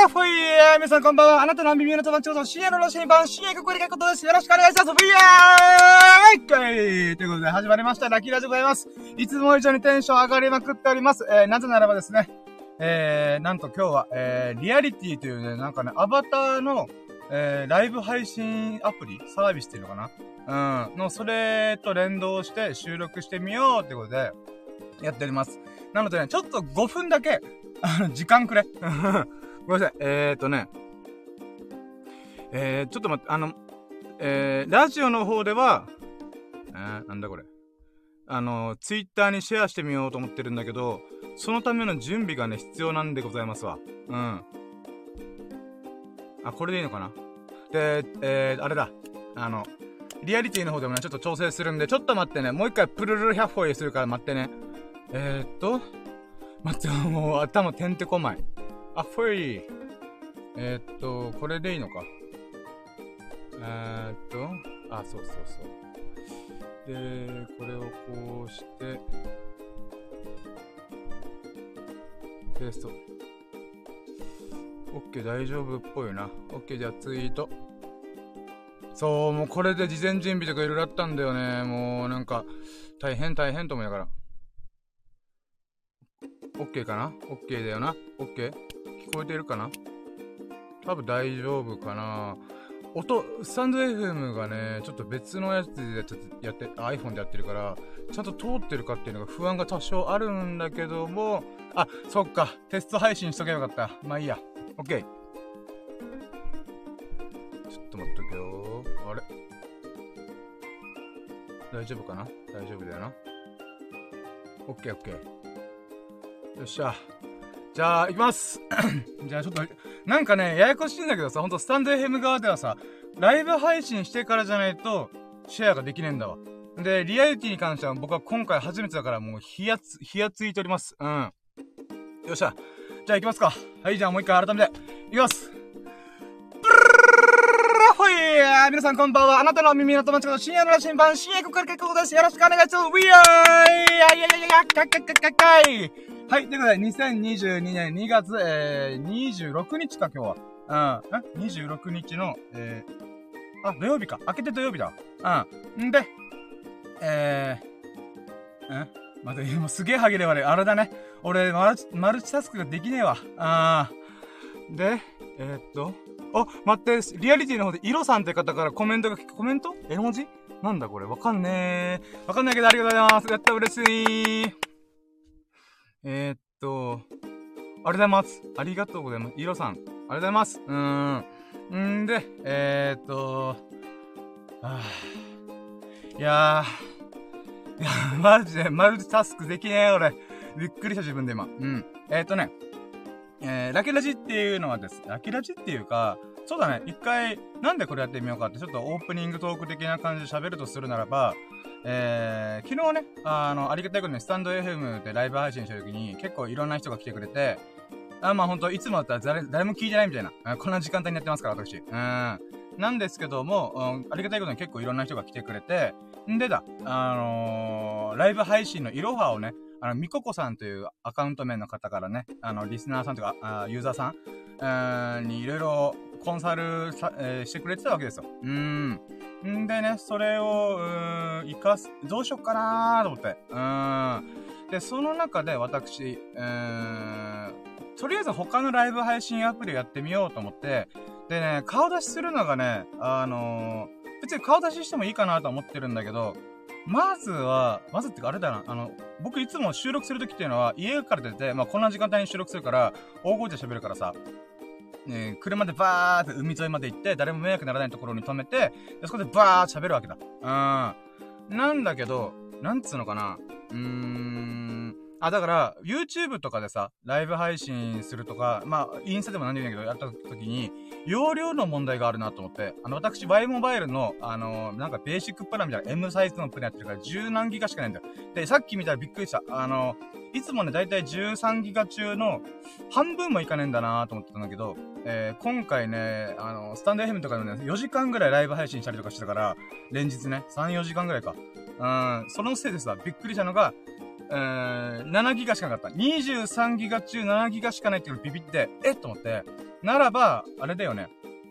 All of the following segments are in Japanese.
ふいー皆さんこんばんは。あなたの耳の友達こと深夜のロシン版、深夜ここで書くことです。よろしくお願いします。ふいーいということで始まりました。ラッキーラジオでございます。いつも以上にテンション上がりまくっております。なぜならばですね、なんと今日は、リアリティというね、なんかね、アバターの、ライブ配信アプリサービスっていうのかなの、それと連動して収録してみようってことで、やっております。なのでね、ちょっと5分だけ、時間くれ。ごめんなさい。ちょっと待って、ラジオの方では、なんだこれ。ツイッターにシェアしてみようと思ってるんだけど、そのための準備がね、必要なんでございますわ。これでいいのかな。で、あれだ。リアリティの方でもね、ちょっと調整するんで、ちょっと待ってね。もう一回プルルル100歩へするから待ってね。待って、もう頭てんてこまい。ふい。これでいいのか。そう。で、これをこうして、ペースト。OK、大丈夫っぽいな。OK、じゃあツイート。そう、もうこれで事前準備とかいろいろあったんだよね。もうなんか、大変と思いながら。OK かな ?OK だよな ?OK? 聞こえてるかな多分大丈夫かなスタンド FM がね、ちょっと別のやつでやって、iPhone でやってるから、ちゃんと通ってるかっていうのが不安が多少あるんだけども、そっか、テスト配信しとけばよかった。まあいいや。OK。ちょっと待っとけよ。あれ大丈夫かな大丈夫だよな。OK。よっしゃ。じゃあ、行きますじゃあちょっと、なんかね、ややこしいんだけどさ、ほんとスタンド FM 側ではさ、ライブ配信してからじゃないと、シェアができねえんだわ。で、リアリティに関しては僕は今回初めてだからもう火がついております。よっしゃ。じゃあ行きますか。はい、じゃあもう一回改めて、行きます。皆さんこんばんは。あなたの耳の友達こと深夜の羅針盤、深夜ここから結構です。よろしくお願いします。はい、ということで、2022年2月、26日か、今日は。26日の、土曜日か。明けて土曜日だ。んで、待って、もうすげえ歯切れ悪い。あれだね。俺、マルチタスクができねえわ。で、待って、リアリティの方で、イロさんって方からコメント絵文字なんだこれわかんねえ。わかんないけどありがとうございます。やった嬉しい。ありがとうございます。ありがとうございます。イロさん。ありがとうございます。で、いや、マジで、マルチタスクできねえ、俺。びっくりした自分で今。ラキラジっていうのはです。ラキラジっていうか、そうだね、一回、なんでこれやってみようかって、ちょっとオープニングトーク的な感じで喋るとするならば、昨日ね、ありがたいことにスタンド FM でライブ配信した時に、結構いろんな人が来てくれて、ほんと、いつもだったら誰も聞いてないみたいな、こんな時間帯にやってますから、私。なんですけども、ありがたいことに結構いろんな人が来てくれて、んでだ、ライブ配信のいろはをね、みここさんというアカウント名の方からね、リスナーさんとか、ユーザーさん、にいろいろコンサルしてくれてたわけですよ。んでね、それを、どうしよっかなーと思って。で、その中で私、とりあえず他のライブ配信アプリをやってみようと思って、でね、顔出しするのがね、別に顔出ししてもいいかなと思ってるんだけど、まずってかあれだな、僕いつも収録するときっていうのは、家から出て、こんな時間帯に収録するから、大声で喋るからさ、車でバーって海沿いまで行って、誰も迷惑ならないところに止めて、でそこでバーって喋るわけだ。なんだけど、なんつうのかな、だから、YouTube とかでさ、ライブ配信するとか、インスタでも何でもいいんだけど、やった時に、容量の問題があるなと思って、私、Y モバイルの、なんかベーシックプランみたいな M サイズのプランやってるから、10何ギガしかないんだよ。で、さっき見たらびっくりした。いつもね、だいたい13ギガ中の半分もいかねえんだなと思ってたんだけど、今回ね、スタンド FM とかでね、4時間ぐらいライブ配信したりとかしてたから、連日ね、3、4時間ぐらいか。そのせいでさ、びっくりしたのが、7ギガしかなかった。23ギガ中7ギガしかないっていうのビビって、と思って。 ならば、あれだよね。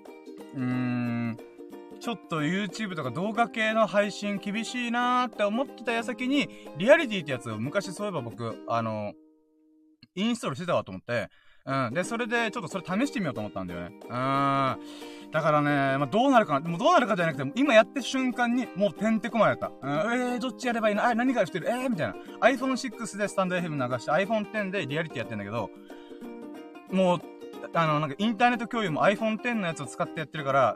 ちょっと YouTube とか動画系の配信厳しいなーって思ってた矢先に、リアリティってやつを昔そういえば僕、インストールしてたわと思って、で、それで、ちょっとそれ試してみようと思ったんだよね。だからね、まあ、どうなるかな。もうどうなるかじゃなくて、今やってる瞬間に、もうてんてこまでやった。どっちやればいいの何がしてるみたいな。iPhone 6でスタンド FM 流して、iPhone X でリアリティやってんだけど、もう、なんかインターネット共有も iPhone X のやつを使ってやってるから、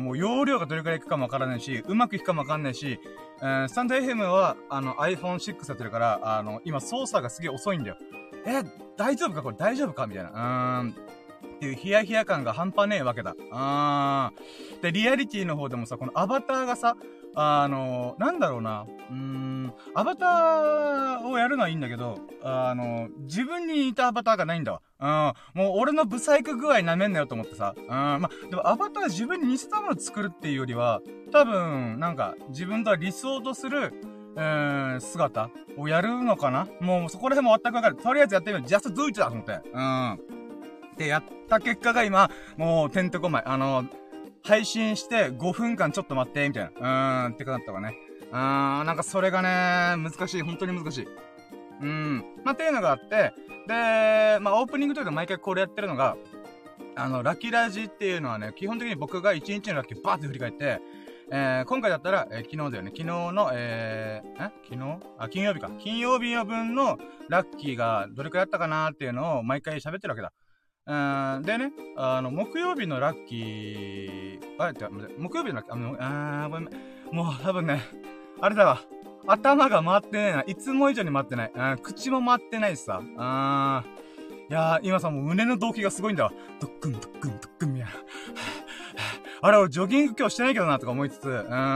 もう容量がどれくらいいくかもわからないし、うまくいくかもわかんないし、スタンド FM は、iPhone 6やってるから、今操作がすげえ遅いんだよ。大丈夫かこれ大丈夫かみたいな。っていうヒヤヒヤ感が半端ねえわけだ。で、リアリティの方でもさ、このアバターがさ、なんだろうな。アバターをやるのはいいんだけど、自分に似たアバターがないんだわ。もう俺のブサイク具合舐めんなよと思ってさ。まあ、でもアバター自分に似せたもの作るっていうよりは、多分、なんか、自分とは理想とする、姿をやるのかな。もうそこら辺も全くわかる。とりあえずやってみよう。ジャストドゥイットだと思って。で、やった結果が今、もうてんてこまい。配信して5分間ちょっと待って、みたいな。ってかなったわね。なんかそれがね、難しい。本当に難しい。まあ、っていうのがあって、で、まあ、オープニングというか毎回これやってるのが、ラキラジっていうのはね、基本的に僕が1日のラッキーバーって振り返って、今回だったら、昨日だよね。昨日の、金曜日か。金曜日の分のラッキーがどれくらいあったかなーっていうのを毎回喋ってるわけだ。でね、木曜日のラッキー、木曜日のラッキー、ごめん。もう多分ね、あれだわ。頭が回ってないな。いつも以上に回ってない。口も回ってないしさ。いやー、今さ、もう胸の動機がすごいんだわ。ドックン、ドックン、ドックン、みたいな。あれ、俺、ジョギング今日してないけどな、とか思いつつ、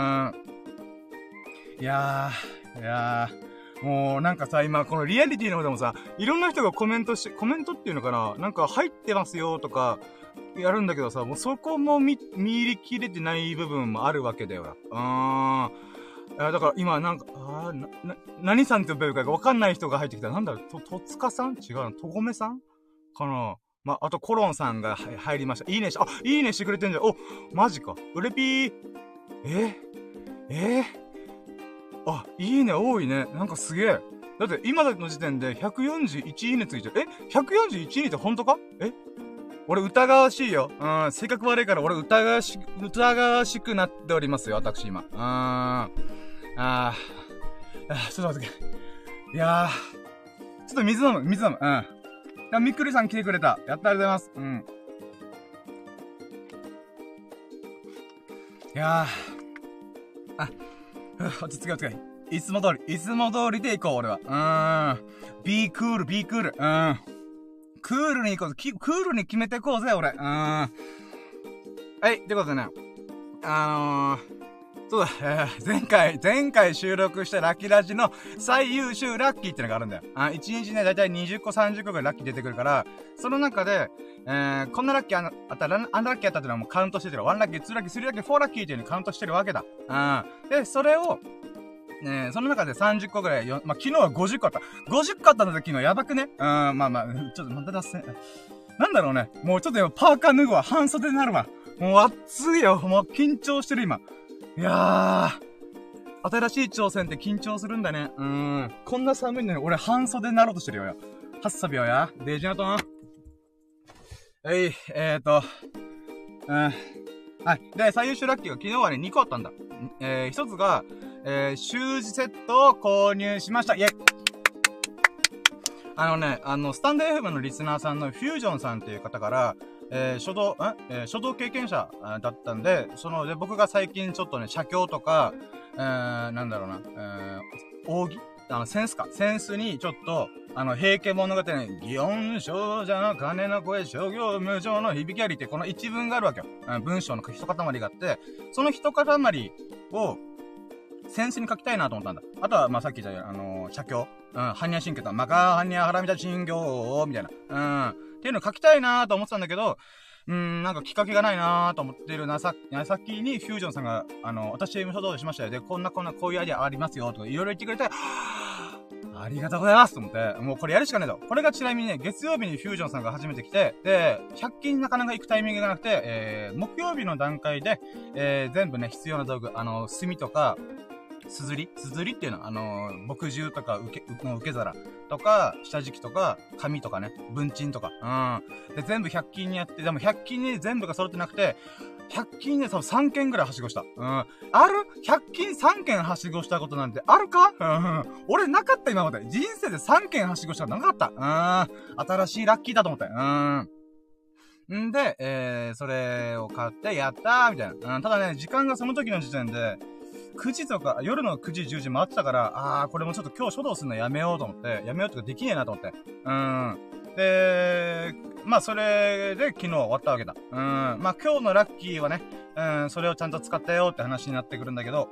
いやー、もうなんかさ、今、このリアリティの方でもさ、いろんな人がコメントっていうのかな、なんか入ってますよ、とか、やるんだけどさ、もうそこも見入りきれてない部分もあるわけだよな。だから今、なんか、何さんって呼べるかわかんない人が入ってきた。なんだろう、とつかさん違うのとごめさんかな。まあとコロンさんが入りました。いいねしてくれてんじゃん。お、マジか。うれぴー。いいね多いね。なんかすげえ。だって今の時点で141いいねついてる。141いいねって本当か？俺疑わしいよ。性格悪いから俺疑わしくなっておりますよ、私今。ちょっと待って。いやー。ちょっと水飲む。みっくりさん来てくれた。やった、ありがとうございます。いやー。落ち着け。いつも通りで行こう、俺は。be cool。クールに行こうぜ。クールに決めていこうぜ、俺。はい、ってことでね。そうだ、前回収録したラッキーラジの最優秀ラッキーってのがあるんだよ。1日ね、だいたい20個30個ぐらいラッキー出てくるから、その中で、こんなラッキーあったら、あんなラッキーあったってのはもうカウントしてる。1ラッキー、2ラッキー、3ラッキー、4ラッキーっていうのにカウントしてるわけだ。で、それを、その中で30個ぐらい、まあ、昨日は50個あった。50個あったので昨日やばくね。ちょっとまた出せ。なんだろうね。もうちょっと今パーカー脱ぐわ。半袖になるわ。もう暑いよ。もう緊張してる今。いやー。新しい挑戦って緊張するんだね。こんな寒いのに俺半袖になろうとしてるよ。8秒や。デジナトン。はい。で、最優秀ラッキーが昨日はね、2個あったんだ。一つが、習字セットを購入しました。イェイ。スタンド FM のリスナーさんのフュージョンさんっていう方から、書道経験者だったんで、で、僕が最近ちょっとね、写経とか、なんだろうな、扇センスにちょっと、平家物語に、祇園少女の鐘の声、諸行無常の響きありってこの一文があるわけよ。文章の一塊があって、その一塊を、センスに書きたいなと思ったんだ。あとは、まあ、さっき言った写経。般若心経と、マカ般若ハラミタ心経みたいな。っていうの書きたいなと思ってたんだけど、なんかきっかけがないなと思ってるさっきにフュージョンさんが、私事務所どうしましたよ。で、こういうアイデアありますよ。とかいろいろ言ってくれて、あありがとうございますと思って、もうこれやるしかねえと。これがちなみにね、月曜日にフュージョンさんが初めて来て、で、100均なかなか行くタイミングがなくて、木曜日の段階で、全部ね、必要な道具、炭とか、すずりっていうのは、墨汁とか受け皿とか、下敷きとか、紙とかね、文鎮とか、で、全部100均にやって、でも100均に全部が揃ってなくて、100均で多分3件ぐらいはしごした。ある ?100 均3件はしごしたことなんてあるか俺なかった今まで。人生で3件はしごしたことなかった。新しいラッキーだと思ったよ。んで、それを買ってやったーみたいな。ただね、時間がその時の時点で、9時とか、夜の9時、10時回ってたから、これもちょっと今日書道するのやめようと思って、やめようとかできねえなと思って。で、まあ、それで昨日終わったわけだ。まあ、今日のラッキーはね、それをちゃんと使ったよって話になってくるんだけど、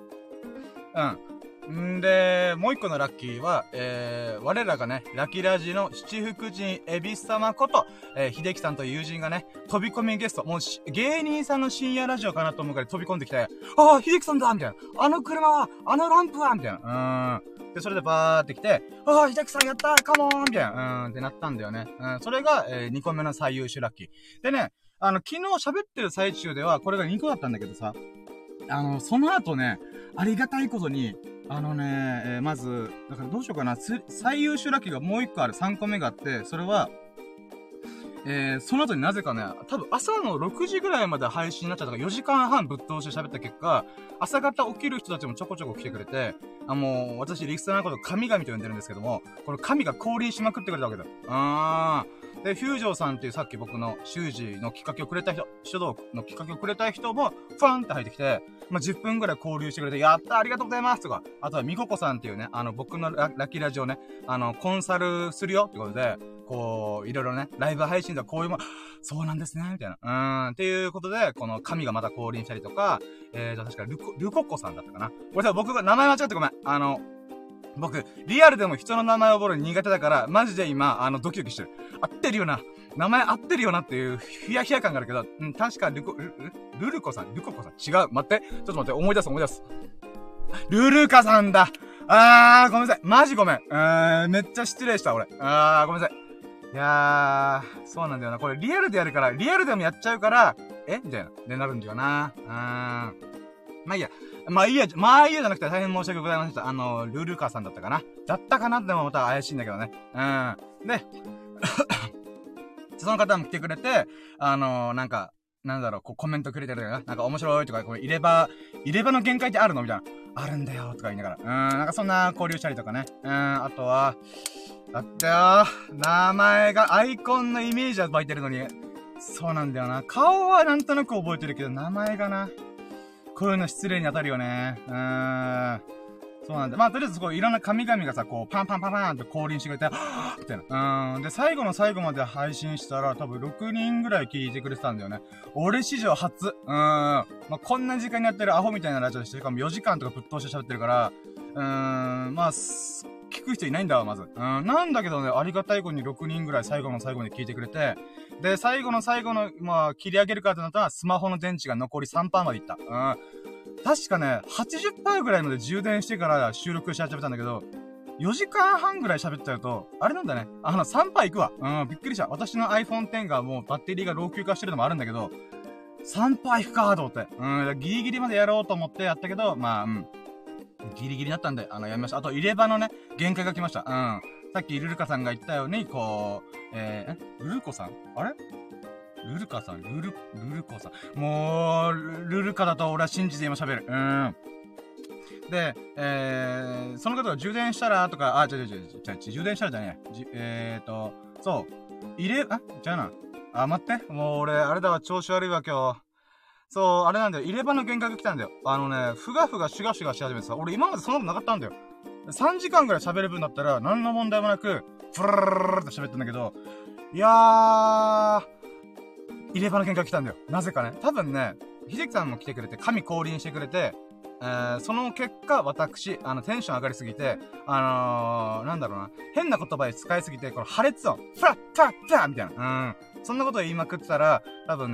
で、もう一個のラッキーは、我らがね、ラキラジの七福神エビス様こと、秀樹さんという友人がね、飛び込みゲスト、もう芸人さんの深夜ラジオかなと思うから飛び込んできて、秀樹さんだみたいな。あの車は、あのランプはみたいな。で、それでバーって来て、秀樹さんやったーカモーンみたいな。ってなったんだよね。それが、2個目の最優秀ラッキー。でね、昨日喋ってる最中では、これが2個だったんだけどさ、その後ね、ありがたいことに、まず、だからどうしようかな、最優秀ラッキーがもう1個ある、3個目があって、それは、その後になぜかね、多分朝の6時ぐらいまで配信になっちゃったから4時間半ぶっ通して喋った結果、朝方起きる人たちもちょこちょこ来てくれて、もう、私、リクサーのこと神々と呼んでるんですけども、この神が降臨しまくってくれたわけだ。で、フュージョンさんっていうさっき僕の習字のきっかけをくれた人、書道のきっかけをくれた人も、ファンって入ってきて、まあ、10分ぐらい交流してくれて、やったありがとうございますとか、あとはみここさんっていうね、僕のラッキーラジオね、コンサルするよってことで、こう、いろいろね、ライブ配信とかこういうも、そうなんですね、みたいな。っていうことで、この神がまた降臨したりとか、確かルコッコさんだったかな。これさ、僕が名前間違ってごめん。僕、リアルでも人の名前を覚えるの苦手だから、マジで今、ドキドキしてる。合ってるよな。名前合ってるよなっていう、ヒヤヒヤ感があるけど、確かルココさん違う。待って。ちょっと待って、思い出す。ルルカさんだ。ごめんなさい。マジごめん。めっちゃ失礼した、俺。ごめんなさい。いやー、そうなんだよな。これリアルでやるから、リアルでもやっちゃうから、みたいな。でなるんだよな。まあいいや。まあいいやじゃなくて大変申し訳ございませんでした。ルルカさんだったかなでもまた怪しいんだけどね。で、その方も来てくれて、なんだろう、こうコメントくれてるかな。なんか面白いとか、これ入れ歯の限界ってあるのみたいな。あるんだよとか言いながら。なんかそんな交流したりとかね。あとは、だってよ、名前がアイコンのイメージは湧いてるのに、そうなんだよな。顔はなんとなく覚えてるけど、名前がな。こういうの失礼に当たるよね。そうなんだ。まあ、とりあえずいろんな神々がさ、こう、パンって降臨してくれて、みたいな。で、最後の最後まで配信したら、多分6人ぐらい聞いてくれてたんだよね。俺史上初。まあ、こんな時間にやってるアホみたいなラジオでして、しかも4時間とかぶっ通して喋ってるから、まあ、聞く人いないんだわ、まず。なんだけどね、ありがたい子に6人ぐらい最後の最後に聞いてくれて、で、最後の、まあ、切り上げるかってなったら、スマホの電池が残り 3% までいった。確かね、80% ぐらいまで充電してから収録し始めたんだけど、4時間半ぐらい喋っちゃうと、あれなんだね。3% いくわ。びっくりした。私の iPhone X がもうバッテリーが老朽化してるのもあるんだけど、3% いくかと思って。ギリギリまでやろうと思ってやったけど、まあ、ギリギリだったんで、やめました。あと、入れ歯のね、限界が来ました。さっきルルカさんが言ったように、こう、ルルコさんあれルルカさんルルコさん。もう、ルルカだと俺は信じて今喋る。で、その方が充電したらとか、充電したらじゃねえ。そう。じゃあな。待って。もう俺、あれだわ、調子悪いわ、今日。そう、あれなんだよ。入れ歯の限界が来たんだよ。ふがふがシュガシュガし始めてさ、俺今までそんなことなかったんだよ。3時間ぐらい喋る分だったら、何の問題もなく、フルルルルルって喋ったんだけど、いやー、入れ歯の限界来たんだよ。なぜかね。多分ね、秀樹さんも来てくれて、神降臨してくれて、その結果、私、テンション上がりすぎて、なんだろうな、変な言葉で使いすぎて、この破裂音、フラッフラッフラッみたいな。そんなことを言いまくってたら、多分ね、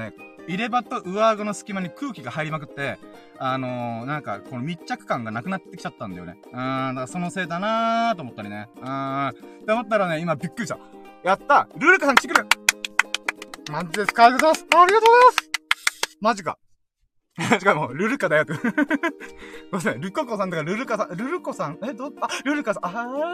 入れ歯と上顎の隙間に空気が入りまくって、なんか、この密着感がなくなってきちゃったんだよね。だからそのせいだなーと思ったりね。って思ったらね、今びっくりした。やったルルカさん来てくれマジですかありがとうございますありがとうございますマジか。しかも、ルルカだよって。ごめんなさい。ルココさんとかルルカさん、ルルコさんルルカさん、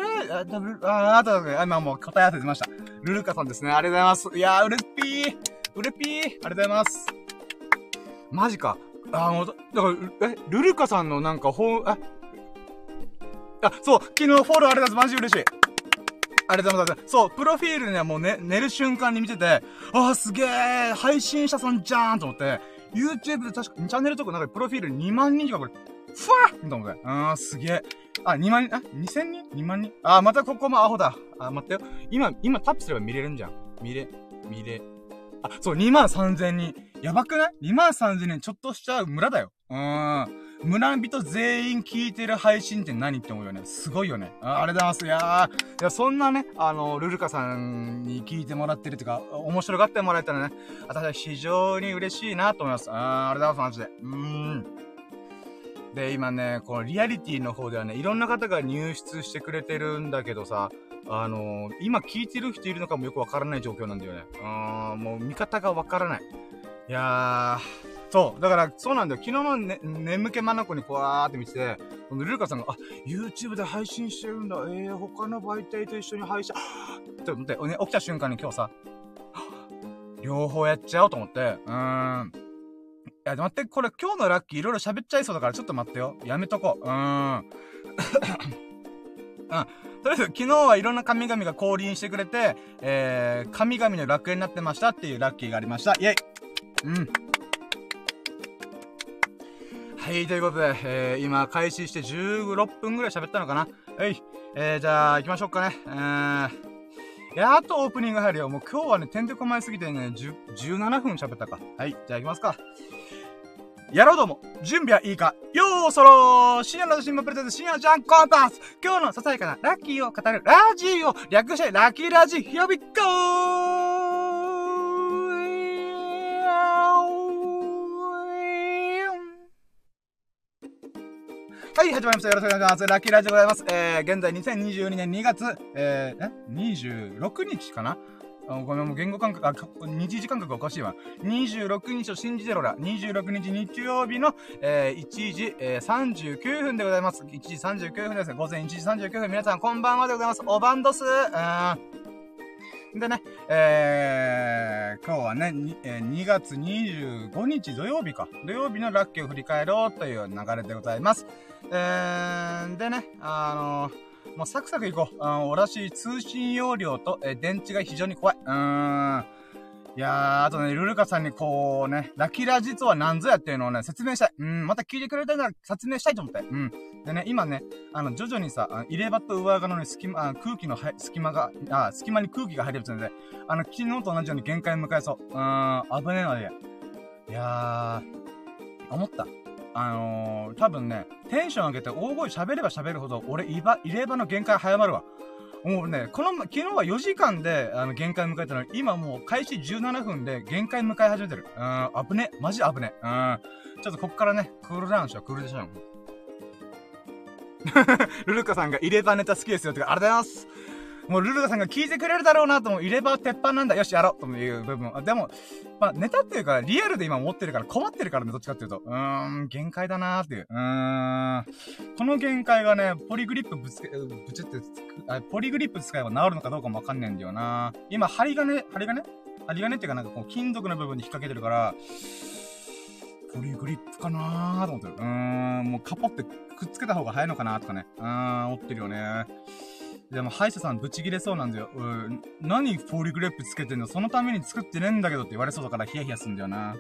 今もう答え合わせてました。ルルカさんですね。ありがとうございます。いやー、うれぴー。ありがとうございます。マジか。もう、だから、ルルカさんのなんか、そう、昨日フォローありがとうございます。マジ嬉しい。ありがとうございます。そう、プロフィールにはもうね、寝る瞬間に見てて、すげー、配信者さんじゃーんと思って、YouTube で確か、チャンネルとかなんかプロフィール2万人とかこれ、ふわーと思って。すげー。2万人、2000人 ?2 万人またここもアホだ。待ってよ。今タップすれば見れるんじゃん。そう、2万3000人。やばくない ?2 万3000人ちょっとしちゃう村だよ。村人全員聞いてる配信って何って思うよね。すごいよね。ありがとうございます。いや、そんなね、ルルカさんに聞いてもらってるっていうか、面白がってもらえたらね、私は非常に嬉しいなと思います。ありがとうございます、マジで。で、今ね、このリアリティの方ではね、いろんな方が入室してくれてるんだけどさ、今聞いてる人いるのかもよくわからない状況なんだよね。もう見方がわからない。いやそう。だから、そうなんだよ。昨日の眠気まなこにこうわーって見てて、ルルカさんが、YouTube で配信してるんだ。他の媒体と一緒に配信、って思って、ね、起きた瞬間に今日さ、両方やっちゃおうと思って、いや、待って、これ今日のラッキーいろいろ喋っちゃいそうだからちょっと待ってよ。やめとこう。とりあえず、昨日はいろんな神々が降臨してくれて、神々の楽園になってましたっていうラッキーがありました。イェイはい、ということで、今、開始して16分ぐらい喋ったのかな。はい。じゃあ、行きましょうかね。やっとオープニング入るよ。もう今日はね、てんてこまいすぎてね、17分喋ったか。はい、じゃあ行きますか。やろうどうも。準備はいいかよーそろー深夜の新聞プレゼント深夜ジャンコンパス今日のささやかなラッキーを語るラジオ略してラッキーラジヒロビッコはい、始まりました。よろしくお願いします。ラッキーラジオでございます。現在2022年2月、26日かなごめん、もう言語感覚、日時感覚おかしいわ。26日を信じてろら。26日日曜日の、1時、39分でございます。1時39分ですね。午前1時39分。皆さんこんばんはでございます。おばんどす。でね、今日はね、2月25日土曜日か。土曜日のラッキーを振り返ろうという流れでございます。でね、もうサクサクいこう。おらしい通信容量と、電池が非常に怖い。いやー、あとね、ルルカさんにこうね、ラキラジとは何ぞやっていうのをね、説明したい。また聞いてくれたなら説明したいと思って。でね、今ね、徐々にさ、入れ歯と上顎のね、空気の隙間に空気が入るやつなので、昨日と同じように限界迎えそう。危ねえので。いやー、思った。多分ね、テンション上げて大声喋れば喋るほど、俺、入れ歯の限界早まるわ。もうね、昨日は4時間で、限界迎えたのに、今もう開始17分で限界迎え始めてる。危ね。マジ危ね。ちょっとこっからね、クールダウンしよう、クールダウン。ルルカさんが入れ歯ネタ好きですよってか、ありがとうございます。もうルルカさんが聞いてくれるだろうなと思う。入れ歯は鉄板なんだ。よし、やろうという部分。でも、まあ、ネタっていうか、リアルで今持ってるから困ってるからね、どっちかっていうと。限界だなーっていう。この限界がね、ポリグリップポリグリップ使えば治るのかどうかもわかんないんだよな。今、針金っていうかなんかこう、金属の部分に引っ掛けてるから、ポリグリップかなーと思ってる。もうカポってくっつけた方が早いのかなーとかね。思ってるよね。でも、歯医者さんブチ切れそうなんだよ。何ポリグリップつけてんのそのために作ってねえんだけどって言われそうだからヒヤヒヤすんだよな。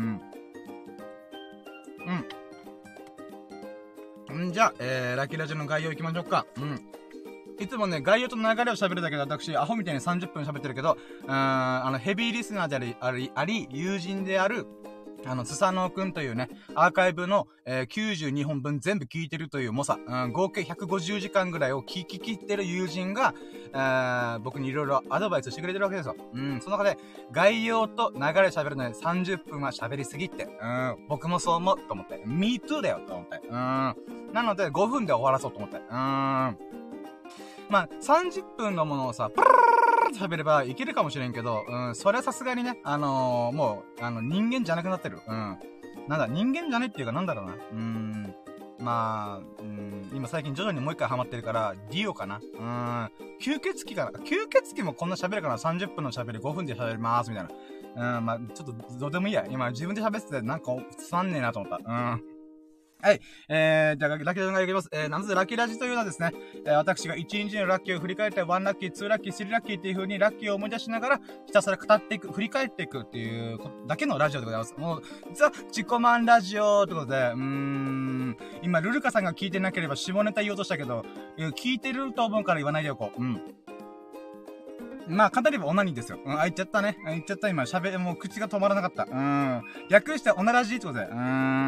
じゃあ、ラッキーラジオの概要行きましょうか。いつもね、概要と流れを喋るだけで私、アホみたいに30分喋ってるけど、ヘビーリスナーであり、友人である、 スサノオくんというね、アーカイブの、92本分全部聞いてるという猛者、合計150時間ぐらいを聞き切ってる友人が、僕にいろいろアドバイスしてくれてるわけですよ。その中で、概要と流れ喋るので30分は喋りすぎって、僕もそう思うと思って、me too だよと思って、なので5分で終わらそうと思って、まあ、30分のものをさ、プルルルルル喋ればいけるかもしれんけど、それはさすがにね、もう、人間じゃなくなってる。なんだ、人間じゃねっていうかなんだろうな。まあ、今最近徐々にもう一回ハマってるから、ディオかな。吸血鬼かな。吸血鬼もこんな喋るかな。30分の喋り5分で喋ります、みたいな。まあ、ちょっとどうでもいいや。今自分で喋っててなんかつまんねえなと思った。はい。じゃあ、ラッキーラジオがいきます。まず、ラッキーラジというのはですね、私が1日のラッキーを振り返って、1ラッキー、2ラッキー、3ラッキーっていう風にラッキーを思い出しながら、ひたすら語っていく、振り返っていくっていうだけのラジオでございます。もう、ザ・自己満ラジオということで、今、ルルカさんが聞いてなければ下ネタ言おうとしたけど、聞いてると思うから言わないでおこう。まあ、語ればオナニーですよ。言っちゃったね。言っちゃった今、もう口が止まらなかった。略してオナラジってことで、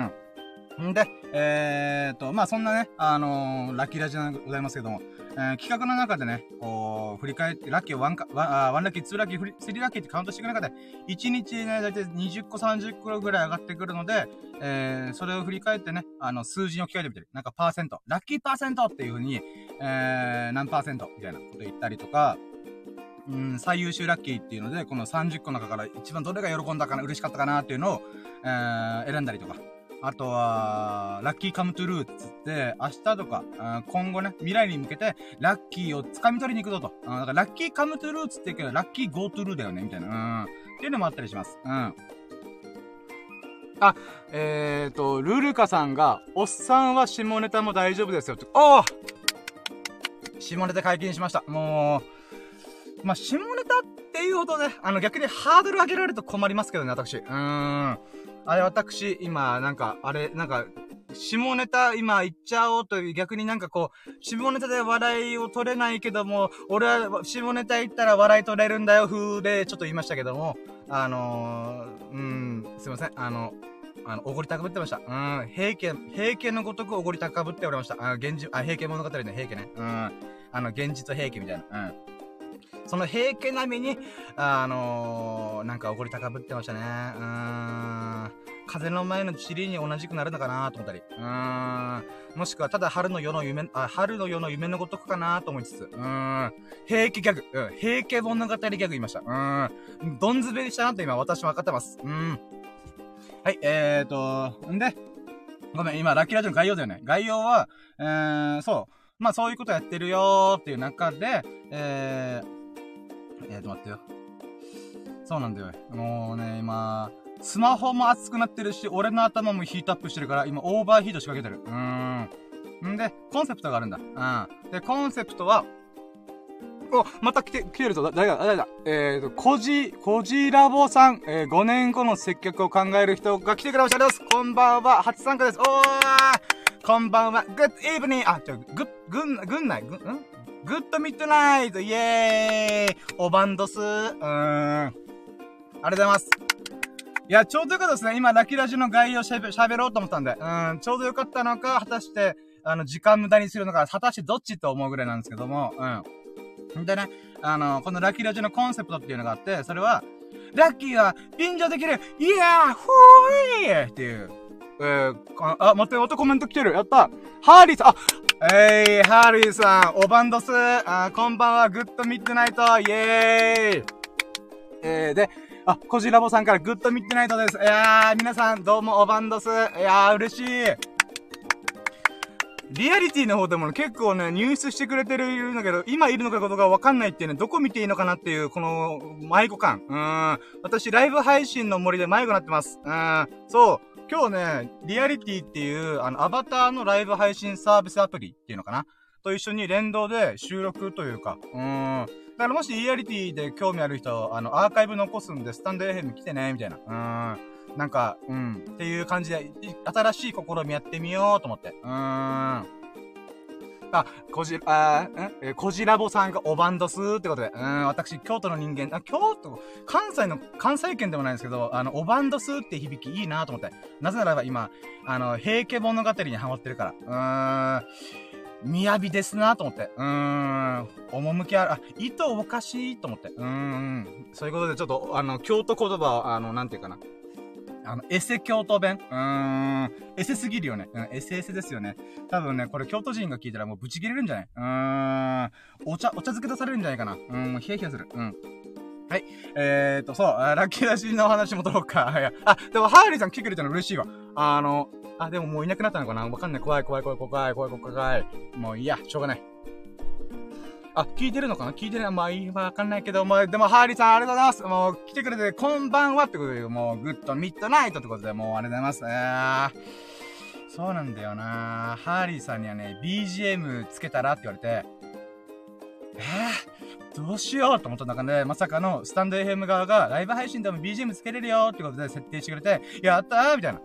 で、まあ、そんなね、ラッキーラジオでございますけども、企画の中でね、こう、振り返って、ラッキーを1ラッキー、2ラッキー、3ラッキーってカウントしていく中で、1日ね、だいたい20個、30個ぐらい上がってくるので、それを振り返ってね、数字に置き換えてみてる。なんかパーセント、ラッキーパーセントっていう風に、何パーセントみたいなこと言ったりとか、最優秀ラッキーっていうので、この30個の中から一番どれが喜んだかな、嬉しかったかなっていうのを、選んだりとか。あとは、ラッキーカムトゥルーっつって、明日とか、今後ね、未来に向けて、ラッキーを掴み取りに行くぞと。だからラッキーカムトゥルーっつって言うけど、ラッキーゴートゥルーだよね、みたいな。っていうのもあったりします。ルルカさんが、おっさんは下ネタも大丈夫ですよって。下ネタ解禁しました。もう、まあ、下ネタっていうほどね、逆にハードル上げられると困りますけどね、私。あれ、私、今、下ネタ今言っちゃおうという、逆になんかこう、下ネタで笑いを取れないけども、俺は下ネタ言ったら笑い取れるんだよ、風でちょっと言いましたけども、すいません、おごり高ぶってました。平家のごとくおごり高ぶっておりました。平家物語の平家ね。現実平家みたいな。その平家並みに、なんかおごり高ぶってましたね。風の前の塵に同じくなるのかなと思ったり。もしくはただ春の夜の夢のごとくかなと思いつつ。平家ギャグ。平家物語ギャグ言いました。どんずべりしたなと今私分かってます。はい、んで、ごめん、今、ラッキーラジオの概要だよね。概要は、そう。まあ、そういうことやってるよーっていう中で、待ってよ。そうなんだよ。もうね、今、スマホも熱くなってるし、俺の頭もヒートアップしてるから、今、オーバーヒート仕掛けてる。んで、コンセプトがあるんだ。で、コンセプトは、また来てるぞ。誰だコジラボさん、5年後の接客を考える人が来てくれました。ありがとうございます。こんばんは。初参加です。こんばんは。グッドイブニングッドミッドナイトイエーイおバンドスありがとうございます。いや、ちょうどよかったですね。今、ラッキーラジの概要喋ろうと思ったんで。ちょうどよかったのか、果たして、時間無駄にするのか、果たしてどっちと思うぐらいなんですけども、でね、このラッキーラジのコンセプトっていうのがあって、それは、ラッキーは、便乗できるイヤーフーイーっていう、待って、コメント来てるやったハーリーさんハーリーさん、おバンドスこんばんは、グッドミッドナイトイエーイで、コジラボさんからグッドミッドナイトです。皆さん、どうもおバンドス嬉しいリアリティの方でも結構ね、入手してくれてるんだけど、今いるのかどうかわかんないっていうね、どこ見ていいのかなっていう、この、迷子感。私、ライブ配信の森で迷子になってます。そう。今日ね、リアリティっていう、アバターのライブ配信サービスアプリっていうのかなと一緒に連動で収録というか、だからもしリアリティで興味ある人、アーカイブ残すんで、スタンド FM 来てね、みたいな。なんか、っていう感じで、新しい試みやってみようと思って。 こじらぼさんがおばんどすってことで、私、京都の人間、京都、関西圏でもないんですけど、おばんどすって響きいいなと思って。なぜならば今、平家物語にハマってるから。雅ですなと思って。趣ある。意図おかしいと思って。そういうことで、ちょっと、京都言葉を、なんていうかな。エセ京都弁エセすぎるよね。エセエセですよね。多分ね、これ京都人が聞いたらもうブチ切れるんじゃないお茶漬け出されるんじゃないかな。もうヒヤヒヤする。はい。そう、ラッキーラシの話戻ろうか。でも、ハーリーさん来てくれたの嬉しいわ。でももういなくなったのかなわかんない。怖い。もういいや、しょうがない。聞いてるのかな聞いてない。まあいいわかんないけど、でも、ハーリーさんありがとうございます。もう、来てくれて、こんばんはってことで、もう、グッドミッドナイトってことで、もう、ありがとうございます。そうなんだよなハーリーさんにはね、BGM つけたらって言われて、どうしようと思った中で、まさかのスタンド FM 側がライブ配信でも BGM つけれるよってことで設定してくれて、やったーみたいな。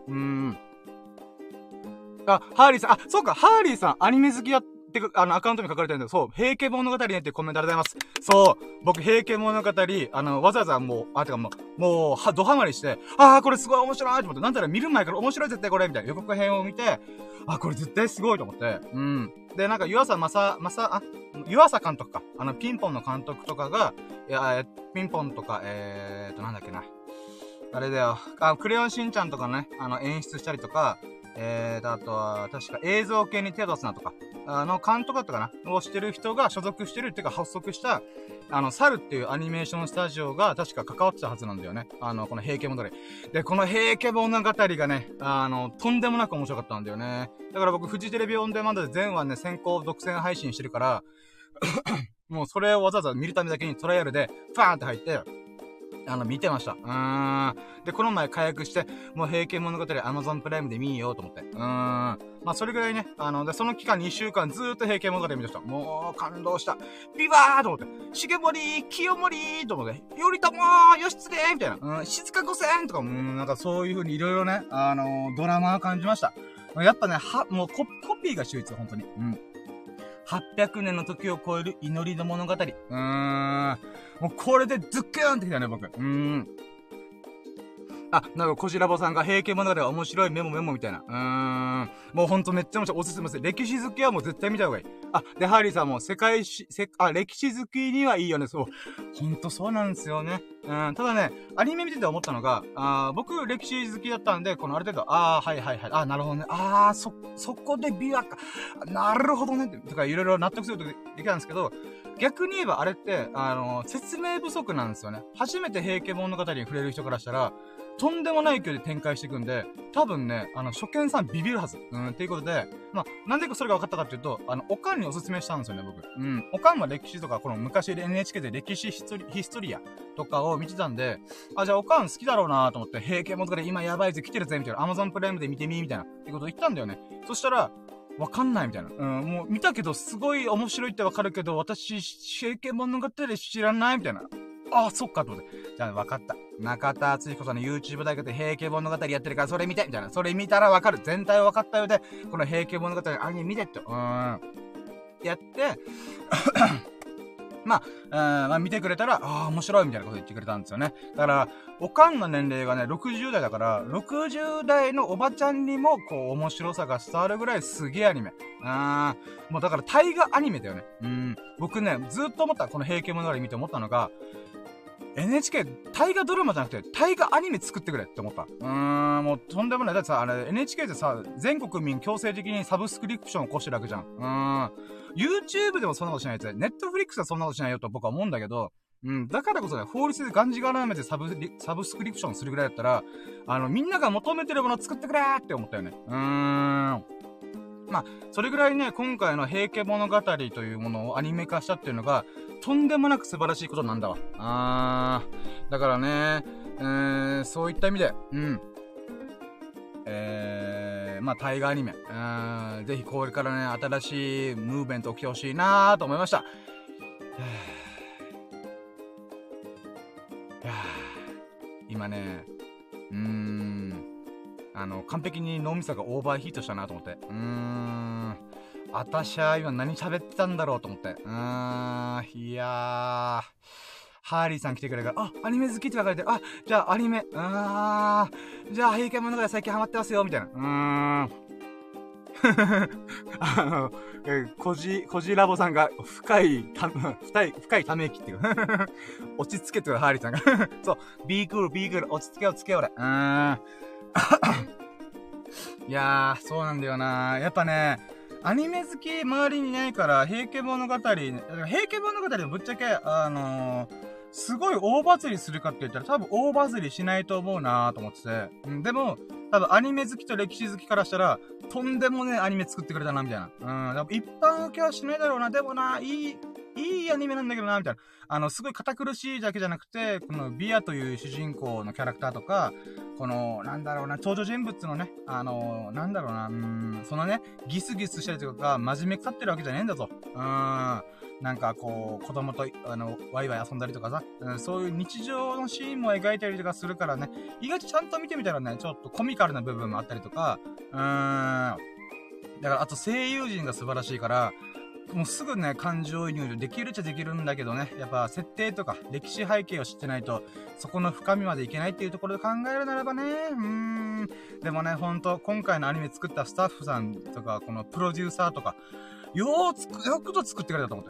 ハーリーさん、そうか、ハーリーさんアニメ好きやってアカウントに書かれてるんだけど、そう、平家物語ねっていうコメントありがとうございます。そう、僕平家物語、わざわざもう、ドハマりして、これすごい面白いと思って、なんだろ、見る前から面白い絶対これみたいな予告編を見て、これ絶対すごいと思って、で、なんか、湯浅監督か。ピンポンの監督とかが、ピンポンとか、なんだっけな。あれだよ。クレヨンしんちゃんとかね、演出したりとか、あとは、確か映像系に手出すなとか、監督だったかなをしてる人が所属してるっていうか発足した、猿っていうアニメーションスタジオが確か関わってたはずなんだよね。この平家物語。で、この平家物語がね、とんでもなく面白かったんだよね。だから僕、フジテレビオンデマンドで全話ね、先行独占配信してるから、もうそれをわざわざ見るためだけにトライアルで、ファーンって入って、見てました。で、この前解約して、もう平家物語 Amazon プライムで見ようと思って。まあ、それぐらいね、で、その期間2週間ずーっと平家物語見てた。もう、感動した。ビバーと思って。重森、清盛と思って。頼朝、義経みたいな。静御前とか、なんかそういう風にいろいろね、ドラマを感じました。やっぱね、もうコピーが秀逸、本当に。800年の時を超える祈りの物語。もうこれでズッキューンってきたね、僕。なんか、こじらぼさんが平家物語は面白いメモみたいな。もうほんとめっちゃ面白い。おすすめです。歴史好きはもう絶対見た方がいい。で、ハーリーさんも歴史好きにはいいよね。そう。ほんとそうなんですよね。ただね、アニメ見てて思ったのが、僕、歴史好きだったんで、このある程度、はい。なるほどね。そこでビワか。なるほどね。とか、いろいろ納得するとできたんですけど、逆に言えばあれって、説明不足なんですよね。初めて平家物語に触れる人からしたら、とんでもない勢いで展開していくんで、多分ね、初見さんビビるはず。っていうことで、なんでそれが分かったかっていうと、おかんにおすすめしたんですよね、僕。おかんは歴史とか、この昔 NHK で歴史ヒストリアとかを見てたんで、じゃあおかん好きだろうなと思って、平家物語今やばいぜ来てるぜ、みたいな。Amazon プライムで見てみ、みたいな。ってことを言ったんだよね。そしたら、わかんないみたいな。もう見たけど、すごい面白いってわかるけど、私、平家物語知らないみたいな。そっかと思って。じゃあ、わかった。中田敦彦さんの YouTube 大学で平家物語やってるから、それ見てみたいな。それ見たらわかる。全体わかったようで、この平家物語アニメ見てって。やって、見てくれたら、面白いみたいなこと言ってくれたんですよね。だから、おかんの年齢がね、60代だから、60代のおばちゃんにも、こう、面白さが伝わるぐらいすげえアニメ。もうだから、大河アニメだよね。僕ね、ずっと思った、この平家物語見て思ったのが、NHK、大河ドラマじゃなくて、大河アニメ作ってくれって思った。もうとんでもない。だってさ、NHK ってさ、全国民強制的にサブスクリプションを起こしてるわけじゃん。YouTube でもそんなことしないやつ。Netflix はそんなことしないよと僕は思うんだけど、だからこそね、法律でがんじがらめてサブスクリプションするぐらいだったら、みんなが求めてるものを作ってくれーって思ったよね。それぐらいね、今回の平家物語というものをアニメ化したっていうのが、とんでもなく素晴らしいことなんだわ。だからね、そういった意味で、大河アニメ、ぜひこれからね、新しいムーブメント起きてほしいなーと思いました。今ね、完璧に脳みそがオーバーヒートしたなと思って。 私は今何喋ってたんだろうと思って。いやー。ハーリーさん来てくれるから、アニメ好きって分かれてる。じゃあアニメ、じゃあ、平家物語最近ハマってますよ、みたいな。コジラボさんが深いため息っていう。落ち着けっていうハーリーさんが。そう、ビークール、落ち着け俺。いやー、そうなんだよな。やっぱね、アニメ好き周りにいないから、平家物語ぶっちゃけ、すごい大バズりするかって言ったら多分大バズりしないと思うなーと思ってて。でも、多分アニメ好きと歴史好きからしたら、とんでもねえアニメ作ってくれたな、みたいな。多分一般受けはしないだろうな。でもな、いいアニメなんだけどな、みたいな。すごい堅苦しいだけじゃなくて、このビアという主人公のキャラクターとか、この、なんだろうな、登場人物のね、なんだろうな、そのね、ギスギスしたりとか、真面目腐ってるわけじゃねえんだぞ。なんかこう、子供と、ワイワイ遊んだりとかさ、そういう日常のシーンも描いたりとかするからね、意外とちゃんと見てみたらね、ちょっとコミカルな部分もあったりとか、だから、あと声優陣が素晴らしいから、もうすぐね、感情移入できるっちゃできるんだけどね、やっぱ設定とか歴史背景を知ってないと、そこの深みまでいけないっていうところで考えるならばね、でもね、ほんと、今回のアニメ作ったスタッフさんとか、このプロデューサーとか、よくと作ってくれたと思って。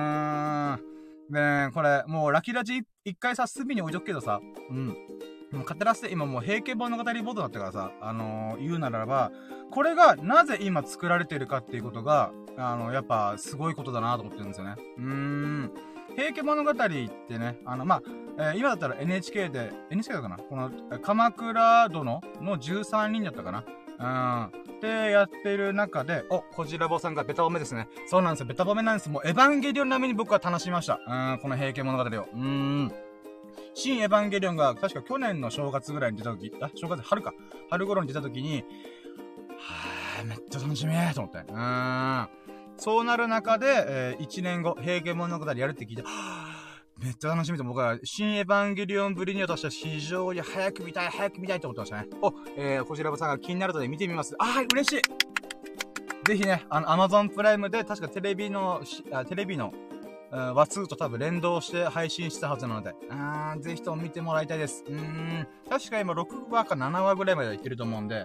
ねえ、これ、もうラキラジ一回さ、隅に置いとくけどさ、もう語らせて、今もう平家物語ボードだったからさ、言うならば、これがなぜ今作られてるかっていうことが、やっぱすごいことだなと思ってるんですよね。平家物語ってね、今だったら NHK だかなこの、鎌倉殿の13人だったかなで、やってる中で、コジラボさんがベタ褒めですね。そうなんですよ、ベタ褒めなんです。もうエヴァンゲリオン並みに僕は楽しみました。この平家物語を。新エヴァンゲリオンが確か去年の正月ぐらいに出た時、春頃に出た時に、めっちゃ楽しみーと思って。そうなる中で、1年後、平家物語やるって聞いて、めっちゃ楽しみで、僕は新エヴァンゲリオンぶりに私は非常に早く見たいと思ってましたね。こちらさんが気になるので見てみます。嬉しいぜひね、Amazon プライムで確かテレビの話数と多分連動して配信したはずなので、ぜひとも見てもらいたいです。確か今6話か7話ぐらいまではいってると思うんで、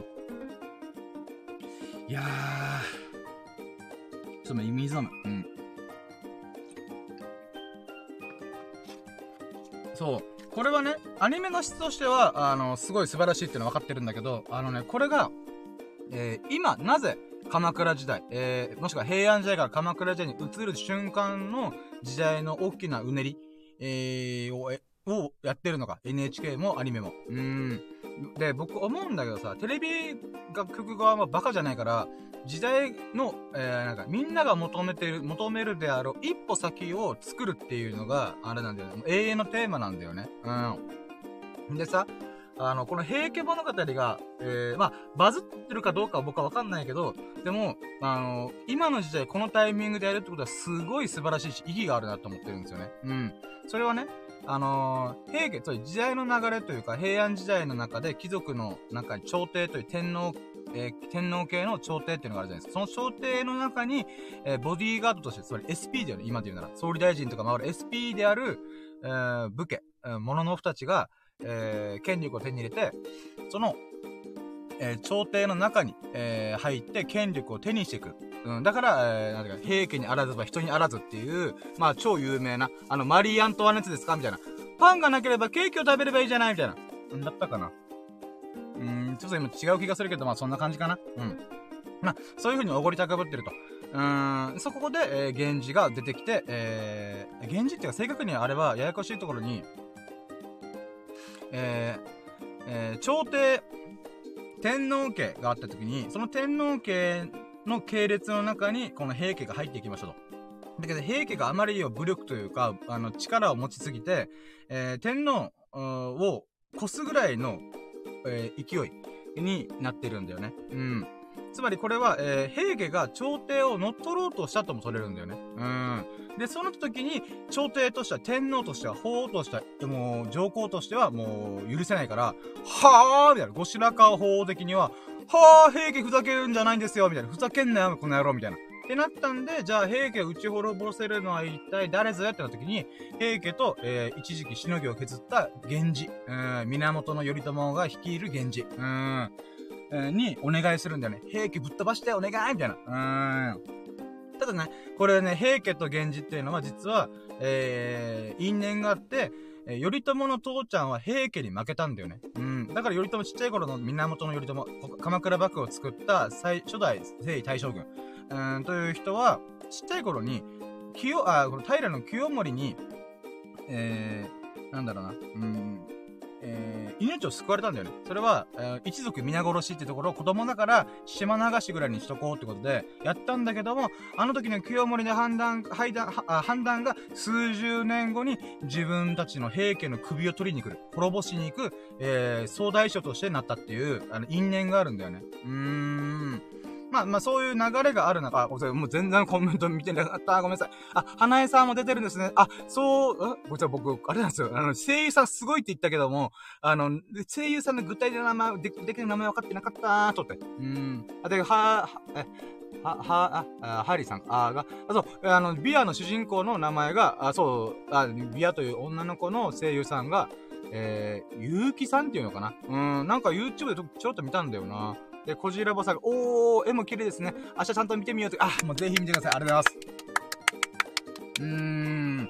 いやー、ちょっと意味ざむ。そう。これはね、アニメの質としては、すごい素晴らしいっていうのは分かってるんだけど、これが、今、なぜ、鎌倉時代、もしくは平安時代から鎌倉時代に移る瞬間の時代の大きなうねり、をやってるのか。NHK もアニメも。で、僕思うんだけどさ、テレビ局側もバカじゃないから、時代の、みんなが求めるであろう、一歩先を作るっていうのが、あれなんだよね。永遠のテーマなんだよね。でさ、この平家物語が、バズってるかどうかは僕はわかんないけど、でも、今の時代このタイミングでやるってことはすごい素晴らしいし、意義があるなと思ってるんですよね。それはね、平家、そういう時代の流れというか、平安時代の中で貴族の中に朝廷という天皇系の朝廷っていうのがあるじゃないですか。その朝廷の中に、ボディーガードとして、つまり SP だよね、今で言うなら。総理大臣とか回る SP である、武家、者のたちが、権力を手に入れて、その、朝廷の中に、入って権力を手にしていく。だから、なんていうか、平家にあらずば人にあらずっていう、超有名な、マリー・アントワネットですかみたいな。パンがなければケーキを食べればいいじゃないみたいな。だったかなちょっと今違う気がするけど、そんな感じかな。そういう風におごり高ぶってると。そこで、源氏が出てきて、源氏っていうか正確にあれはややこしいところに、朝廷、天皇家があった時に、その天皇家の系列の中に、この平家が入っていきましたと。だけど、平家があまりにも武力というか、力を持ちすぎて、天皇を越すぐらいの、勢いになってるんだよね。つまりこれは、平家が朝廷を乗っ取ろうとしたとも取れるんだよね。で、その時に、朝廷としては、天皇としては、法としては、もう、上皇としては、もう、許せないから、はぁーみたいな、後白河法皇的には、 はぁ、平家ふざけるんじゃないんですよ、みたいな。ふざけんなよ、この野郎、みたいな。ってなったんで、じゃあ平家を打ち滅ぼせるのは一体誰ぞやってなった時に、平家と、一時期しのぎを削った源氏、源頼朝が率いる源氏、にお願いするんだよね。平家ぶっ飛ばしてお願いみたいな。ただね、これね、平家と源氏っていうのは実は、因縁があって、頼朝の父ちゃんは平家に負けたんだよね。だから頼朝ちっちゃい頃の源頼朝、鎌倉幕府を作った初代征夷大将軍、という人は、ちっちゃい頃に、この平清盛に、なんだろうな、命を救われたんだよね。それは、一族皆殺しってところを子供だから島流しぐらいにしとこうってことでやったんだけども、あの時の清盛の判断が数十年後に自分たちの平家の首を取りに来る、滅ぼしに行く、総大将としてなったっていう、因縁があるんだよね。まあ、そういう流れがある中、もう全然コメント見てなかった。ごめんなさい。花江さんも出てるんですね。こいつは僕、あれなんですよ。声優さんすごいって言ったけども、声優さんの具体的な名前、できる名前分かってなかったーとって。ハリーさん。ビアの主人公の名前が、ビアという女の子の声優さんが、ゆうきさんっていうのかな。なんか YouTube でちょろっと見たんだよな。で、コジラボさんが、絵も綺麗ですね。明日ちゃんと見てみようと。もうぜひ見てください。ありがとうございます。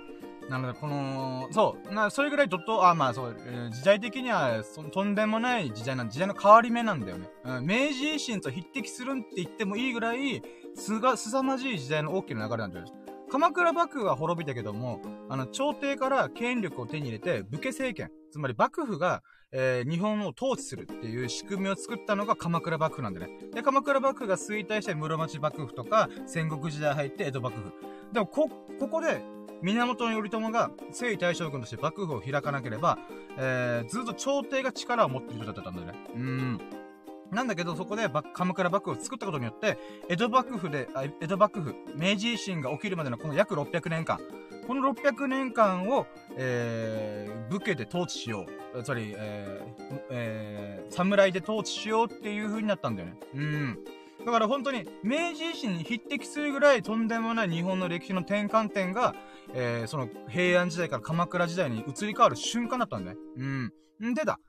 なので、それぐらい時代的には、とんでもない時代の変わり目なんだよね。明治維新と匹敵するって言ってもいいぐらい、凄まじい時代の大きな流れなんだよね。鎌倉幕府は滅びたけども、朝廷から権力を手に入れて、武家政権、つまり幕府が、日本を統治するっていう仕組みを作ったのが鎌倉幕府なんだよね。で、鎌倉幕府が衰退して室町幕府とか、戦国時代入って江戸幕府。でも、ここで、源頼朝が征夷大将軍として幕府を開かなければ、ずっと朝廷が力を持っている状態だったんだよね。なんだけど、そこで鎌倉幕府を作ったことによって、江戸幕府、明治維新が起きるまでのこの約600年間、この600年間を、武家で統治しよう。侍で統治しようっていう風になったんだよね。だから本当に、明治維新に匹敵するぐらいとんでもない日本の歴史の転換点が、その平安時代から鎌倉時代に移り変わる瞬間だったんだね。でだ。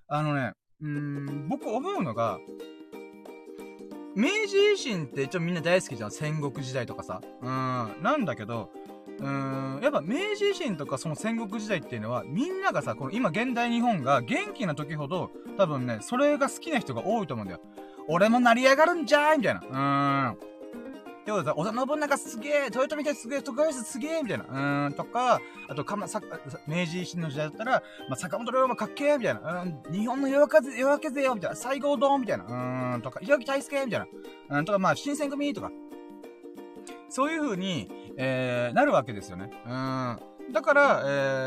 僕思うのが、明治維新って一応みんな大好きじゃん。戦国時代とかさ。なんだけど、やっぱ明治維新とかその戦国時代っていうのは、みんながさ、この今現代日本が元気な時ほど、多分ね、それが好きな人が多いと思うんだよ。俺も成り上がるんじゃーみたいな。ってことでさ、織田信長すげえ、豊臣秀吉すげえ、徳川家康すげえみたいな。とか、あと明治維新の時代だったら、坂本龍馬かっけーみたいな。日本の夜明けぜよみたいな。西郷どんみたいな。とか、伊予木大輔みたいな。とか、新選組とか。そういう風に、なるわけですよね。だから、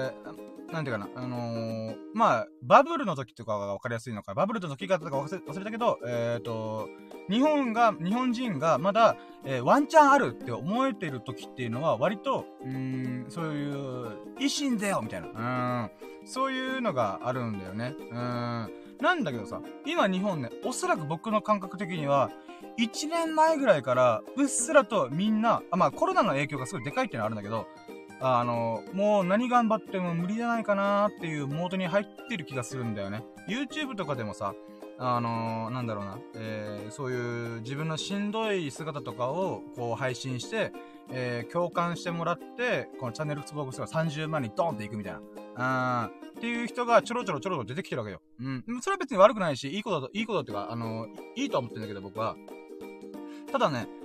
なんていうかな、バブルの時とかが分かりやすいのか、バブルの時かとか忘れたけど、日本人がまだ、ワンチャンあるって思えてる時っていうのは、割と、そういう、維新だよみたいな、そういうのがあるんだよね。なんだけどさ、今日本ね、おそらく僕の感覚的には、1年前ぐらいから、うっすらとみんな、コロナの影響がすごいでかいっていうのはあるんだけど、もう何頑張っても無理じゃないかなーっていうモードに入ってる気がするんだよね。YouTube とかでもさ、なんだろうな、そういう自分のしんどい姿とかをこう配信して、共感してもらって、このチャンネル登録数が30万にドーンっていくみたいな。っていう人がちょろちょろ出てきてるわけよ。でもそれは別に悪くないし、いいことっていうか、いいとは思ってるんだけど僕は。ただね、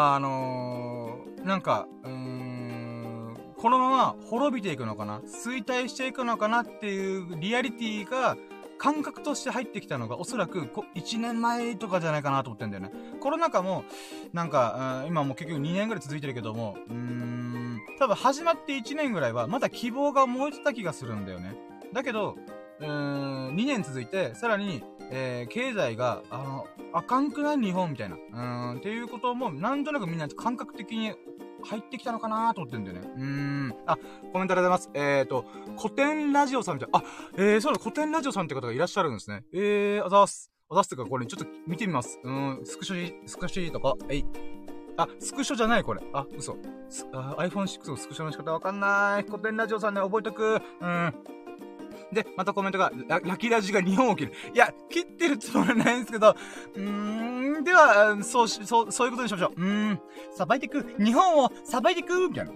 このまま滅びていくのかな、衰退していくのかなっていうリアリティが感覚として入ってきたのがおそらく1年前とかじゃないかなと思ってんだよね。コロナ禍も今もう結局2年ぐらい続いてるけども、多分始まって1年ぐらいはまだ希望が燃えてた気がするんだよね。だけど2年続いてさらに、経済があかんくない日本みたいなっていうこともなんとなくみんな感覚的に入ってきたのかなーと思ってんだよね。コメントありがとうございます。古典ラジオさんみたいな。そうだ、古典ラジオさんって方がいらっしゃるんですね。あざーす。 出すとか、これちょっと見てみます。スクショとか、あ、スクショじゃないこれ。あ、嘘。iPhone6 のスクショの仕方わかんない。古典ラジオさんね、覚えとく。で、またコメントが、ラキラジが日本を切る。いや、切ってるつもりないんですけど、では、そういうことにしましょう。さばいてく、日本をさばいてく、みたいな。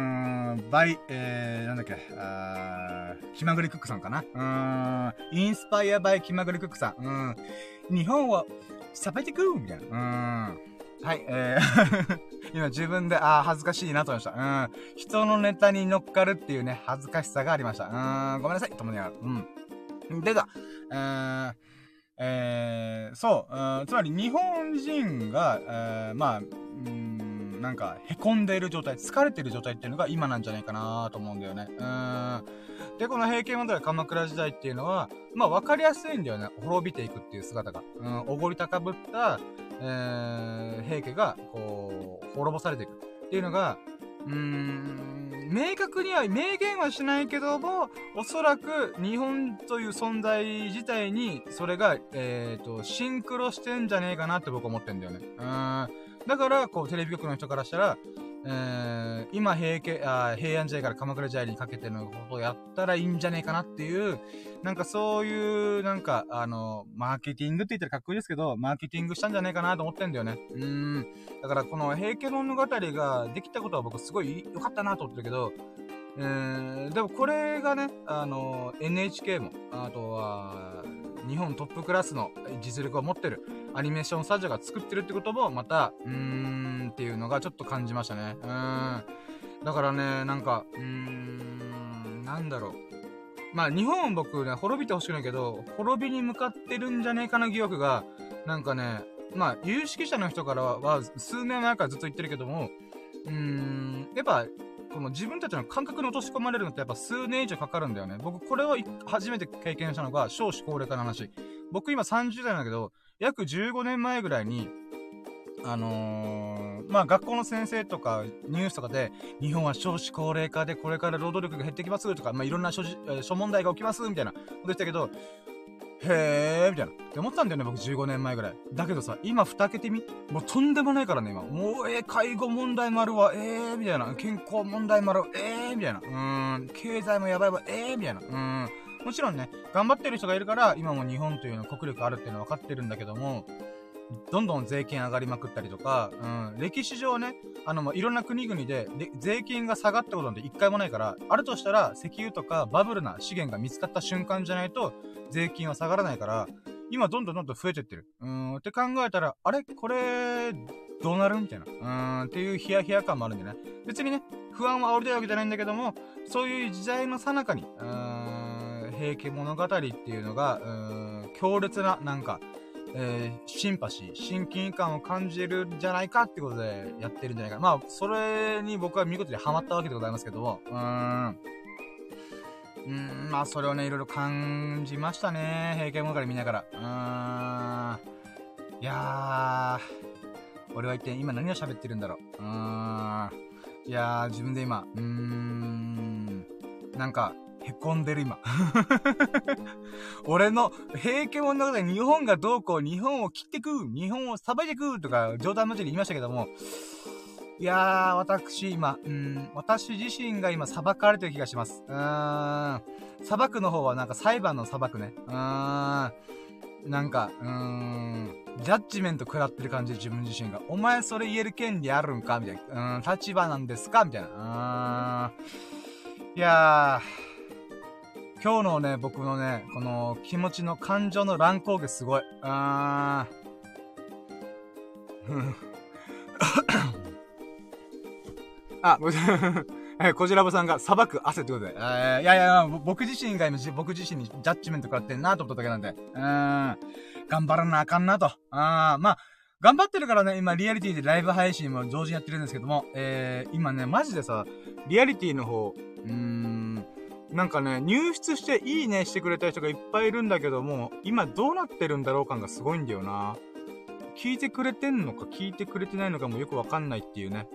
なんだっけ、気まぐれクックさんかな。インスパイアバイ気まぐれクックさん。日本をさばいてく、みたいな。はい、今自分で、恥ずかしいなと思いました。人のネタに乗っかるっていうね、恥ずかしさがありました。ごめんなさい、ともにが。でだ、そう、つまり日本人が、なんか、凹んでいる状態、疲れている状態っていうのが今なんじゃないかなと思うんだよね。で、この平家物語鎌倉時代っていうのは、わかりやすいんだよね。滅びていくっていう姿が。おごり高ぶった、平家が、こう、滅ぼされていくっていうのが、明確には、明言はしないけども、おそらく日本という存在自体に、それが、シンクロしてんじゃねえかなって僕は思ってんだよね。だから、こう、テレビ局の人からしたら、今平安時代から鎌倉時代にかけてのことをやったらいいんじゃねえかなっていう、なんかそういう、なんか、マーケティングって言ったらかっこいいですけど、マーケティングしたんじゃないかなと思ってんだよね。だからこの平家物語ができたことは僕すごい良かったなと思ってるけど、でもこれがね、NHK も、あとは、日本トップクラスの実力を持ってるアニメーションスタジオが作ってるってこともまた、っていうのがちょっと感じましたね。だからね、なんか、なんだろう。日本僕ね、滅びてほしくないけど、滅びに向かってるんじゃねえかな疑惑が、なんかね、有識者の人からは、数年前からずっと言ってるけども、やっぱ、この自分たちの感覚に落とし込まれるのってやっぱ数年以上かかるんだよね。僕、これを初めて経験したのが少子高齢化の話。僕今30代なんだけど、約15年前ぐらいに、学校の先生とかニュースとかで、日本は少子高齢化でこれから労働力が減ってきますとか、いろんな諸問題が起きますみたいなこと言ったけど、へーみたいな。って思ったんだよね、僕15年前ぐらい。だけどさ、今蓋開けてみ？もうとんでもないからね、今。もう、介護問題もあるわ、みたいな。健康問題もあるわ、みたいな。経済もやばいわ、みたいな。もちろんね、頑張ってる人がいるから、今も日本というの国力あるっていうのは分かってるんだけども、どんどん税金上がりまくったりとか、歴史上ね、いろんな国々で税金が下がったことなんて一回もないから、あるとしたら石油とかバブルな資源が見つかった瞬間じゃないと、税金は下がらないから、今どんどん増えてってる。って考えたら、あれこれ、どうなるみたいな。っていうヒヤヒヤ感もあるんでね。別にね、不安は煽りたいわけじゃないんだけども、そういう時代の最中に、平家物語っていうのが、強烈な、なんか、シンパシー、親近感を感じるんじゃないかってことでやってるんじゃないか。それに僕は見事にハマったわけでございますけども、それをね、いろいろ感じましたね。平家物語見ながら。いやー、俺は一体今何を喋ってるんだろう。いやー、自分で今、なんか、へこんでる今。俺の平家物語、日本がどうこう、日本を切ってく、日本をさばいてくとか冗談交じり言いましたけども、いやー、私今、私自身が今裁かれてる気がします。裁くの方はなんか裁判の裁くね。なんか、ジャッジメント食らってる感じで自分自身が。お前それ言える権利あるんかみたいな。立場なんですかみたいな。いやー、今日のね、僕のね、この気持ちの感情の乱高下すごい。こじらぼさんが裁く汗ってことで。いや、僕自身が今、僕自身にジャッジメント食らってんなと思っただけなんで。頑張らなあかんなと。頑張ってるからね、今リアリティでライブ配信も同時にやってるんですけども、今ね、マジでさ、リアリティの方、なんかね、入室していいねしてくれた人がいっぱいいるんだけども、今どうなってるんだろう感がすごいんだよな。聞いてくれてんのか聞いてくれてないのかもよくわかんないっていうね。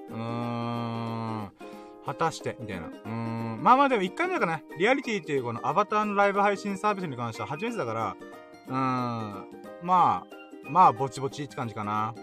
果たして、みたいな。でも1回目だからね、リアリティっていうこのアバターのライブ配信サービスに関しては初めてだから、 まあ、ぼちぼちって感じかな。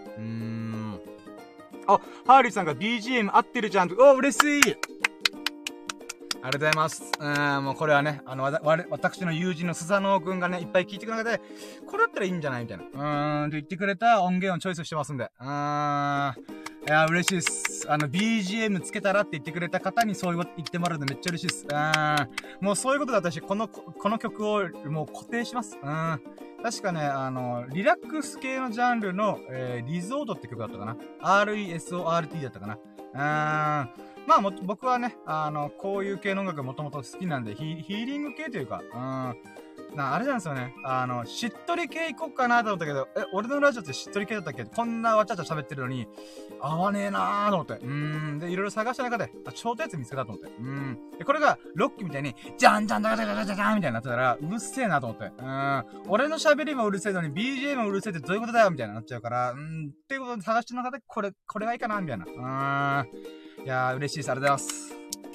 あ、ハーリーさんが BGM 合ってるじゃん。お、嬉しい。ありがとうございます。もうこれはね、私の友人のスサノオくんがね、いっぱい聞いてくれて、これだったらいいんじゃないみたいな。って言ってくれた音源をチョイスしてますんで。いや、嬉しいです。BGM つけたらって言ってくれた方にそう言ってもらうのめっちゃ嬉しいです。もうそういうことで私、この曲をもう固定します。確かね、リラックス系のジャンルの、リゾートって曲だったかな。RESORT だったかな。まあ僕はね、こういう系の音楽もともと好きなんで、ヒーリング系というか、あれなんですよね。しっとり系行こっかなと思ったけど、俺のラジオってしっとり系だったっけ？こんなわちゃわちゃ喋ってるのに、合わねえなーと思って。で、いろいろ探した中で、ちょうどやつ見つけたと思って。で、これが、ロッキーみたいに、じゃんじゃんじゃんじゃんじゃんじゃんみたいになってたら、うるせえなと思って。俺の喋りもうるせえのに、BGM もうるせえってどういうことだよみたいになっちゃうから、っていうことで探してる中で、これがいいかなみたいな。いやー、嬉しいです。ありがとうございます。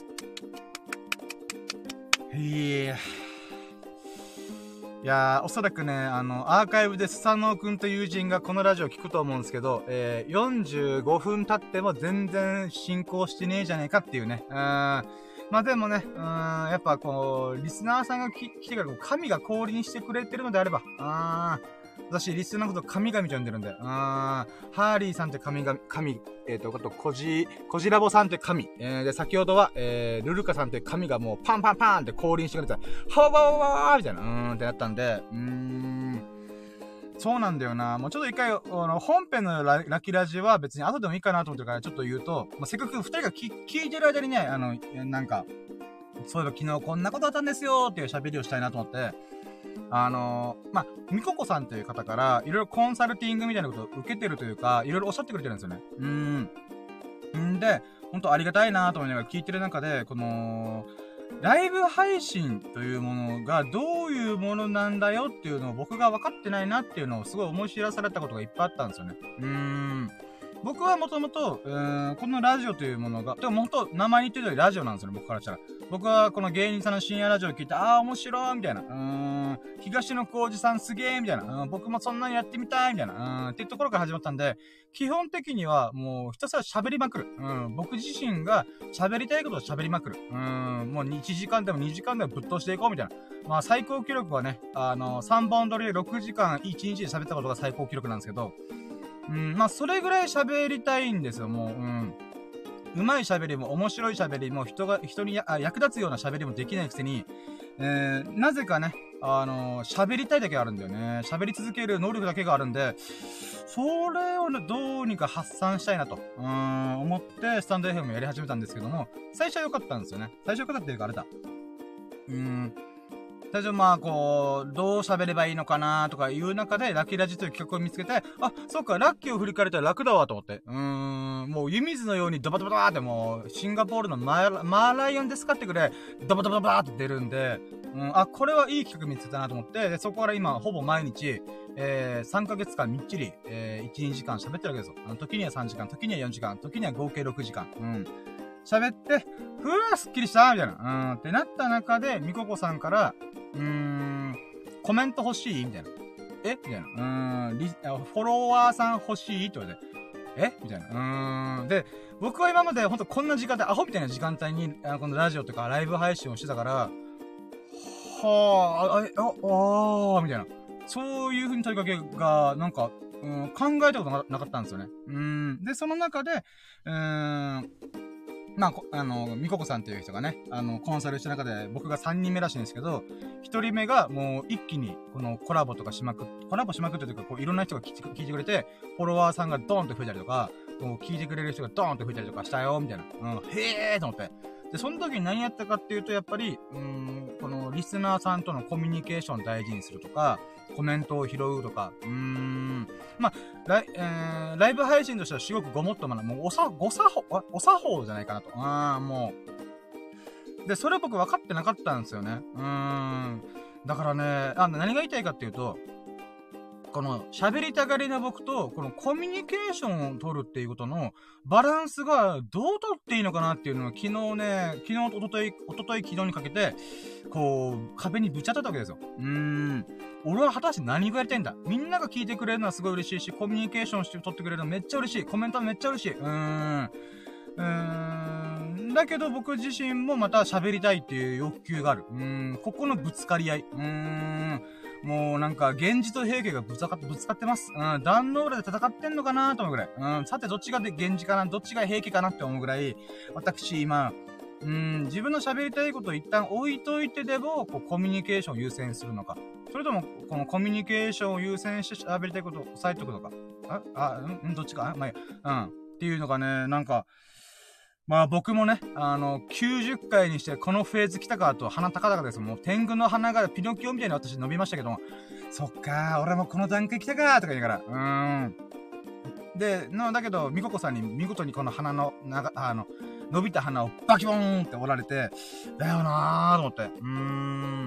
いやー、おそらくね、アーカイブでスサノオくんと友人がこのラジオ聞くと思うんですけど、45分経っても全然進行してねえじゃねえかっていうね。まあでもね、やっぱこう、リスナーさんが来てから神が氷にしてくれてるのであれば、私、リスナーのこと神々と呼んでるんで、ハーリーさんって神、あと、コジラボさんって神、で、先ほどは、ルルカさんって神がもうパンパンパンって降臨してくれた。はわわわわみたいな、ってなったんで、そうなんだよな。もうちょっと一回、本編のラキラジは別に後でもいいかなと思ってるから、ちょっと言うと、せっかく二人が聞いてる間にね、なんか、そういえば昨日こんなことあったんですよっていう喋りをしたいなと思って、みここさんという方から、いろいろコンサルティングみたいなことを受けてるというか、いろいろおっしゃってくれてるんですよね。で、ほんとありがたいなと思いながら聞いてる中で、この、ライブ配信というものがどういうものなんだよっていうのを僕が分かってないなっていうのをすごい思い知らされたことがいっぱいあったんですよね。僕はもともと、このラジオというものが、でももと名前に言ってる通りラジオなんですよね、僕からしたら。僕はこの芸人さんの深夜ラジオを聞いて、面白いみたいな。東野幸治さんすげーみたいな。僕もそんなにやってみたいみたいな。っていうところから始まったんで、基本的にはもうひたすら喋りまくる。僕自身が喋りたいことを喋りまくる。もう1時間でも2時間でもぶっ通していこうみたいな。まあ最高記録はね、3本撮りで6時間1日で喋ったことが最高記録なんですけど、まあそれぐらい喋りたいんですよ、もう。うまい喋りも面白い喋りも人に役立つような喋りもできないくせに、なぜかね、喋りたいだけあるんだよね。喋り続ける能力だけがあるんで、それをね、どうにか発散したいなと、思って、スタンド FM やり始めたんですけども、最初は良かったんですよね。最初良かったっていうかあれだ。最初まあこう、どう喋ればいいのかなとかいう中で、ラッキーラジという企画を見つけて、そうか、ラッキーを振り返れたら楽だわと思って。もう湯水のようにドバドバドバーってもう、シンガポールのマーライオンですかってくらい、ドバドバドバーって出るんで、これはいい企画見つけたなと思って、で、そこから今、ほぼ毎日、3ヶ月間みっちり、1、2時間喋ってるわけですよ。時には3時間、時には4時間、時には合計6時間。喋って、すっきりしたみたいな。ってなった中で、みここさんから、コメント欲しいみたいな。みたいな。フォロワーさん欲しいって言われて、みたいな。で、僕は今までほんとこんな時間帯、アホみたいな時間帯に、このラジオとかライブ配信をしてたから、みたいな。そういう風に問いかけが、なんか、考えたことなかったんですよね。で、その中で、まあ、みここさんっていう人がね、コンサルした中で僕が3人目らしいんですけど、1人目がもう一気にこのコラボしまくってというか、こういろんな人が聞いてくれて、フォロワーさんがドーンと増えたりとか、こう聞いてくれる人がドーンと増えたりとかしたよ、みたいな。へーと思って。で、その時に何やったかっていうと、やっぱり、このリスナーさんとのコミュニケーションを大事にするとか、コメントを拾うとか、まあ、ライブ配信としてはすごくごもっともな、もうお作法じゃないかなと。もう。で、それ僕分かってなかったんですよね。だからね、何が言いたいかっていうと、 この喋りたがりな僕と、このコミュニケーションを取るっていうことのバランスがどう取っていいのかなっていうのを昨日、おととい、昨日にかけて、こう、壁にぶち当たったわけですよ。俺は果たして何がやりたいんだ？みんなが聞いてくれるのはすごい嬉しいし、コミュニケーションして取ってくれるのめっちゃ嬉しい。コメントもめっちゃ嬉しい。だけど僕自身もまた喋りたいっていう欲求がある。ここのぶつかり合い。もうなんか、源氏と平家がぶつかってます。壇ノ浦で戦ってんのかなと思うぐらい。さてどっちが源氏かな、どっちが平家かなって思うぐらい、私今、自分の喋りたいことを一旦置いといてでも、こう、コミュニケーションを優先するのか。それとも、このコミュニケーションを優先して喋りたいことを抑えとくのか。どっちかまあいいや。っていうのがね、なんか、まあ僕もね、90回にしてこのフェーズ来たかと鼻高々です。もう天狗の鼻がピノキオみたいに私伸びましたけども、そっかー、俺もこの段階来たかーとか言いながら、で、だけど、みここさんに見事にこの鼻の、伸びた鼻をバキボーンって折られて、だよなーと思って。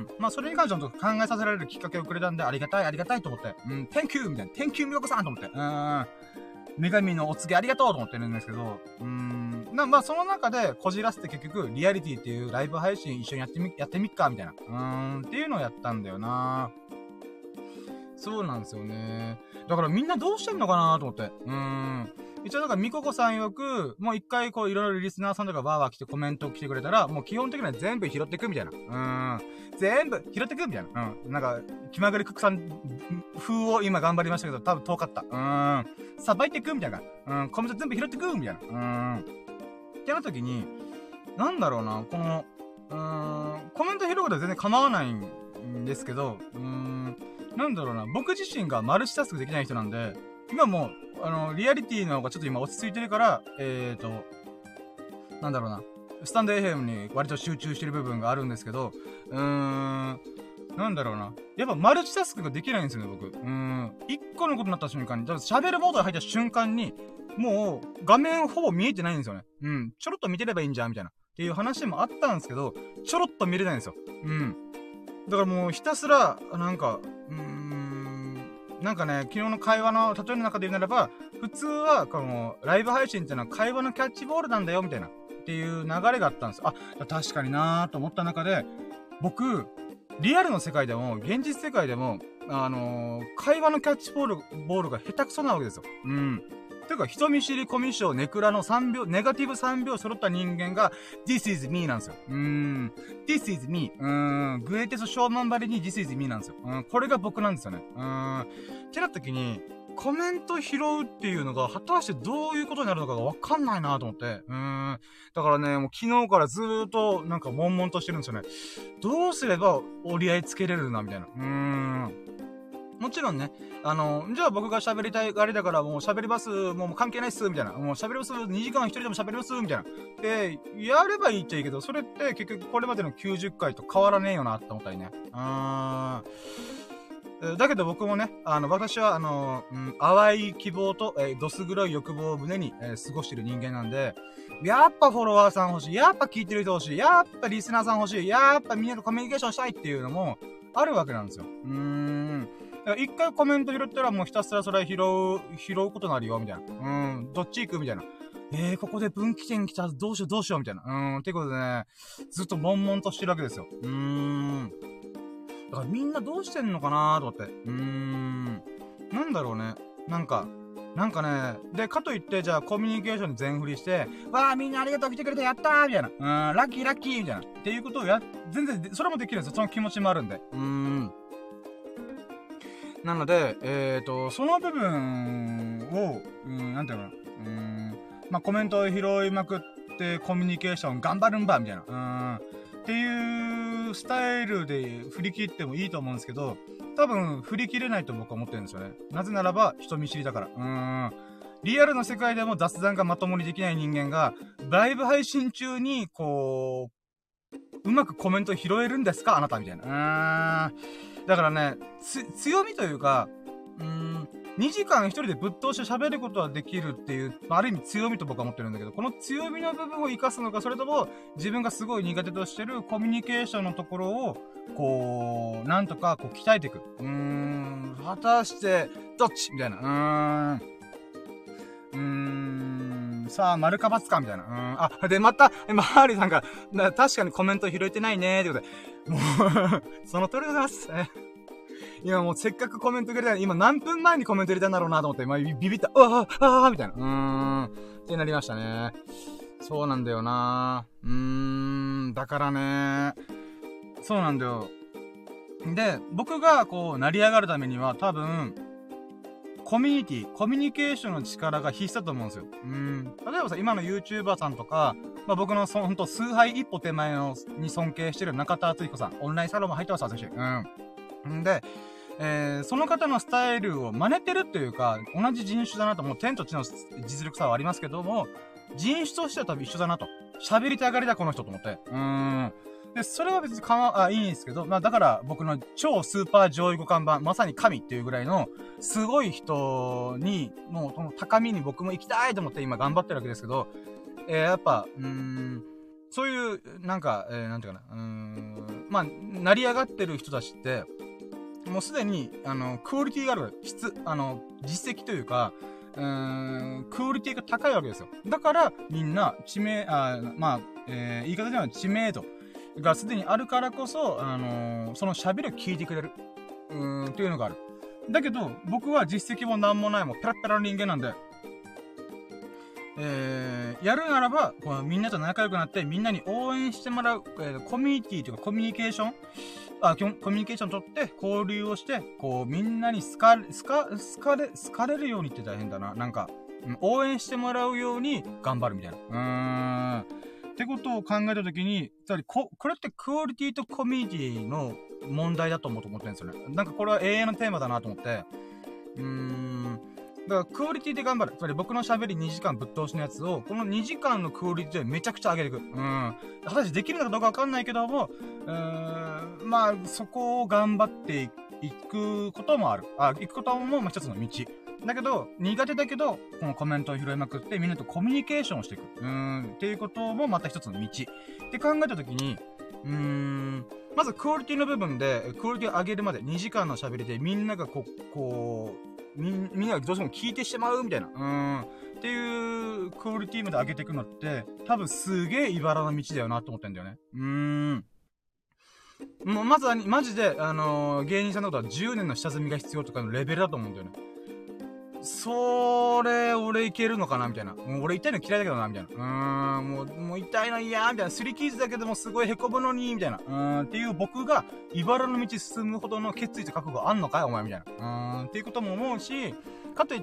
まあそれに関しては考えさせられるきっかけをくれたんで、ありがたいと思って、Thank you! みたいな、Thank you みここさんと思って、女神のお告げありがとうと思ってるんですけど、まあ、その中で、こじらせて結局、リアリティっていうライブ配信一緒にやってみっか、みたいな。っていうのをやったんだよな。そうなんですよね。だからみんなどうしてんのかなと思って。一応なんか、みここさん曰く、もう一回こう、いろいろリスナーさんとかバーバー来てコメント来てくれたら、もう基本的には全部拾ってくみたいな。全部拾ってくみたいな。なんか、気まぐれクックさん風を今頑張りましたけど、多分遠かった。さばいてくみたいな。コメント全部拾ってくみたいな。ってなった時に、なんだろうな、この、コメント拾うことは全然構わないんですけど、なんだろうな、僕自身がマルチタスクできない人なんで、今もう、リアリティの方がちょっと今落ち着いてるから、なんだろうな、スタンド FM に割と集中してる部分があるんですけど、なんだろうな。やっぱマルチタスクができないんですよね、僕。一個のことになった瞬間に、喋るモードが入った瞬間に、もう、画面ほぼ見えてないんですよね。ちょろっと見てればいいんじゃん、みたいな。っていう話もあったんですけど、ちょろっと見れないんですよ。だからもう、ひたすら、なんかね、昨日の会話の例えの中で言うならば、普通は、この、ライブ配信っていうのは会話のキャッチボールなんだよ、みたいな。っていう流れがあったんですよ。確かになーと思った中で、僕、リアルの世界でも、現実世界でも、会話のキャッチボールが下手くそなわけですよ。ていうか、人見知り、コミュ障、ネクラのネガティブ3秒揃った人間が、This is me なんですよ。This is me. グエーテス・ショーマンバリに This is me なんですよ。これが僕なんですよね。ってなった時に、コメント拾うっていうのが、果たしてどういうことになるのかがわかんないなと思って。だからね、もう昨日からずーっと、なんか悶々としてるんですよね。どうすれば折り合いつけれるな、みたいな。もちろんね、じゃあ僕が喋りたいがりだからもう喋ります、もう関係ないっす、みたいな。もう喋ります、2時間一人でも喋ります、みたいな。で、やればいいっちゃいいけど、それって結局これまでの90回と変わらねえよなって思ったりね。だけど僕もね、私は淡い希望と、どす黒い欲望を胸に、過ごしてる人間なんで、やっぱフォロワーさん欲しい、やっぱ聞いてる人欲しい、やっぱリスナーさん欲しい、やっぱみんなとコミュニケーションしたいっていうのも、あるわけなんですよ。一回コメント拾ったらもうひたすらそれ拾うことになるよ、みたいな。どっち行くみたいな。ここで分岐点来た、どうしよう、みたいな。ってことでね、ずっと悶々としてるわけですよ。だからみんなどうしてんのかなーと思って。なんだろうね。なんかね、で、かといって、じゃあコミュニケーションに全振りして、わーみんなありがとう来てくれてやったーみたいな。ラッキーみたいな。っていうことを全然、それもできるんですよ。その気持ちもあるんで。なので、その部分を、なんていうのまあ、コメントを拾いまくって、コミュニケーション頑張るんば、みたいな。っていうスタイルで振り切ってもいいと思うんですけど、多分振り切れないと僕は思ってるんですよね。なぜならば、人見知りだから。リアルの世界でも雑談がまともにできない人間が、ライブ配信中に、こう、うまくコメント拾えるんですかあなたみたいな。だからね、強みというか、 2時間一人でぶっ通して喋ることはできるっていう、ある意味強みと僕は思ってるんだけど、この強みの部分を活かすのか、それとも自分がすごい苦手としてるコミュニケーションのところを、こう、なんとかこう鍛えていく。果たして、どっちみたいな。さあ、丸か×かみたいな。で、また、ハーリーさんが、確かにコメント拾えてないねーってことで。もうその通りでございます。今もうせっかくコメントくれたのに、今何分前にコメント入れたんだろうなと思って、ビビった。みたいな。ってなりましたね。そうなんだよな。だからね。そうなんだよ。で、僕がこう、成り上がるためには多分、コミュニケーションの力が必須だと思うんですよ。例えばさ、今の YouTuber さんとか、僕のほんと数杯一歩手前に尊敬してる中田敦彦さん。オンラインサロンも入ってます、私。で、その方のスタイルを真似てるっていうか、同じ人種だなと、もう天と地の実力差はありますけども、人種としては多分一緒だなと。喋りたがりだ、この人と思って。で、それは別にいいんですけど、だから僕の超スーパー上位互換版、まさに神っていうぐらいの、すごい人に、もうこの高みに僕も行きたいと思って今頑張ってるわけですけど、やっぱ、そういう、なんていうかな、成り上がってる人たちって、もうすでに、クオリティがある、実績というか、クオリティが高いわけですよ。だから、みんな、言い方では知名度がすでにあるからこそ、その喋りを聞いてくれる。っていうのがある。だけど、僕は実績もなんもないもん、ペラペラの人間なんで、やるならば、みんなと仲良くなって、みんなに応援してもらう、コミュニティというかコミュニケーションコミュニケーション取って、交流をして、こう、みんなに好かれるようにって大変だな。応援してもらうように頑張るみたいな。ってことを考えたときに、つまりこれってクオリティとコミュニティの問題だと思ってるんですよね。これは永遠のテーマだなと思って。だから、クオリティで頑張る。つまり僕の喋り2時間ぶっ通しのやつを、この2時間のクオリティでめちゃくちゃ上げていく。果たしてできるのかどうかわかんないけども、そこを頑張っていくこともある。行くことも一つの道。だけど、苦手だけど、このコメントを拾いまくって、みんなとコミュニケーションをしていく。っていうこともまた一つの道。って考えたときに、まずクオリティの部分で、クオリティを上げるまで2時間の喋りでみんながみんながどうしても聞いてしまうみたいな。っていうクオリティまで上げていくのって、多分すげえ茨の道だよなと思ってんだよね。もうまずは、マジで、芸人さんのことは10年の下積みが必要とかのレベルだと思うんだよね。それ、俺いけるのかなみたいな。もう俺痛いの嫌いだけどなみたいな。もう痛いの嫌みたいな。すり傷だけどもすごい凹むのにみたいな。っていう僕が、茨の道進むほどの決意と覚悟あんのかいお前みたいな。っていうことも思うし、かといって、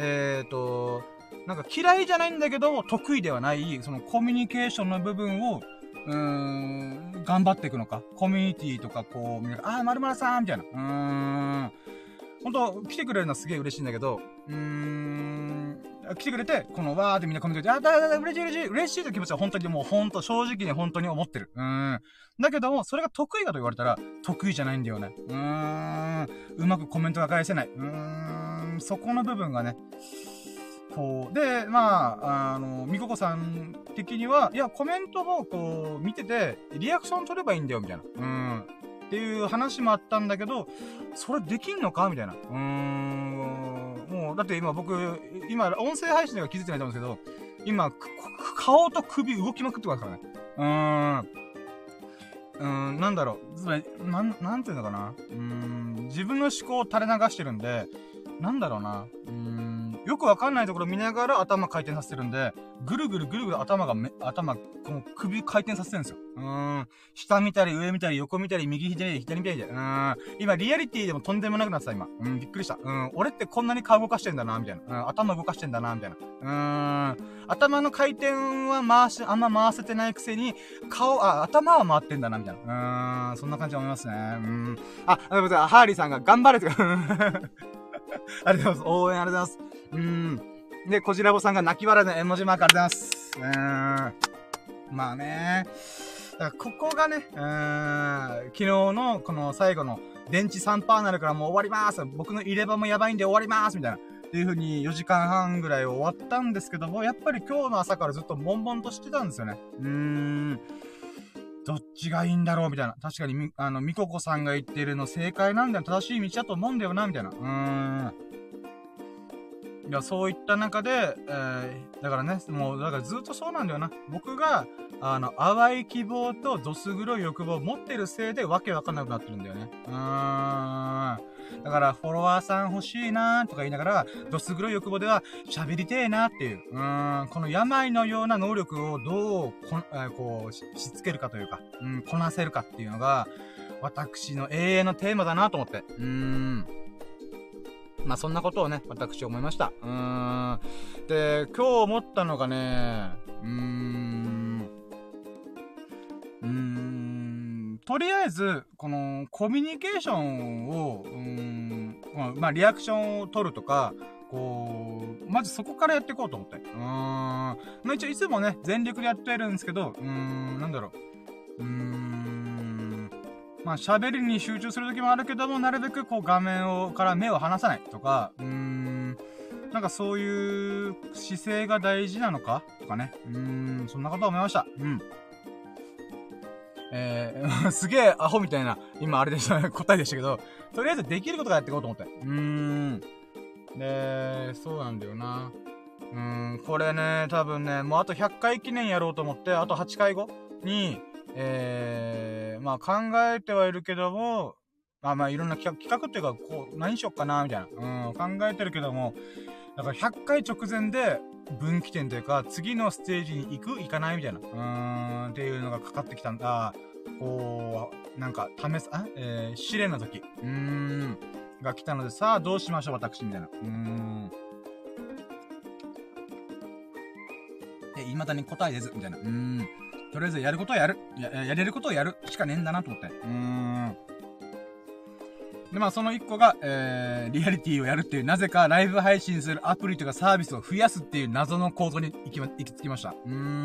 嫌いじゃないんだけど、得意ではない、そのコミュニケーションの部分を、頑張っていくのか。コミュニティとか、〇〇さんみたいな。本当来てくれるのはすげえ嬉しいんだけど、来てくれて、このわーってみんなコメントで、嬉しいと気持ちは本当にもう正直に本当に思ってる。だけども、それが得意かと言われたら、得意じゃないんだよね。うまくコメントが返せない。そこの部分がね、で、みここさん的には、いや、コメントを見てて、リアクション取ればいいんだよ、みたいな。っていう話もあったんだけど、それできんのかみたいな。もう、だって今音声配信では気づいてないと思うんですけど、今、顔と首動きまくってますからね。なんだろう。つまり、なんていうのかな。自分の思考を垂れ流してるんで、なんだろうな。よくわかんないところ見ながら頭回転させてるんで、ぐるぐる頭、この首回転させてるんですよ。下見たり上見たり横見たり右見たり左見たりで。今リアリティでもとんでもなくなってた今。びっくりした。俺ってこんなに顔動かしてんだな、みたいな。頭動かしてんだな、みたいな。頭の回転はあんま回せてないくせに、頭は回ってんだな、みたいな。そんな感じで思いますね。ハーリーさんが頑張れてありがとうございます。応援ありがとうございます。で、こじらぼさんが泣き笑いの絵文字マークありがとうございます。まあね。 だからここがね、昨日のこの最後の電池 3% になるからもう終わりまーす。僕の入れ歯もやばいんで終わりまーす。みたいな。っていう風に4時間半ぐらい終わったんですけども、やっぱり今日の朝からずっと悶々としてたんですよね。どっちがいいんだろうみたいな。確かにみここさんが言ってるの正解なんだよ。正しい道だと思うんだよな、みたいな。いや、そういった中で、だからね、もう、だからずっとそうなんだよな。僕が、淡い希望とどす黒い欲望を持ってるせいでわけわかんなくなってるんだよね。だから、フォロワーさん欲しいなーとか言いながら、どす黒い欲望では喋りてえなっていう、この病のような能力をどう、こう、しつけるかというか、こなせるかっていうのが、私の永遠のテーマだなと思って。まあ、そんなことをね、私思いました。で、今日思ったのがね、とりあえず、この、コミュニケーションを、まあ、リアクションを取るとか、こう、まずそこからやっていこうと思って。まあ、一応いつもね、全力でやってるんですけど、なんだろう。まあ、喋りに集中するときもあるけども、なるべくこう画面から目を離さないとか、なんかそういう姿勢が大事なのかとかね。そんなことを思いました。すげえアホみたいな、今あれでしたね、答えでしたけど、とりあえずできることがやっていこうと思って。で、そうなんだよな。これね、多分ね、もうあと100回記念やろうと思って、あと8回後に、まあ考えてはいるけども、まあいろんな企画っていうか、こう、何しよっかな、みたいな。考えてるけども、だから100回直前で、分岐点というか、次のステージに行かないみたいな。っていうのがかかってきたんだ。こう、なんか、試練の時。が来たので、さあ、どうしましょう、私、みたいな。未だに答え出ず、みたいな。とりあえずやることをやる。やれることをやるしかねえんだなと思って。で、まあ、その一個が、リアリティをやるっていう、なぜかライブ配信するアプリとかサービスを増やすっていう謎の構造に行き着きました。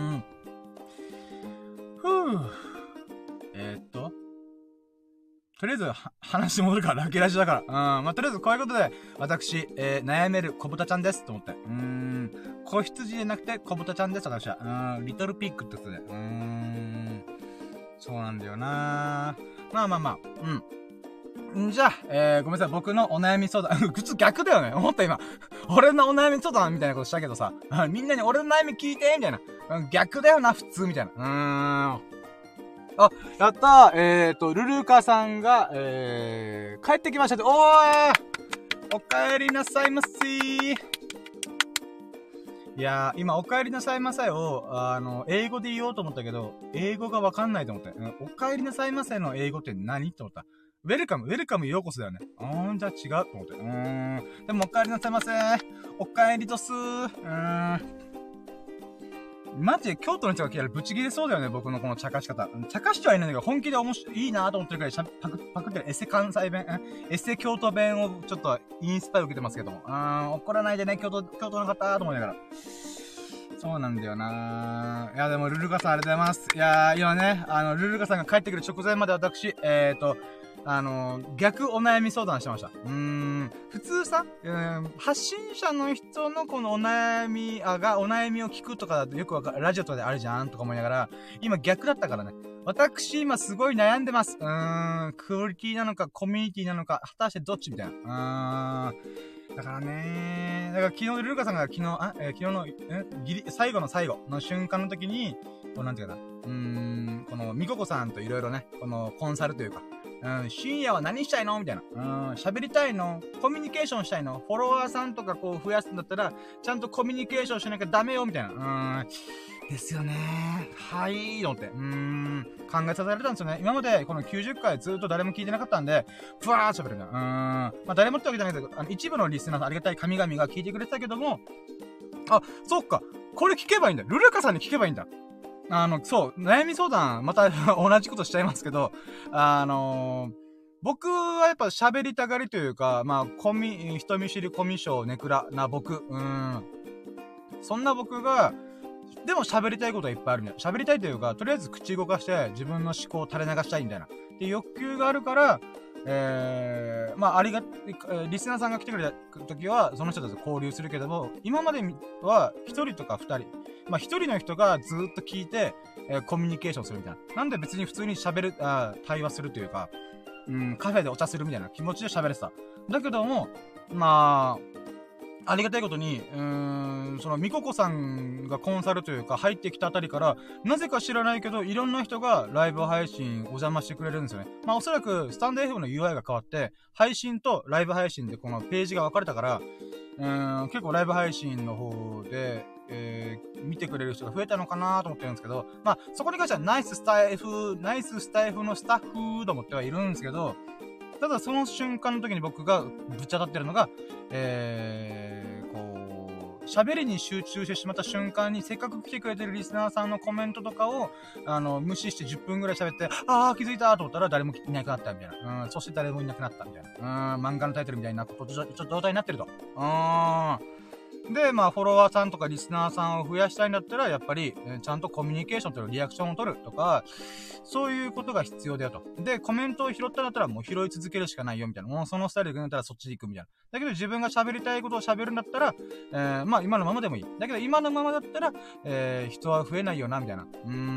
とりあえず、話戻るから、ラッキーラジだから。まあ、とりあえずこういうことで、私、悩める小豚ちゃんです、と思って。子羊じゃなくて小豚ちゃんです、私は。リトルピックってことで。そうなんだよなまあ。じゃあ、ごめんなさい、僕のお悩み相談。普通逆だよね。思った今。俺のお悩み相談みたいなことしたけどさ。みんなに俺の悩み聞いてみたいな。逆だよな、普通みたいな。あ、やったー。ルルカさんが、帰ってきました。お帰りなさいませー。いやー、今、お帰りなさいませを、英語で言おうと思ったけど、英語がわかんないと思って。お帰りなさいませの英語って何と思った。ウェルカムようこそだよね。じゃあ違うと思って。でもお帰りなさいませお帰りどすマジで京都の人が来たらブチ切れそうだよね、僕のこの茶化し方。茶化してはいないんだけど、本気でいいなと思ってるくらいパクってるエセ関西弁、エセ京都弁をちょっとインスパイル受けてますけども。怒らないでね、京都の方と思いながら。そうなんだよないや、でもルルカさんありがとうございます。いやー、今ね、ルルカさんが帰ってくる直前まで私、逆お悩み相談してました。普通さ、発信者の人のこのお悩みを聞くとかだとよくわかる、ラジオとかであるじゃんとか思いながら、今逆だったからね。私今すごい悩んでます。クオリティなのかコミュニティなのか、果たしてどっちみたいな。だからねだから昨日ルルカさんが昨日の、最後の最後の瞬間の時に、こうなんていうかな、このミココさんといろいろね、このコンサルというか、深夜は何したいのみたいな。喋りたいのコミュニケーションしたいのフォロワーさんとかこう増やすんだったら、ちゃんとコミュニケーションしなきゃダメよみたいな。ですよねはい、と思って。考えさせられたんですよね。今までこの90回ずっと誰も聞いてなかったんで、ふわーっと喋るんだ。まあ誰もってわけじゃないけど、一部のリスナーさんありがたい神々が聞いてくれてたけども、そっか。これ聞けばいいんだ。ルルカさんに聞けばいいんだ。そう、悩み相談、また同じことしちゃいますけど、僕はやっぱ喋りたがりというか、まあ、人見知りコミュ障ネクラな僕、そんな僕が、 でも喋りたいことはいっぱいあるみたいな。喋りたいというか、とりあえず口動かして自分の思考を垂れ流したいみたいな。って欲求があるから、まあ、リスナーさんが来てくれた時は、その人たちと交流するけども、今までは、一人とか二人。まあ、一人の人がずーっと聞いて、コミュニケーションするみたいな。なんで別に普通に対話するというか、カフェでお茶するみたいな気持ちで喋れてた。だけども、まあ、ありがたいことに、その、みここさんがコンサルというか入ってきたあたりから、なぜか知らないけど、いろんな人がライブ配信お邪魔してくれるんですよね。まあおそらく、スタンド FM の UI が変わって、配信とライブ配信でこのページが分かれたから、結構ライブ配信の方で、見てくれる人が増えたのかなと思ってるんですけど、まあ、そこに関してはナイススタイフのスタッフと思ってはいるんですけど、ただその瞬間の時に僕がぶち当たってるのが、喋りに集中してしまった瞬間に、せっかく来てくれてるリスナーさんのコメントとかを、無視して10分ぐらい喋って、気づいたと思ったら誰もいなくなったみたいな。そして誰もいなくなったみたいな。漫画のタイトルみたいな状態になってると。で、まあ、フォロワーさんとかリスナーさんを増やしたいんだったら、やっぱり、ちゃんとコミュニケーション取る、リアクションを取るとか、そういうことが必要だよと。で、コメントを拾ったんだったらもう拾い続けるしかないよみたいな。もうそのスタイルで行くんだったらそっちで行くみたいな。だけど自分が喋りたいことを喋るんだったら、まあ今のままでもいい。だけど今のままだったら、人は増えないよな、みたいな。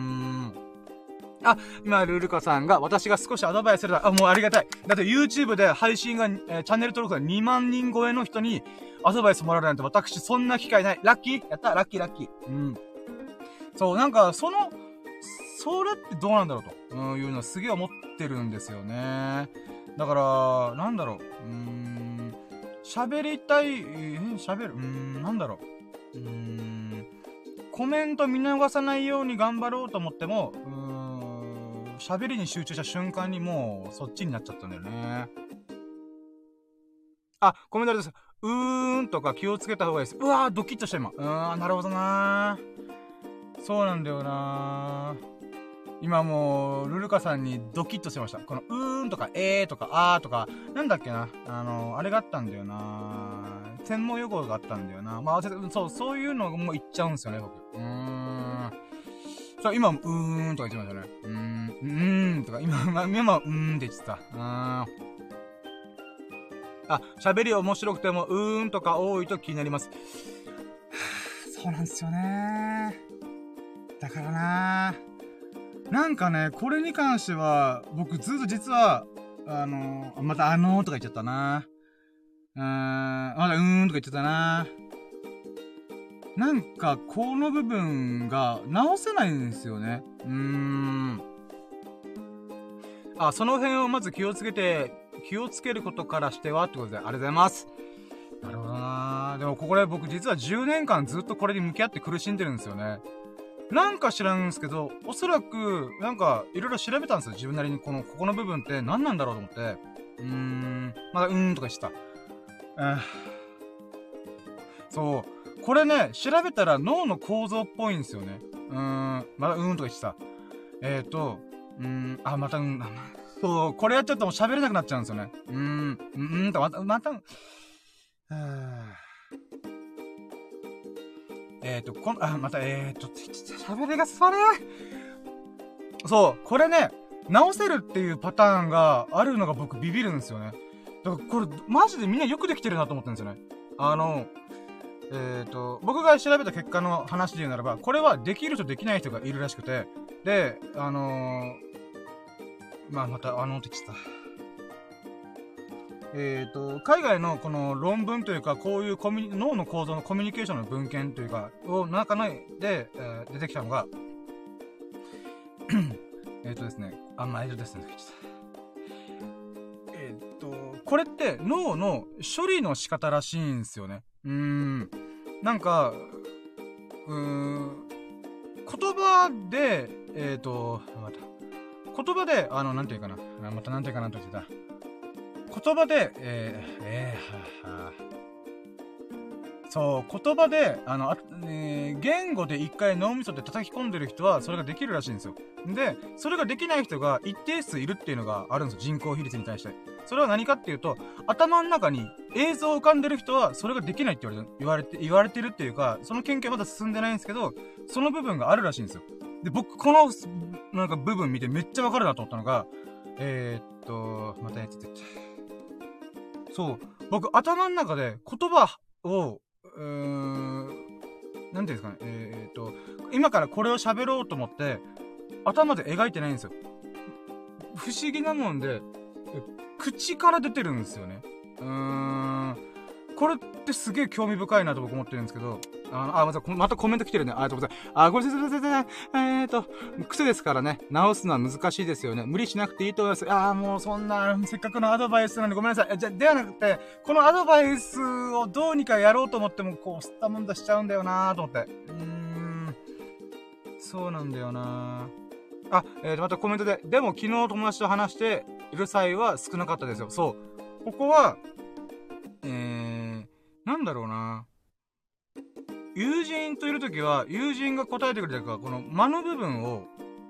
今、ルールカさんが、私が少しアドバイスするだ。もうありがたい。だって YouTube で配信が、チャンネル登録が2万人超えの人に、アドバイスもらえるなんて私、そんな機会ない。ラッキーやったラッキー。そう、なんか、それってどうなんだろうと、いうのをすげえ思ってるんですよね。だから、なんだろう。喋りたい、なんだろう。コメント見逃さないように頑張ろうと思っても、喋りに集中した瞬間にもう、そっちになっちゃったんだよね。コメントです。とか気をつけた方がいいです。うわー、ドキッとした今。なるほどなー。そうなんだよなー。今もう、ルルカさんにドキッとしました。この、とか、とか、とか、なんだっけな。あれがあったんだよなー。専門用語があったんだよな。まあ、そういうのも言っちゃうんですよね、僕。そう、今、とか言ってましたね。とか、今、って言ってた。喋り面白くても、とか多いと気になります。そうなんですよね。だからななんかね、これに関しては、僕ずっと実は、またとか言っちゃったなまだとか言っちゃったななんか、この部分が直せないんですよね。その辺をまず気をつけることからしてはってことで、ありがとうございます。なるほどなでもこれ僕実は10年間ずっとこれに向き合って苦しんでるんですよね。なんか知らんんですけど、おそらく、なんか、いろいろ調べたんですよ。自分なりにここの部分って何なんだろうと思って。まだとか言ってた。そう。これね、調べたら脳の構造っぽいんですよね。まだとか言ってた。またそう、これやっちゃうともう喋れなくなっちゃうんですよね。また喋りがすまねえ。そう、これね、直せるっていうパターンがあるのが僕ビビるんですよね。だからこれ、マジでみんなよくできてるなと思ってるんですよね。僕が調べた結果の話で言うならば、これはできる人できない人がいるらしくて、で、またって言ってた。海外のこの論文というか、こういう脳の構造のコミュニケーションの文献というか、中で、出てきたのが、ですね、ですね、これって脳の処理の仕方らしいんですよね。なんか、言葉で、言葉で、なんていうかな。なんていうかなと言ってた。言葉で、 そう、言葉で、言語で一回脳みそで叩き込んでる人は、それができるらしいんですよ。で、それができない人が一定数いるっていうのがあるんですよ、人口比率に対して。それは何かっていうと、頭の中に映像浮かんでる人は、それができないって言われてるっていうか、その研究はまだ進んでないんですけど、その部分があるらしいんですよ。で、僕、この、なんか部分見てめっちゃわかるなと思ったのが、またやってて。そう、僕、頭の中で言葉を、なんていうんですかね、今からこれを喋ろうと思って、頭で描いてないんですよ。不思議なもんで、口から出てるんですよね。これってすげえ興味深いなと僕思ってるんですけど、またコメント来てるね。ありがとうございます。これ癖ですからね、直すのは難しいですよね。無理しなくていいと思います。もうそんな、せっかくのアドバイスなのにごめんなさい。ではなくて、このアドバイスをどうにかやろうと思っても、こう、吸ったもんだしちゃうんだよなーと思って。そうなんだよなー。またコメントで、でも昨日友達と話して、うるさいは少なかったですよ。そう。ここは、なんだろうな。友人といるときは、友人が答えてくれてるから、この間の部分を、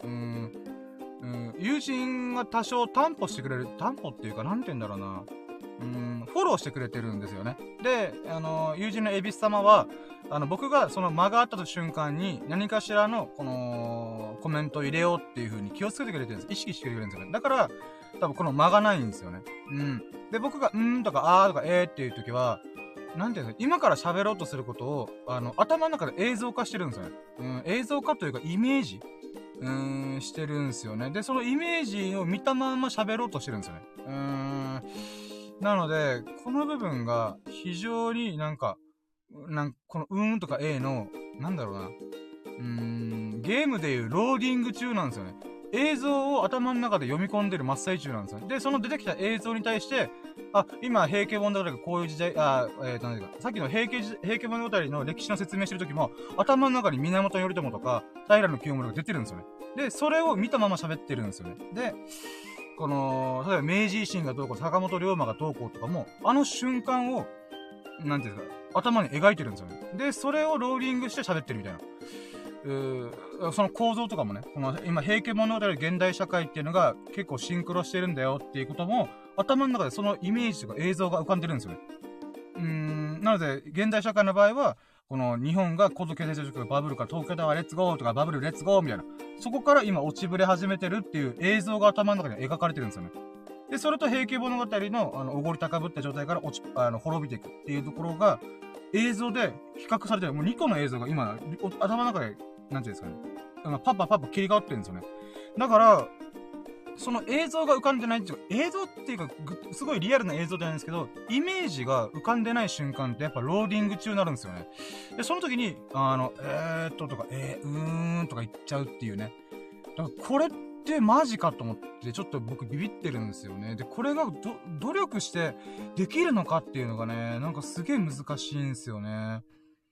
友人が多少担保してくれる、担保っていうか、なんて言うんだろうな。フォローしてくれてるんですよね。で、友人のエビス様は、僕がその間があった瞬間に、何かしらの、この、コメントを入れようっていう風に気をつけてくれてるんです。意識してくれてるんですよね。だから、多分この間がないんですよね。で、僕が、とか、とか、っていう時は、なんていうんですか、今から喋ろうとすることを、頭の中で映像化してるんですよね。映像化というか、イメージしてるんですよね。で、そのイメージを見たまま喋ろうとしてるんですよね。なので、この部分が非常になんか、このとかの、なんだろうな。ゲームでいうローディング中なんですよね。映像を頭の中で読み込んでる真っ最中なんですよね。で、その出てきた映像に対して、今、平家物語がこういう時代、なんか、さっきの平家物語の歴史の説明してる時も、頭の中に源頼朝とか、平清盛が出てるんですよね。で、それを見たまま喋ってるんですよね。で、この、例えば明治維新がどうこう、坂本龍馬がどうこうとかも、あの瞬間を、なんていうんですか、頭に描いてるんですよね。で、それをローリングして喋ってるみたいな。その構造とかもね、この今、平家物語現代社会っていうのが結構シンクロしてるんだよっていうことも、頭の中でそのイメージとか映像が浮かんでるんですよね。なので、現代社会の場合は、この日本が高度経済成長バブルから東京タワーレッツゴーとかバブルレッツゴーみたいな。そこから今落ちぶれ始めてるっていう映像が頭の中に描かれてるんですよね。で、それと平家物語の、おごり高ぶった状態から滅びていくっていうところが、映像で比較されてる。もう2個の映像が今、頭の中で、なんていうんですかね。パッパ切り替わってるんですよね。だから、その映像が浮かんでないっていうか、映像っていうか、すごいリアルな映像じゃないんですけど、イメージが浮かんでない瞬間ってやっぱローディング中になるんですよね。で、その時に、とか、とか言っちゃうっていうね。だからこれってマジかと思って、ちょっと僕ビビってるんですよね。で、これが努力してできるのかっていうのがね、なんかすげえ難しいんですよね。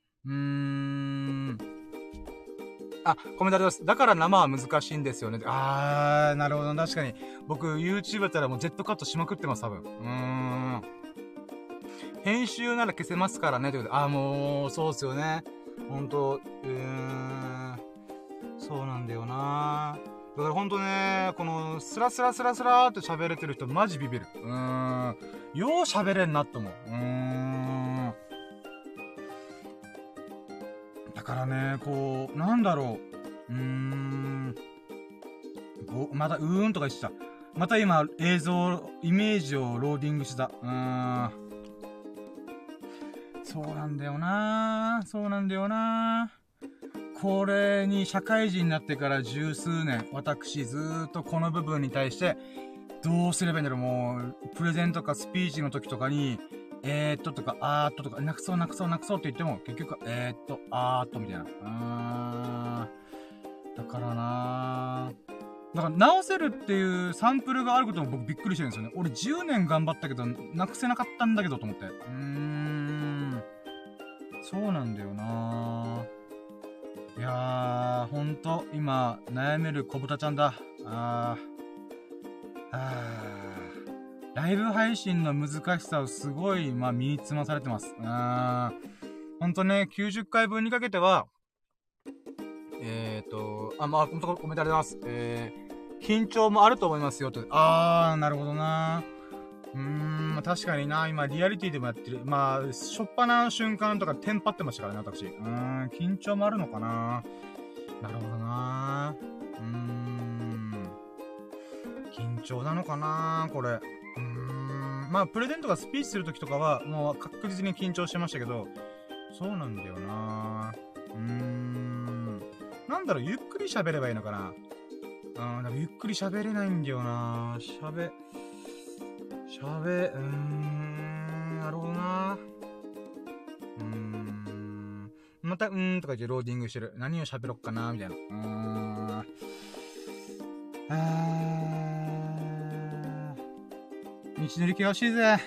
コメントあります。だから生は難しいんですよね。なるほど。確かに。僕、YouTube だったらもうジェットカットしまくってます、多分。編集なら消せますからね。ということで、もう、そうっすよね。ほんと、そうなんだよなだからほんとね、この、スラーって喋れてる人、マジビビる。よう喋れんなって思う。だからね、こう、なんだろう。また、とか言ってた。また今、映像、イメージをローディングした。そうなんだよなこれに社会人になってから十数年、私ずーっとこの部分に対して、どうすればいいんだろう、もう、プレゼンとかスピーチの時とかに、とか、とか、なくそうって言っても、結局、みたいな。だから直せるっていうサンプルがあることも僕びっくりしてるんですよね。俺10年頑張ったけど、なくせなかったんだけどと思って。そうなんだよないやー、ほんと、今、悩める小豚ちゃんだ。ライブ配信の難しさをすごい、身につまされてます。 ほんとね、90回分にかけては、まあ、ほんとコメントありがとうございます。緊張もあると思いますよ、と。なるほどな。確かにな、今、リアリティでもやってる。まあ、しょっぱなの瞬間とかテンパってましたからね、私。緊張もあるのかな。なるほどな。緊張なのかな、これ。まあ、プレゼントがスピーチするときとかは、もう確実に緊張してましたけど、そうなんだよな。なんだろう、ゆっくり喋ればいいのかな。でもゆっくり喋れないんだよな。なるほどな。また、とか言ってローディングしてる。何を喋ろっかな、みたいな。道のり険しいぜ。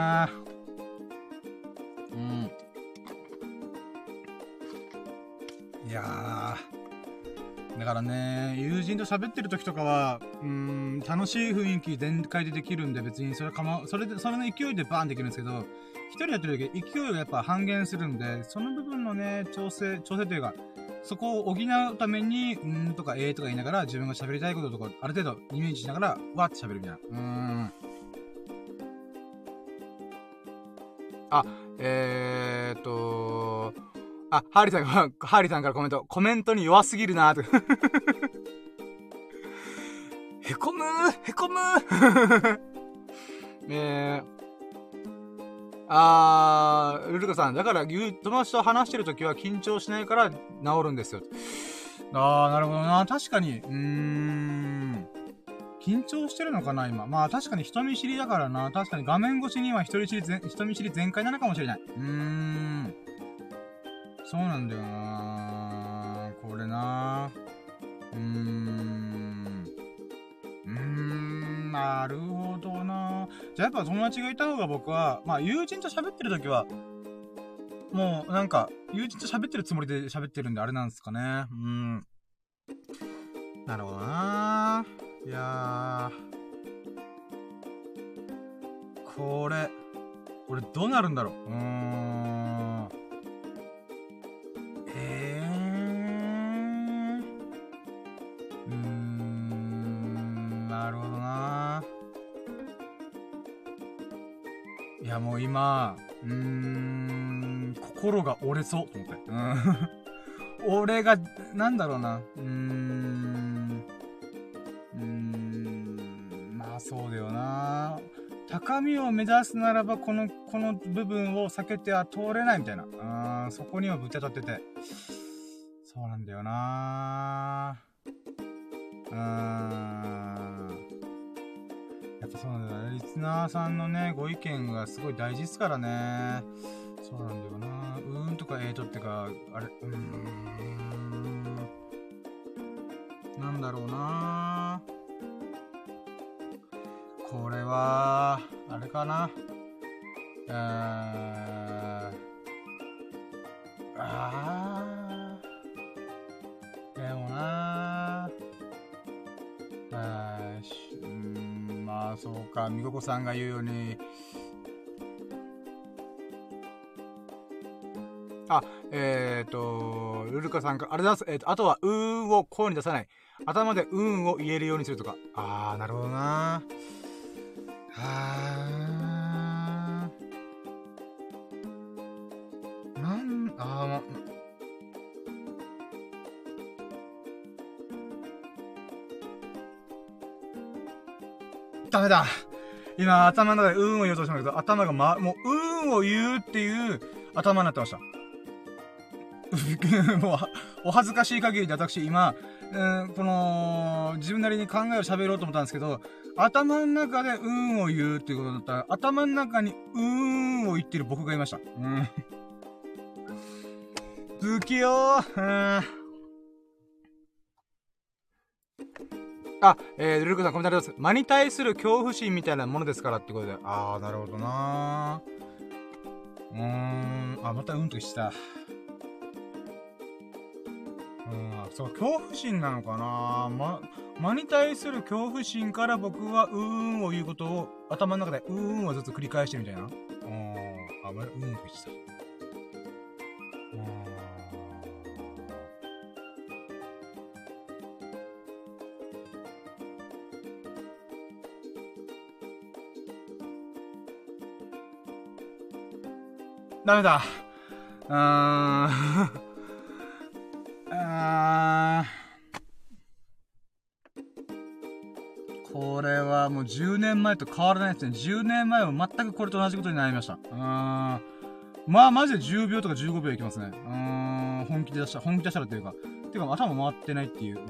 いやー。だからね、友人と喋ってる時とかは、楽しい雰囲気全開でできるんで別にそれの勢いでバーンできるんですけど、一人やってる時勢いがやっぱ半減するんで、その部分のね、調整というか、そこを補うために、とかとか言いながら自分が喋りたいこととか、ある程度イメージしながら、わーって喋るみたいな。ハーリーさんからコメントに弱すぎるなーと。へこむールルカさん、だから友達と話してるときは緊張しないから治るんですよ。なるほどな。確かに、緊張してるのかな、今。まあ確かに人見知りだからな。確かに画面越しには人見知り全開なのかもしれない。そうなんだよな。これな。なるほどな。じゃあやっぱ友達がいた方が僕は、まあ友人と喋ってるときは、もうなんか、友人と喋ってるつもりで喋ってるんであれなんですかね。なるほどな。いやー。これどうなるんだろう。なるほどな。いやもう今、心が折れそうと思って。俺が、なんだろうな。まあそうだよな。高みを目指すならば、この部分を避けては通れないみたいな。そこにはぶち当たってて。そうなんだよな。やっぱそうなんだよね。リスナーさんのね、ご意見がすごい大事ですからね。そうなんだよな。とかってか、あれ、なんだろうな。これは、あれかな。でもな。まあそうか、みここさんが言うように、ルルカさんから、あれだす、あとは、を声に出さない。頭でを言えるようにするとか。なるほどな。ダメだ。今、頭の中でを言おうとしましたけど、頭がもう、を言うっていう頭になってました。もう、お恥ずかしい限りで私、今、この、自分なりに考えを喋ろうと思ったんですけど、頭の中でを言うっていうことだったら、頭の中にを言ってる僕がいました。不器用。ルルクさんコメントあります。間に対する恐怖心みたいなものですからってことで。なるほどなー。またとした。そう、恐怖心なのかな。間に対する恐怖心から僕はを言うことを頭の中でをずっと繰り返してるみたいな。またとした。 ダメだ。これはもう10年前と変わらないですね。10年前は全くこれと同じことになりました。まあマジで10秒とか15秒いきますね。本気出したらっていうか。頭回ってないっていう。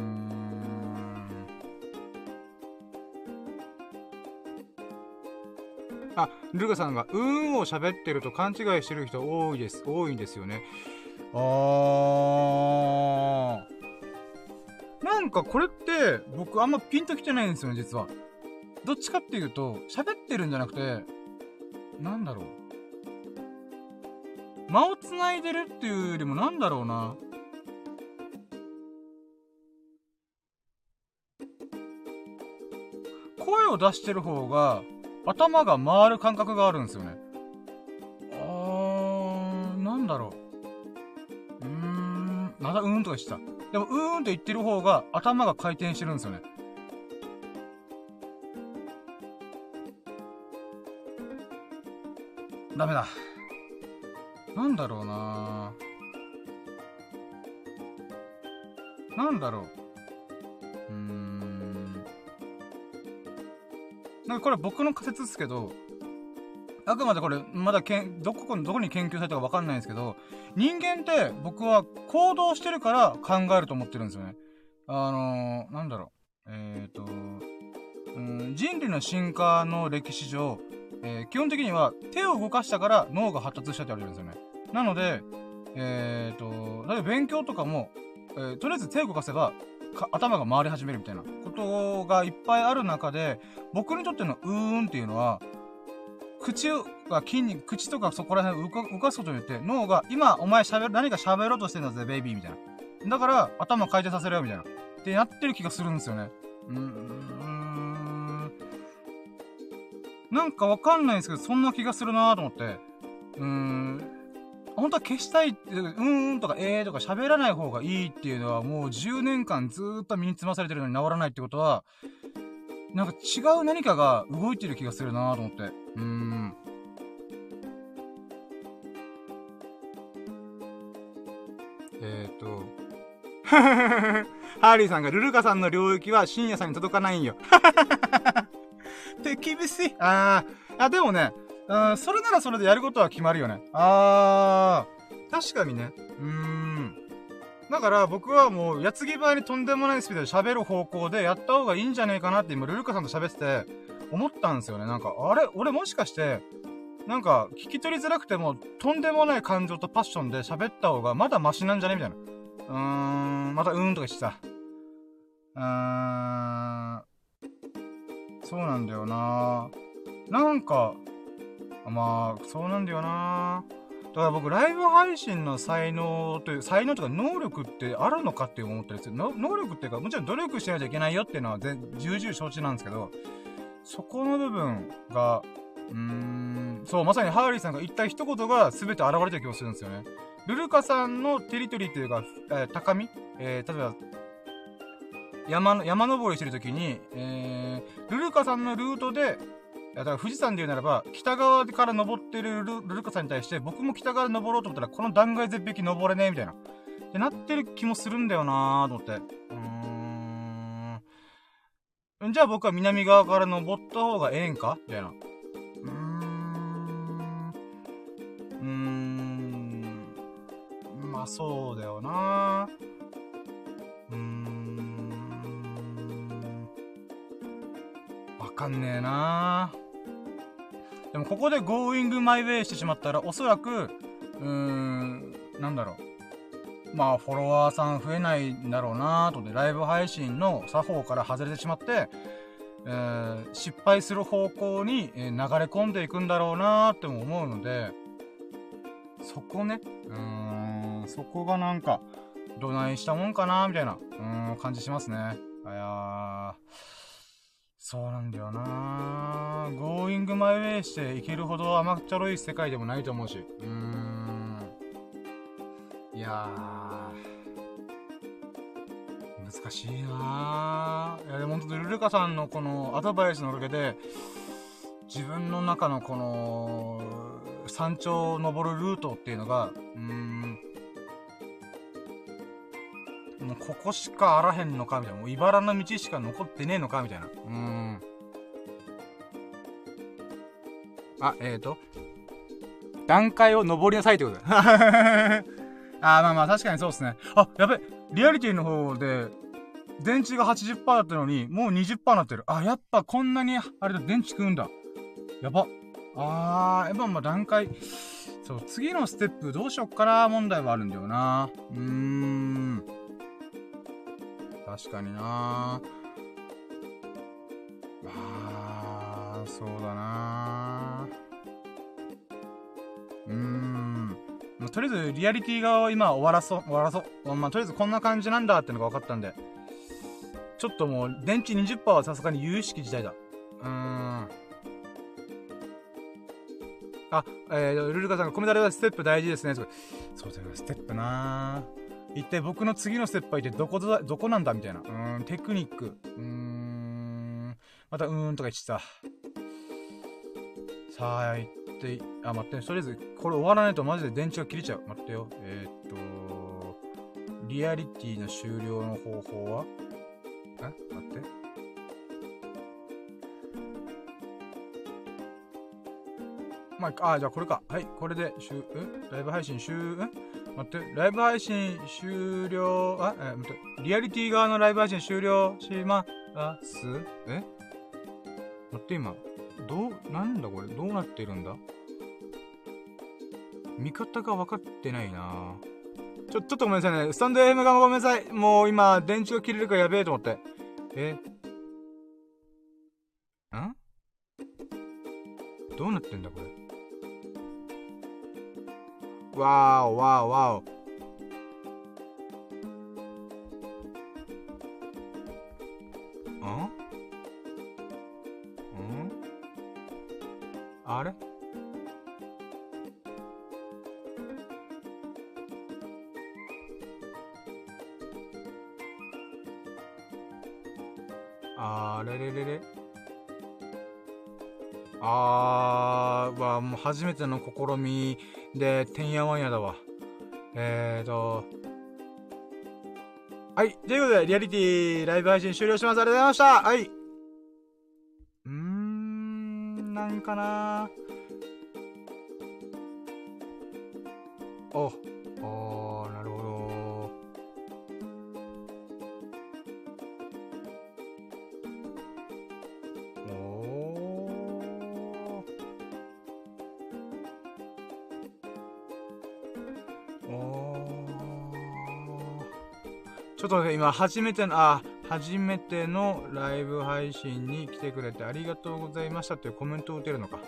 ルカさんが、を喋ってると勘違いしてる人多いんですよね。なんかこれって、僕あんまピンときてないんですよね、実は。どっちかっていうと、喋ってるんじゃなくて、なんだろう。間を繋いでるっていうよりもなんだろうな。声を出してる方が、頭が回る感覚があるんですよね。なんだろう。まだとかしてた。でもって言ってる方が頭が回転してるんですよね。ダメだ。なんだろうな。なんだろう。なんかこれ僕の仮説ですけど、あくまでこれ、まだどこに研究されたかわかんないんですけど、人間って僕は行動してるから考えると思ってるんですよね。なんだろう。人類の進化の歴史上、基本的には手を動かしたから脳が発達したって言われてるんですよね。なので、例えば勉強とかも、とりあえず手を動かせば、頭が回り始めるみたいなことがいっぱいある中で、僕にとってのっていうのは、口とかそこら辺を動かすことによって、脳が、今お前何か喋ろうとしてんだぜ、ベイビーみたいな。だから、頭回転させるよ、みたいな。ってやってる気がするんですよね。なんかわかんないんですけど、そんな気がするなーと思って。本当は消したいって、とかとか喋らない方がいいっていうのはもう10年間ずーっと身につまされてるのに治らないってことは、なんか違う何かが動いてる気がするなーと思って。ハーリーさんがルルカさんの領域は深夜さんに届かないんよ。って厳しい。でもね、それならそれでやることは決まるよね。確かにね。だから僕はもう、矢継ぎ早にとんでもないスピードで喋る方向でやった方がいいんじゃねえかなって今、ルルカさんと喋ってて、思ったんですよね。なんか、あれ俺もしかして、なんか、聞き取りづらくても、とんでもない感情とパッションで喋った方がまだマシなんじゃねみたいな。またとかしてさ。そうなんだよな。なんか、まあ、そうなんだよな。だから僕、ライブ配信の才能とか能力ってあるのかって思ったりする。能力っていうか、もちろん努力しないといけないよっていうのは重々承知なんですけど、そこの部分が、そう、まさにハーリーさんが言った一言が全て現れてる気がするんですよね。ルルカさんのテリトリーっていうか、高み例えば、山登りしてるときに、ルルカさんのルートで、だから富士山で言うならば、北側から登ってるルルカさんに対して、僕も北側で登ろうと思ったら、この断崖絶壁登れねえ、みたいな。ってなってる気もするんだよなーと思って。じゃあ僕は南側から登った方がええんかみたいな。まあそうだよなわかんねえなでもここで Going My Way してしまったら、おそらく、なんだろう。まあ、フォロワーさん増えないんだろうなーとで、ライブ配信の作法から外れてしまって、失敗する方向に、流れ込んでいくんだろうなーっても思うので、そこね、そこがなんか、どないしたもんかなーみたいな、感じしますね。そうなんだよなぁ。Going My Way していけるほど甘っちょろい世界でもないと思うし。 やー、難しいなー。いや、でもほんとルルカさんのこのアドバイスのおかげで、自分の中のこの、山頂を登るルートっていうのが、もうここしかあらへんのかみたいな。もう茨の道しか残ってねえのかみたいな。段階を登りなさいってことだ。まあ確かにそうですね。やべ、リアリティの方で、電池が 80% だったのに、もう 20% になってる。やっぱこんなに、あれだ、電池食うんだ。やば。やっぱまあ段階、そう、次のステップどうしよっかな問題はあるんだよな。確かにな。そうだな。とりあえず、リアリティが今終わらそう。まあ、とりあえずこんな感じなんだってのが分かったんで。ちょっともう、電池 20% はさすがに有識時代だ。ルルカさんがコメダルはステップ大事ですね。そうだよ、ステップなー。一体僕の次のステップは一体どこなんだみたいな。テクニック。またとか言ってた。さあ、言って、待って、とりあえず、これ終わらないとマジで電池が切れちゃう。待ってよ。リアリティの終了の方法は待って。じゃあこれか。はい、これで、ライブ配信待って、ライブ配信終了、待って、リアリティ側のライブ配信終了します待って、今、なんだこれ、どうなってるんだ？見方が分かってないな。ちょっとごめんなさいね。スタンド FM 側もごめんなさい。もう今、電池が切れるからやべえと思って。どうなってんだこれ。わーお。あれ？もう初めての試みで、てんやわんやだわ。はい。ということで、リアリティライブ配信終了します。ありがとうございました。はい。なんかななるほど。ちょっとね、今、初めてのライブ配信に来てくれてありがとうございましたっていうコメントを打てるのか。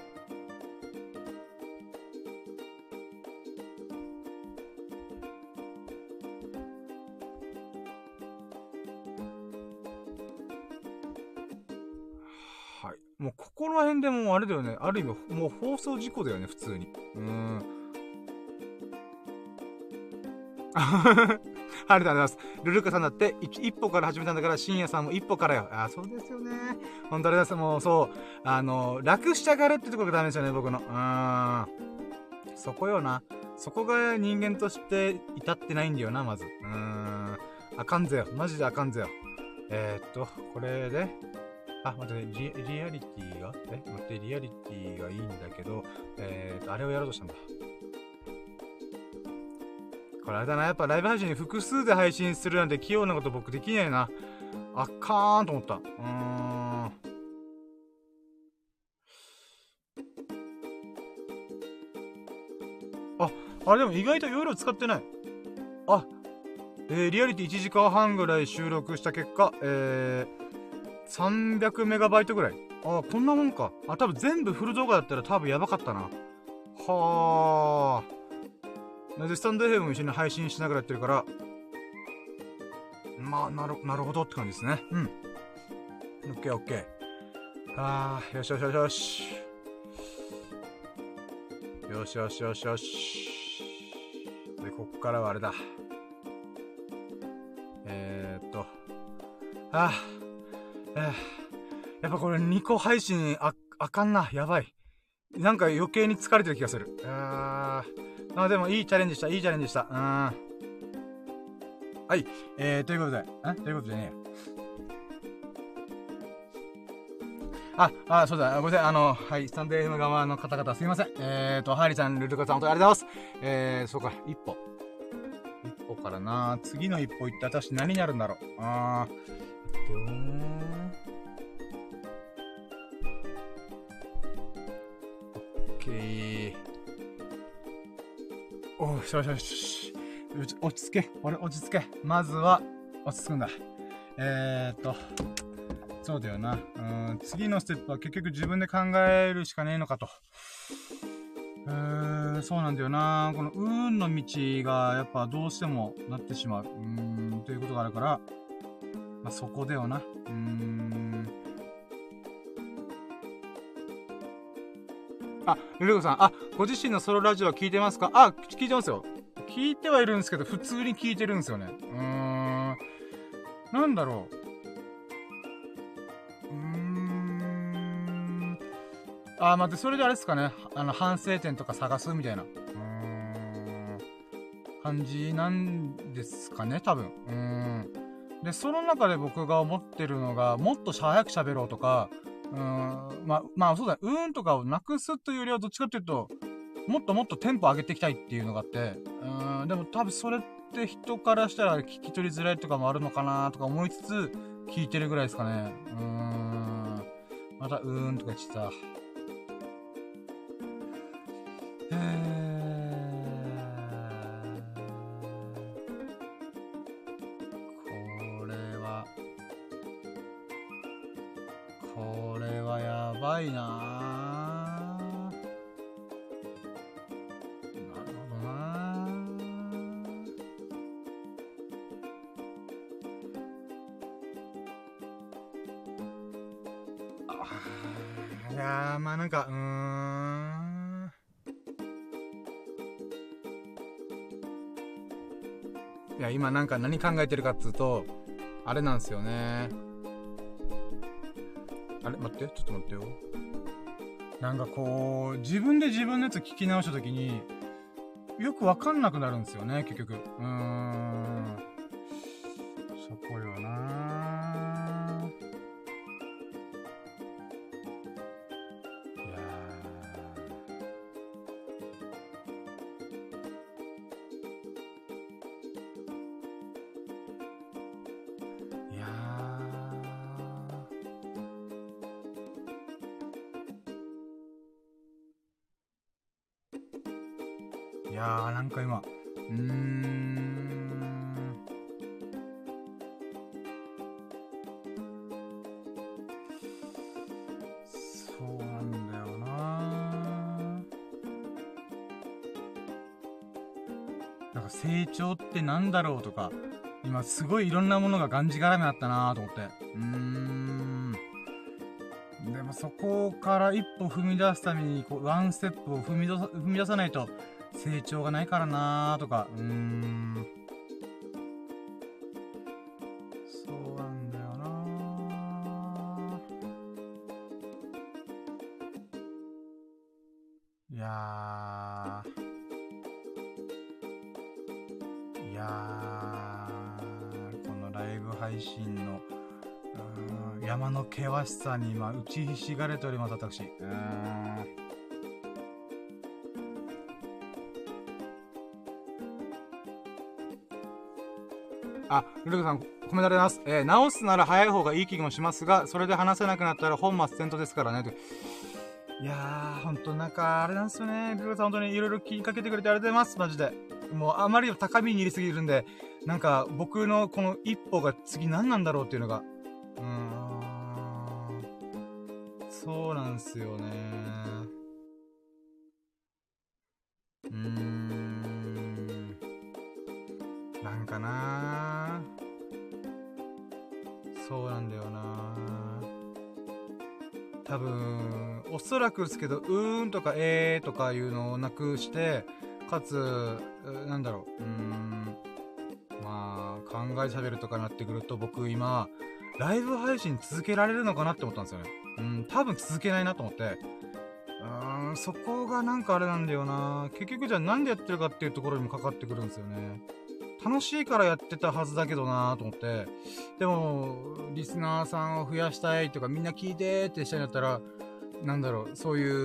はい。もうここら辺でもうあれだよね。ある意味、もう放送事故だよね、普通に。ありがとうございます。ルルカさんだって一歩から始めたんだから、深夜さんも一歩からよ。そうですよね。本当あれです。もうそう、楽したがるってところがダメですよね、僕の。そこよな。そこが人間として至ってないんだよな、まず。あかんぜよ。マジであかんぜよ。これで、待って、リアリティが待って、リアリティがいいんだけど、あれをやろうとしたんだ。これあれだな、やっぱライブ配信複数で配信するなんて器用なこと僕できないな。あかーんと思った。あれでも意外と容量使ってない。リアリティ1時間半ぐらい収録した結果、300メガバイトぐらい。こんなもんか。多分全部フル動画だったら多分やばかったな。はー。で、スタンド FM も一緒に配信しながらやってるから、まあ、なるほどって感じですね。オッケー。よし。 こっからはあれだ。あやっぱこれ2個配信あかんな。やばい。なんか余計に疲れてる気がする。でもいいチャレンジした。はい。ということでね。そうだ、ごめんなさい。はい、スタンド FM 側の方々すいません。ハリさん、ルルカさん、本当にありがとうございます。そうか、一歩からな。次の一歩行って私何になるんだろう。オッケー。よし。落ち着け。まずは、落ち着くんだ。そうだよな。次のステップは結局自分で考えるしかねえのかと。そうなんだよな。この運の道がやっぱどうしてもなってしまう。ということがあるから、まあ、そこだよな。ルルコさん、ご自身のソロラジオは聞いてますか？聞いてますよ。聞いてはいるんですけど、普通に聞いてるんですよね。なんだろう。待って、それであれですかね。反省点とか探すみたいな。感じなんですかね、多分。で、その中で僕が思ってるのが、もっと早く喋ろうとか、そうだ、とかをなくすというよりは、どっちかっていうと、もっとテンポ上げていきたいっていうのがあって、でも多分それって人からしたら聞き取りづらいとかもあるのかなとか思いつつ、聞いてるぐらいですかね。また、とか言ってた。これはやばいなぁ。なるほどなぁ。いやー、まあなんか、いや、今なんか何考えてるかっつうと、あれなんですよね。待って、ちょっと待ってよ。なんかこう、自分で自分のやつ聞き直したときに、よくわかんなくなるんですよね、結局。そこよなぁ。なんか今、そうなんだよな。なんか成長ってなんだろうとか、今すごいいろんなものががんじがらめあったなと思って。でもそこから一歩踏み出すために、こう、ワンステップを踏み出さないと、成長がないからなーとか、そうなんだよなー。いやー、このライブ配信の、山の険しさに今、打ちひしがれております、私。ルルクさん、コメントありがとうございます。直すなら早い方がいい気もしますが、それで話せなくなったら本末転倒ですからね。いやー、ほんとなんか、あれなんですよね。ルルクさん、本当にいろいろ気にかけてくれてありがとうございます。マジで。もう、あまり高みに入れすぎるんで、なんか、僕のこの一歩が次何なんだろうっていうのが、そうなんすよね。なんかなー。そうなんだよなー。多分、おそらくですけど、とかとかいうのをなくして、 かつ、なんだろう、まあ、考え喋るとかなってくると、僕今、ライブ配信続けられるのかなって思ったんですよね。多分続けないなと思って。そこがなんかあれなんだよな。結局じゃあなんでやってるかっていうところにもかかってくるんですよね。楽しいからやってたはずだけどなと思って。でも、リスナーさんを増やしたいとかみんな聞いてってしたんだったら、なんだろう、そういう、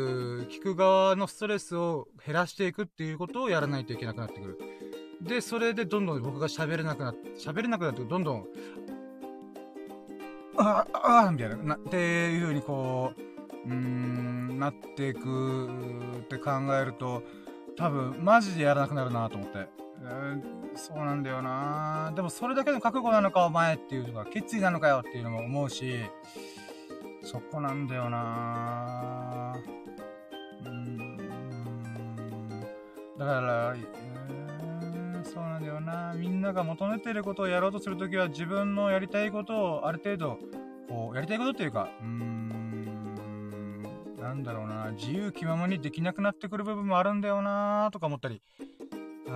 聞く側のストレスを減らしていくっていうことをやらないといけなくなってくる。で、それでどんどん僕が喋れなくなって、どんどん、みたいな、っていう風にこう、なっていくって考えると、多分、マジでやらなくなるなと思って。そうなんだよな。でもそれだけの覚悟なのかお前っていうのが、決意なのかよっていうのも思うし、そこなんだよな。だから、そうなんだよな。みんなが求めてることをやろうとするときは自分のやりたいことをある程度、こう、やりたいことっていうか、なんだろうな。自由気ままにできなくなってくる部分もあるんだよなとか思ったり。そう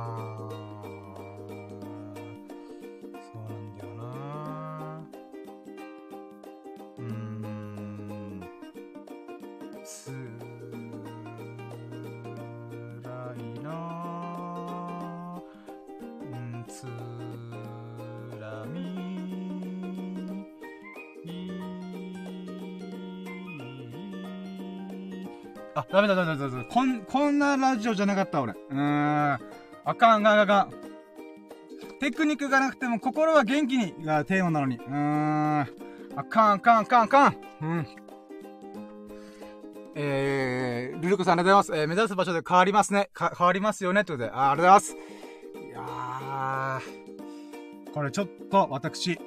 なんだよな。つらいな。つらみ。ダメだ。こんなラジオじゃなかった、俺。あかん。テクニックがなくても心は元気にがテーマなのに。あかん。ルルコさんありがとうございます。目指す場所で変わりますね。変わりますよね。ということで、ありがとうございます。いやー、これちょっと、私、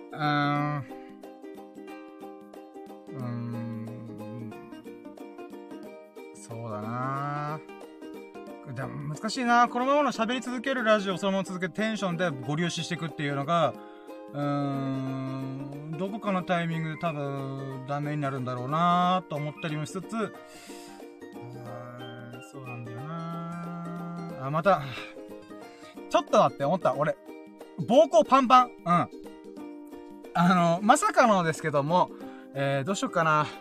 そうだなでも難しいな。このままの喋り続けるラジオをそのまま続けてテンションでご利用ししていくっていうのが、どこかのタイミングで多分ダメになるんだろうなと思ったりもしつつ、そうなんだよなまた、ちょっと待って思った。俺、膀胱パンパン。まさかのですけども、どうしよっかな。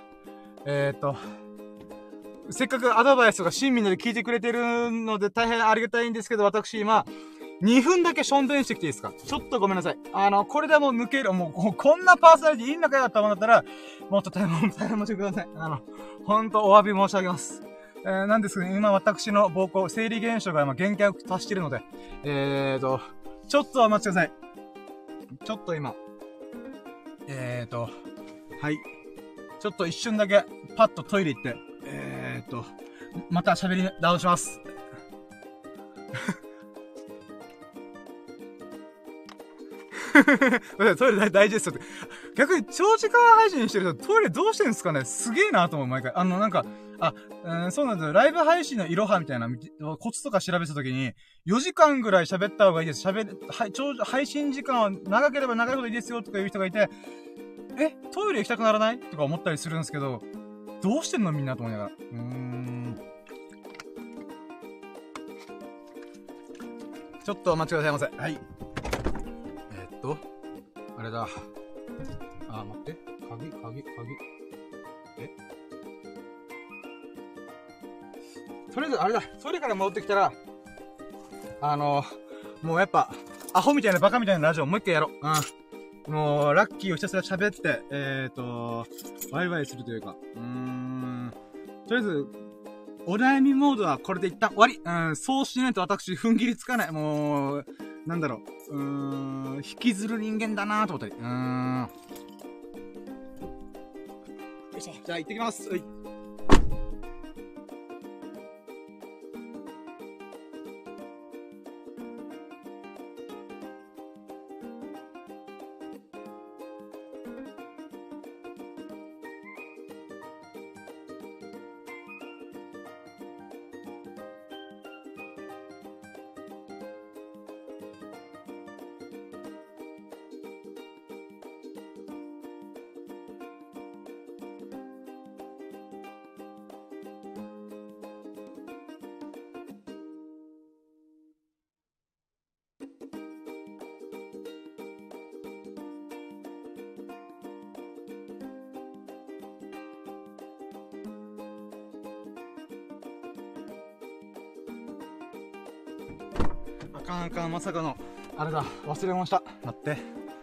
せっかくアドバイスとか親身で聞いてくれてるので大変ありがたいんですけど、私今、2分だけしょんべんしてきていいですか？ちょっとごめんなさい。これでもう抜ける、もうこんなパーソナリティいいのかよと思ったら、もっと大変申し訳ください。ほんとお詫び申し上げます。なんですけど、今私の膀胱、生理現象が今限界を達しているので、ちょっとお待ちください。ちょっと今、はい。ちょっと一瞬だけ、パッとトイレ行って、また喋り直します。トイレ大事ですよって。逆に長時間配信してる人、トイレどうしてんすかね？すげえなと思う、毎回。なんか、そうなんですよ。ライブ配信のいろはみたいな、コツとか調べたときに、4時間ぐらい喋った方がいいです。配信時間は長ければ長いほどいいですよとかいう人がいて、トイレ行きたくならないとか思ったりするんですけど、どうしてんのみんなと思いながら。ちょっとお待ちくださいませ。はい。あれだ。待って。鍵。とりあえず、あれだ。トイレから戻ってきたら、もうやっぱ、アホみたいなバカみたいなラジオもう一回やろう。もう、ラッキーをひたすら喋って、ワイワイするというか、とりあえず、お悩みモードはこれで一旦終わり。そうしないと私、踏ん切りつかない。もう、なんだろう。引きずる人間だなと思ったり。よいしょ。じゃあ行ってきます。はい。 あかんあかん、まさかの、あれだ、忘れました。待って。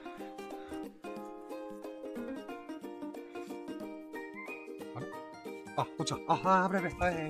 あれあ、こっちか。危ない危ない。はい。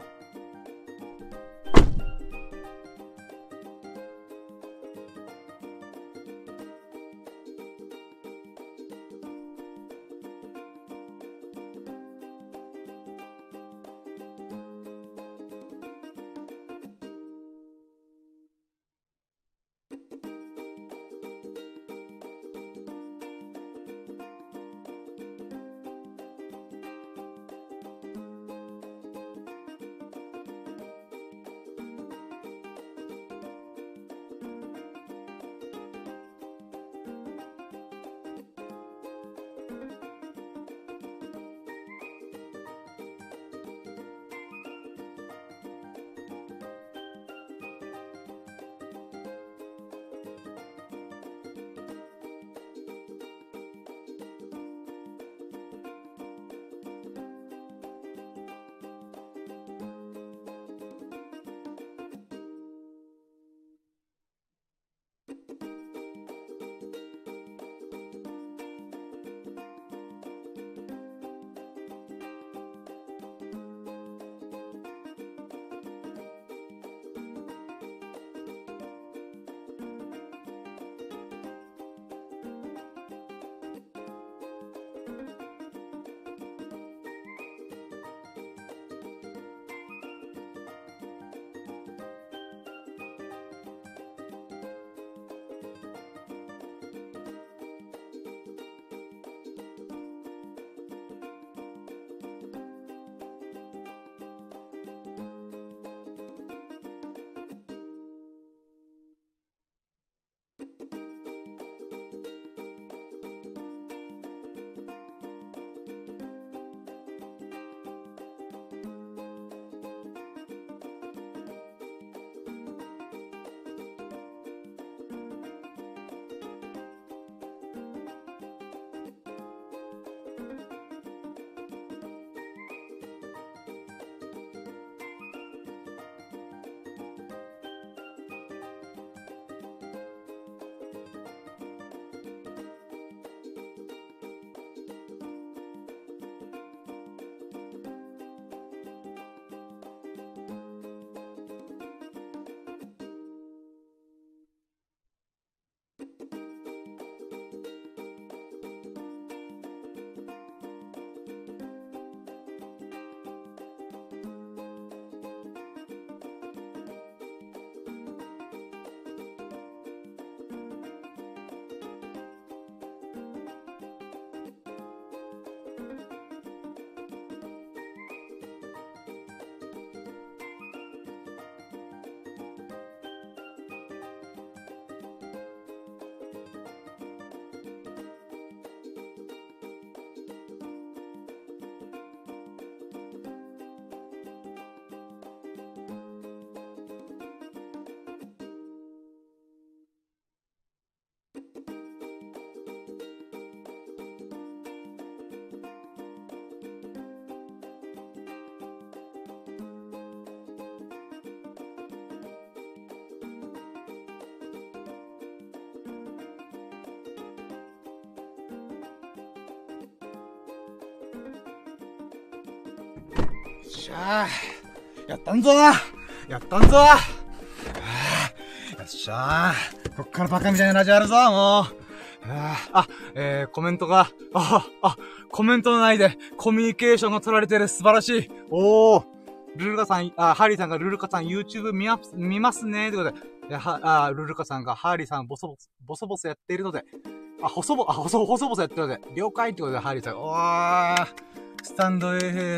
しゃー、やったんぞやったんぞよっしゃー、こっからバカみたいなラジオあるぞ、もう。コメントが、コメントのないでコミュニケーションが取られてる、素晴らしい。ルルカさん、ハーリーさんがルルカさん YouTube 見ますね、ということで、ルルカさんがハーリーさんボソボソやっているので、細々やってるので、了解ってことで、ハーリーさん、スタンド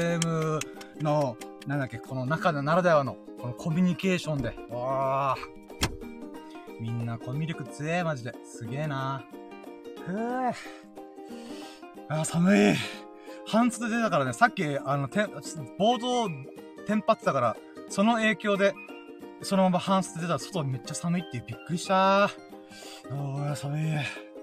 FM の、なんだっけ、この中ならではの、このコミュニケーションで、みんなコミュ力強え、マジで。すげえな。寒い。半袖出たからね、さっき、ボードをテンパってたから、その影響で、そのまま半袖出たら外めっちゃ寒いっていう、びっくりした。寒い。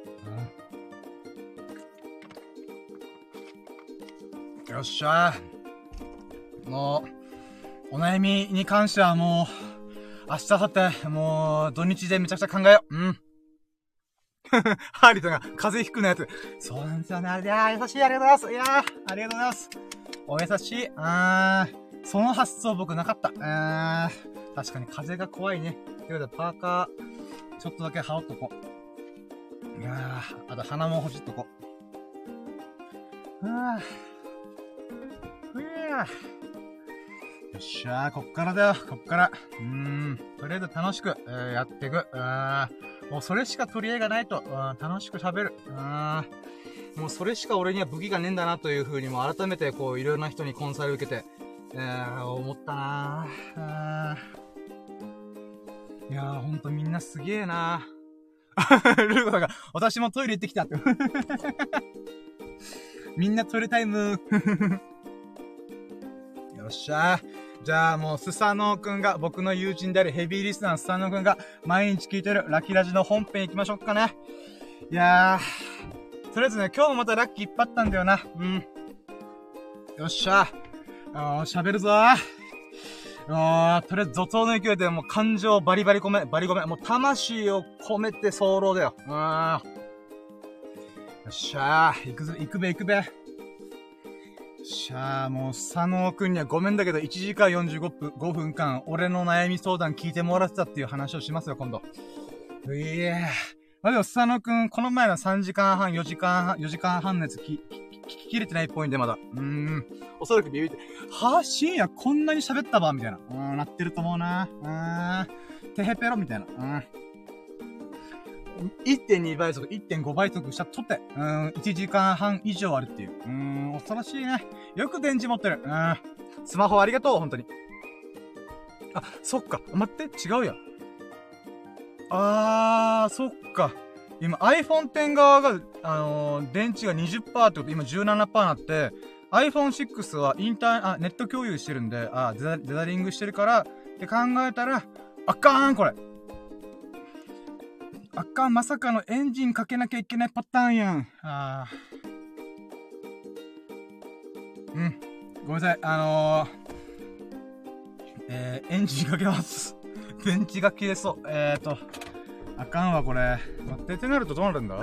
よっしゃー。もう、お悩みに関してはも明日、明後日、もう、土日でめちゃくちゃ考えよう。うん。ハーリーさんが、風邪ひくのやつ。そうなんですよね。いやー、優しい。ありがとうございます。いやー、ありがとうございます。お優しい。その発想僕なかった。確かに風が怖いね。ということで、パーカー、ちょっとだけ羽織っとこう。いやー、あと鼻もほじっとこう。よっしゃー、こっからだよ、こっから。とりあえず楽しく、やっていく。もうそれしか取り合いがないと、楽しく喋る。もうそれしか俺には武器がねえんだなという風にも改めてこういろんな人にコンサル受けて、思ったないやーほんとみんなすげえなルーコさんが、私もトイレ行ってきたって。みんなトイレタイムよっしゃー。じゃあもうスサノーくんが、僕の友人であるヘビーリスナーのスサノーくんが毎日聞いてるラッキーラジの本編行きましょうかね。いやー、とりあえずね、今日もまたラッキーいっぱいあったんだよな。よっしゃー。喋るぞー。とりあえず怒涛の勢いでもう感情バリ込め。もう魂を込めて早漏だよ。よっしゃー。行くべ。しゃあ、もう、佐野くんにはごめんだけど、1時間5分間、俺の悩み相談聞いてもらってたっていう話をしますよ、今度。まあ、でも、佐野くん、この前の3時間半、4時間半のやつ聞き切れてないっぽいんで、まだ。おそらくビビって、深夜こんなに喋ったばみたいな。なってると思うな。てへぺろみたいな。1.2 倍速、1.5 倍速したとて、1時間半以上あるっていう。恐ろしいね。よく電池持ってる。スマホありがとう、本当に。あ、そっか。待って、違うや。そっか。今 iPhone X 側が、電池が 20% ってこと、今 17% なって、iPhone 6はネット共有してるんで、デザリングしてるから、って考えたら、あかーん、これ。まさかのエンジンかけなきゃいけないパターンやん。ごめんなさい。エンジンかけます。電池が切れそう。あかんわ、これ。待って、ってなるとどうなるんだ？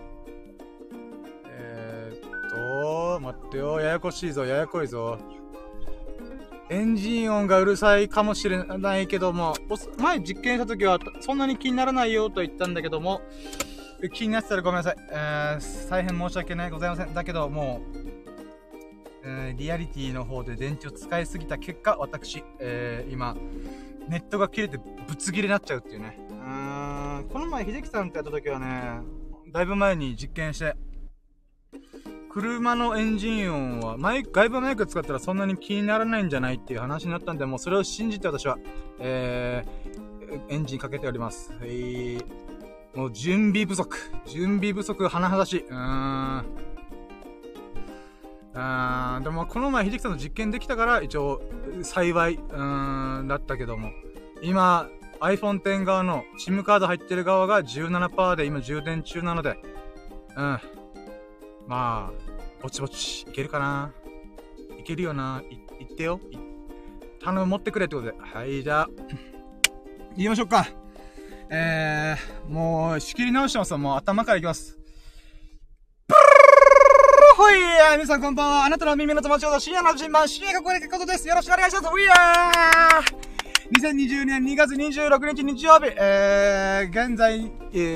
待ってよ。ややこしいぞ、ややこいぞ。エンジン音がうるさいかもしれないけども、前実験した時はそんなに気にならないよと言ったんだけども、気になってたらごめんなさい。大変申し訳ないございません。だけどもう、リアリティの方で電池を使いすぎた結果、私、今、ネットが切れてぶつ切れになっちゃうっていうね。この前、秀樹さんとやった時はね、だいぶ前に実験して、車のエンジン音は外部マイク使ったらそんなに気にならないんじゃないっていう話になったんで、もうそれを信じて私は、エンジンかけております。もう準備不足、甚だしい。でもこの前秀樹さんの実験できたから一応幸いだったけども、今 iPhone X 側の SIM カード入ってる側が 17% で今充電中なので、まあぼちぼちいけるかな。いけるよな。言ってよ。頼む、持ってくれってことで。はい、じゃあ言いましょうか。もう仕切り直してますわ。もう頭からいきます。ほいやー、皆さんこんばんは。あなたの耳の友達を深夜の人番、深夜がこれってことです。よろしくお願いします。ほいやー、2020年2月26日日曜日、現在、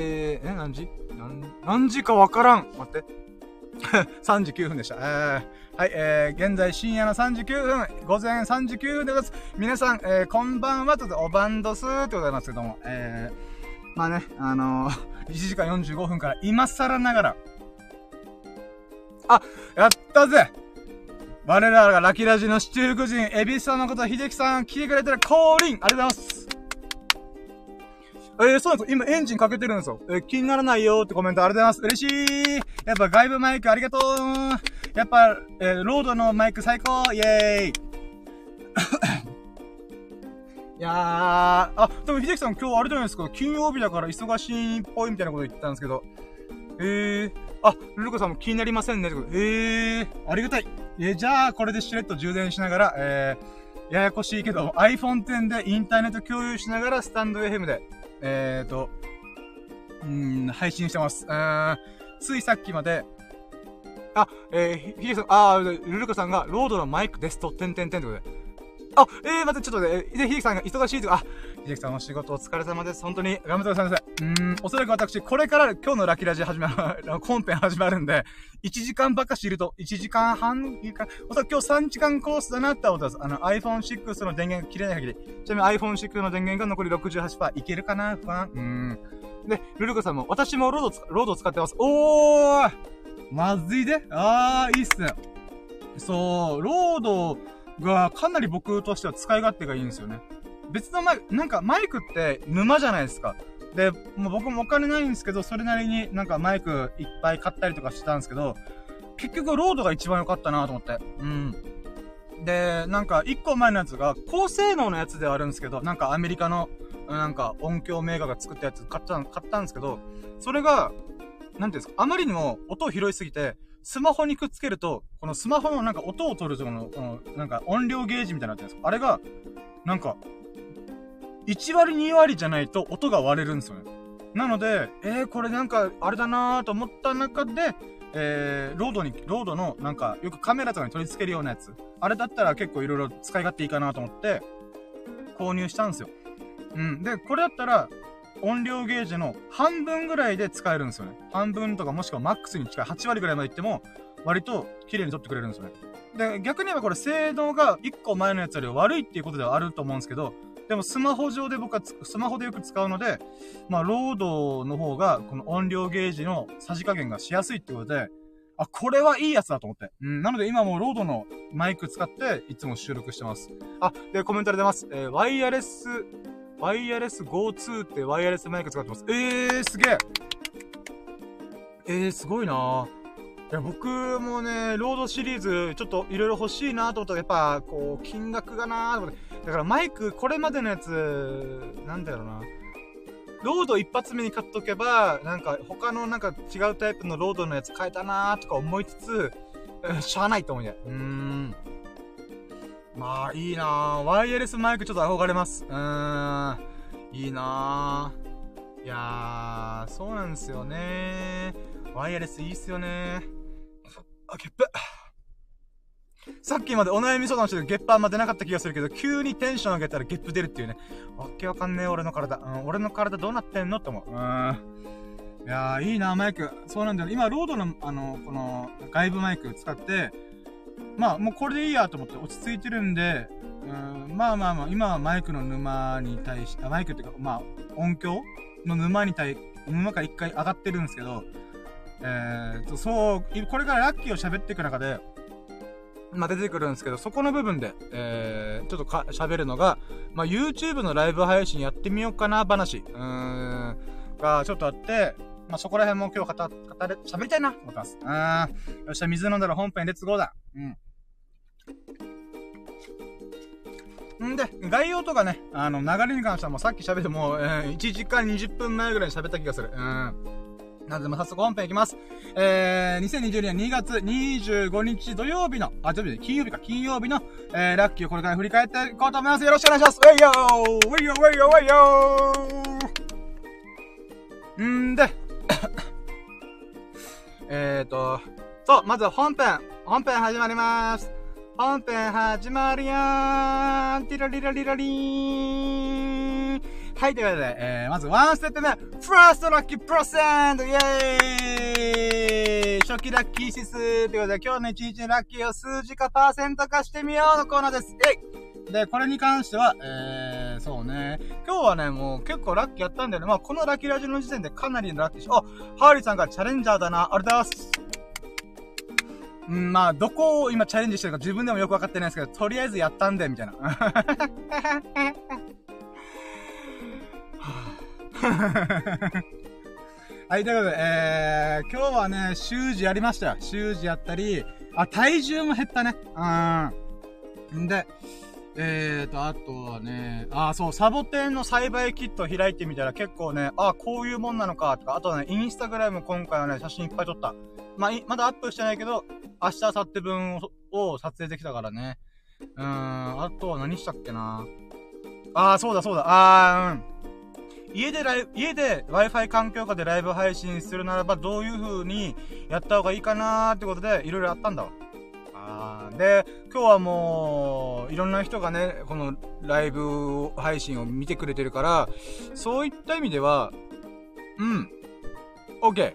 何時かわからん。待って。39分でした。はい、現在深夜の39分、午前39分でございます。皆さん、こんばんは、おばんどすーってございますけども、まあね、1時間45分から今更ながら、やったぜ！我らがラキラジの七福神、エビスさんのこと、秀樹さん、来てくれてる降臨！ありがとうございます。そうなんですよ。今エンジンかけてるんですよ。気にならないよってコメントありがとうございます。嬉しい。やっぱ外部マイクありがとう。やっぱ、ロードのマイク最高イェーイいやー、でも秀樹さん今日あれじゃないですか、金曜日だから忙しいっぽいみたいなこと言ったんですけど。ルルコさんも気になりませんねってこと。ありがたい。じゃあ、これでしれっと充電しながら、 ややこしいけど、iPhone X でインターネット共有しながらスタンド FM で、配信してます。ついさっきまで、ヒゲさん、ルルカさんが、ロードのマイクですと、ってことで。待って、ちょっとね、ヒゲさんが忙しいとか、ヒゲさんお仕事お疲れ様です。本当に、頑張ってください。おそらく私、これから今日のラキラジ本編始まるんで、1時間ばっかしいると、1時間半、おそらく今日3時間コースだなって思ったんです。iPhone 6の電源が切れない限り。ちなみに iPhone 6の電源が残り 68%。いけるかなで、ルルカさんも、私もロード使ってます。まずいでいいっすね。そう、ロードがかなり僕としては使い勝手がいいんですよね。別のマイクって沼じゃないですか。で、もう僕もお金ないんですけど、それなりにマイクいっぱい買ったりとかしてたんですけど、結局ロードが一番良かったなと思って。で、一個前のやつが高性能のやつではあるんですけど、アメリカの、音響メーカーが作ったやつ買ったんですけど、それが、なんていうんですか、あまりにも音を拾いすぎて、スマホにくっつけると、このスマホの音を取るとこの、音量ゲージみたいになってるんですか。あれが、1割2割じゃないと音が割れるんですよね。なので、これあれだなーと思った中で、ロードのよくカメラとかに取り付けるようなやつ。あれだったら結構いろいろ使い勝手いいかなと思って、購入したんですよ。で、これだったら、音量ゲージの半分ぐらいで使えるんですよね。半分とかもしくはマックスに近い8割ぐらいまでいっても、割と綺麗に撮ってくれるんですよね。で、逆に言えばこれ性能が1個前のやつより悪いっていうことではあると思うんですけど、でもスマホ上で僕はスマホでよく使うので、ロードの方がこの音量ゲージのさじ加減がしやすいってことで、これはいいやつだと思って。なので今もうロードのマイク使っていつも収録してます。で、コメントで出ます。ワイヤレス GO2 ってワイヤレスマイク使ってます。すげえ。すごいなぁ。いや、僕もね、ロードシリーズ、ちょっといろいろ欲しいなぁと思ったら、やっぱ、金額がなぁと思って。だからマイク、これまでのやつ、なんだろうな。ロード一発目に買っとけば、他の違うタイプのロードのやつ買えたなぁとか思いつつ、しゃあないと思うね。まあ、いいなぁ。ワイヤレスマイクちょっと憧れます。いいなぁ。いやー、そうなんですよね。ワイヤレスいいっすよね。ゲップ。さっきまでお悩み相談してるゲップあんま出なかった気がするけど、急にテンション上げたらゲップ出るっていうね。わけわかんねえ、俺の体。俺の体どうなってんのって思う。いやー、いいな、マイク。そうなんだよ。今、ロードの、この、外部マイク使って、もうこれでいいやと思って落ち着いてるんで、今はマイクの沼に対して、マイクっていうか、音響の沼から一回上がってるんですけど、これからラッキーを喋っていく中で、出てくるんですけど、そこの部分で、ちょっと喋るのが、YouTube のライブ配信やってみようかな話、がちょっとあって、そこら辺も今日喋りたいなと思ってます。よっしゃ、水飲んだら本編レッツゴーだ。で、概要とかね、流れに関してはもうさっき喋ってもう、1時間20分前ぐらいに喋った気がする。なので、早速本編いきます。2022年2月25日土曜日の、金曜日の、ラッキーをこれから振り返っていこうと思います。よろしくお願いします。ウェイヨーウェイヨーウェイヨーウェイヨーで、そう、まずは本編始まります。本編始まるよーん。ティラリラリラリーン。はい、ということで、まず1ステップ目。ファーストラッキープロセントイェーイ初期ラッキー指数ということで、今日の1日のラッキーを数字かパーセント化してみようのコーナーです。で、これに関しては、そうね。今日はね、もう結構ラッキーやったんだよね。このラッキーラジオの時点でかなりラッキーし、ハーリーさんがチャレンジャーだな。ありがとうございます。どこを今チャレンジしてるか自分でもよくわかってないですけど、とりあえずやったんで、みたいな。はい、ということで、今日はね、習字やりましたよ。習字やったり、体重も減ったね。で、あとはね、そう、サボテンの栽培キットを開いてみたら結構ね、こういうもんなのか、とか、あとはね、インスタグラム今回はね、写真いっぱい撮った。まだアップしてないけど、明日、明後日分を撮影できたからね。 あとは何したっけな。そうだ。家で Wi-Fi 環境下でライブ配信するならばどういう風にやった方がいいかなーってことでいろいろあったんだわ。で、今日はもう、いろんな人がね、このライブ配信を見てくれてるから、そういった意味では、OK。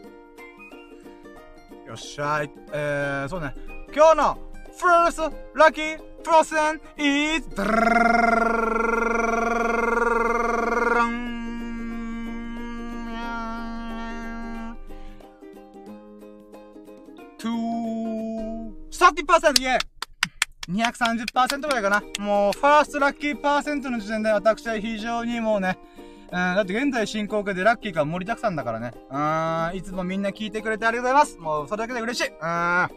よっしゃい。そうね。今日の First Lucky Person is30%! イェイ !230% ぐらいかな。もう、ファーストラッキーパーセントの時点で私は非常にもうね、だって現在進行形でラッキーが盛りだくさんだからね。いつもみんな聞いてくれてありがとうございます。もう、それだけで嬉しい。はい。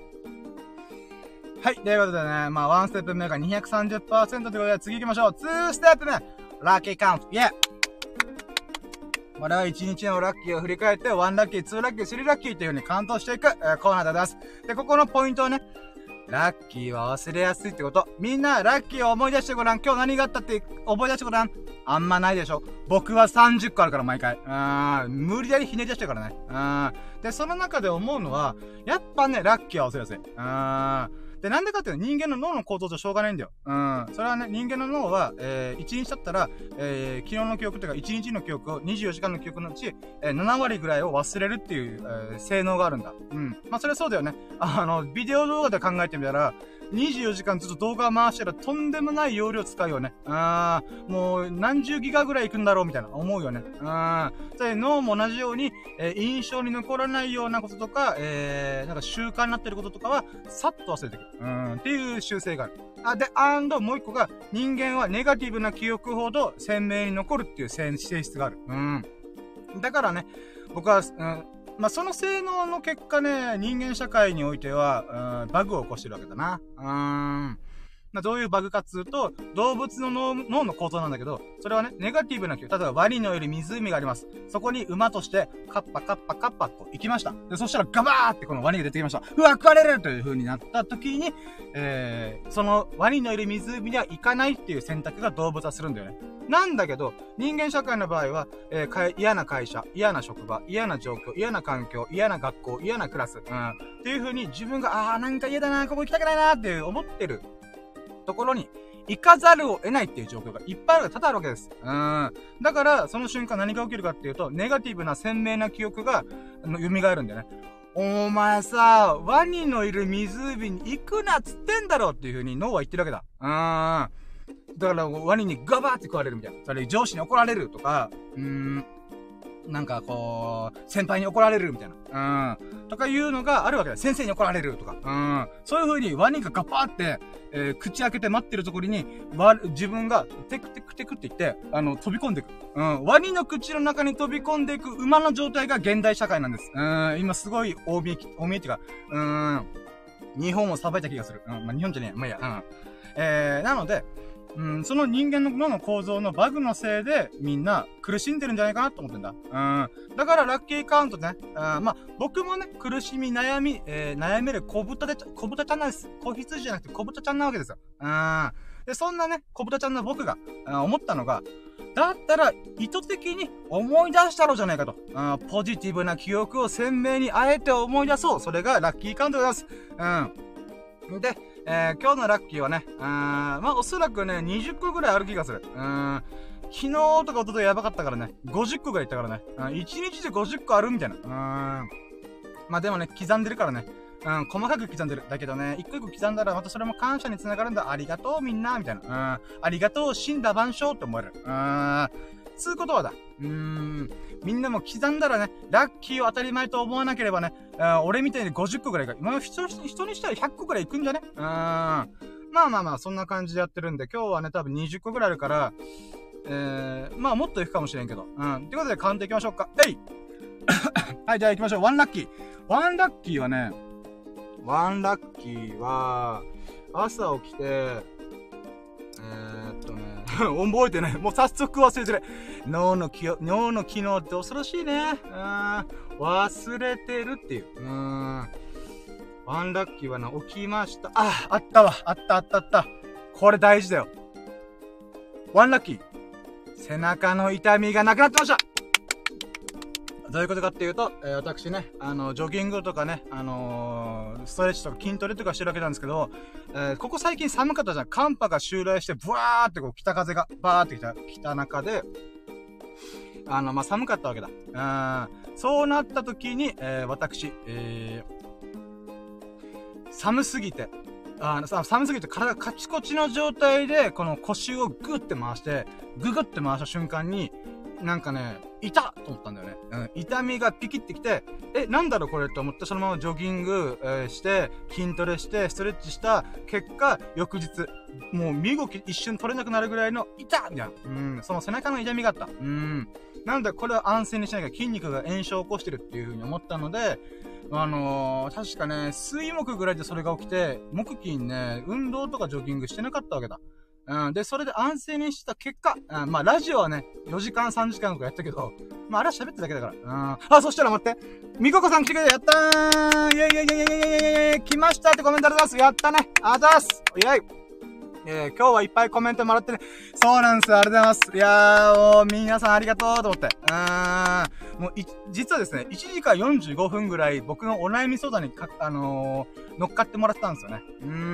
ということでね、1ステップ目が 230% ということで次行きましょう。2ステップ目ラッキーカウントイェイこれは1日のラッキーを振り返って、1ラッキー、2ラッキー、3ラッキーという風にカウントしていく、コーナーでございます。で、ここのポイントはね、ラッキーは忘れやすいってこと。みんな、ラッキーを思い出してごらん。今日何があったって思い出してごらん。あんまないでしょ。僕は30個あるから毎回。無理やりひねり出してるからね。で、その中で思うのは、やっぱね、ラッキーは忘れやすい。で、なんでかっていうと人間の脳の構造上しょうがないんだよ。それはね、人間の脳は、1日だったら、昨日の記憶というか、1日の記憶を、24時間の記憶のうち、7割ぐらいを忘れるっていう、性能があるんだ。それはそうだよね。ビデオ動画で考えてみたら、24時間ずっと動画回したらとんでもない容量使うよね。もう何十ギガぐらいいくんだろうみたいな思うよね。脳も同じように、印象に残らないようなこととか、なんか習慣になってることとかは、さっと忘れてくる。っていう習性がある。で、もう一個が、人間はネガティブな記憶ほど鮮明に残るっていう性質がある。だからね、僕は、その性能の結果ね、人間社会においては、バグを起こしてるわけだな。どういうバグかっつうと、動物の脳の構造なんだけど、それはね、ネガティブな記憶。例えば、ワニのいる湖があります。そこに馬として、カッパと行きました。で、そしたらガバーってこのワニが出てきました。うわ、食われるという風になった時に、そのワニのいる湖には行かないっていう選択が動物はするんだよね。なんだけど、人間社会の場合は、嫌な会社、嫌な職場、嫌な状況、嫌な環境、嫌な学校、嫌なクラス、っていう風に自分が、なんか嫌だな、ここ行きたくないなって思ってるところに行かざるを得ないっていう状況がいっぱいある、多々あるわけです。だから、その瞬間何が起きるかっていうと、ネガティブな鮮明な記憶が、蘇るんだよね。お前さ、ワニのいる湖に行くなっつってんだろっていう風に脳は言ってるわけだ。だから、ワニにガバーって食われるみたいな。それ上司に怒られるとか、なんかこう、先輩に怒られるみたいな。とかいうのがあるわけだ。先生に怒られるとか。そういう風にワニがガバーって、口開けて待ってるところに、自分がテクって言って、飛び込んでいく。ワニの口の中に飛び込んでいく馬の状態が現代社会なんです。今すごい大見えっていうか、日本を裁いた気がする。日本じゃねえ。いや、なので、その人間の脳の構造のバグのせいでみんな苦しんでるんじゃないかなと思ってんだ。だからラッキーカウントね。僕もね、苦しみ、悩める小豚ちゃんなんです。子羊じゃなくて小豚ちゃんなわけですよ。で、そんなね、小豚ちゃんの僕が、思ったのが、だったら意図的に思い出したろじゃないかと。ポジティブな記憶を鮮明にあえて思い出そう。それがラッキーカウントでございます。で、今日のラッキーはね、おそらくね、20個ぐらいある気がする。昨日とか一昨日やばかったからね、50個ぐらいいったからね、1日で50個あるみたいな。でもね、刻んでるからね、細かく刻んでる。だけどね、一個一個刻んだらまたそれも感謝につながるんだ。ありがとうみんな、みたいな。ありがとう、死んだ万象って思える。つうことはだ。みんなも刻んだらね、ラッキーを当たり前と思わなければね、俺みたいに50個ぐらいか。人にしたら100個ぐらいいくんじゃね？そんな感じでやってるんで、今日はね、多分20個ぐらいあるから、もっといくかもしれんけど。ってことでカウントいきましょうか。はい、じゃあ行きましょう。ワンラッキー。ワンラッキーは、朝起きて、覚えてない。もう早速忘れてる。脳の機能って恐ろしいね。忘れてるっていう。 ワンラッキーはな、起きました。あったわ。あった。これ大事だよ。ワンラッキー。背中の痛みがなくなってました。どういうことかっていうと、私ね、ジョギングとかね、ストレッチとか筋トレとかしてるわけなんですけど、ここ最近寒かったじゃん。寒波が襲来して、ブワーってこう、北風がバーって来た中で、寒かったわけだ。そうなった時に、私、寒すぎて体がカチコチの状態で、この腰をグって回して、ググって回した瞬間に、なんかね、痛っと思ったんだよね。痛みがピキってきて、なんだろうこれと思って、そのままジョギング、して、筋トレして、ストレッチした結果、翌日、もう身動き一瞬取れなくなるぐらいの痛っみたいな。その背中の痛みがあった。なんでこれは安静にしなきゃ筋肉が炎症を起こしてるっていう風に思ったので、確かね、水木ぐらいでそれが起きて、木金ね、運動とかジョギングしてなかったわけだ。で、それで安静にした結果、ラジオはね、4時間3時間とかやったけど、あれは喋っただけだから。そしたら待って。みここさん来てくれてやったーイェイイェイイェイイェイイェイイェイ来ましたってコメントありがとうございます。やったねあざーすイェイ今日はいっぱいコメントもらってね。そうなんですよ。ありがとうございます。いやー、もう皆さんありがとうと思って。もう実はですね、1時間45分ぐらい僕のお悩み相談に乗っかってもらったんですよね。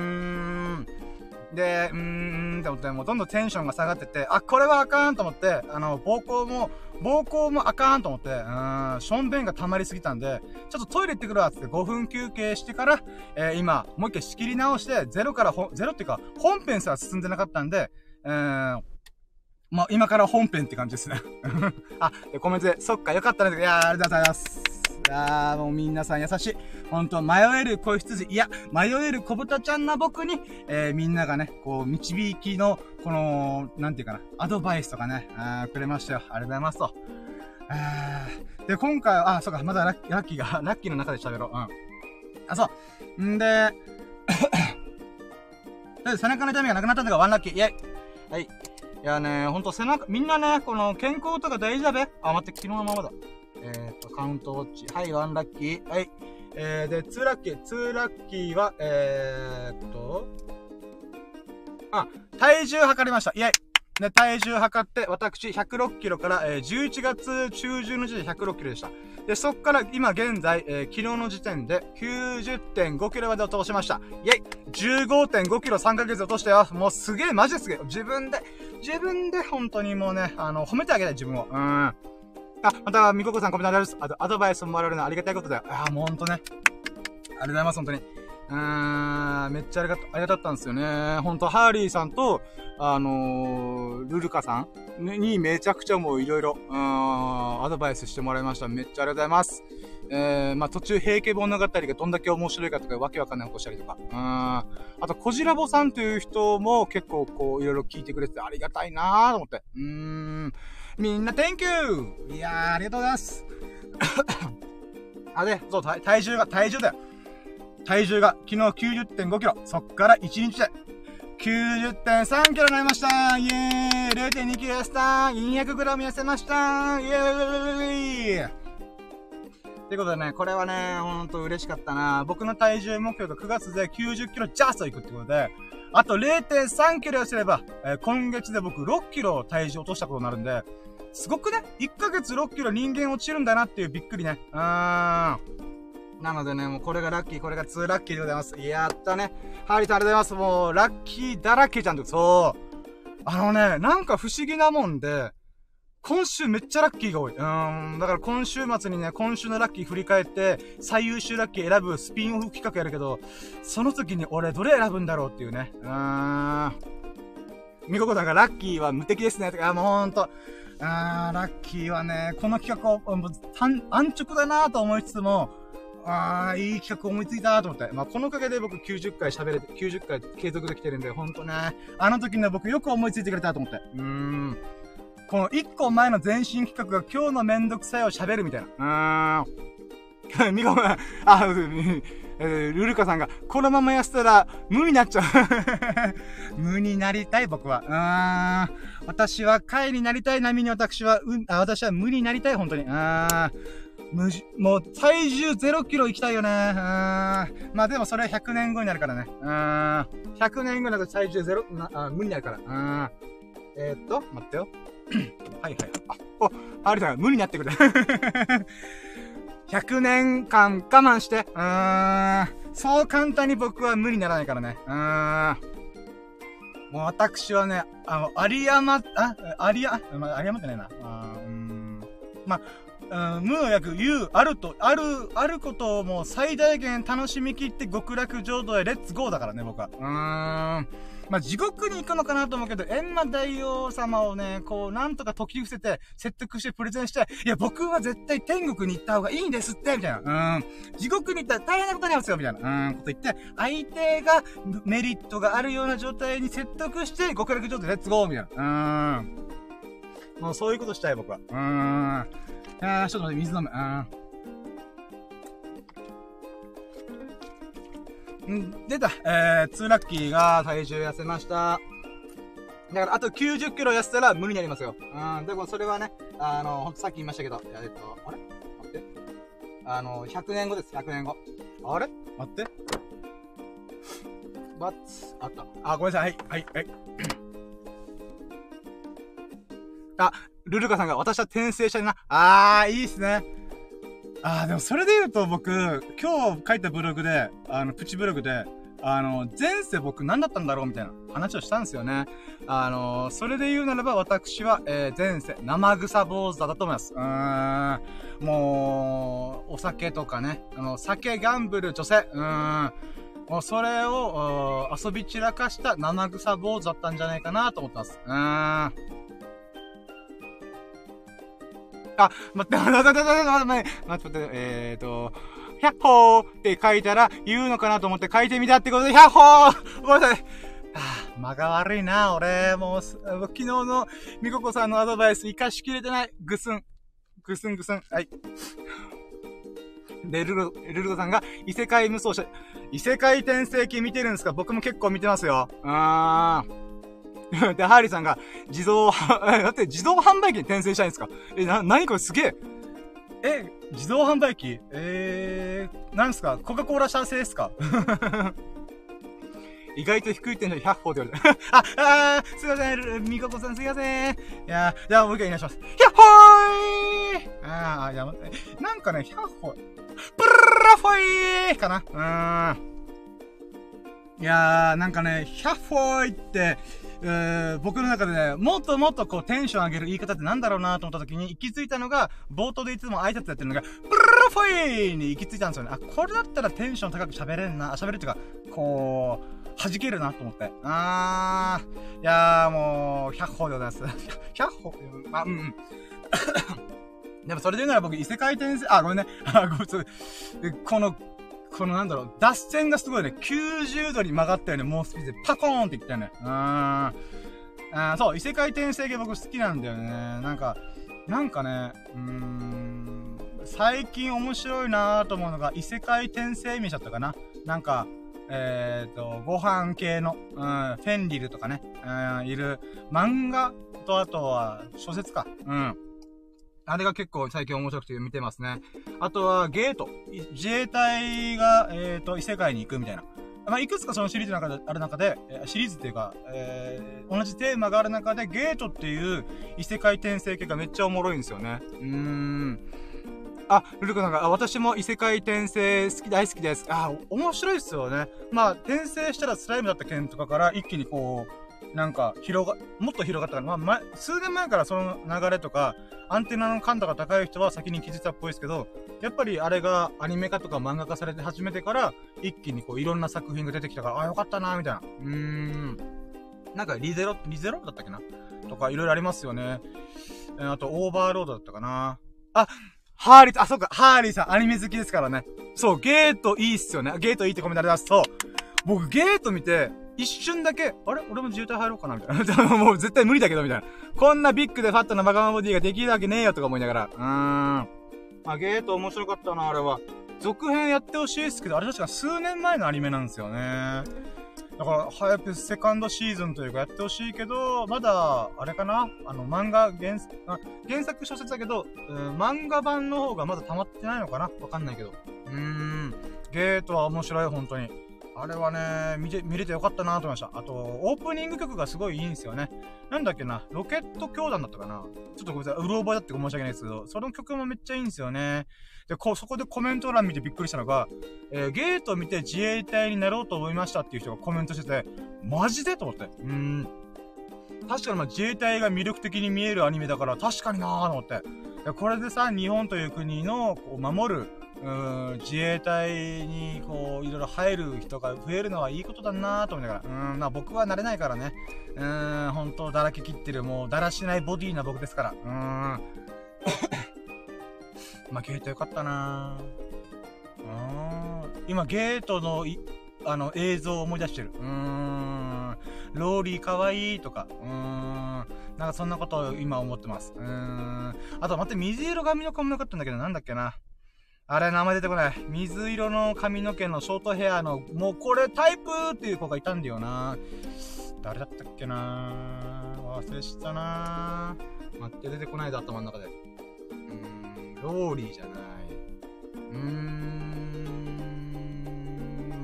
で、って思って、もうどんどんテンションが下がってて、これはあかんと思って、膀胱もあかんと思って、しょんべんが溜まりすぎたんで、ちょっとトイレ行ってくるわ、つって5分休憩してから、今、もう一回仕切り直して、ゼロっていうか、本編すら進んでなかったんで、今から本編って感じですね。で、コメントで、そっか、よかったね。いやー、ありがとうございます。もう皆さん優しい。ほんと、迷える子羊、迷える小豚ちゃんな僕に、みんながね、こう、導きの、この、なんていうかな、アドバイスとかね、くれましたよ。ありがとうございますと。で、今回は、そうか、まだラッキーの中で喋ろう。そう。んで、背中の痛みがなくなったのがワンラッキー。イェイはい。いやね、ほんと背中、みんなね、この健康とか大事だべ。待って、昨日のままだ。カウントウォッチ。はい、ワンラッキー。はい。で、ツーラッキーは、体重測りました。イェイで、体重測って、私、106キロから、11月中旬の時点で106キロでした。で、そっから、今現在、昨日の時点で、90.5 キロまで落としました。イェイ !15.5 キロ3ヶ月落としたよ。もうすげえ、マジですげえ。自分で、本当にもうね、褒めてあげたい、自分を。また、みここさんコメントありがとうございます。アドバイスももらえるのはありがたいことだよ。もうほんとね。ありがとうございます、ほんとに。めっちゃありがたかったんですよね。ほんと、ハーリーさんと、ルルカさんにめちゃくちゃもういろいろ、アドバイスしてもらいました。めっちゃありがとうございます。途中、平家物語がどんだけ面白いかとか、わけわかんない起こしたりとか。あと、コジラボさんという人も結構こう、いろいろ聞いてくれててありがたいなーと思って。みんな、Thank you! いやー、ありがとうございます。そう、体重だよ。体重が、昨日 90.5 キロ。そっから1日で、90.3 キロになりましたイエーイ !0.2 キロ痩せた200グラム痩せましたイエーイってことでね、これはね、ほんと嬉しかったな。僕の体重目標が9月で90キロジャストいくってことで、あと 0.3 キロ痩せれば、今月で僕6キロ体重落としたことになるんで、すごくね、1ヶ月6キロ人間落ちるんだなっていうびっくりね。なのでね、もうこれがラッキー、これが2ラッキーでございます。やったね。ハリーさんありがとうございます。もう、ラッキーだらけじゃんと。そう。なんか不思議なもんで、今週めっちゃラッキーが多い。だから今週末にね、今週のラッキー振り返って、最優秀ラッキー選ぶスピンオフ企画やるけど、その時に俺どれ選ぶんだろうっていうね。みここさんがラッキーは無敵ですね。もうほんと。ラッキーはね、この企画を、安直だなぁと思いつつも、いい企画思いついたと思って。このおかげで僕90回継続できてるんで、ほんとね。あの時には僕よく思いついてくれたと思って。この1個前の前進企画が今日のめんどくさいを喋るみたいな。みこが、ルルカさんが、このまま痩せたら、無になっちゃう。無になりたい、僕は。私は貝になりたい、波に私は無になりたい、本当に。 もう、体重0キロ行きたいよね。まあでもそれ100年後になるからね。100年後になると体重0、無理になるから。待ってよ。はいはい。ハリさんが無理になってくれ。100年間我慢して。そう簡単に僕は無理にならないからね。もう私はね、有り余ってないな。無の役あることをもう最大限楽しみきって極楽浄土へレッツゴーだからね、僕は。地獄に行くのかなと思うけど、閻魔大王様をね、こう、なんとか解き伏せて、説得してプレゼンして、いや、僕は絶対天国に行った方がいいんですって、みたいな。地獄に行ったら大変なことになりますよ、みたいな。こと言って、相手がメリットがあるような状態に説得して、極楽浄土レッツゴー、みたいな。もうそういうことしたい、僕は。ちょっと待って、水飲む。出た。2ラッキーが体重痩せました。だから、あと90キロ痩せたら無理になりますよ。でもそれはね、ほんとさっき言いましたけど、あれ待って。100年後です、100年後。あれ待って。あった。ごめんなさい。はい。ルルカさんが私は転生したいな。いいっすね。でもそれで言うと僕、今日書いたブログで、プチブログで、前世僕何だったんだろうみたいな話をしたんですよね。それで言うならば私は、前世、生臭坊主だったと思います。もう、お酒とかね、酒、ギャンブル、女性、もうそれを、遊び散らかした生臭坊主だったんじゃないかなと思ってます。待って、100歩って書いたら言うのかなと思って書いてみたってことで、100歩ごめんなさい。間が悪いな、俺。もう、昨日のみここさんのアドバイス活かしきれてない。ぐすん。はい。で、ルルゴさんが異世界無双者。異世界転生記見てるんですか？僕も結構見てますよ。で、ハーリーさんが、だって自動販売機に転生したいんですか？何これすげえ。自動販売機？何ですか？コカ・コーラ社製ですか？意外と低い点で100歩って言われて。すいません、みここさんすいません。じゃあもう一回お願いします。100歩ーい。じゃあ待って。なんかね、100歩。プルラフォイかな。いやー、なんかね、100歩いって、僕の中でね、もっともっとこうテンション上げる言い方ってなんだろうなと思った時に行き着いたのが、冒頭でいつも挨拶やってるのが、プルルフォイに行き着いたんですよね。これだったらテンション高く喋れるっていうか、こう、弾けるなと思って。いやーもう、100歩でございます。100歩でもそれで言うなら僕、異世界転生、ごめんね。このなんだろう、脱線がすごいね、90度に曲がったよね、もうスピードでパコーンっていったよね。そう、異世界転生系僕好きなんだよね。なんかね、最近面白いなーと思うのが、異世界転生見ちゃったかな。なんか、ご飯系の、フェンリルとかね、いる漫画とあとは小説か。あれが結構最近面白くて見てますね。あとはゲート。自衛隊が、異世界に行くみたいな。いくつかそのシリーズの中で、ある中で、シリーズっていうか、同じテーマがある中で、ゲートっていう異世界転生系がめっちゃおもろいんですよね。ルルクさんが、私も異世界転生大好きです。面白いっすよね。転生したらスライムだった件とかから一気にこう、なんかもっと広がったから、数年前からその流れとか、アンテナの感度が高い人は先に気づいたっぽいですけど、やっぱりあれがアニメ化とか漫画化されて始めてから、一気にこういろんな作品が出てきたから、よかったなみたいな。なんかリゼロだったっけなとかいろいろありますよね。あとオーバーロードだったかな。ハーリーさんアニメ好きですからね。そう、ゲートいいっすよね。ゲートいいってコメントあります。そう。僕ゲート見て、一瞬だけ、俺も自衛隊入ろうかなみたいな。もう絶対無理だけど、みたいな。こんなビッグでファットなバカマボディができるわけねえよとか思いながら。ゲート面白かったな、あれは。続編やってほしいですけど、あれ確か数年前のアニメなんですよね。 だから、早くセカンドシーズンというかやってほしいけど、まだ、あれかな漫画、原作小説だけど、漫画版の方がまだ溜まってないのかなわかんないけど。ゲートは面白い、本当に。あれはね、見れてよかったなと思いました。あと、オープニング曲がすごいいいんですよね。なんだっけな、ロケット教団だったかな。ちょっとごめんなさい、うろ覚えだって申し訳ないですけど、その曲もめっちゃいいんですよね。で、そこでコメント欄見てびっくりしたのが、ゲート見て自衛隊になろうと思いましたっていう人がコメントしてて、マジでと思って。確かに自衛隊が魅力的に見えるアニメだから確かになーと思って。でこれでさ、日本という国のこう守る、自衛隊にこういろいろ入る人が増えるのはいいことだなーと思いながら。まあ僕は慣れないからね。本当だらけ切ってる、もうだらしないボディな僕ですから。まあゲートよかったなー。今ゲートの映像を思い出してる。ローリーかわいいとか。なんかそんなことを今思ってます。あと待って、水色髪の子もよかったんだけど、なんだっけな。あれ、名前出てこない。水色の髪の毛のショートヘアの、もうこれタイプっていう子がいたんだよな。誰だったっけな。忘れしたな。待って、出てこないだ、頭の中で。ローリーじゃない。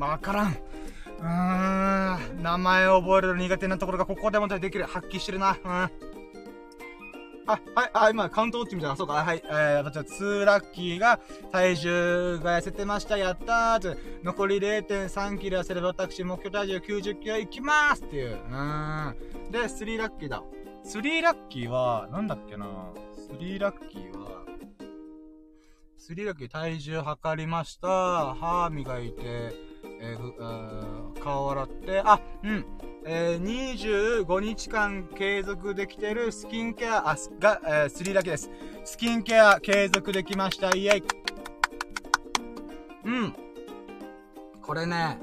わからん。名前を覚えるの苦手なところがここでもできる。発揮してるな。今、カウントウォッチみたいな。そうか、はい。2ラッキーが、体重が痩せてました。やったーって。残り 0.3 キロ痩せれば私、目標体重90キロいきまーすっていう。で、3ラッキーだ。3ラッキーは、なんだっけな。3ラッキー体重測りました。歯磨いて、顔洗って、25日間継続できてるスキンケア、3ラッキーです。スキンケア継続できました。イェイ。これね、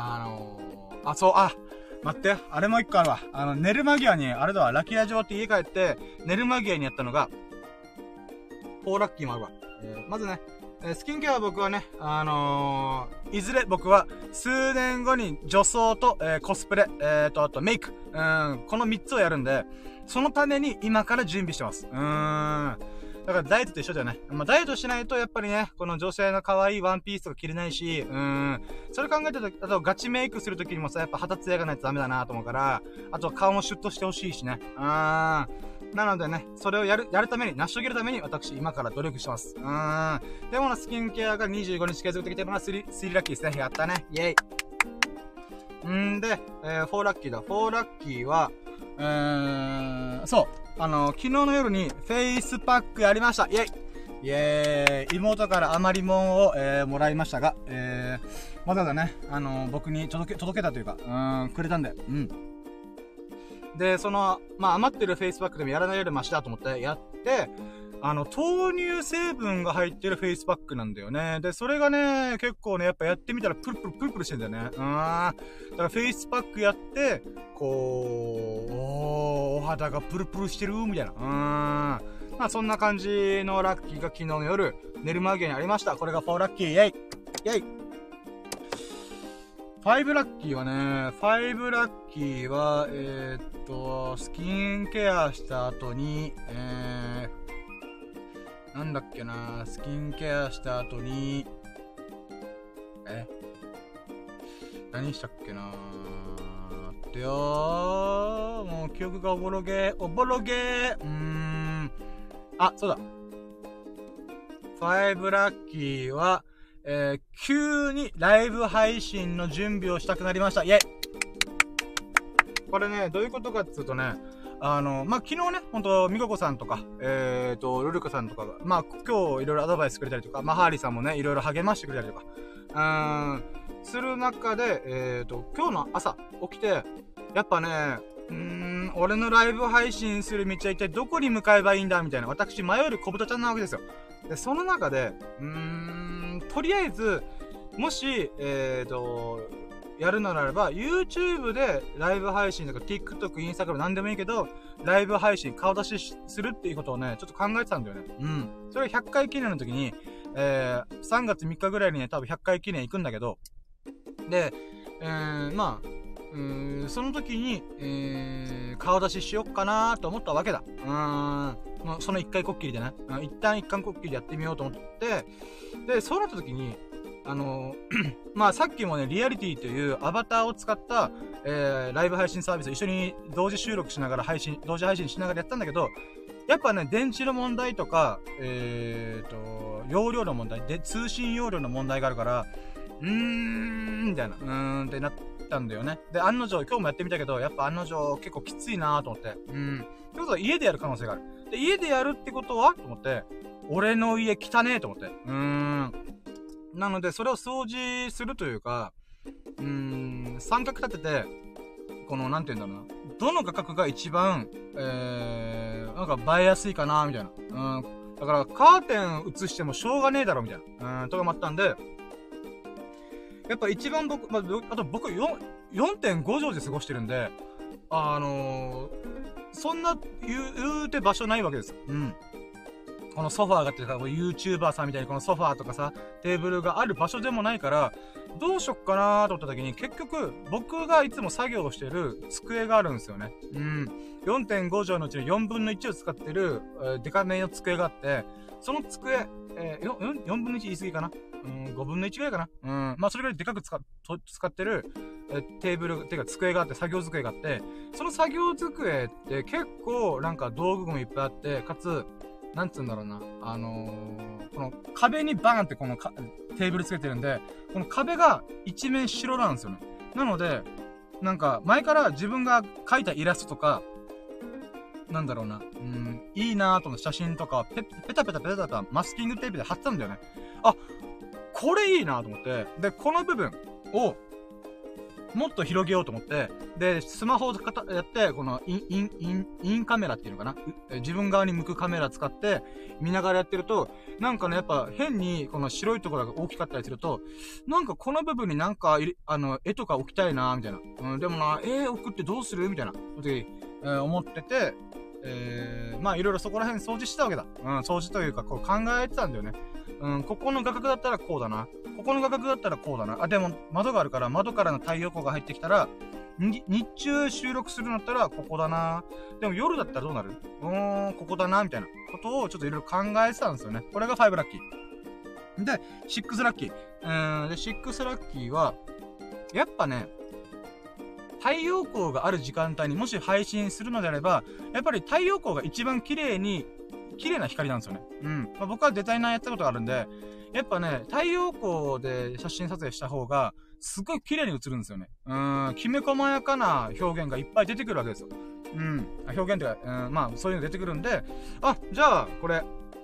待って、あれも一個あるわ。寝る間際に、あれだわ、ラッキーラジオって家帰って、寝る間際にやったのが、4ラッキーもあるわ。まずね、スキンケアは僕はね、いずれ僕は数年後に女装と、コスプレ、あとメイク、この3つをやるんで、そのために今から準備してます。だからダイエットと一緒じゃない。ダイエットしないとやっぱりね、この女性の可愛いワンピースとか着れないし、それ考えてると、あとガチメイクするときにもさ、やっぱ肌ツヤがないとダメだなと思うから、あと顔もシュッとしてほしいしね。なのでね、それをやるために、成し遂げるために、私、今から努力してます。でもスキンケアが25日継続できてるのが3ラッキーですね。やったね。イェイ。で、4ラッキーだ。4ラッキーは、そう。昨日の夜に、フェイスパックやりました。イェイ。妹から余りもんを、もらいましたが、わざわざね、僕に届けたというか、くれたんで、で、余ってるフェイスパックでもやらないよりマシだと思ってやって、豆乳成分が入ってるフェイスパックなんだよね。で、それがね、結構ね、やっぱやってみたらプルプルしてんだよね。だからフェイスパックやって、お肌がプルプルしてるみたいな。まあそんな感じのラッキーが昨日の夜、寝る間際にありました。これが4ラッキー、イェイ5ラッキーはね、5ラッキーは、スキンケアした後に、なんだっけな、スキンケアした後に、何したっけなってよー、もう記憶がおぼろげー。そうだ。5ラッキーは、急にライブ配信の準備をしたくなりました。イェイ。これね、どういうことかっていうとね、昨日ね、ほんと、みここさんとか、ルルカさんとかが、今日いろいろアドバイスくれたりとか、ハーリーさんもね、いろいろ励ましてくれたりとか、する中で、今日の朝起きて、やっぱね、俺のライブ配信する道は一体どこに向かえばいいんだみたいな、私迷える小豚ちゃんなわけですよ。で、その中で、とりあえず、もし、やるのならば、YouTube でライブ配信とか TikTok、Instagram なんでもいいけど、ライブ配信顔出しするっていうことをね、ちょっと考えてたんだよね。それ100回記念の時に、3月3日ぐらいにね、多分100回記念行くんだけど、で、 その時に、顔出ししよっかなと思ったわけだ。もうその一回こっきりでね。一旦こっきりでやってみようと思って、で、そうなった時に、まあさっきもね、リアリティというアバターを使った、ライブ配信サービスを一緒に同時収録しながら同時配信しながらやったんだけど、やっぱね、電池の問題とか、容量の問題、で、通信容量の問題があるから、みたいな、ってなったんだよね。で、案の定、今日もやってみたけど、やっぱ案の定結構きついなと思って。ってことは家でやる可能性がある。で、家でやるってことはと思って、俺の家汚ねえと思って。なので、それを掃除するというか、三角立てて、この、なんて言うんだろうな。どの画角が一番、なんか映えやすいかなみたいな。だから、カーテン映してもしょうがねえだろみたいな。とかもあったんで、やっぱ一番僕、あと僕4.5 畳で過ごしてるんで、そんな言うて場所ないわけですよ。このソファーがっていうか、YouTuber さんみたいにこのソファーとかさ、テーブルがある場所でもないから、どうしよっかなーと思った時に、結局、僕がいつも作業をしてる机があるんですよね。4.5 畳のうちの4分の1を使ってる、デカめの机があって、その机、4分の1言い過ぎかな5分の1ぐらいかなまあそれぐらいでかく使ってる、テーブル、っていうか机があって、作業机があって、その作業机って結構なんか道具もいっぱいあって、かつ、なんつうんだろうな。この壁にバーンってこのテーブルつけてるんで、この壁が一面白なんですよね。なので、なんか前から自分が描いたイラストとか、なんだろうな。いいなーとの写真とかペタペタマスキングテープで貼ってたんだよね。あ、これいいなと思って。で、この部分を、もっと広げようと思って、で、スマホをやって、このインカメラっていうのかな自分側に向くカメラ使って、見ながらやってると、なんかね、やっぱ変に、この白いところが大きかったりすると、なんかこの部分になんか、絵とか置きたいなみたいな。でもな、置くってどうするみたいな。思ってて、まあいろいろそこら辺掃除してたわけだ。掃除というか、こう考えてたんだよね。ここの画角だったらこうだな。ここの画角だったらこうだな。あ、でも窓があるから、窓からの太陽光が入ってきたら、日中収録するんだったらここだな。でも夜だったらどうなる？ここだな、みたいなことをちょっといろいろ考えてたんですよね。これが5ラッキー。で、6ラッキー。で、6ラッキーは、やっぱね、太陽光がある時間帯にもし配信するのであれば、やっぱり太陽光が一番綺麗な光なんですよね。僕はデザイナーやったことがあるんで、やっぱね、太陽光で写真撮影した方が、すごい綺麗に映るんですよね。きめ細やかな表現がいっぱい出てくるわけですよ。表現というか、まあ、そういうの出てくるんで、あ、じゃあ、これ、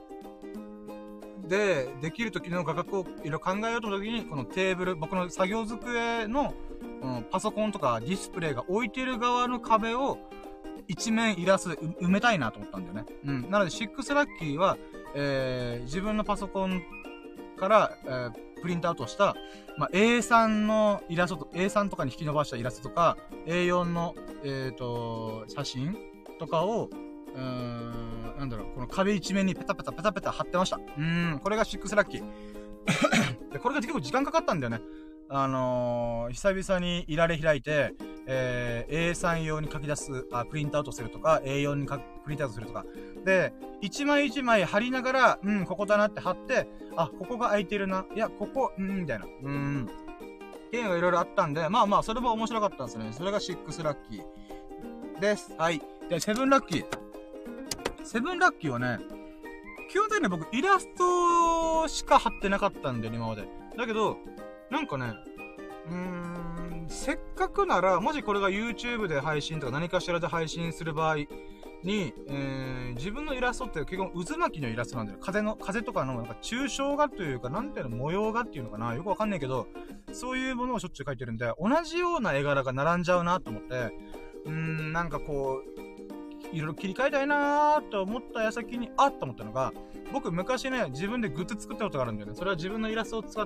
できる時の画角をいろいろ考えようと思った時に、このテーブル、僕の作業机の、パソコンとかディスプレイが置いてる側の壁を、一面埋めたいなと思ったんだよね。なので、6ラッキーは、自分のパソコンから、プリントアウトした、まあ、A3 のイラストと、A3 とかに引き伸ばしたイラストとか、A4 の、写真とかを、なんだろう、この壁一面にペタペタ貼ってました。これが6ラッキー。で、これが結構時間かかったんだよね。久々にいられ開いて、A3 用に書き出す、プリントアウトするとか、A4 にプリントアウトするとか。で、一枚一枚貼りながら、ここだなって貼って、あ、ここが空いてるな。いや、ここ、みたいな。っていうのがいろいろあったんで、まあまあ、それも面白かったんですね。それが6ラッキーです。はい。で、7ラッキー。7ラッキーはね、基本的に僕、イラストしか貼ってなかったんで、今まで。だけど、なんかね、せっかくなら、もしこれが YouTube で配信とか何かしらで配信する場合に、自分のイラストって結構渦巻きのイラストなんだよ。風とかのなんか抽象画というか、なんていうの、模様画っていうのかな、よくわかんないけど、そういうものをしょっちゅう描いてるんで、同じような絵柄が並んじゃうなと思って、なんかこう、いろいろ切り替えたいなーと思った矢先に、と思ったのが、僕昔ね、自分でグッズ作ったことがあるんだよね。それは自分のイラストを使って、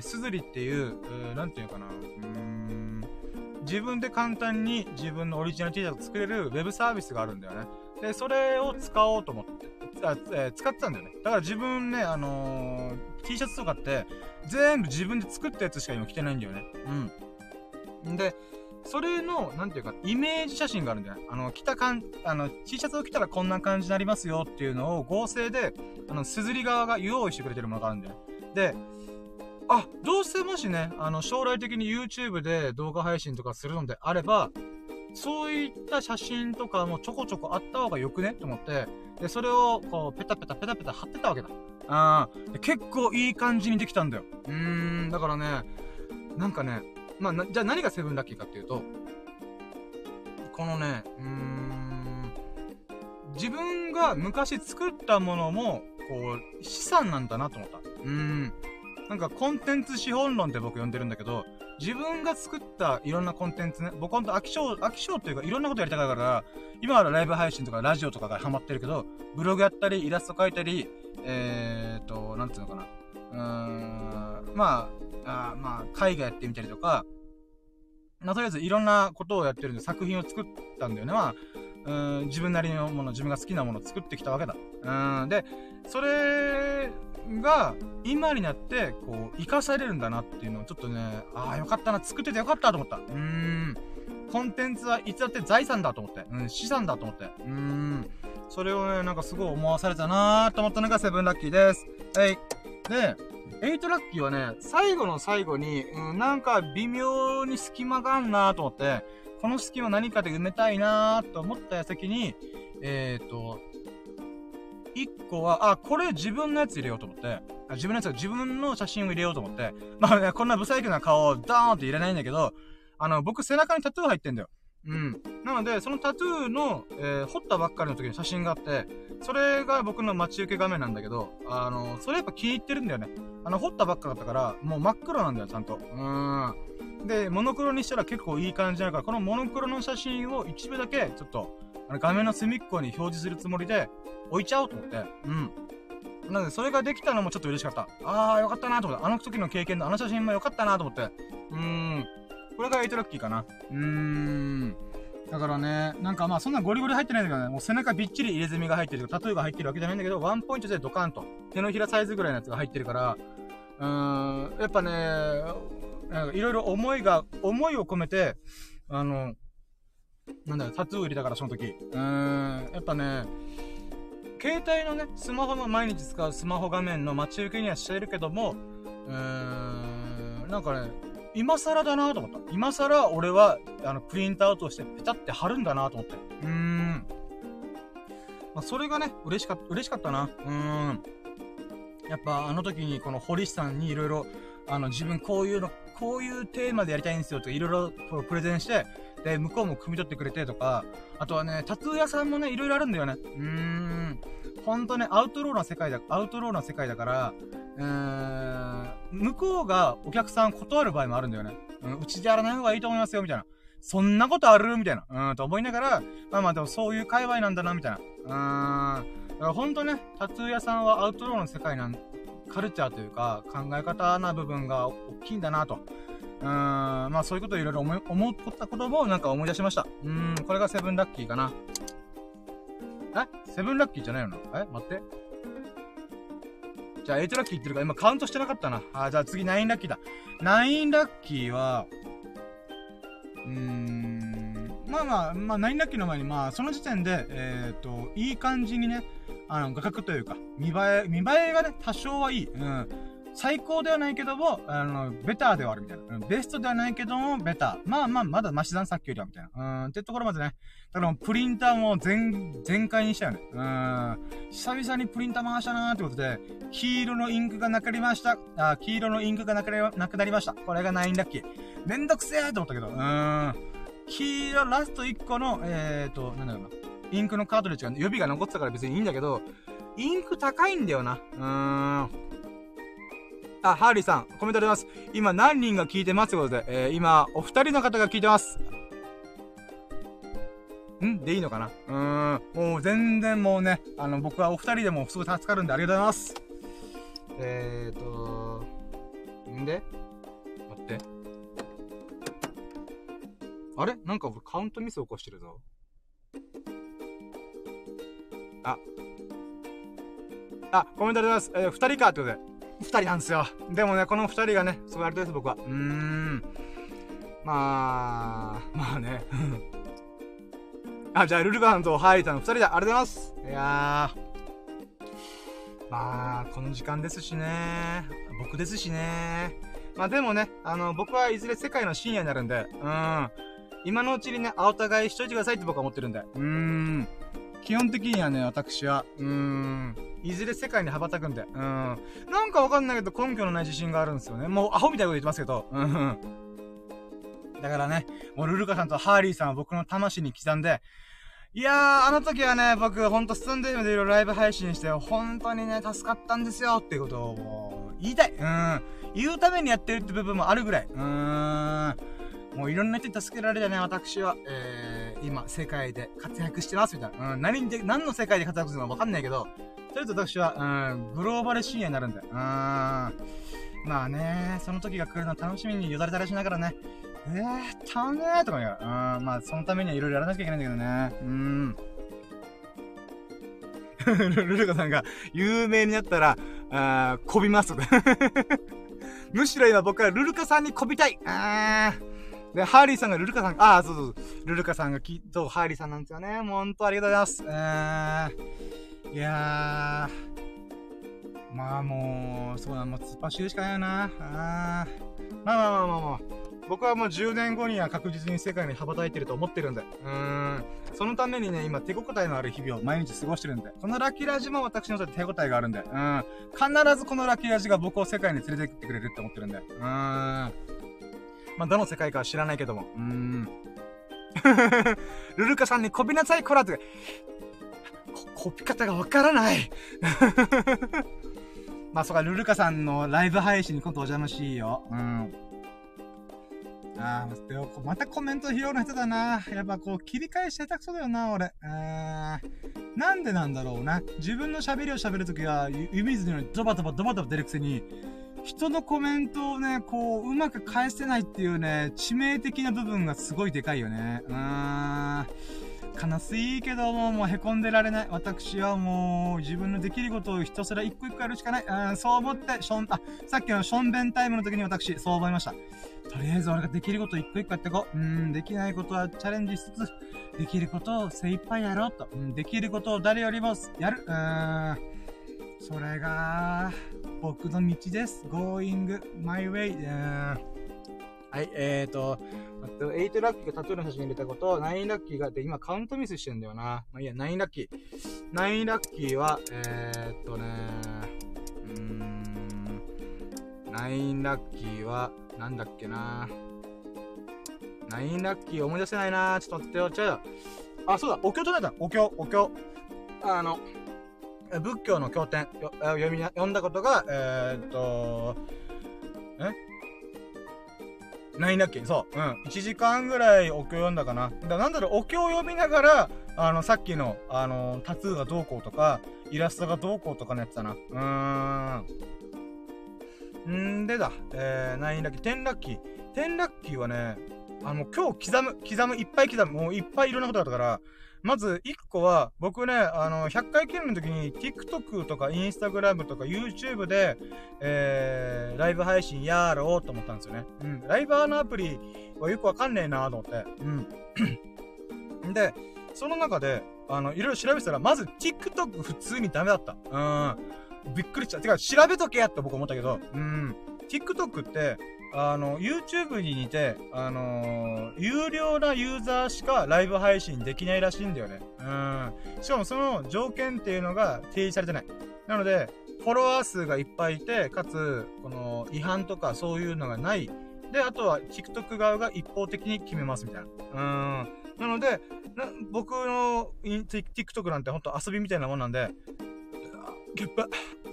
すずりっていう、なんていうかな、自分で簡単に自分のオリジナル T シャツを作れるウェブサービスがあるんだよね。で、それを使おうと思って、使ってたんだよね。だから自分ね、T シャツとかって、全部自分で作ったやつしか今着てないんだよね。で、 それの、なんていうか、イメージ写真があるんだよね。T シャツを着たらこんな感じになりますよっていうのを合成で、すずり側が用意してくれてるものがあるんだよね。で、どうせもしね、将来的に YouTube で動画配信とかするのであれば、そういった写真とかもちょこちょこあった方がよくねと思って、で、それを、こう、ペタペタ貼ってたわけだ。で結構いい感じにできたんだよ。だからね、なんかね、じゃあ何がセブンラッキーかっていうと、このね、自分が昔作ったものも、こう、資産なんだなと思った。なんかコンテンツ資本論って僕呼んでるんだけど、自分が作ったいろんなコンテンツね、僕ほんと飽き性っていうかいろんなことやりたがるから、今はライブ配信とかラジオとかがハマってるけど、ブログやったり、イラスト描いたり、なんていうのかな。絵画やってみたりとか、とりあえずいろんなことをやってるんで作品を作ったんだよね。自分なりのもの、自分が好きなものを作ってきたわけだ。で、それが、今になって、こう、活かされるんだなっていうのをちょっとね、よかったな、作っててよかったと思った。コンテンツはいつだって財産だと思って。資産だと思って。それをね、なんかすごい思わされたなーと思ったのがセブンラッキーです。はい。で、8ラッキーはね、最後の最後に、なんか微妙に隙間があんなーと思って、この隙間何かで埋めたいなーと思った矢先に、一個は、これ自分のやつ入れようと思って、自分の写真を入れようと思って、こんなブサイクな顔をドーンって入れないんだけど、僕背中にタトゥー入ってんだよ。なので、そのタトゥーの、彫ったばっかりの時に写真があって、それが僕の待ち受け画面なんだけど、それやっぱ気に入ってるんだよね。彫ったばっかだったから、もう真っ黒なんだよ、ちゃんと。で、モノクロにしたら結構いい感じだから、このモノクロの写真を一部だけ、ちょっと、画面の隅っこに表示するつもりで、置いちゃおうと思って。なので、それができたのもちょっと嬉しかった。よかったなと思って。あの時の経験のあの写真もよかったなと思って。これが8ラッキーかな。だからね、なんかそんなゴリゴリ入ってないんだけどね、もう背中びっちり入れ墨が入ってるとか、タトゥーが入ってるわけじゃないんだけど、ワンポイントでドカンと、手のひらサイズぐらいのやつが入ってるから、やっぱね、いろいろ思いを込めて、なんだよ、タトゥー入れたから、その時。やっぱね、携帯のね、スマホの毎日使うスマホ画面の待ち受けにはしてるけども、なんかね、今更だなと思った。今更俺は、プリントアウトしてペタって貼るんだなと思って。それがね、嬉しかったな。やっぱあの時にこの堀さんにいろいろ、自分こういうテーマでやりたいんですよっていろいろプレゼンして、で、向こうも汲み取ってくれてとか、あとはね、タトゥー屋さんもね、いろいろあるんだよね。ほんとね、アウトローな世界だから、向こうがお客さん断る場合もあるんだよね。うちでやらない方がいいと思いますよ、みたいな。そんなことあるみたいな。と思いながら、でもそういう界隈なんだな、みたいな。だからほんとね、タトゥー屋さんはアウトローの世界カルチャーというか、考え方な部分が大きいんだなと。そういうことをいろいろ思ったこともなんか思い出しました。これがセブンラッキーかな。セブンラッキーじゃないの？待って。じゃあ8ラッキー言ってるから今カウントしてなかったな。じゃあ次9ラッキーだ。9ラッキーは、9ラッキーの前にその時点で、いい感じにね、画角というか、見栄えがね、多少はいい。最高ではないけども、ベターではあるみたいな。ベストではないけども、ベター。まだマシだんさっきよりは、みたいな。ってところまでね。だからプリンターも全開にしたよね。久々にプリンター回したなーってことで、黄色のインクがなくなりました。黄色のインクがなくなりました。これが9ラッキー。めんどくせーと思ったけど、黄色ラスト1個の、なんだろうな。インクのカートリッジが、予備が残ってたから別にいいんだけど、インク高いんだよな。ハーリーさん、コメントあります。今何人が聞いてますということで、今、お二人の方が聞いてます。でいいのかなもう全然もうね、僕はお二人でもすごい助かるんでありがとうございます。で待って。あれなんか俺カウントミス起こしてるぞ。コメントありがとうございます。二人かってことで。二人なんですよ。でもね、この二人がね、すごいありがたいです、僕は。 まあね。あ、じゃあ、ルルカさんとハーリーさんの二人で、ありがとうございます。いやまあ、この時間ですしね。僕ですしね。まあでもね、僕はいずれ世界の深夜になるんで、今のうちにね、お互いしといてくださいって僕は思ってるんで。基本的にはね、私は、いずれ世界に羽ばたくんで、なんかわかんないけど根拠のない自信があるんですよね。もうアホみたいなこと言ってますけど、だからね、もうルルカさんとハーリーさんは僕の魂に刻んで、いやー、あの時はね、僕、ほんとスタンド FM でいろいろライブ配信して、本当にね、助かったんですよっていうことをもう言いたい。言うためにやってるって部分もあるぐらい。もういろんな人に助けられたね、私は、今、世界で活躍してます、みたいな。何の世界で活躍するのかわかんないけど、とりあえず私は、グローバル深夜になるんで。まあね、その時が来るの楽しみによだれたらしながらね、たねーとか言う。まあ、そのためにはいろいろやらなきゃいけないんだけどね。ルルカさんが有名になったら、こびます。むしろ今僕はルルカさんにこびたい。で、ハーリーさんがルルカさん、そう。ルルカさんがきっとハーリーさんなんですよね。もうほんとありがとうございます。いやー。まあもう、そうだ、もう突っ走るしかないよな。まあ。僕はもう10年後には確実に世界に羽ばたいてると思ってるんで。そのためにね、今手応えのある日々を毎日過ごしてるんで。このラッキーラジも私の手応えがあるんで。必ずこのラッキーラジが僕を世界に連れてってくれるって思ってるんで。まあ、どの世界かは知らないけども。ルルカさんにこびなさい、こらって。こび方がわからない。まあ、そうか、ルルカさんのライブ配信に今度お邪魔しいよ。またコメント拾うの人だな。やっぱこう切り返し下手くそだよな、俺。なんでなんだろうな。自分の喋りを喋るときは、湯水のようにドバドバ出るくせに、人のコメントをね、こう、うまく返せないっていうね、致命的な部分がすごいでかいよね。悲しいけどもう凹んでられない。私はもう、自分のできることをひたすら一個一個やるしかない。そう思って、さっきのションベンタイムの時に私、そう思いました。とりあえず俺ができることを一個一個やっていこう。できないことはチャレンジしつつ、できることを精一杯やろうと。できることを誰よりもやる。それが、僕の道です。going my way。はい、8ラッキーがタトゥーの写真入れたこと、9ラッキーがあって、今カウントミスしてんだよな。まあいいや、9ラッキー。9ラッキーは、9ラッキーは、なんだっけな。9ラッキー思い出せないな。ちょっと待ってよ、そうだ、お経唱えた。お経。仏教の経典、読んだことが、9ラッキー、そう。1時間ぐらいお経読んだかな。お経を読みながら、さっきの、タトゥーがどうこうとか、イラストがどうこうとかのやつだな。でだ、9ラッキー、10ラッキー。10ラッキーはね、今日刻む、いっぱい刻む。もういっぱいいろんなことだったから、まず、1個は、僕ね、100回記念の時に、TikTok とか Instagram とか YouTube で、ライブ配信やろうと思ったんですよね。ライバーのアプリはよくわかんねえなと思って。で、その中で、いろいろ調べてたら、まず TikTok 普通にダメだった。びっくりした。てか、調べとけやって僕思ったけど、TikTok って、YouTube に似て、有料なユーザーしかライブ配信できないらしいんだよね。しかもその条件っていうのが提示されてない。なので、フォロワー数がいっぱいいて、かつ、この違反とかそういうのがない。で、あとは TikTok 側が一方的に決めますみたいな。なので、僕の TikTok なんてほんと遊びみたいなもんなんで、ゲップ。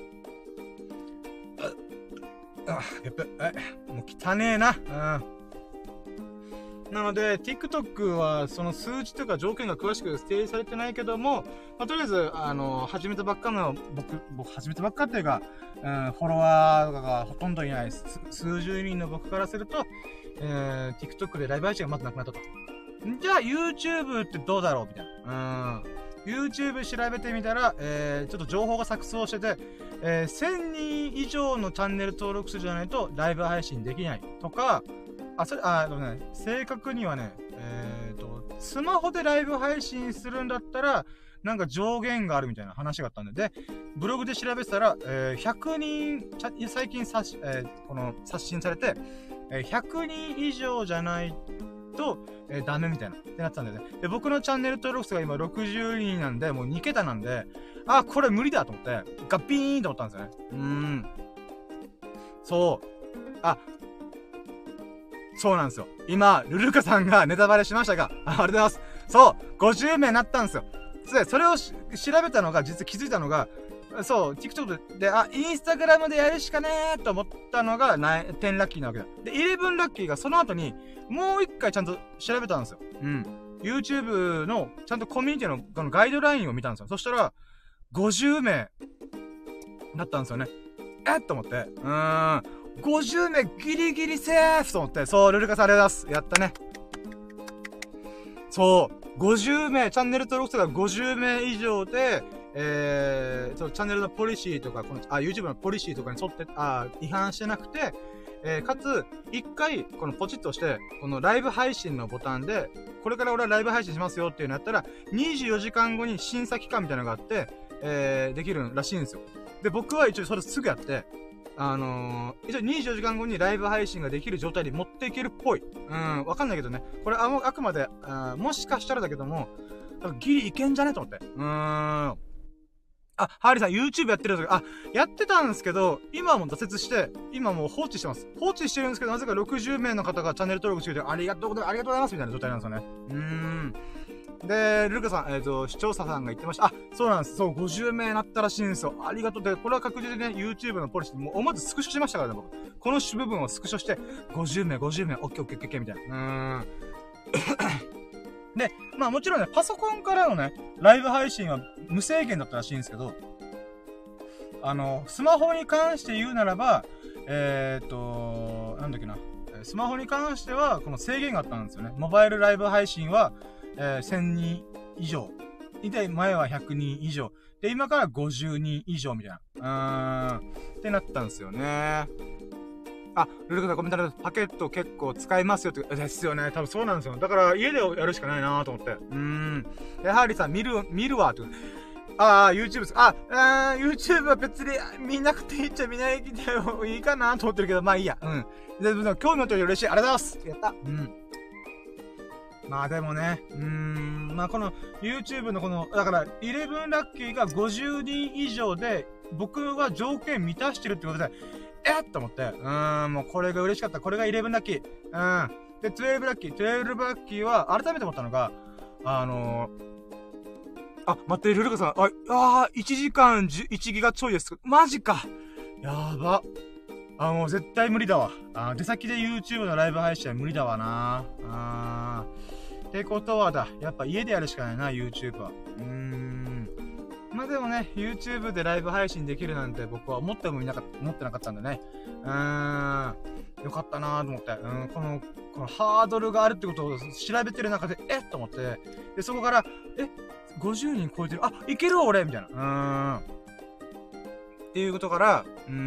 ゲップ。もう汚ねえな。なので、TikTok はその数値とか条件が詳しく指定されてないけども、とりあえず、始めたばっかの、僕始めたばっかっていうか、フォロワーがほとんどいない数十人の僕からすると、TikTok でライブ配信がまずなくなったと。じゃあ YouTube ってどうだろうみたいな。YouTube 調べてみたら、ちょっと情報が錯綜してて、1000人以上のチャンネル登録数じゃないとライブ配信できないとか、 正確にはね、スマホでライブ配信するんだったら、なんか上限があるみたいな話があったんで、ブログで調べてたら、100人、最近この刷新されて、100人以上じゃないと、ダメみたいな、ってなってたんだよね。で、僕のチャンネル登録数が今60人なんで、もう2桁なんで、これ無理だと思って、ガピーンと思ったんですよね。そう。そうなんですよ。今、ルルカさんがネタバレしましたが、ありがとうございます。そう、50名になったんですよ。それを調べたのが、実は気づいたのが、そう、TikTok で、インスタグラムでやるしかねーと思ったのが、10ラッキーなわけだ。で、11ラッキーがその後に、もう一回ちゃんと調べたんですよ。YouTube の、ちゃんとコミュニティのこのガイドラインを見たんですよ。そしたら、50名、だったんですよね。と思って。50名ギリギリセーフと思って。そう、ルルカさんありがとうございます。やったね。そう、50名、チャンネル登録者が50名以上で、そう、チャンネルのポリシーとか、YouTube のポリシーとかに沿って、違反してなくて、かつ、一回、このポチッとして、このライブ配信のボタンで、これから俺はライブ配信しますよっていうのやったら、24時間後に審査期間みたいなのがあって、できるらしいんですよ。で、僕は一応それすぐやって、一応24時間後にライブ配信ができる状態に持っていけるっぽい。わかんないけどね。これあくまで、もしかしたらだけども、ギリいけんじゃねと思って。ハーリーさん YouTube やってる時、やってたんですけど、今はもう挫折して、今もう放置してます。放置してるんですけど、なぜか60名の方がチャンネル登録してくれて、ありがとうございますみたいな状態なんですよね。で、ルカさん、視聴者さんが言ってました。そうなんです。そう、50名なったらしいんですよ。ありがとう。で、これは確実にね、YouTube のポリシー、もう思わずスクショしましたからね、僕。この部分をスクショして、50名、オッケー、オッケー、みたいな。で、まあもちろんね、パソコンからのね、ライブ配信は無制限だったらしいんですけど、スマホに関して言うならば、なんだっけな。スマホに関しては、この制限があったんですよね。モバイルライブ配信は、1000人以上。で、前は100人以上。で、今から50人以上みたいな。ってなったんですよね。ルルクさんコメントでパケット結構使いますよって、ですよね。多分そうなんですよ。だから家でやるしかないなと思って。で、ハーリーさん見るわって。YouTube YouTube は別に見なくていいっちゃ見ないでいいかなと思ってるけど、まあいいや。で、興味持ってるよ嬉しい。ありがとうございます。やった。まあでもね、まあこの YouTube のだから11ラッキーが50人以上で、僕は条件満たしてるってことで、と思って、もうこれが嬉しかった。これが11ラッキー。で、12ラッキーは、改めて思ったのが、待って、ルルカさん、1時間1ギガちょいです。マジか。やば。もう絶対無理だわ。出先で YouTube のライブ配信は無理だわな。ってことはだ。やっぱ家でやるしかないな、YouTube は。まあでもね、YouTube でライブ配信できるなんて僕は思ってなかったんでね。よかったなーと思って。このハードルがあるってことを調べてる中で、と思って。で、そこから、50人超えてる。いけるわ、俺みたいな。っていうことから、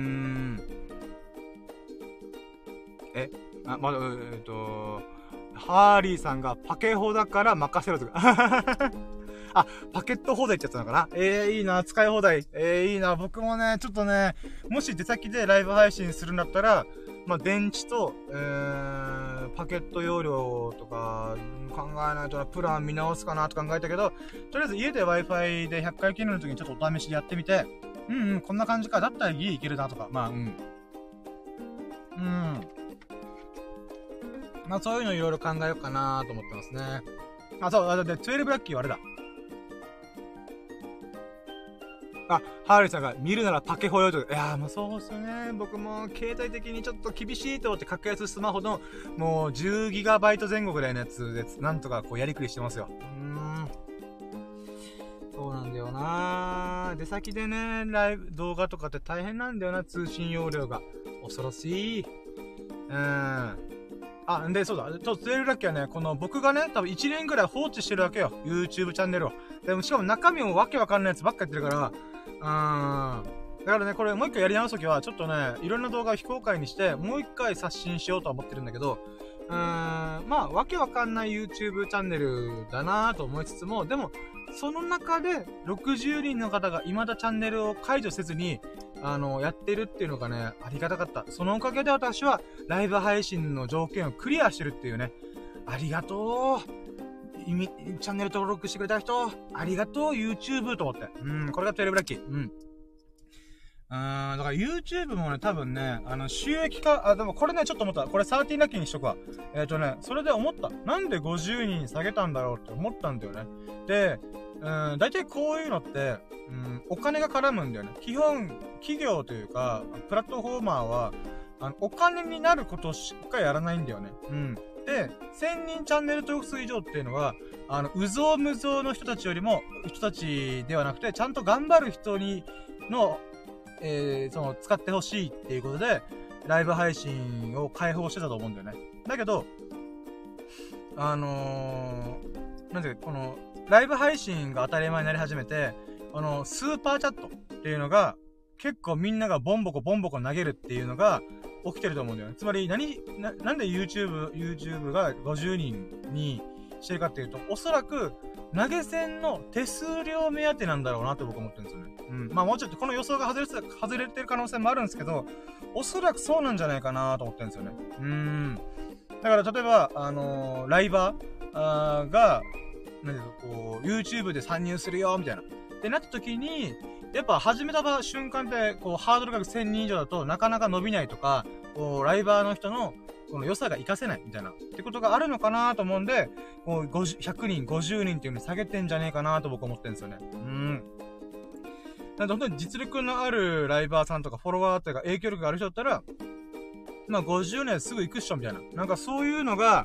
ハーリーさんがパケホだから任せろとか。パケット放題ってやつなのかな。いいな、使い放題。いいな、僕もね、ちょっとね、もし出先でライブ配信するんだったら、まあ、電池と、パケット容量とか、考えないとな、プラン見直すかなと考えたけど、とりあえず家で Wi-Fi で100回記念の時にちょっとお試しでやってみて、こんな感じか。だったら家行けるなとか、まあ、まあ、そういうのいろいろ考えようかなと思ってますね。そう、で、12ラッキーはあれだ。ハーリーさんが見るならパケホよと。いやーもうそうっすよね。僕も携帯的にちょっと厳しいと思って格安スマホのもう 10GB 前後ぐらいのやつでなんとかこうやりくりしてますよ。そうなんだよなー。出先でね、動画とかって大変なんだよな、通信容量が。恐ろしい。で、そうだ。12ラッキーはね、この僕がね、多分1年ぐらい放置してるわけよ。YouTube チャンネルを。でもしかも中身もわけわかんないやつばっかやってるから、だからね、これもう一回やり直すときは、ちょっとね、いろんな動画を非公開にして、もう一回刷新しようとは思ってるんだけど、 まあ、わけわかんない YouTube チャンネルだなぁと思いつつも、でも、その中で60人の方が未だチャンネルを解除せずに、やってるっていうのがね、ありがたかった。そのおかげで私はライブ配信の条件をクリアしてるっていうね。ありがとう。チャンネル登録してくれた人、ありがとう YouTube と思って。これが12ラッキー。だから YouTube もね、多分ね、収益化、でもこれね、ちょっと思った。これ13ラッキーにしとくわ。それで思った。なんで50人下げたんだろうって思ったんだよね。で、だいたいこういうのって、お金が絡むんだよね。基本、企業というか、プラットフォーマーは、お金になることしかやらないんだよね。で、1000人チャンネル登録数以上っていうのは、うぞうむぞうの人たちよりも、人たちではなくて、ちゃんと頑張る人使ってほしいっていうことで、ライブ配信を開放してたと思うんだよね。だけど、なんで、この、ライブ配信が当たり前になり始めて、スーパーチャットっていうのが、結構みんながボンボコ投げるっていうのが起きてると思うんだよね。つまり、なんで YouTube が50人にしてるかっていうと、おそらく、投げ銭の手数料目当てなんだろうなって僕は思ってるんですよね。まあもうちょっとこの予想が外れてる可能性もあるんですけど、おそらくそうなんじゃないかなと思ってるんですよね。だから例えば、ライバーが、YouTube で参入するよ、みたいな。ってなった時に、やっぱ始めた瞬間って、ハードルが1000人以上だとなかなか伸びないとか、ライバーの人の、この良さが活かせないみたいな、ってことがあるのかなと思うんで、100人、50人っていうのに下げてんじゃねえかなと僕は思ってるんですよね。なんで本当に実力のあるライバーさんとかフォロワーとか影響力がある人だったら、まあ50年すぐ行くっしょみたいな。なんかそういうのが、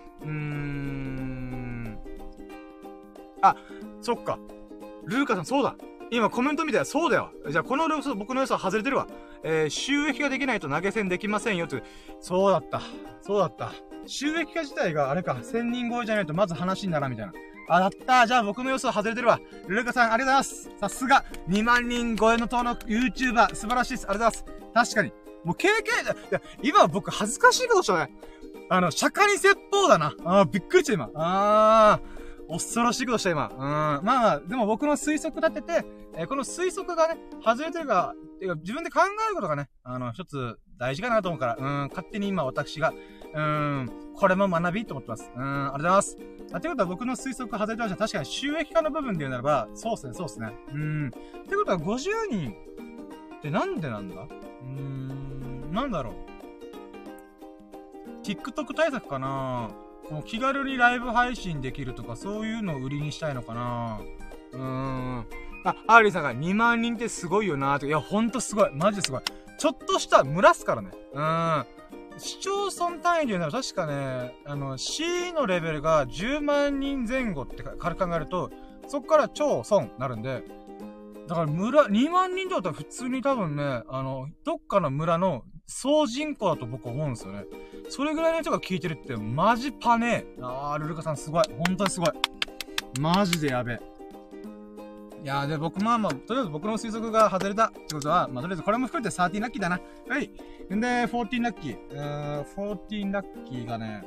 そっか。ルーカさんそうだ。今コメント見たらそうだよ。じゃあこの僕の予想外れてるわ。収益化できないと投げ銭できませんよって。そうだった。収益化自体があれか、1000人超えじゃないとまず話にならんみたいな。だった。じゃあ僕の予想外れてるわ。ルーカさんありがとうございます。さすが、2万人超えの登録 YouTuber、素晴らしいです。ありがとうございます。確かに。もう経験、いや、今僕恥ずかしいことしたね。釈迦に説法だな。びっくりした今。恐ろしいことした今。まあ、でも僕の推測立てて、この推測がね、外れてるか、自分で考えることがね、一つ大事かなと思うから、勝手に今私が、これも学びと思ってます。ありがとうございます。ということは僕の推測外れてました。確かに収益化の部分で言うならば、そうっすね。ってことは50人ってなんでなんだ？なんだろう。TikTok 対策かな？もう気軽にライブ配信できるとか、そういうのを売りにしたいのかな。アーリーさんが2万人ってすごいよなーとか、いや、ほんとすごい。マジですごい。ちょっとした村っすからね。市町村単位で言うなら確かね、C のレベルが10万人前後って軽く考えると、そっから超村なるんで、だから2万人だったら普通に多分ね、どっかの村の総人口だと僕は思うんですよね。それぐらいの人が聞いてるってマジパネー。ルルカさんすごい。本当にすごい。マジでやべえ。いやーで、僕とりあえず僕の推測が外れたってことは、とりあえずこれも含めて13ラッキーだな。はい。んで、14ラッキー。14ラッキーがね、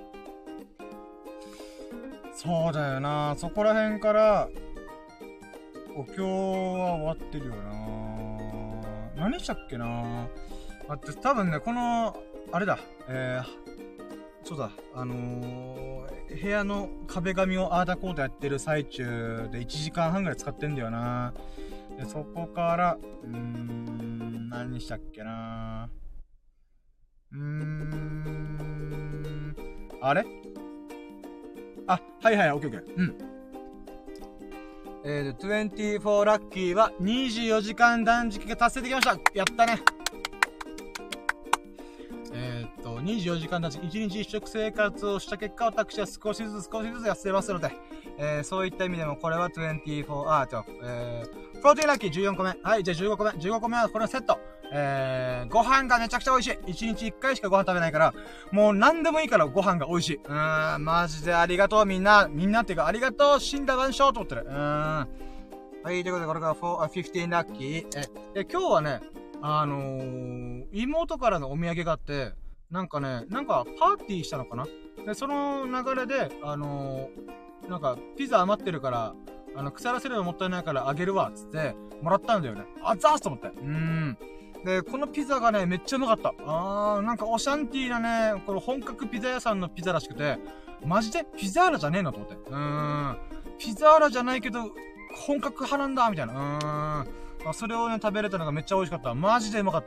そうだよな。そこら辺から、お経は終わってるよな。何したっけな。多分ね、この、あれだ、そうだ、部屋の壁紙をあーだこうだやってる最中で1時間半ぐらい使ってんだよな。で、そこから、何したっけな。あれはい、オッケー。24ラッキーは24時間断食が達成できました。やったね。24時間断食、1日1食生活をした結果、私は少しずつ痩せますので、そういった意味でも、これは14ラッキー14個目。はい、じゃあ15個目。15個目はこれのセット。ご飯がめちゃくちゃ美味しい。1日1回しかご飯食べないから、もう何でもいいからご飯が美味しい。マジでありがとうみんなっていうかありがとう死んだ万象と思ってる。はい、ということでこれが15ラッキー。で、今日はね、妹からのお土産があって、なんかパーティーしたのかなで、その流れで、なんか、ピザ余ってるから、腐らせるのもったいないからあげるわ、つって、もらったんだよね。あざーすと思って。で、このピザがね、めっちゃうまかった。なんかオシャンティーなね、この本格ピザ屋さんのピザらしくて、マジでピザーラじゃねえのと思って。ピザーラじゃないけど、本格派なんだ、みたいな。それをね、食べれたのがめっちゃ美味しかった。マジでうまかった。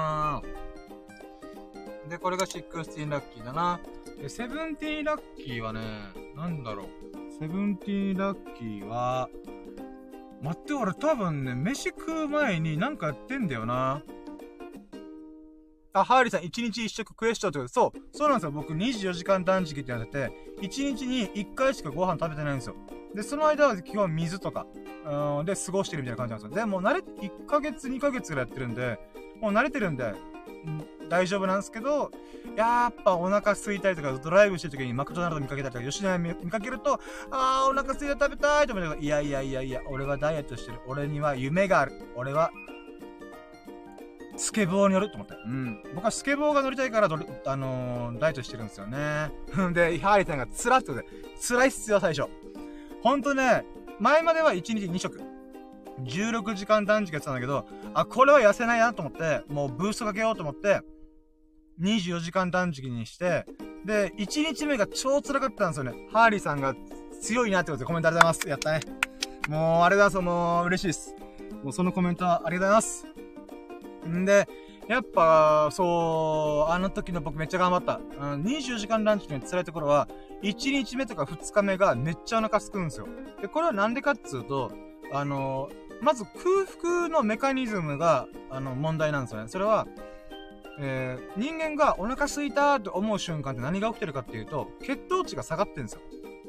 で、これが16ラッキーだな。で、17ラッキーはね、なんだろう。17ラッキーは、待って、俺多分ね、飯食う前になんかやってんだよな。ハーリーさん、1日1食クエスチョンってことで、そうなんですよ。僕24時間断食ってやってて、1日に1回しかご飯食べてないんですよ。で、その間は基本水とか、で過ごしてるみたいな感じなんですよ。で、もう1ヶ月、2ヶ月ぐらいやってるんで、もう慣れてるんで、大丈夫なんですけど、やっぱお腹空いたりとか、ドライブしてる時にマクドナルド見かけたりとか、吉野家見かけると、お腹空いた食べたいと思って、いや、俺はダイエットしてる。俺には夢がある。俺は、スケボーに乗ると思って。僕はスケボーが乗りたいからダイエットしてるんですよね。で、ハーリーさんが辛ってことで、辛いっすよ、最初。ほんとね、前までは1日2食。16時間断食やってたんだけど、これは痩せないなと思って、もうブーストかけようと思って、24時間断食にして、で、1日目が超辛かったんですよね。ハーリーさんが強いなってことでコメントありがとうございます。やったね。もう、ありがとうございます。もう、嬉しいです。もう、そのコメントはありがとうございます。んで、やっぱ、あの時の僕めっちゃ頑張った。24時間断食の辛いところは、1日目とか2日目がめっちゃお腹すくんですよ。で、これはなんでかっつうと、まず空腹のメカニズムが、問題なんですよね。それは、人間がお腹空いたと思う瞬間って何が起きてるかっていうと、血糖値が下がってるんですよ。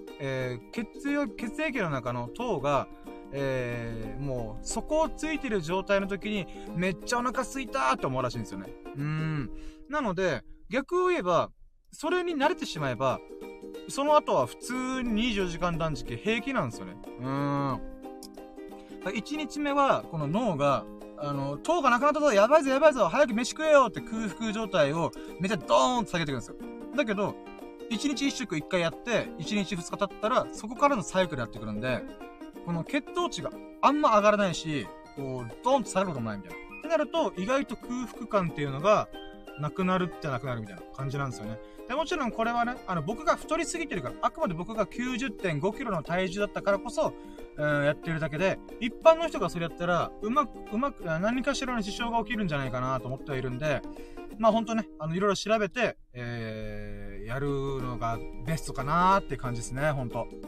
血液の中の糖が、もう、底をついてる状態の時に、めっちゃお腹空いたーって思うらしいんですよね。なので、逆を言えば、それに慣れてしまえば、その後は普通に24時間断食平気なんですよね。1日目は、この脳が、糖がなくなったぞ、やばいぞ、早く飯食えよって空腹状態をめっちゃドーンと下げてくるんですよ。だけど、1日1食1回やって、1日2日経ったら、そこからのサイクルやってくるんで、この血糖値があんま上がらないし、こう、ドーンと下がることもないみたいな。ってなると、意外と空腹感っていうのが、なくなるってなくなるみたいな感じなんですよね。で、もちろんこれはね、僕が太りすぎてるから、あくまで僕が 90.5 キロの体重だったからこそ、やってるだけで、一般の人がそれやったら、うまく、何かしらの支障が起きるんじゃないかなと思ってはいるんで、まあほんとね、いろいろ調べて、やるのがベストかなーって感じですね、ほんと。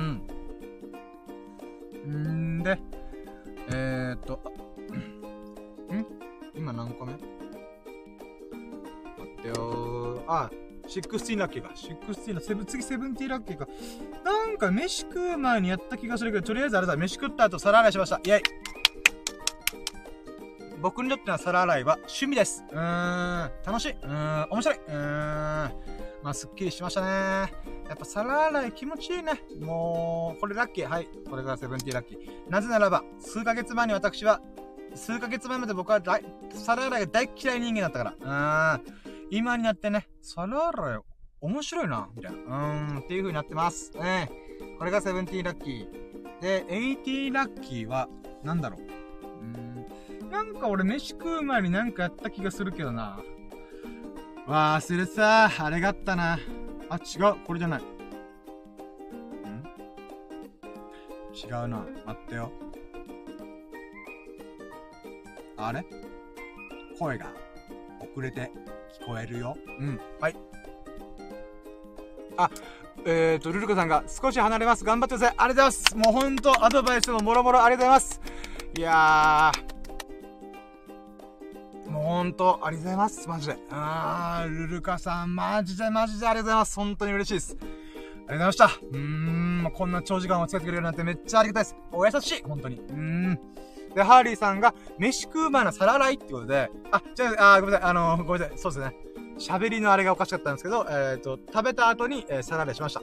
で、今何個目待ってよー。16ラッキーか。次17ラッキーか。なんか飯食う前にやった気がするけど、とりあえずあれだ、飯食った後皿洗いしました。イェイ。僕にとっては皿洗いは趣味です。楽しい。面白い。まあ、すっきりしましたね。やっぱ皿洗い気持ちいいね。もう、これラッキー。はい。これが17ラッキー。なぜならば、数ヶ月前まで僕は皿洗いが大嫌い人間だったから。今になってね、皿洗い面白いな、みたいな。っていう風になってます。これが17ラッキー。で、18ラッキーは、なんだろう。なんか俺飯食う前になんかやった気がするけどな。忘れてた。あれがあったな。違う。これじゃない。違うな。待ってよ。あれ声が遅れて聞こえるよ。はい。ルルコさんが少し離れます。頑張ってください。ありがとうございます。もうほんとアドバイスももろもろありがとうございます。いやー。もうほんとありがとうございます。マジで。ルルカさん、マジでありがとうございます。本当に嬉しいです。ありがとうございました。こんな長時間を使ってくれるなんてめっちゃありがたいです。お優しい。本当に。で、ハーリーさんが、飯食う前の皿洗いってことで、ごめんなさい、ごめんなさい、そうですね。喋りのあれがおかしかったんですけど、食べた後に、皿洗いしました。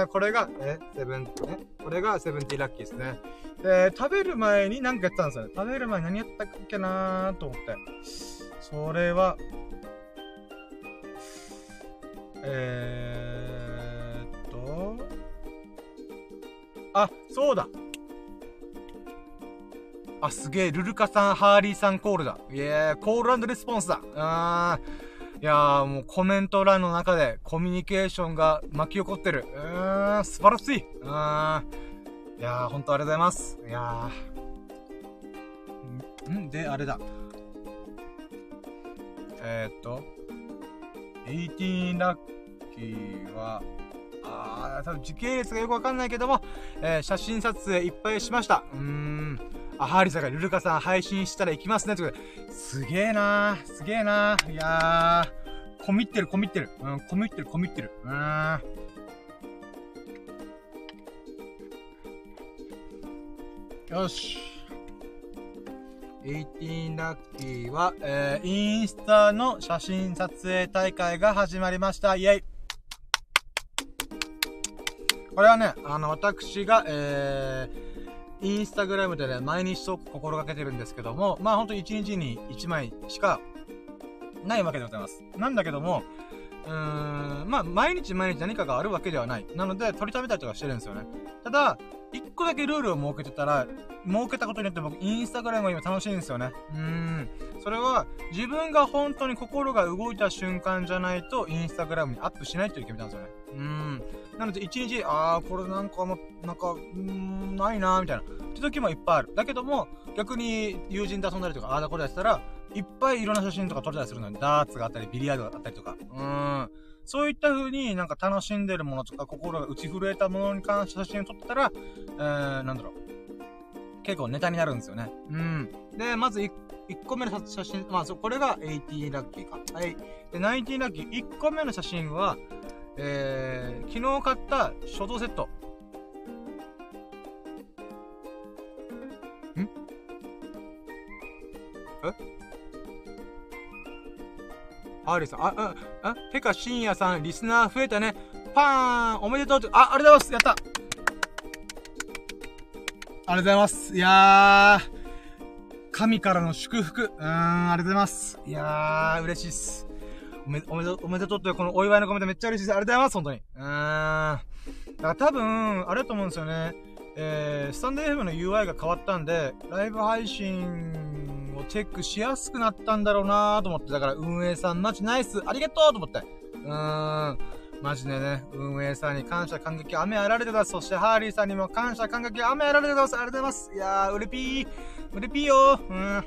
これが、これが70ラッキーですね。食べる前に何かやってたんですよね。食べる前に何やったっけなーと思って。それは、 あ、そうだ。あ、すげえ、ルルカさん、ハーリーさんコールだ。コール&レスポンスだ。いやー、もうコメント欄の中でコミュニケーションが巻き起こってる。素晴らしい。いやー、ほんとありがとうございます。いやー。で、あれだ。18ラッキーは、多分時系列がよくわかんないけども、写真撮影いっぱいしました。ハーリーさんがルルカさん配信したら行きますね。ということで、すげえなー、すげえなー。いやー、コミってる。コミってる。よし。18ラッキーは、インスタの写真撮影大会が始まりました。イェイ。これはね、私が、インスタグラムでね、毎日投稿心がけてるんですけども、まあほんと1日に1枚しかないわけでございます。なんだけども、まあ毎日何かがあるわけではない。なので、取りためたりとかしてるんですよね。ただ、一個だけルールを設けてたら、設けたことによって僕、インスタグラムが今楽しいんですよね。それは、自分が本当に心が動いた瞬間じゃないと、インスタグラムにアップしないという決めたんですよね。なので、一日、これなんかないなーみたいな。って時もいっぱいある。だけども、逆に友人と遊んだりとか、これやってたら、いっぱいいろんな写真とか撮れたりするのに、ダーツがあったり、ビリヤードがあったりとか。そういった風になんか楽しんでるものとか、心が打ち震えたものに関して写真を撮ったら、結構ネタになるんですよね。で、まず1個目の写真、これが18ラッキーか。はい。で、19ラッキー、1個目の写真は、昨日買った書道セット。ハーリーさん、てか深夜さん、リスナー増えたね。パーンおめでとうありがとうございますやったありがとうございます。いやー、神からの祝福。ありがとうございます。いやー、嬉しいっす。おめでとうってこのお祝いのコメントめっちゃ嬉しいです。ありがとうございます、本当に。だから多分、あれだと思うんですよね。スタンド FM の UI が変わったんで、ライブ配信をチェックしやすくなったんだろうなーと思って、だから運営さんマジナイスありがとうと思って。マジでね、運営さんに感謝感激雨あられてください。そしてハーリーさんにも感謝感激雨あられてください。ありがとうございます。いやー、うれぴーよー。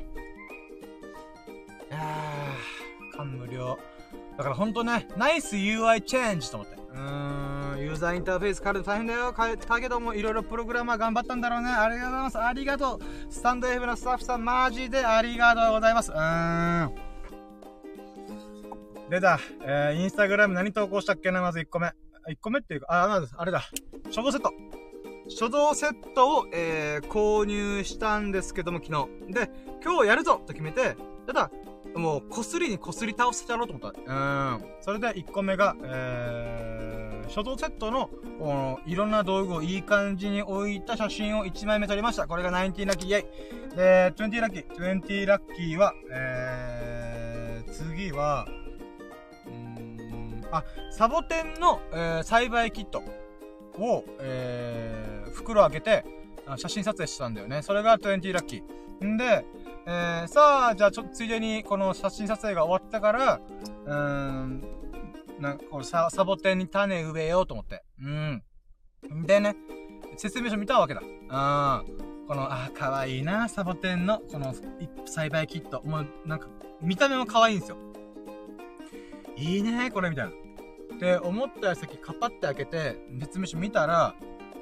感無量。だからほんとね、ナイス UI チェンジと思って。ユーザーインターフェース変えると大変だよ。変えたけども、いろいろプログラマー頑張ったんだろうね。ありがとうございます。ありがとう。スタンド F のスタッフさん、マジでありがとうございます。でだ、インスタグラム何投稿したっけな、まず1個目。1個目っていうか、まず、あれだ。書道セット。書道セットを、購入したんですけども、昨日。で、今日やるぞと決めて、ただ、もう、こすり倒してやろうと思った。それで1個目が、書道セットの、いろんな道具をいい感じに置いた写真を1枚目撮りました。これが19ラッキー、イェイ。で、20ラッキー。20ラッキーは、次は、サボテンの、栽培キットを、袋開けて、写真撮影したんだよね。それが20ラッキー。んで、さあ、じゃあついでに、この写真撮影が終わったから、これサボテンに種植えようと思って。でね、説明書見たわけだ。この、かわいいな、サボテンの、この、栽培キット。もう、なんか、見た目もかわいいんですよ。いいね、これ、みたいな。って思ったらさっきカパって開けて、説明書見たら、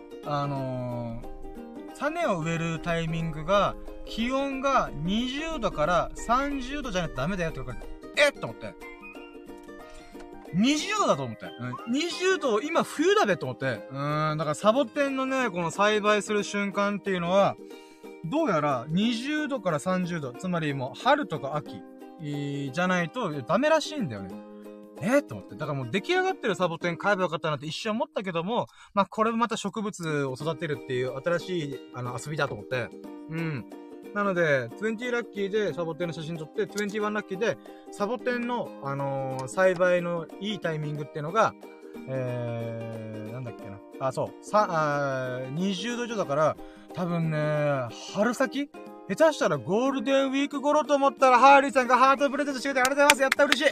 種を植えるタイミングが、気温が20度から30度じゃないとダメだよって書かれて、と思って。20度だと思って。20度、今冬だべと思って。だからサボテンのね、この栽培する瞬間っていうのは、どうやら20度から30度、つまりもう春とか秋、じゃないとダメらしいんだよね。と思って。だからもう出来上がってるサボテン買えばよかったなって一瞬思ったけども、これもまた植物を育てるっていう新しい、遊びだと思って。 なので、20ラッキーでサボテンの写真撮って、21ラッキーで、サボテンの、栽培のいいタイミングっていうのが、なんだっけな。あ、そう。20度以上だから、多分ね、春先下手したらゴールデンウィーク頃と思ったら、ハーリーさんがハートプレゼントしてくれてありがとうございます。やった、嬉し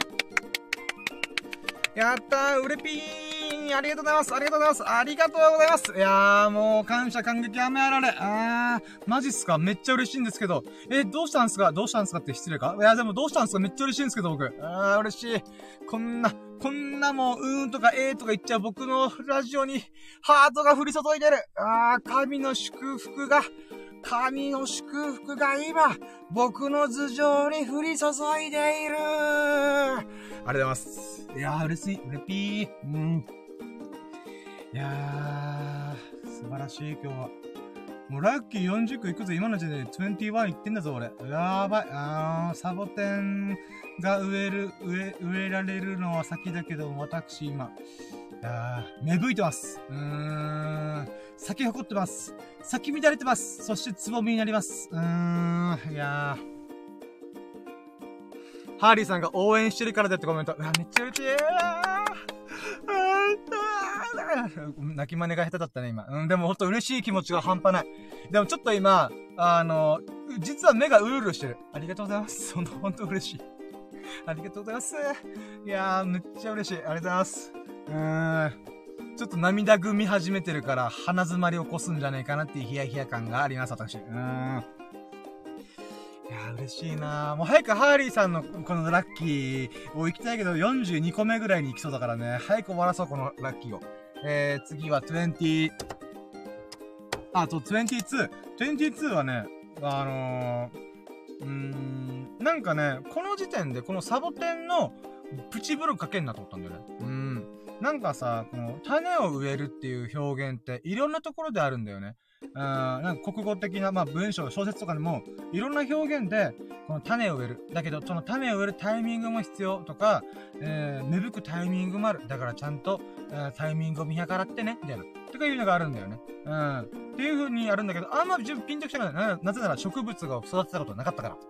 い。やったー、うれぴーん、ありがとうございます。ありがとうございます。ありがとうございます。いやー、もう、感謝感激雨あられ。マジっすか？めっちゃ嬉しいんですけど。どうしたんすか？どうしたんすかって失礼か？いや、でもどうしたんすか？めっちゃ嬉しいんですけど、僕。嬉しい。こんなもう、とかとか言っちゃう僕のラジオに、ハートが降り注いでる。神の祝福が今、僕の頭上に降り注いでいる。ありがとうございます。いやー、嬉しい。うれぴー。いやー、素晴らしい、今日は。もうラッキー40個いくぞ。今の時点で21いってんだぞ、俺。やばい。サボテンが植えられるのは先だけど、私今、芽吹いてます。咲き誇ってます。咲き乱れてます。そしてつぼみになります。いやー。ハーリーさんが応援してるからでってコメント。めっちゃ嬉しい。泣き真似が下手だったね、今。でもほんと嬉しい気持ちが半端ない。でもちょっと今、実は目がうるうるしてる。ありがとうございます。ほんと嬉しい。ありがとうございます。いやー、めっちゃ嬉しい。ありがとうございます。ちょっと涙ぐみ始めてるから、鼻詰まり起こすんじゃねえかなっていうヒヤヒヤ感があります、私。いやー、嬉しいなー。もう早くハーリーさんのこのラッキーを行きたいけど、42個目ぐらいに行きそうだからね。早く終わらそう、このラッキーを。次は22。22はね、なんかね、この時点でこのサボテンのプチブログかけんなと思ったんだよね。なんかさ、この種を植えるっていう表現っていろんなところであるんだよね。なんか国語的な、文章、小説とかでも、いろんな表現で、この種を植える。だけど、その種を植えるタイミングも必要とか、芽吹くタイミングもある。だからちゃんと、タイミングを見計らってね、みたいな。とかいうのがあるんだよね。っていう風にあるんだけど、自分ピンときたからなぜなら植物が育てたことなかったから。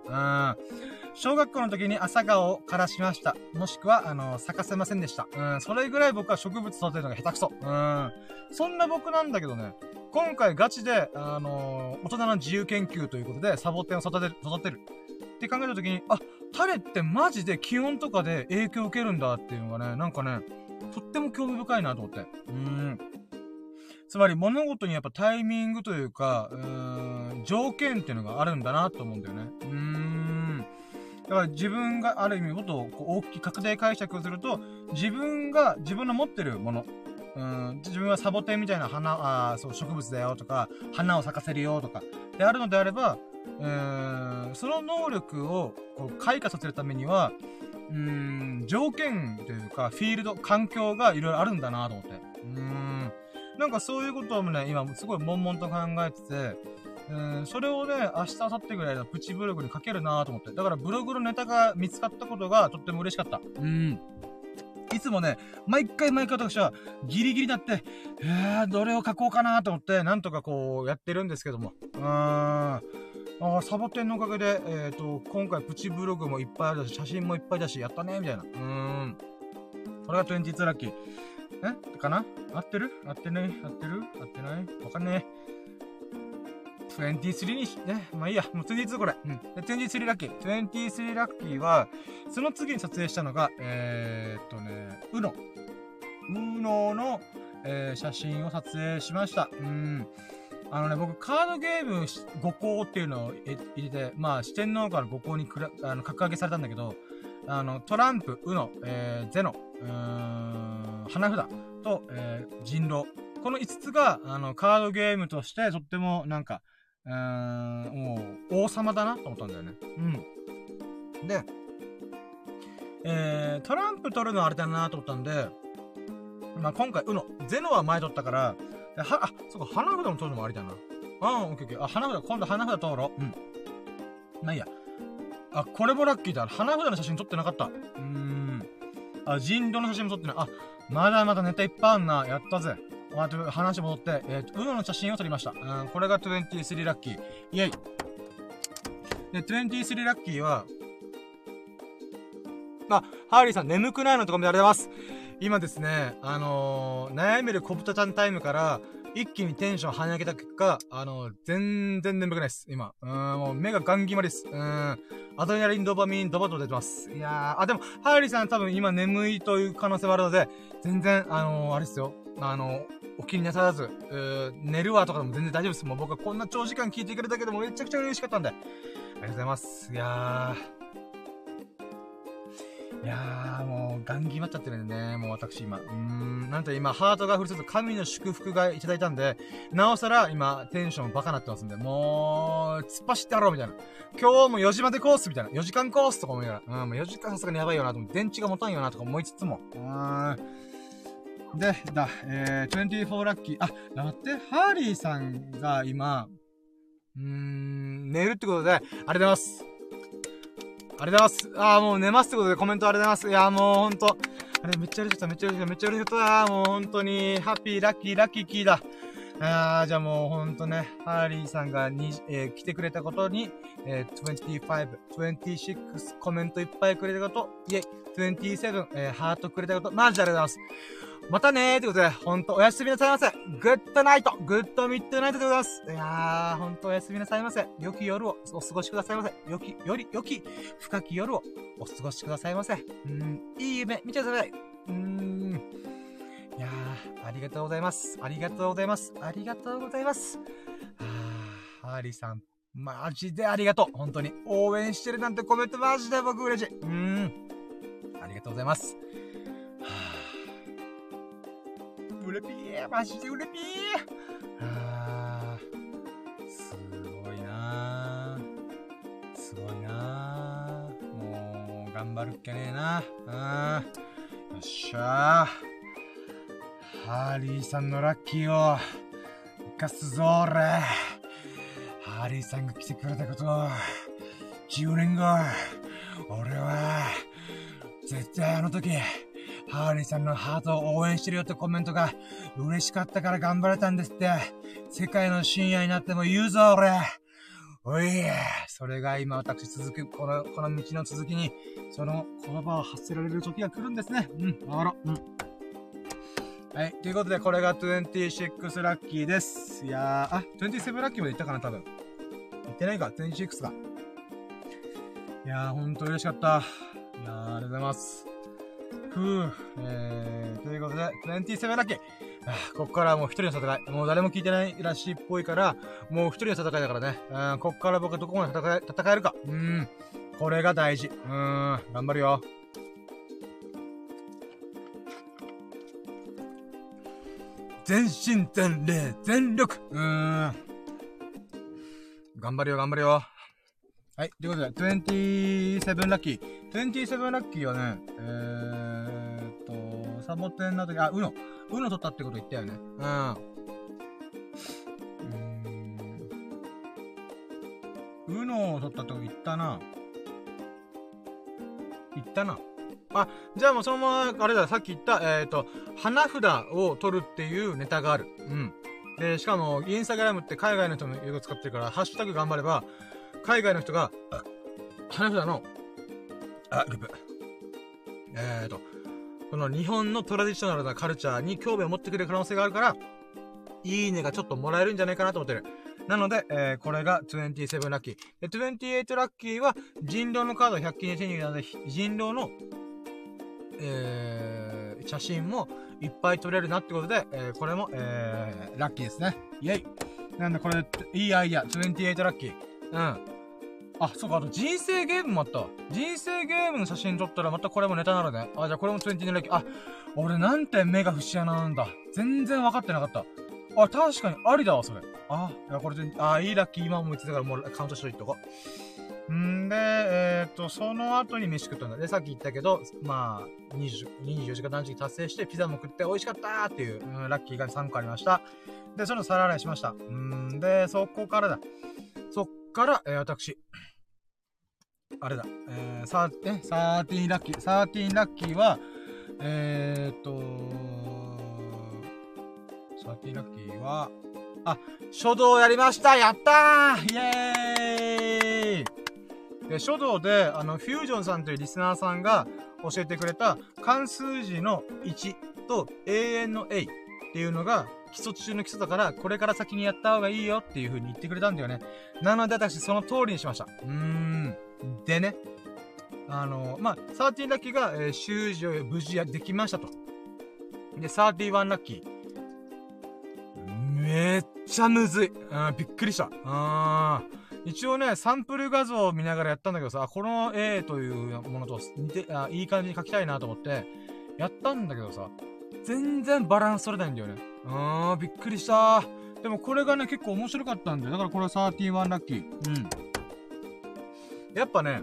小学校の時に朝顔を枯らしました。もしくは、咲かせませんでした。それぐらい僕は植物育てるのが下手くそ。そんな僕なんだけどね、今回ガチで、大人の自由研究ということで、サボテンを育てる。って考えた時に、種ってマジで気温とかで影響を受けるんだっていうのがね、なんかね、とっても興味深いなと思って。つまり物事にやっぱタイミングというか、条件っていうのがあるんだなと思うんだよね。だから自分がある意味もっと大きい拡大解釈をすると、自分の持ってるもの、自分はサボテンみたいな植物だよとか、花を咲かせるよとか、であるのであれば、その能力を開花させるためには、条件というか、フィールド、環境がいろいろあるんだなと思って。なんかそういうことをね、今すごい悶々と考えてて、それをね、明日、明後日ぐらいのプチブログに書けるなと思って。だからブログのネタが見つかったことがとっても嬉しかった。いつもね、毎回私はギリギリだって、どれを書こうかなと思って、なんとかこうやってるんですけども。サボテンのおかげで、今回プチブログもいっぱいあるし、写真もいっぱいだし、やったねみたいな。これが22ラッキー。かな？合ってる？合ってない？合ってる？合ってない？わかんねえ。23にね、まあいいや、もう22これ。23ラッキー。23ラッキーは、その次に撮影したのが、UNO の、写真を撮影しました。僕、カードゲーム5校っていうのを入れて、四天王から5校に格上げされたんだけど、トランプ、UNO、ゼノ、花札と、人狼。この5つが、カードゲームとして、とっても、なんか、もう、王様だなと思ったんだよね。で、トランプ取るのはあれだなと思ったんで、今回、ゼノは前取ったから、そうか、花札も取るのもありだな。オッケー。花札、今度花札取ろう。まあいいや。これもラッキーだ。花札の写真撮ってなかった。人狼の写真も撮ってない。まだまだネタいっぱいあんな。やったぜ。話戻って、UNO の写真を撮りました。これが23ラッキー。イェイ。 で、23ラッキーは、ハーリーさん眠くないのとかもありがとうございます。今ですね、悩める小豚ちゃんタイムから、一気にテンション跳ね上げた結果、全然眠くないです、今。もう目がガン決まりです。アドレナリン、ドーパミン、ドバドバ出てます。いやー、でも、ハーリーさん多分今眠いという可能性もあるので、全然、あれですよ。お気になさらず、寝るわとかでも全然大丈夫です。もう僕はこんな長時間聞いてくれただけでもめちゃくちゃ嬉しかったんで。ありがとうございます。いやー、もう、ガン決まっちゃってるんでね、もう私今。なんと今、ハートが降り注ぐ神の祝福がいただいたんで、なおさら今、テンションバカなってますんで、もう、突っ走ってやろうみたいな。今日も4時までコースみたいな。4時間コースとか思いながら。もう4時間さすがにやばいよなと思って、電池が持たんよなとか思いつつも。で、24ラッキー。待って、ハーリーさんが今、寝るってことで、ありがとうございます。ありがとうございます。もう寝ますってことでコメントありがとうございます。いや、もうほんと、あれめっちゃ嬉しかった、めっちゃ嬉しかった。もうほんとに、ハッピー、ラッキーキーだ。じゃあもうほんとね、ハーリーさんが来てくれたことに、25、26コメントいっぱいくれたこと、イェイ、27、ハートくれたこと、マジでありがとうございます。またねーってことで、ほんとおやすみなさいませ。グッドナイトミッドナイトでございます。いやー、ほんとおやすみなさいませ。良き夜をお過ごしくださいませ。良き、深き夜をお過ごしくださいませ。いい夢、見てください。いやー、ありがとうございます。ハーリーさん、マジでありがとう。本当に。応援してるなんてコメントマジで僕嬉しい。ありがとうございます。うれぴー、マジでうれぴー。すごいなー。もう、頑張るっけねえな。よっしゃー。ハーリーさんのラッキーを、生かすぞーれ。ハーリーさんが来てくれたことを、10年後、俺は、絶対あの時、ハーリーさんのハートを応援してるよってコメントが嬉しかったから頑張れたんですって。世界の深夜になっても言うぞ俺。おい、それが今私この道の続きに、その言葉を発せられる時が来るんですね。わかろう。はい。ということで、これが26ラッキーです。いやー、27ラッキーまで行ったかな、多分。行ってないか、26が。いやー、ほんと嬉しかった。いやー、ありがとうございます。ということで、27ラッキー。こっからはもう一人の戦い。もう誰も聞いてないらしいっぽいから、もう一人の戦いだからね。こっから僕はどこまで戦えるか。これが大事。頑張るよ。全身全霊全力。頑張るよ。はい。ということで、27ラッキー。27ラッキーはね、サボテンの時、ウノ取ったってこと言ったよね。ウノを取ったってこと言ったな。じゃあもうそのまま、あれだ、さっき言った、花札を取るっていうネタがある。で、しかも、インスタグラムって海外の人もよく使ってるから、ハッシュタグ頑張れば、海外の人が、花札の、グップ。この日本のトラディショナルなカルチャーに興味を持ってくれる可能性があるから、いいねがちょっともらえるんじゃないかなと思ってる。なので、これが27ラッキー。で、28ラッキーは、人狼のカード100均で手に入れたので、人狼の、写真もいっぱい撮れるなってことで、これも、ラッキーですね。イェイ。なんでこれ、いいアイディア。28ラッキー。そうか、あと人生ゲームもあったわ。人生ゲームの写真撮ったらまたこれもネタになるね。じゃあこれも27ラッキー。俺なんて目が節穴なんだ。全然分かってなかった。確かにありだわ、それ。いや、これで、いいラッキー今思いついたからもうカウントしといておこう。で、その後に飯食ったんだ。で、さっき言ったけど、まあ、24時間断食達成してピザも食って美味しかったーっていう、ラッキーが3個ありました。で、その皿洗いしました。で、そこからだ。私、あれだ、13ラッキー。13ラッキーは、13ラッキーは、書道やりました。やったー、イエーイ。 書道で、フュージョンさんというリスナーさんが教えてくれた漢数字の1と永遠の A っていうのが基礎中の基礎だから、これから先にやった方がいいよっていう風に言ってくれたんだよね。なので私その通りにしました。でね。13ラッキーが、習字を無事できましたと。で、31ラッキー。めっちゃむずい。びっくりした。一応ね、サンプル画像を見ながらやったんだけどさ、この A というものと似て、いい感じに描きたいなと思って、やったんだけどさ、全然バランス取れないんだよね。びっくりした。でもこれがね、結構面白かったんだよ。だからこれは31ラッキー。やっぱね、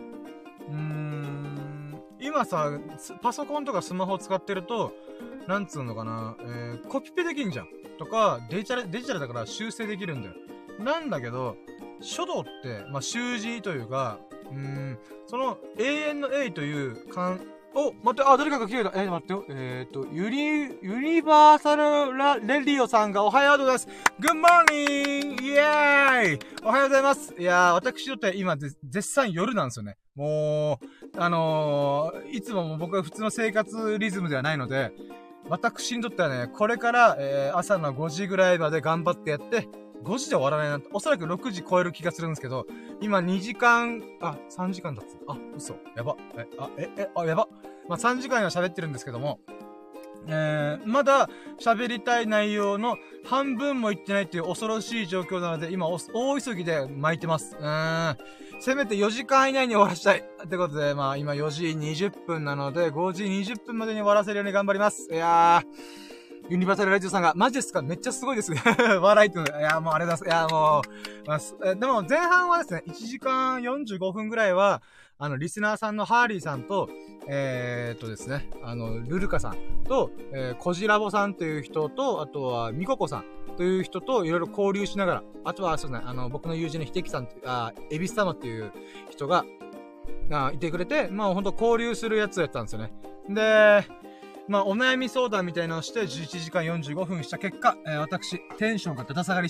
今さ、パソコンとかスマホを使ってると、なんつうのかな、コピペできんじゃん。とか、デジタルだから修正できるんだよ。なんだけど、書道って、習字というか、その、永遠の A という待って、誰かが来てた。待ってよ。ユニバーサルレディオさんがおはようございます。グッモーニングイエーイおはようございます。いやー、私にとって今、絶賛夜なんですよね。もう、いつも僕は普通の生活リズムではないので、私にとってはね、これから、朝の5時ぐらいまで頑張ってやって、5時で終わらないなって、おそらく6時超える気がするんですけど、今2時間、3時間経つ。嘘。やば。やば。3時間は喋ってるんですけども、まだ喋りたい内容の半分もいってないっていう恐ろしい状況なので、今、大急ぎで巻いてます。せめて4時間以内に終わらしたい。ってことで、今4時20分なので、5時20分までに終わらせるように頑張ります。いやー、ユニバーサルラジオさんが、マジですかめっちゃすごいですね。笑いっていうの。いや、もうあれだす。いや、もう、でも前半はですね、1時間45分ぐらいは、リスナーさんのハーリーさんと、ですね、ルルカさんと、コジラボさんという人と、あとは、ミココさんという人といろいろ交流しながら、あとは、そうですね、僕の友人の秀樹さんエビス様っていう人が、いてくれて、ほんと交流するやつをやったんですよね。で、お悩み相談みたいなのをして、11時間45分した結果、私、テンションがだだ下がりして、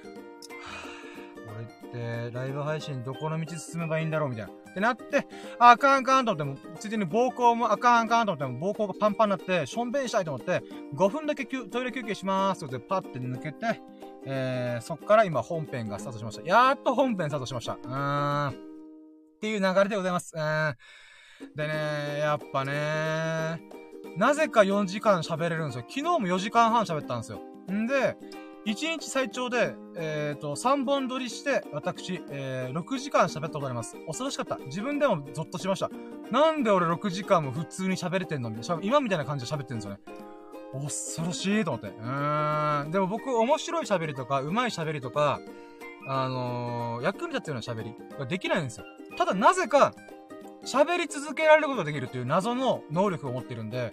俺って、ライブ配信どこの道進めばいいんだろうみたいな。ってなって、あかんと思っても、ついでに膀胱もあかんと思っても、膀胱がパンパンになって、しょんべんしたいと思って、5分だけトイレ休憩しまーすってパッて抜けて、そっから今本編がスタートしました。やーっと本編スタートしました。っていう流れでございます。でね、やっぱねなぜか4時間喋れるんですよ。昨日も4時間半喋ったんですよ。んで、1日最長で、3本撮りして、私、6時間喋ったことあります。恐ろしかった。自分でもゾッとしました。なんで俺6時間も普通に喋れてんのみたいな。今みたいな感じで喋ってんですよね。恐ろしいと思って。でも僕、面白い喋りとか、上手い喋りとか、役に立つような喋りができないんですよ。ただなぜか、喋り続けられることができるっていう謎の能力を持ってるんで、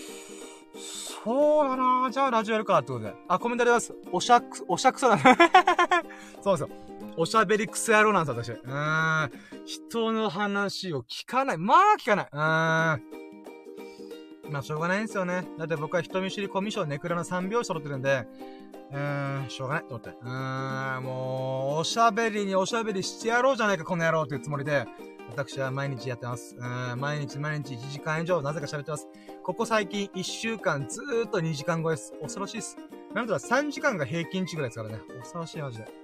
そうだなぁ。じゃあラジオやるかってことで。コメントあります。おしゃくそだね。そうですよ。おしゃべりクソ野郎なんです、私。人の話を聞かない。聞かない。しょうがないんですよね。だって僕は人見知り、コミュ障、ネクラの3拍子揃ってるんで、しょうがないと思って。もう、おしゃべりにおしゃべりしてやろうじゃないか、この野郎っていうつもりで、私は毎日やってます。毎日1時間以上なぜか喋ってます。ここ最近1週間ずーっと2時間超えです。恐ろしいです。なんとか3時間が平均値ぐらいですからね。恐ろしいマジで。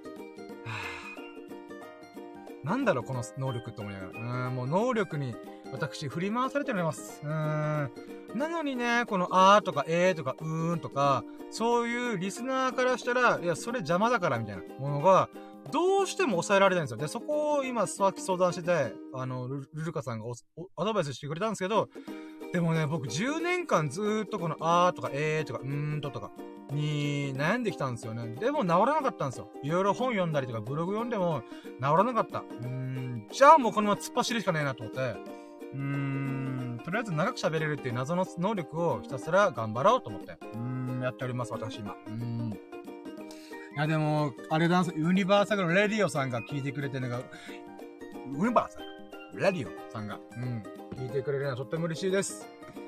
なんだろうこの能力って思いながら。もう能力に私振り回されております。なのにね、このとかとかとか、そういうリスナーからしたら、いや、それ邪魔だからみたいなものが、どうしても抑えられないんですよ。で、そこを今、相談してて、ルルカさんがアドバイスしてくれたんですけど、でもね、僕10年間ずーっとこのとかとかとかに悩んできたんですよね。でも治らなかったんですよ。いろいろ本読んだりとかブログ読んでも治らなかった。じゃあもうこのまま突っ走るしかないなと思って、とりあえず長く喋れるっていう謎の能力をひたすら頑張ろうと思って、やっております、私今。いやでも、あれなんですよ、ユニバーサルレディオさんが聞いてくれてるのが、ユニバーサルレディオさんが、聞いてくれるのはとっても嬉しいです。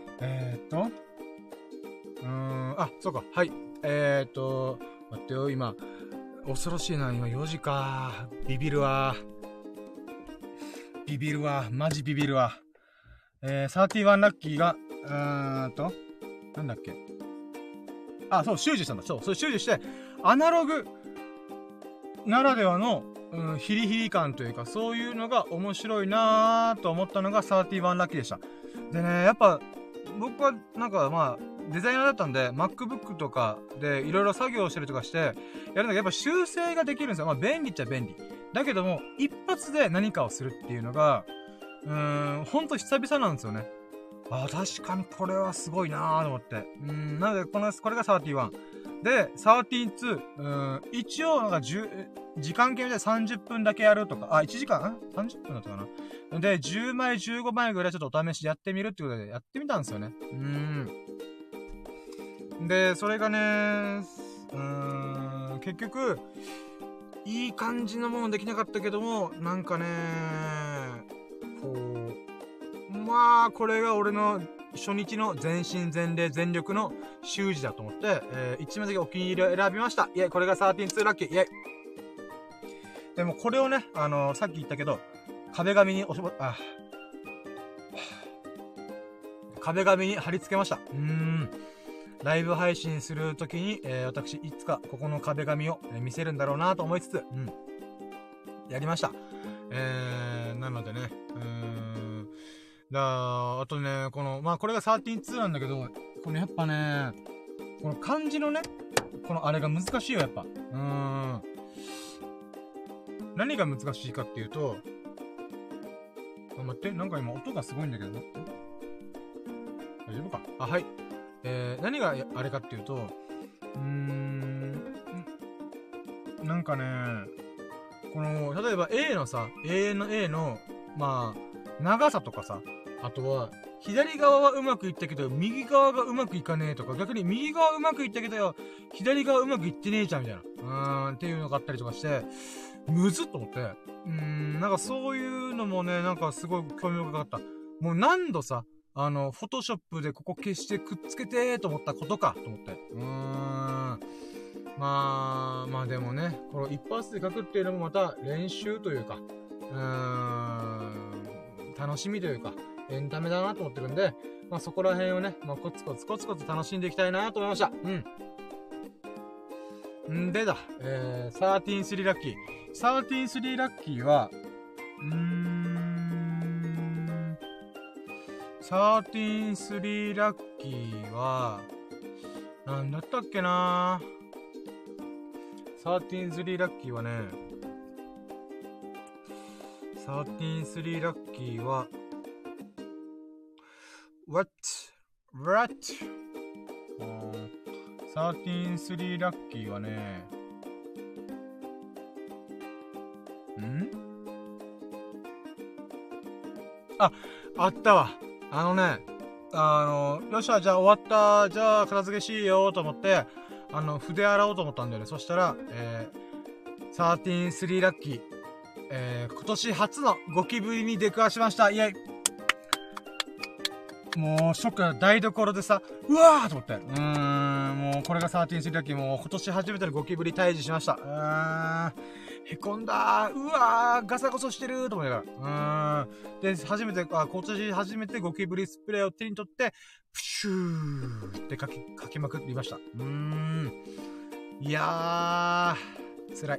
そうか、はい。待ってよ、今、恐ろしいな、今4時か。ビビるわ。 ビビるわ。マジビビるわ。31ラッキーが、なんだっけ。あ、そう、習字したんだ。そう、習字して、アナログならではの、ヒリヒリ感というか、そういうのが面白いなぁと思ったのが31ラッキーでした。でね、やっぱ、僕はなんかまあ、デザイナーだったんで、MacBook とかでいろいろ作業したりとかして、やるんだけどやっぱ修正ができるんですよ。まあ便利っちゃ便利。だけども、一発で何かをするっていうのが、ほんと久々なんですよね。あ、確かにこれはすごいなぁと思って。なので、これが31。で、13-2、一応なんか時間計で30分だけやるとか、1時間 ?30 分だったかな。で、10枚、15枚ぐらいちょっとお試しでやってみるってことでやってみたんですよね。で、それがね、結局、いい感じのものできなかったけども、なんかね、まあ、これが俺の初日の全身全霊全力の習字だと思って、1枚だけお気に入りを選びました。イェイ、これが13-2ラッキー。イェイ。でもこれをね、さっき言ったけど、壁紙に貼り付けました。ライブ配信するときに、私、いつかここの壁紙を、見せるんだろうなと思いつつ、やりました。なのでね、あとね、これが13-2なんだけど、このやっぱね、この漢字のね、このあれが難しいよ、やっぱ。何が難しいかっていうと、待って、なんか今音がすごいんだけどね。大丈夫か？はい。何があれかっていうと、なんかね、例えば A のさ、永遠の A の、まあ、長さとかさ、あとは、左側はうまくいったけど、右側がうまくいかねえとか、逆に右側はうまくいったけど、左側うまくいってねえじゃんみたいな。っていうのがあったりとかして、むずっと思って。なんかそういうのもね、なんかすごい興味深かった。もう何度さ、フォトショップでここ消してくっつけてと思ったことか、と思って。まあでもね、この一発で書くっていうのもまた練習というか、楽しみというか、エンタメだなと思ってるんで、まあそこら辺をね、まあコツコツ楽しんでいきたいなと思いました。でだ、13-3ラッキー。13-3ラッキーは、13-3ラッキーは、なんだったっけな13-3ラッキーはね、13-3ラッキーは、13-3ラッキーはね、あったわ。よっしゃ、じゃあ終わった。じゃあ片付けしようと思って、筆洗おうと思ったんだよね。そしたら、13-3ラッキー。今年初のゴキブリに出くわしました。イェイ。もう、ショックな台所でさ、うわーと思って。もう、これが13-3ラッキー。もう、今年初めてのゴキブリ退治しました。へこんだー。うわー、ガサゴソしてるーと思いながら。で、今年初めてゴキブリスプレーを手に取って、プシューってかけまくりました。いやー、辛い。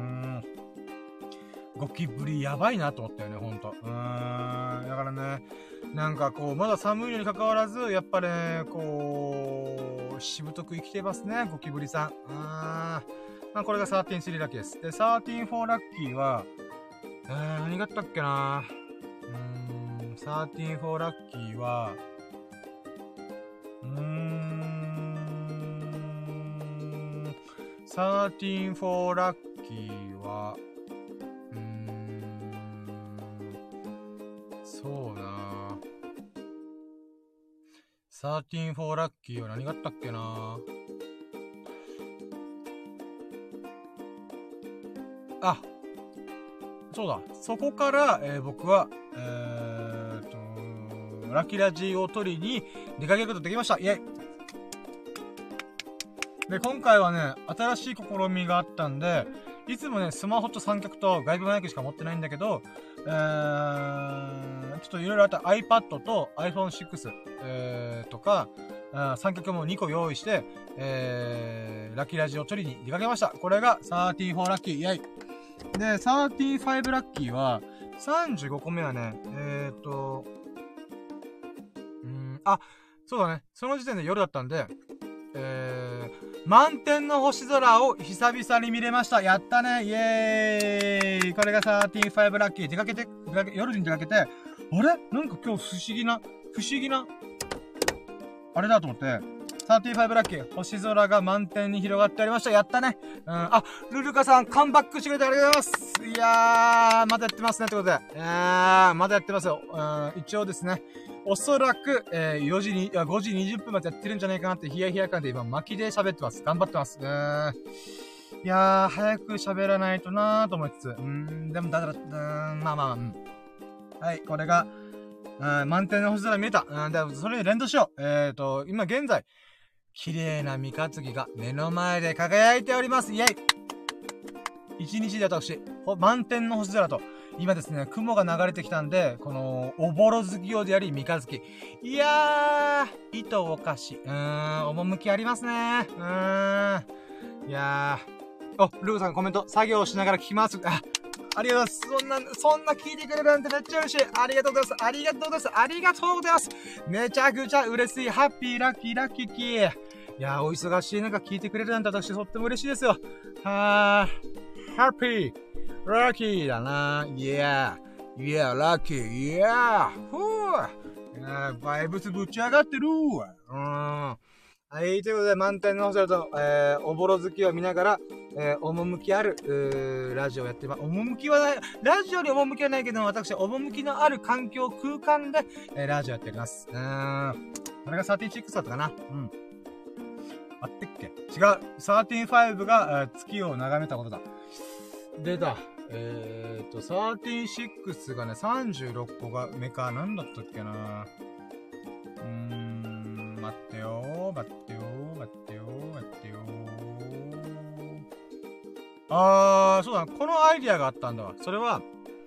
ゴキブリやばいなと思ったよね、ほんと。だからね、なんかまだ寒いのに関わらず、やっぱね、しぶとく生きてますね、ゴキブリさん。これが13-3ラッキーです。で、13-4ラッキーは、何があったっけな13-4ラッキーは、13-4ラッキーは、そうな13-4ラッキーは何があったっけなそうだ。そこから、僕は、ラキラジを取りに出かけることできました。イェイ。で、今回はね、新しい試みがあったんで、 いつもね、スマホと三脚と外部マイクしか持ってないんだけど、ちょっといろいろあった iPad と iPhone6、とか、三脚も2個用意して、ラッキーラジオを取りに出かけました。これが34ラッキー、イェイ。で、35ラッキーは、35個目はね、そうだね。その時点で夜だったんで、満天の星空を久々に見れました。やったね。イエーイ。これが35ラッキー。夜に出かけて、あれなんか今日不思議な、あれだと思って、35ラッキー、星空が満天に広がっておりました。やったね。ルルカさん、カムバックしてくれてありがとうございます。いやー、まだやってますね、ってことで。まだやってますよ。一応ですね、おそらく、5時20分までやってるんじゃないかなってヒヤヒヤ感で今巻きで喋ってます。頑張ってます。いやー、早く喋らないとなーと思いつつ。でもはい、これが、満天の星空見えた。それに連動しよう。今現在、綺麗な三日月が目の前で輝いております。イェイ。一日で私、満天の星空と、今ですね、雲が流れてきたんで、この、おぼろ月夜であり三日月。いやー、糸おかし。趣ありますね。いやー。ルーさんコメント、作業しながら聞きます。ありがとうございます。そんな聞いてくれるなんてめっちゃ嬉しい。ありがとうございます。ありがとうございます。ありがとうございます。めちゃくちゃ嬉しい。ハッピー、ラッキーキー。いやー、お忙しい中聞いてくれるなんて私とっても嬉しいですよ。ハッピー、ラッキーだな。ラッキー、バイブスぶち上がってる。はい、ということで、満天の星空と、おぼろ月を見ながら、趣ある、ラジオをやってます。趣はない、ラジオに趣はないけども、私、趣のある環境、空間で、ラジオやっております。これが36だったかな。あってっけ違う。35が、月を眺めたことだ。出た。36がね、36個が目か、なんだったっけな。待ってよ。そうだ、このアイディアがあったんだわ。それは、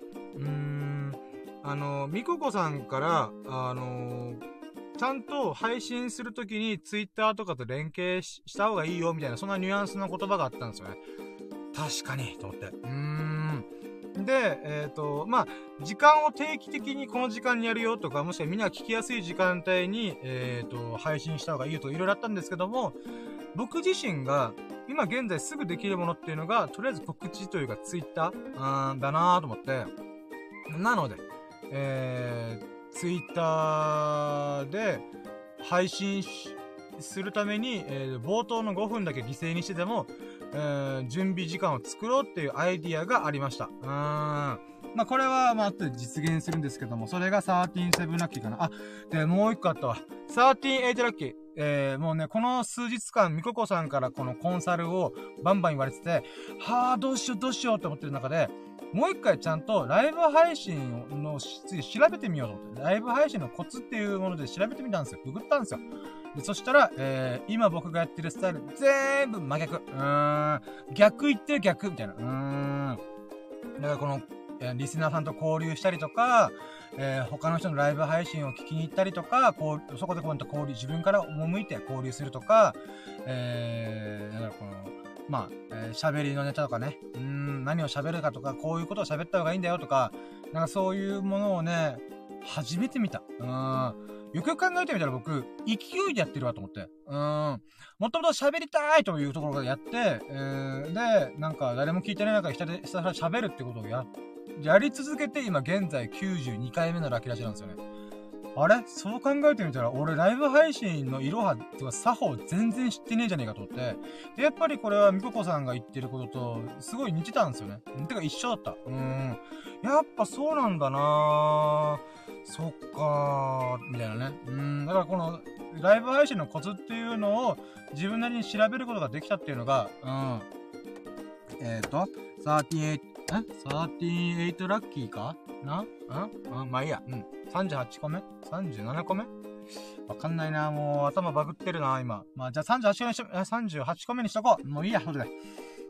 みここさんから、ちゃんと配信するときにツイッターとかと連携した方がいいよみたいな、そんなニュアンスの言葉があったんですよね。確かに、と思って。で、時間を定期的にこの時間にやるよとか、もしくはみんなが聞きやすい時間帯に、配信した方がいいよとかいろいろあったんですけども、僕自身が今現在すぐできるものっていうのが、とりあえず告知というかツイッターだなと思って。なので、ツイッターで配信するために、冒頭の5分だけ犠牲にしてでも、準備時間を作ろうっていうアイディアがありました。これは、後で実現するんですけども、それが137ラッキーかな。で、もう一個あったわ。38ラッキー。もうね、この数日間、みここさんからこのコンサルをバンバン言われてて、どうしようって思ってる中で、もう一回ちゃんとライブ配信のついて調べてみようと思って、ライブ配信のコツっていうもので調べてみたんですよ。ググったんですよ。で、そしたら、今僕がやってるスタイル、全部真逆。逆言ってる逆、みたいな。だからこの、リスナーさんと交流したりとか、他の人のライブ配信を聞きに行ったりとか、そこで今度自分から赴いて交流するとか、だからこの、喋りのネタとかね、何を喋るかとか、こういうことを喋った方がいいんだよとか、なんかそういうものをね、初めて見た。よくよく考えてみたら僕、勢いでやってるわと思って。もともと喋りたいというところからやって、で、なんか誰も聞いてない中でひたすら喋るってことをやり続けて今現在92回目のラッキーラジなんですよね。あれそう考えてみたら、俺ライブ配信のいろはとか作法全然知ってねえじゃねえかと思って。で、やっぱりこれはみここさんが言ってることと、すごい似てたんですよね。てか一緒だった。やっぱそうなんだなそっかみたいなね。だからこの、ライブ配信のコツっていうのを自分なりに調べることができたっていうのが、38ラッキーかなまあいいや。38個目 ?37 個目わかんないな。もう頭バグってるな、今。じゃあ38個目にしとこう。もういいや、それで。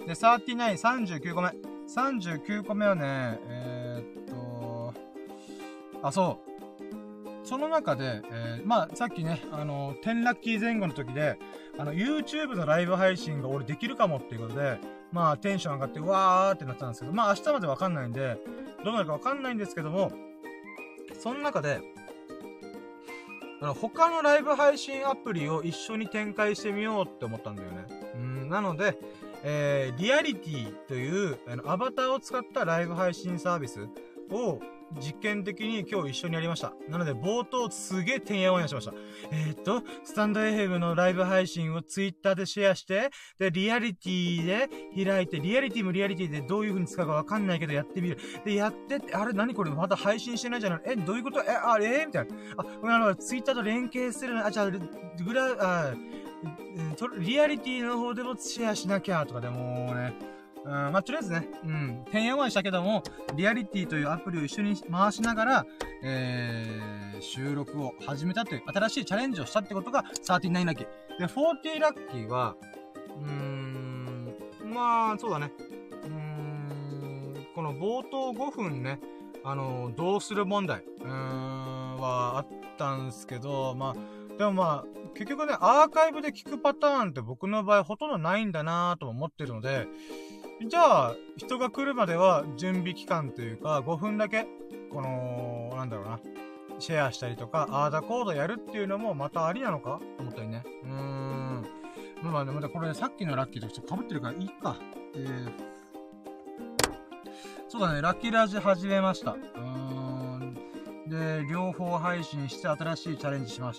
で、39、39個目。39個目はね、そう。その中で、まあ、さっきね、10ラッキー前後の時で、YouTube のライブ配信が俺できるかもっていうことで、まあ、テンション上がって、わーってなったんですけど、まあ、明日までわかんないんで、どうなるかわかんないんですけども、その中で、他のライブ配信アプリを一緒に展開してみようって思ったんだよね。なので、リアリティという、アバターを使ったライブ配信サービスを、実験的に今日一緒にやりました。なので冒頭すげえてんやわんやしました。スタンド FM のライブ配信をツイッターでシェアして、で、リアリティで開いて、リアリティもリアリティでどういう風に使うかわかんないけどやってみる。で、やってって、あれ何これまだ配信してないじゃない？どういうこと？あれみたいな。ごめん、ツイッターと連携するの、じゃあ、リアリティの方でもシェアしなきゃとかでもね、まあ、とりあえずね、てんやわんしたけども、リアリティというアプリを一緒に回しながら、収録を始めたという、新しいチャレンジをしたってことが、39ラッキー。で、40ラッキーは、まあ、そうだね。この冒頭5分ね、どうする問題、はあったんですけど、まあ、でもまあ、結局ね、アーカイブで聞くパターンって僕の場合ほとんどないんだなぁと思ってるので、じゃあ、人が来るまでは準備期間というか、5分だけ、なんだろうな、シェアしたりとか、アーダコードやるっていうのもまたありなのかと思ったりね。まあ、でもこれさっきのラッキーとちょっと被ってるからいいか。そうだね、ラッキーラジ始めました。で、両方配信して新しいチャレンジしました。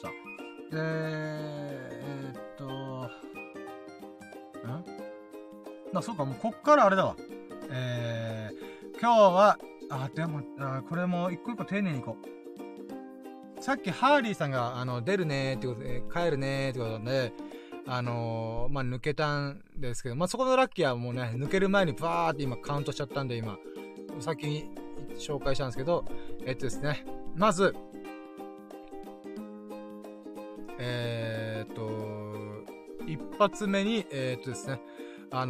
そうか、もうこっからあれだわ。今日は、これも一個一個丁寧にいこう。さっきハーリーさんが、出るねーってことで、帰るねーってことで、まあ、抜けたんですけど、まあ、そこのラッキーはもうね、抜ける前にバーって今カウントしちゃったんで、今、先に紹介したんですけど、ですね、まず、一発目に、ですね、待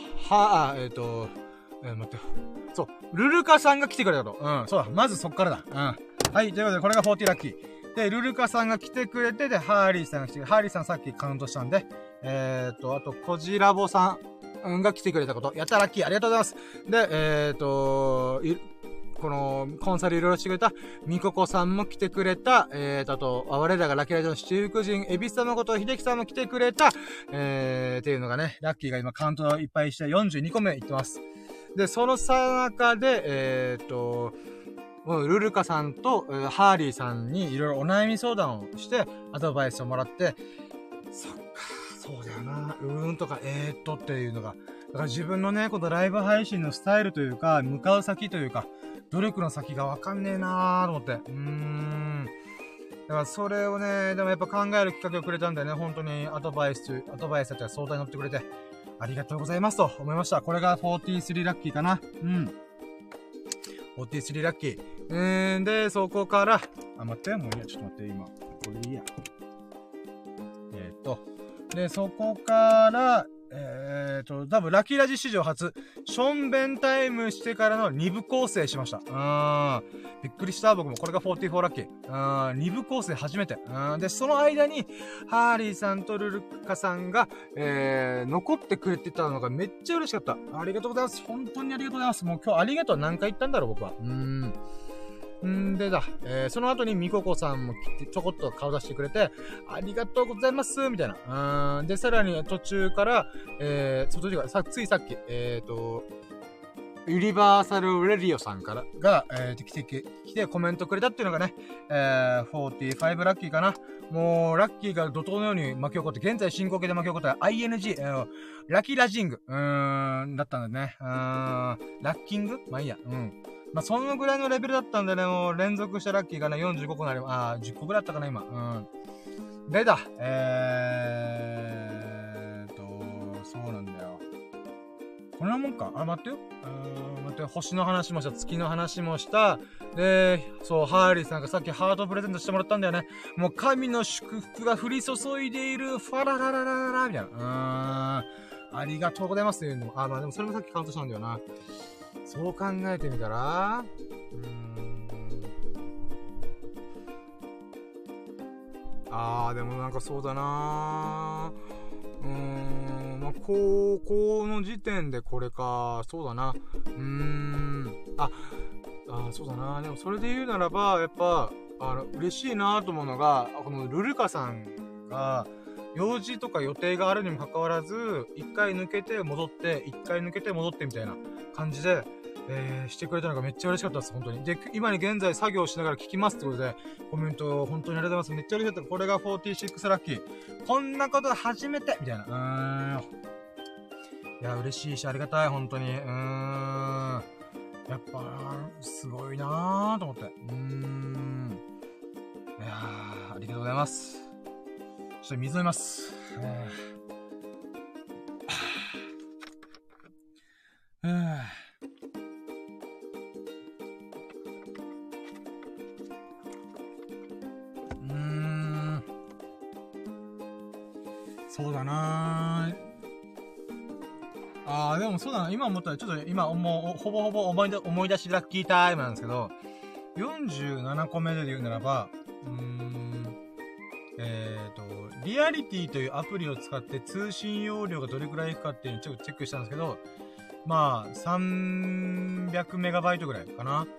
って、そう、ルルカさんが来てくれたと。そうだ、まずそっからだ。はい、ということで、これが40ラッキー。で、ルルカさんが来てくれて、で、ハーリーさんが来て、ハーリーさんさっきカウントしたんで、あと、コジラボさんが来てくれたこと。やったラッキー、ありがとうございます。で、この、コンサルいろいろしてくれた、ミココさんも来てくれた、あと、我らがラッキーラジオの七福神、エビス様こと秀樹さんも来てくれた、っていうのがね、ラッキーが今カウントいっぱいして42個目いってます。で、そのさなかで、ルルカさんと、ハーリーさんにいろいろお悩み相談をして、アドバイスをもらって、そっか、そうだよな、とか、っていうのが、だから自分のね、このライブ配信のスタイルというか、向かう先というか、努力の先がわかんねえなーと思って。だからそれをね、でもやっぱ考えるきっかけをくれたんでね、本当にアドバイスだったら相談に乗ってくれて、ありがとうございますと思いました。これが43ラッキーかな。43ラッキー。で、そこから、待って、もういいや、ちょっと待って、今。これでいいや。で、そこから、多分ラッキーラジ史上初、ションベンタイムしてからの2部構成しました。びっくりした。僕もこれが44ラッキー。2部構成初めて。で、その間に、ハーリーさんとルルカさんが、残ってくれてたのがめっちゃ嬉しかった。ありがとうございます。本当にありがとうございます。もう今日ありがとう何回言ったんだろう、僕は。でだ、その後にミココさんも来て、ちょこっと顔出してくれて、ありがとうございます、みたいな。で、さらに途中から、ついさっき、ユニバーサルレディオさんからが、来てコメントくれたっていうのがね、45ラッキーかな。もう、ラッキーが怒涛のように巻き起こって、現在進行形で巻き起こった ING、ラッキーラジング、だったんだね。ラッキングまあいいや、まあ、そのぐらいのレベルだったんでね、もう連続したラッキーがね、45個なり、10個ぐらいだったかな、今。でだ、そうなんだよ。こんなもんか。待ってよ。待ってよ。星の話もした、月の話もした。で、そう、ハーリーさんがさっきハートプレゼントしてもらったんだよね。もう神の祝福が降り注いでいる、ファララララララみたいな。 ありがとうございますっていうのも、まあでもそれもさっきカウントしたんだよな。そう考えてみたら、でもなんかそうだなまあ、高校の時点でこれか、そうだな。そうだな。でもそれで言うならば、やっぱ、嬉しいなと思うのが、このルルカさんが、用事とか予定があるにもかかわらず、一回抜けて戻って、一回抜けて戻ってみたいな感じで、してくれたのがめっちゃ嬉しかったです、本当に。で、今に現在作業しながら聞きますってことで、コメント本当にありがとうございます。めっちゃ嬉しかった。これが46ラッキー。こんなこと初めてみたいな。いや、嬉しいし、ありがたい、本当に。やっぱ、すごいなぁと思って。いやー、ありがとうございます。ちょっと水飲みます。そうだなでもそうだな。今思ったら、ちょっと今、ほぼほぼ思い出しラッキータイムなんですけど、47個目で言うならば、リアリティというアプリを使って通信容量がどれくらいいくかっていうのをちょっとチェックしたんですけど、まあ、300メガバイトぐらいかな。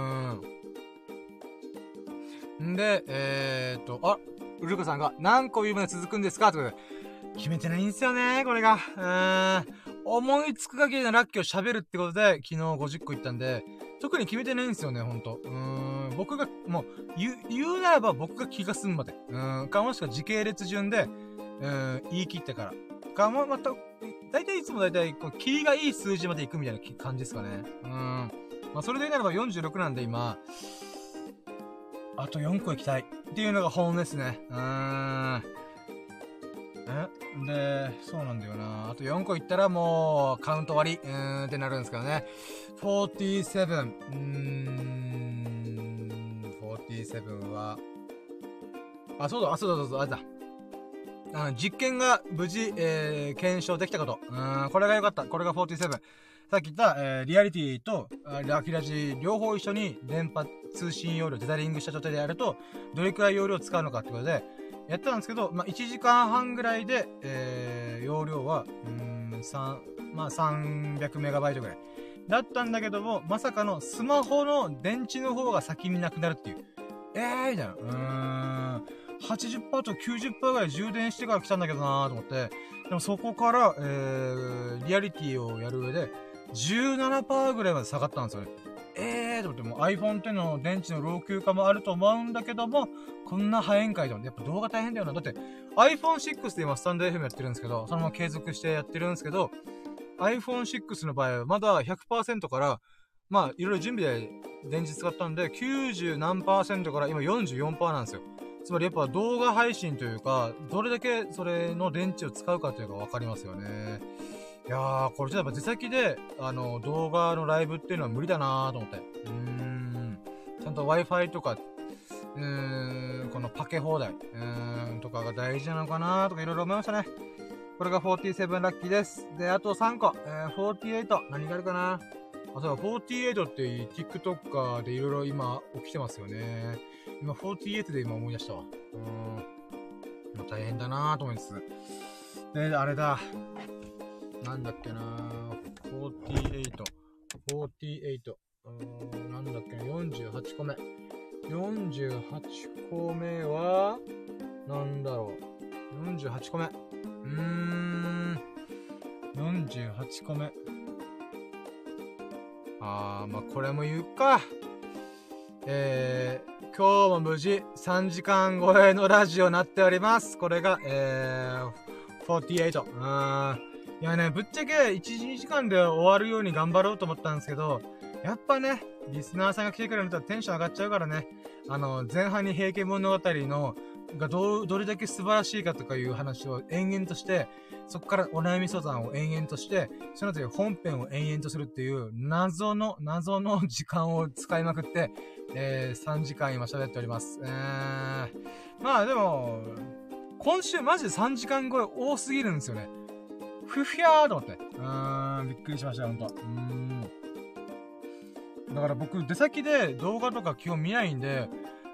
んで、ウルカさんが何個言うまで続くんですかってことで、決めてないんですよね、これが。思いつく限りのラッキーを喋るってことで、昨日50個言ったんで、特に決めてないんですよね、ほんと。僕が、もう、言うならば僕が気が済むまで。もしくは時系列順で、言い切ってから。また、いつもこう、キリがいい数字まで行くみたいな感じですかね。まあ、それで言うならば46なんで今、あと4個行きたい。っていうのが本音ですね。で、そうなんだよな。あと4個いったらもう、カウント終わり。ってなるんですけどね。47。47は、そうだ、あれだ。実験が無事、検証できたこと。これが良かった。これが47。さっき言った、リアリティと、ラキラジ、両方一緒に電波通信容量、テザリングした状態でやると、どれくらい容量を使うのかってことで、やったんですけど、まあ、1時間半ぐらいで、容量は、300メガバイトぐらい。だったんだけども、まさかのスマホの電池の方が先になくなるっていう。みたいな。80% と 90% ぐらい充電してから来たんだけどなーと思って。でもそこから、リアリティをやる上で、17% ぐらいまで下がったんですよね。と思って、もう iPhone X の電池の老朽化もあると思うんだけども、こんな早いんかいと思って、やっぱ動画大変だよな。だって、iPhone 6で今スタンド FM やってるんですけど、そのまま継続してやってるんですけど、iPhone 6の場合はまだ 100% から、まあ、いろいろ準備で電池使ったんで、90何%から今 44% なんですよ。つまりやっぱ動画配信というか、どれだけそれの電池を使うかというかわかりますよね。いやー、これちょっとやっぱ出先で、動画のライブっていうのは無理だなーと思って。ちゃんと Wi-Fi とか、このパケ放題、とかが大事なのかなーとかいろいろ思いましたね。これが47ラッキーです。で、あと3個。48。何があるかな。そうだ、48って TikToker でいろいろ今起きてますよね。今48で今思い出したわ。もう大変だなーと思います。で、あれだ。なんだっけなー。48。なんだっけな、48個目。48個目は、なんだろう。48個目。48個目。まあ、これも言うか。今日も無事3時間超えのラジオになっております。これが、48。いやね、ぶっちゃけ1、2時間で終わるように頑張ろうと思ったんですけど、やっぱね、リスナーさんが来てくれるとテンション上がっちゃうからね。前半に平家物語の、がどれだけ素晴らしいかとかいう話を延々として、そこからお悩み相談を延々として、その後本編を延々とするっていう謎の時間を使いまくって、3時間今喋っております。まあでも、今週マジで3時間超え多すぎるんですよね。 ふふやーと思って。びっくりしましたよ、ほんと。だから僕、出先で動画とか基本見ないんで、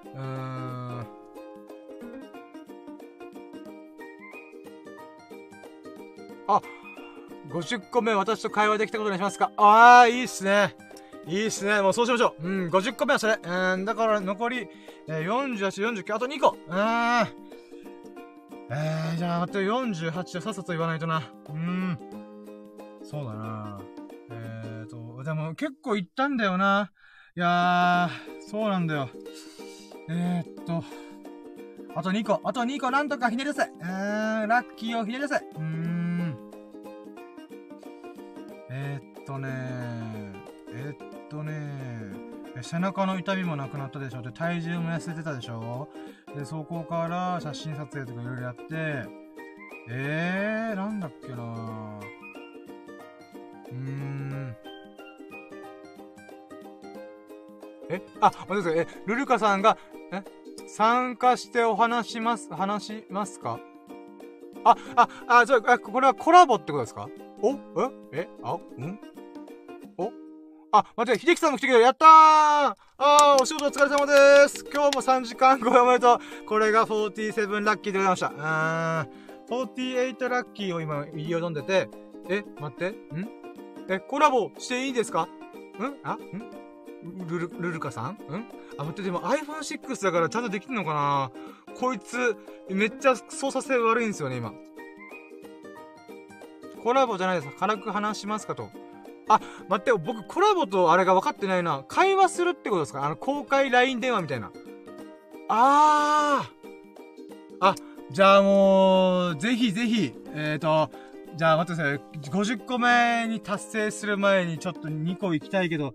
あ、50個目私と会話できたことにしますか？いいっすね。いいっすね。もうそうしましょう。50個目はそれ。だから残り、48、49、あと2個。じゃあ、待って、48をさっさと言わないとな。そうだな。でも結構言ったんだよな。いやー、そうなんだよ。あと2個、あと2個なんとかひねり出せ。ラッキーをひねり出せ。背中の痛みもなくなったでしょ。で、体重も痩せてたでしょ。で、そこから写真撮影とかいろいろやって、なんだっけな待ってください。ルルカさんが、参加して話しますか？これはコラボってことですか？待って、秀樹さんも来てくれる。やったー！お仕事お疲れ様です。今日も3時間超えおめでとう。これが47ラッキーでございました。48ラッキーを今、右を飲んでて、待って、コラボしていいんですか？ルルカさん？待って、でも iPhone 6だからちゃんとできてんのかな？こいつ、めっちゃ操作性悪いんですよね、今。コラボじゃないです。軽く話しますかと。待って、僕、コラボとあれが分かってないな。会話するってことですか？公開 LINE 電話みたいな。じゃあもう、ぜひぜひ、じゃあ待ってください。50個目に達成する前にちょっと2個行きたいけど、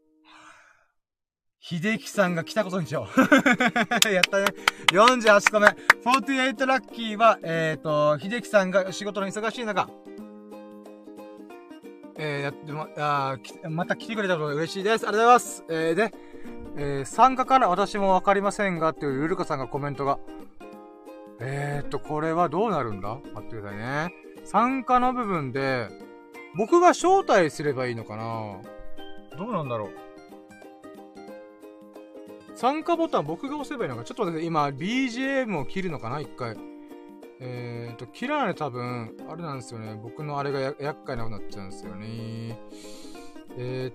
秀樹さんが来たことにしよう。やったね。48個目。48ラッキーは、秀樹さんが仕事の忙しい中、また来てくれたこと嬉しいです。ありがとうございます。参加から私もわかりませんがっていうルルカさんがコメントが。これはどうなるんだ？待ってくださいね。参加の部分で、僕が招待すればいいのかな？どうなんだろう。参加ボタン僕が押せばいいのか。ちょっと待って、今 BGM を切るのかな？一回。切らないと多分、あれなんですよね。僕のあれが厄介なことになっちゃうんですよね。待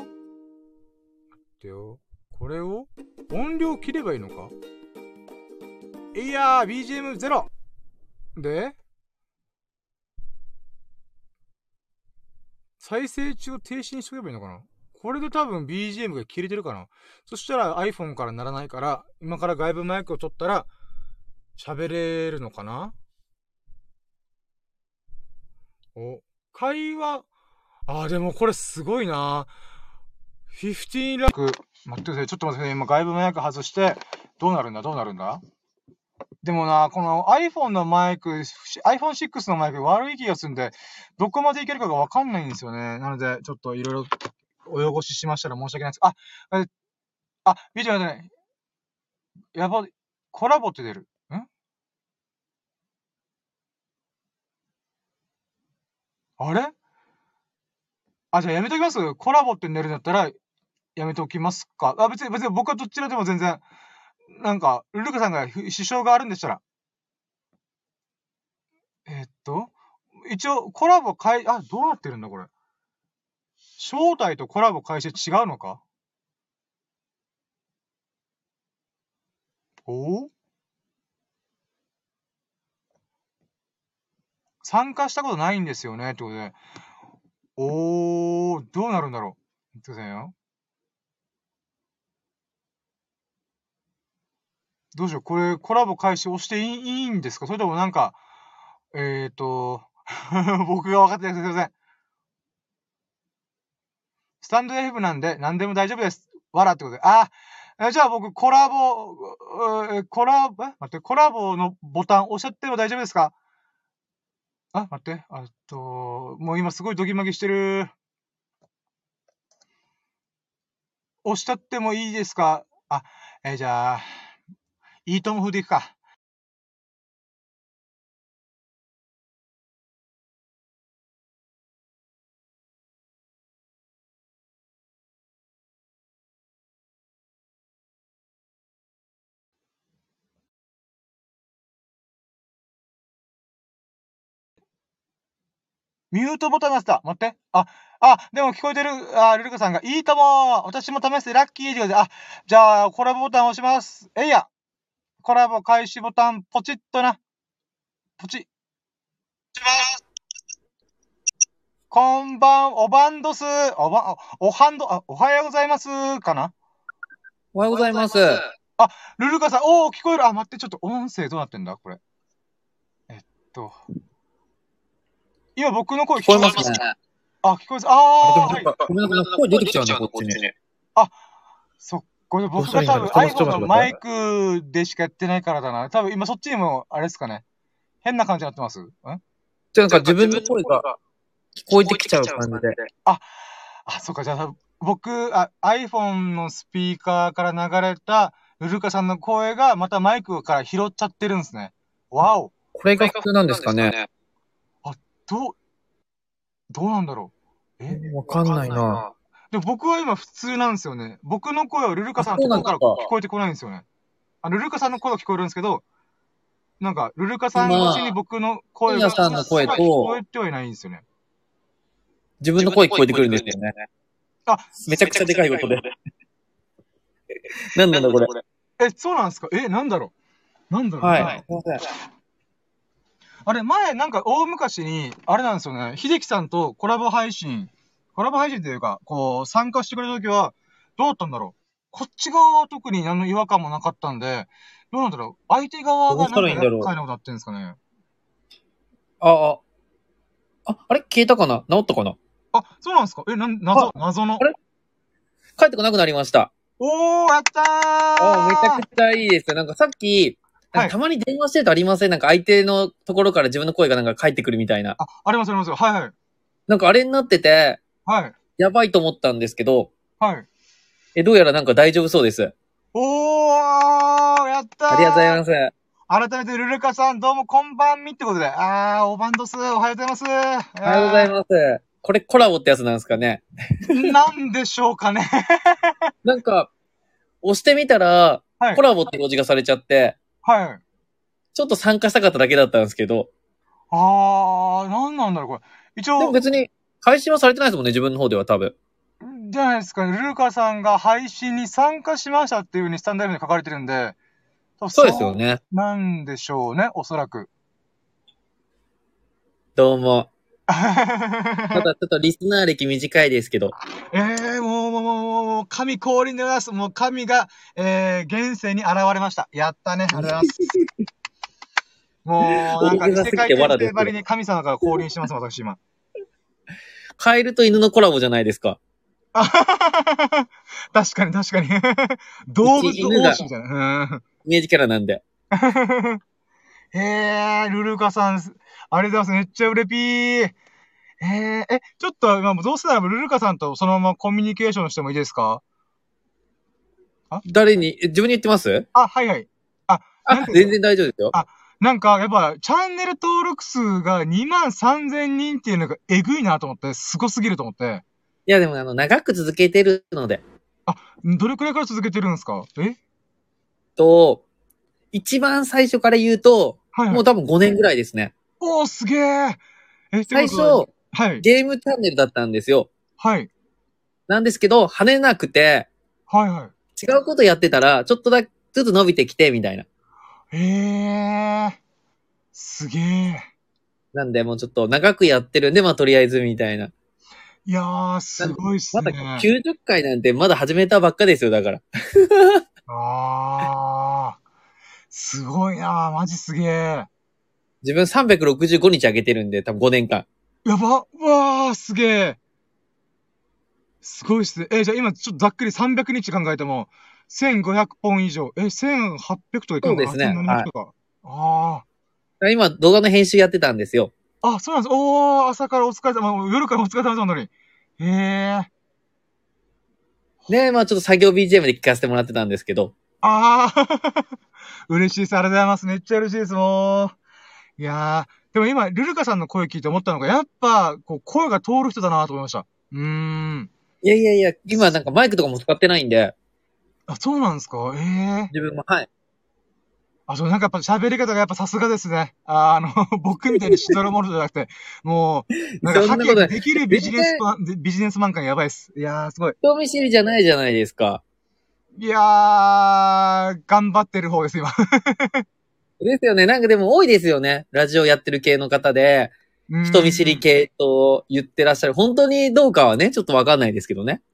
ってよ。これを音量切ればいいのか？いやー、BGM0! で、再生中を停止にしとけばいいのかな？これで多分 BGM が切れてるかな？そしたら iPhone から鳴らないから、今から外部マイクを取ったら、喋れるのかな？会話、でもこれすごいな。15ラック、待ってください。ちょっと待ってください。今外部マイク外して、どうなるんだでもな、この iPhone のマイク、iPhone 6のマイク悪い気がするんで、どこまでいけるかがわかんないんですよね。なので、ちょっといろいろお汚ししましたら申し訳ないです。見てください。やば、コラボって出る。あれ？じゃあやめときます。コラボって寝るんだったら、やめておきますか。別に僕はどちらでも全然、なんか、ルルカさんが支障があるんでしたら。一応、コラボどうなってるんだこれ。招待とコラボ開始違うのか？参加したことないんですよねってことで。どうなるんだろう。見てくださいよ。どうしよう。これ、コラボ開始押していいんですか？それともなんか、僕が分かってないです。すいません。スタンド F なんで何でも大丈夫です。わらってことで。じゃあ僕コラボのボタン押しちゃっても大丈夫ですか？待って。もう今すごいドギマギしてる。押しちゃってもいいですか？じゃあ、いいとも風でいくか。 ミュートボタンがした。待って。でも聞こえてる。ルルカさんが、いいとも。私も試してラッキーってことで、じゃあ、コラボボタン押します。えいや。コラボ開始ボタン、ポチッとな。ポチッ。こんばん、おばんどす。おはようございます。かな。 おはようございます。 ルルカさん、聞こえる。待って、ちょっと音声どうなってんだこれ。今僕の声聞こえますね。 聞こえます。はい。 ごめんなさい、声出てきちゃうな、こっちに。 これ僕が多分 iPhone のマイクでしかやってないからだな。多分今そっちにも、あれですかね。変な感じになってます？ じゃなんか自分の声が聞こえてきちゃう感じで。 そっか、じゃあ僕、iPhone のスピーカーから流れたルルカさんの声がまたマイクから拾っちゃってるんですね。わお。 これが普通なんですかね。 どうなんだろう。わかんないな。 でも僕は今普通なんですよね。僕の声はルルカさんのところから聞こえてこないんですよね。ルルカさんの声は聞こえるんですけど、なんか、ルルカさん越しに僕の声がさんの声と聞こえてはいないんですよね。 自分の声聞こえてくるんですよね。めちゃくちゃでかい音で。なんだこれ。 そうなんですか？なんだろう。 はい。 あれ、前、なんか、大昔に、あれなんですよね。秀樹さんとコラボ配信というか、こう、参加してくれたときは、どうだったんだろう。こっち側は特に何の違和感もなかったんで、どうなんだろう。相手側がなんか厄介なことなってんですかね。 あれ消えたかな？治ったかな？ そうなんですか？謎の。 あれ帰ってこなくなりました。 やったー！ めちゃくちゃいいですよ。なんかさっき、たまに電話してるとありません？なんか相手のところから自分の声がなんか返ってくるみたいな。 ありますよ。はい。 なんかあれになってて、 はい。 やばいと思ったんですけど、 はい。 どうやらなんか大丈夫そうです。やったー！ ありがとうございます。 改めてルルカさん、どうもこんばんみってことで。おばんどす。おはようございます。 おはようございます。これコラボってやつなんですかね？ なんでしょうかね。 なんか、押してみたら、コラボって表示がされちゃって、ちょっと参加したかっただけだったんですけど。 なんなんだろう、これ。一応。 でも別に、配信はされてないですもんね、自分の方では多分。 じゃないですかね。ルルカさんが配信に参加しましたっていう風にスタンド F に書かれてるんで。 そうですよね。 なんでしょうね、おそらく。 どうも。ただちょっとリスナー歴短いですけど。 もう、神降臨でございます。もう神が、現世に現れました。やったね。ありがとうございます。もう、なんか異世界転生ばりに神様から降臨してます、私今。 カエルと犬のコラボじゃないですか。 確かに。動物王子みたいな。 イメージキャラなんで。 ルルカさん、ありがとうございます。めっちゃうれぴー。ちょっと、今もどうせならルルカさんとそのままコミュニケーションしてもいいですか？ 誰に、自分に言ってます？ はい。 全然大丈夫ですよ。 なんか、やっぱ、チャンネル登録数が23,000人っていうのがえぐいなと思って、すごすぎると思って。 いや、でも長く続けてるので。 どれくらいから続けてるんですか？ 一番最初から言うと、もう多分5年ぐらいですね。 すげー。 最初、ゲームチャンネルだったんですよ。なんですけど、跳ねなくて、違うことやってたら、ちょっとずつ伸びてきて、みたいな。 すげー。 なんで、もうちょっと長くやってるんで、とりあえずみたいな。 いやー、すごいっすね。 まだ90回なんてまだ始めたばっかですよ、だから。 すごいなー、マジすげー。 自分365日あげてるんで、多分5年間。 やば、すげー。すごいっすね。じゃあ今ちょっとざっくり300日考えても、1500本以上。1800とかいくのかな？ そうですね。今動画の編集やってたんですよ。 そうなんです。朝からお疲れ様、夜からお疲れ様なのに。 で、ちょっと作業 BGM で聞かせてもらってたんですけど。 嬉しいです。ありがとうございます。めっちゃ嬉しいです、もう。いやー、でも今、ルルカさんの声聞いて思ったのが、やっぱ、声が通る人だなと思いました。 いや、今なんかマイクとかも使ってないんで。 そうなんですか？ 自分も、はい。 そう、なんかやっぱ喋り方がやっぱさすがですね。僕みたいにしどろもろじゃなくて、もう、なんか、はきはきできるビジネスマン感やばいっす。いやー、すごい。 人見知りじゃないじゃないですか。 いやー、頑張ってる方です、今。 ですよね。なんかでも多いですよね。ラジオやってる系の方で、人見知り系と言ってらっしゃる。本当にどうかはね、ちょっとわかんないですけどね。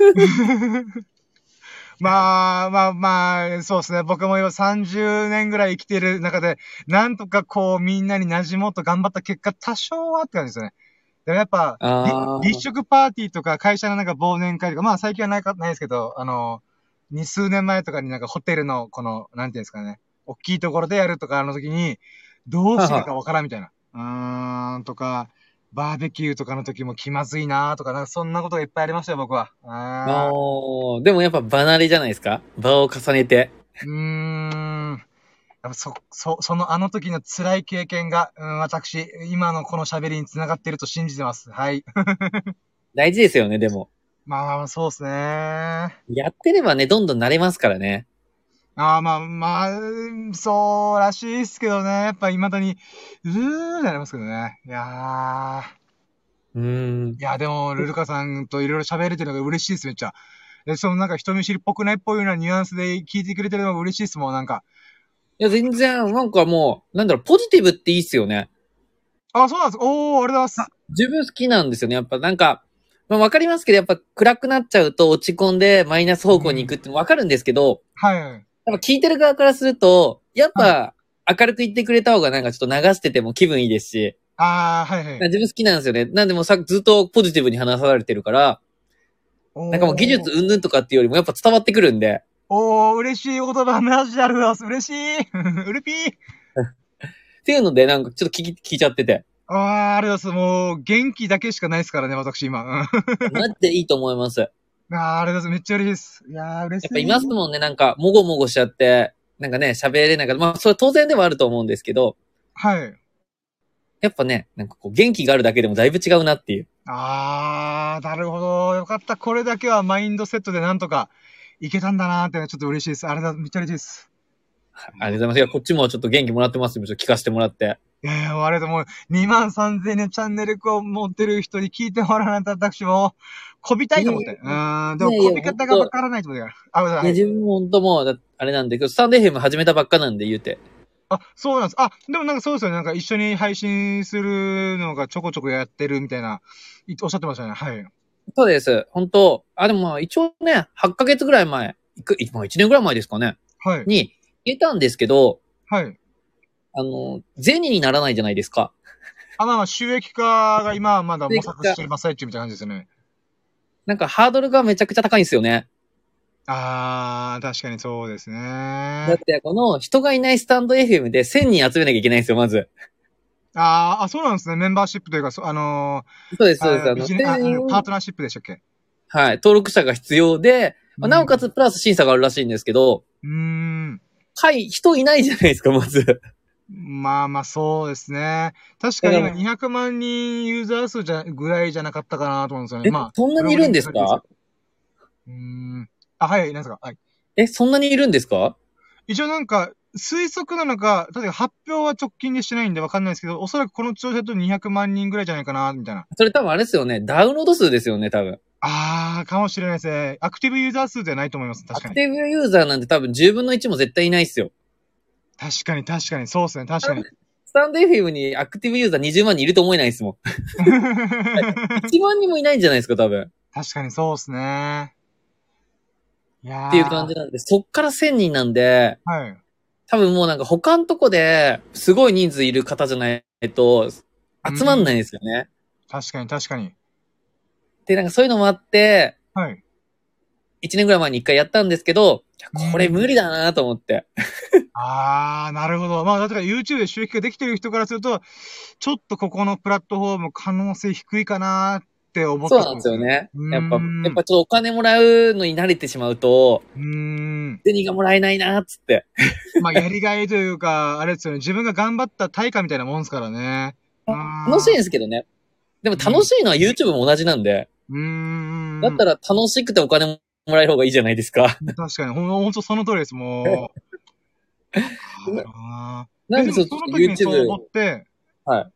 そうですね。僕も今30年ぐらい生きてる中で、なんとかこうみんなに馴染もうと頑張った結果、多少はって感じですよね。でもやっぱ、立食パーティーとか会社のなんか忘年会とか、最近はないですけど、数年前とかになんかホテルのこの、なんていうんですかね、大きいところでやるとかの時に、どうしていいかわからんみたいな。とか、バーベキューとかの時も気まずいなーとか、なんかそんなことがいっぱいありましたよ、僕は。 でもやっぱ離れじゃないですか？場を重ねて。 やっぱあの時の辛い経験が、私、今のこの喋りに繋がっていると信じてます。はい。 大事ですよね、でも。 そうですね。 やってればね、どんどん慣れますからね。 そうらしいっすけどね。やっぱ未だに、なりますけどね。いやー。 いや、でも、ルルカさんといろいろ喋れてるのが嬉しいです、めっちゃ。なんか人見知りっぽくないっぽいようなニュアンスで聞いてくれてるのが嬉しいです、もうなんか。 いや、全然、なんかもう、なんだろう、ポジティブっていいっすよね。 そうなんです。ありがとうございます。 自分好きなんですよね。やっぱなんか、わかりますけど、やっぱ暗くなっちゃうと落ち込んでマイナス方向に行くってわかるんですけど、 はい。 やっぱ聞いてる側からすると、やっぱ明るく言ってくれた方がなんかちょっと流してても気分いいですし。 はい。 自分好きなんですよね。なんでもずっとポジティブに話されてるから、なんかもう技術うんぬんとかっていうよりもやっぱ伝わってくるんで。 嬉しいお言葉、マジでありがとうございます。嬉しい。うるぴー。 っていうので、なんかちょっと聞いちゃってて。 ありがとうございます。もう、元気だけしかないですからね、私今。 マジでいいと思います。 ありがとうございます。めっちゃ嬉しいです。いや嬉しい。 やっぱいますもんね、なんか、もごもごしちゃって、なんかね、喋れないから、それは当然ではあると思うんですけど。 はい。 やっぱね、なんかこう、元気があるだけでもだいぶ違うなっていう。 なるほど。よかった。これだけはマインドセットでなんとかいけたんだなーってちょっと嬉しいです。めっちゃ嬉しいです。 ありがとうございます。いや、こっちもちょっと元気もらってますよ。ちょっと聞かせてもらって。 いやいや、あれでも、23,000円チャンネルを持ってる人に聞いてもらわないと私も、こびたいと思って。でも、こび方がわからないと思ってから。 いや、自分も本当もう、あれなんで、スタンド FM 始めたばっかなんで言うて。 そうなんです。でもなんかそうですよね。なんか一緒に配信するのがちょこちょこやってるみたいな、おっしゃってましたね。はい。 そうです。本当でも一応ね、8ヶ月ぐらい前、1年ぐらい前ですかね。 はい。 に、言ったんですけど、 はい。 銭にならないじゃないですか。 収益化が今はまだ模索してる真っ最中みたいな感じですよね。 なんかハードルがめちゃくちゃ高いんですよね。 確かにそうですね。 だって、この人がいないスタンド FM で1000人集めなきゃいけないんですよ、まず。 そうなんですね。メンバーシップというか、 そうです、そうです。 パートナーシップでしたっけ？ はい。登録者が必要で、なおかつプラス審査があるらしいんですけど、人いないじゃないですか、まず。 そうですね。確かに今200万人ユーザー数ぐらいじゃなかったかなと思うんですよね。 そんなにいるんですか？ はい、何ですか？はい。 そんなにいるんですか？ 一応なんか、推測なのか、例えば発表は直近でしてないんでわかんないですけど、おそらくこの調子だと200万人ぐらいじゃないかな、みたいな。 それ多分あれですよね。ダウンロード数ですよね、多分。 かもしれないですね。アクティブユーザー数ではないと思います。確かに。 アクティブユーザーなんて多分10分の1も絶対いないっすよ。 確かに、そうですね、確かに。 スタンド FM にアクティブユーザー20万人いると思えないですもん。1万人もいないんじゃないですか、多分。 確かにそうですね。 っていう感じなんで、そっから1000人なんで、 はい。 多分もうなんか他のとこですごい人数いる方じゃないと集まんないんですよね。 確かに。 で、なんかそういうのもあって、 はい。 1年ぐらい前に1回やったんですけど、これ無理だなと思って。 なるほど。だから YouTube で収益ができてる人からすると、ちょっとここのプラットフォーム可能性低いかなって思ったそうなんですよね。やっぱちょっとお金もらうのに慣れてしまうと、銭がもらえないなっつって。 やりがいというか、あれですよね。自分が頑張った対価みたいなもんですからね。 楽しいんですけどね。でも楽しいのは YouTube も同じなんで。だったら楽しくてお金もらえる方がいいじゃないですか。 確かに。ほんとその通りです、もう。 なんでその時にそう思って、 はい。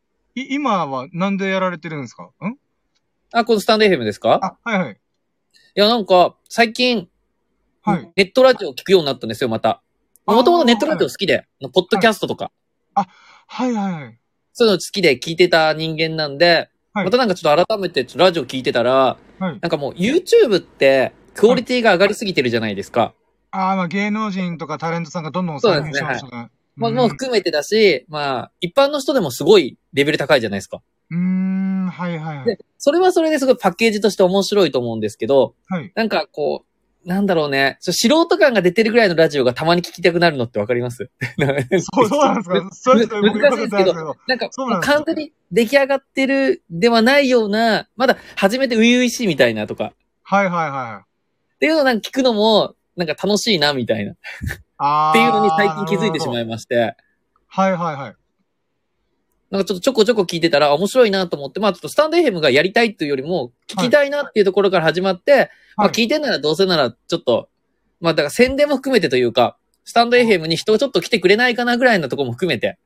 今はなんでやられてるんですか？ このスタンド FM ですか？ はいはい。いや、なんか、最近、はい。ネットラジオを聞くようになったんですよ、また。もともとネットラジオ好きで、ポッドキャストとか。 はいはいはい。 そういうの好きで聞いてた人間なんで、またなんかちょっと改めてラジオ聞いてたら、なんかもう YouTube ってクオリティが上がりすぎてるじゃないですか。 まあ芸能人とかタレントさんがどんどん再現しましたね。 まあもう含めてだし、まあ一般の人でもすごいレベル高いじゃないですか。 はいはいはい。 で、それはそれですごいパッケージとして面白いと思うんですけど、なんかこう、なんだろうね。素人感が出てるぐらいのラジオがたまに聞きたくなるのってわかります？ そうなんですか？それ難しいですけど、なんか完全に出来上がってるではないような、まだ初めて初々しいみたいなとか。 はいはいはい。 っていうのをなんか聞くのも、なんか楽しいなみたいな。っていうのに最近気づいてしまいまして。 はいはいはい。 なんかちょっとちょこちょこ聞いてたら面白いなと思って、まあちょっとスタンド FM がやりたいというよりも、聞きたいなっていうところから始まって、まあ聞いてんならどうせならちょっと、まあだから宣伝も含めてというか、スタンド FM に人をちょっと来てくれないかなぐらいのところも含めて。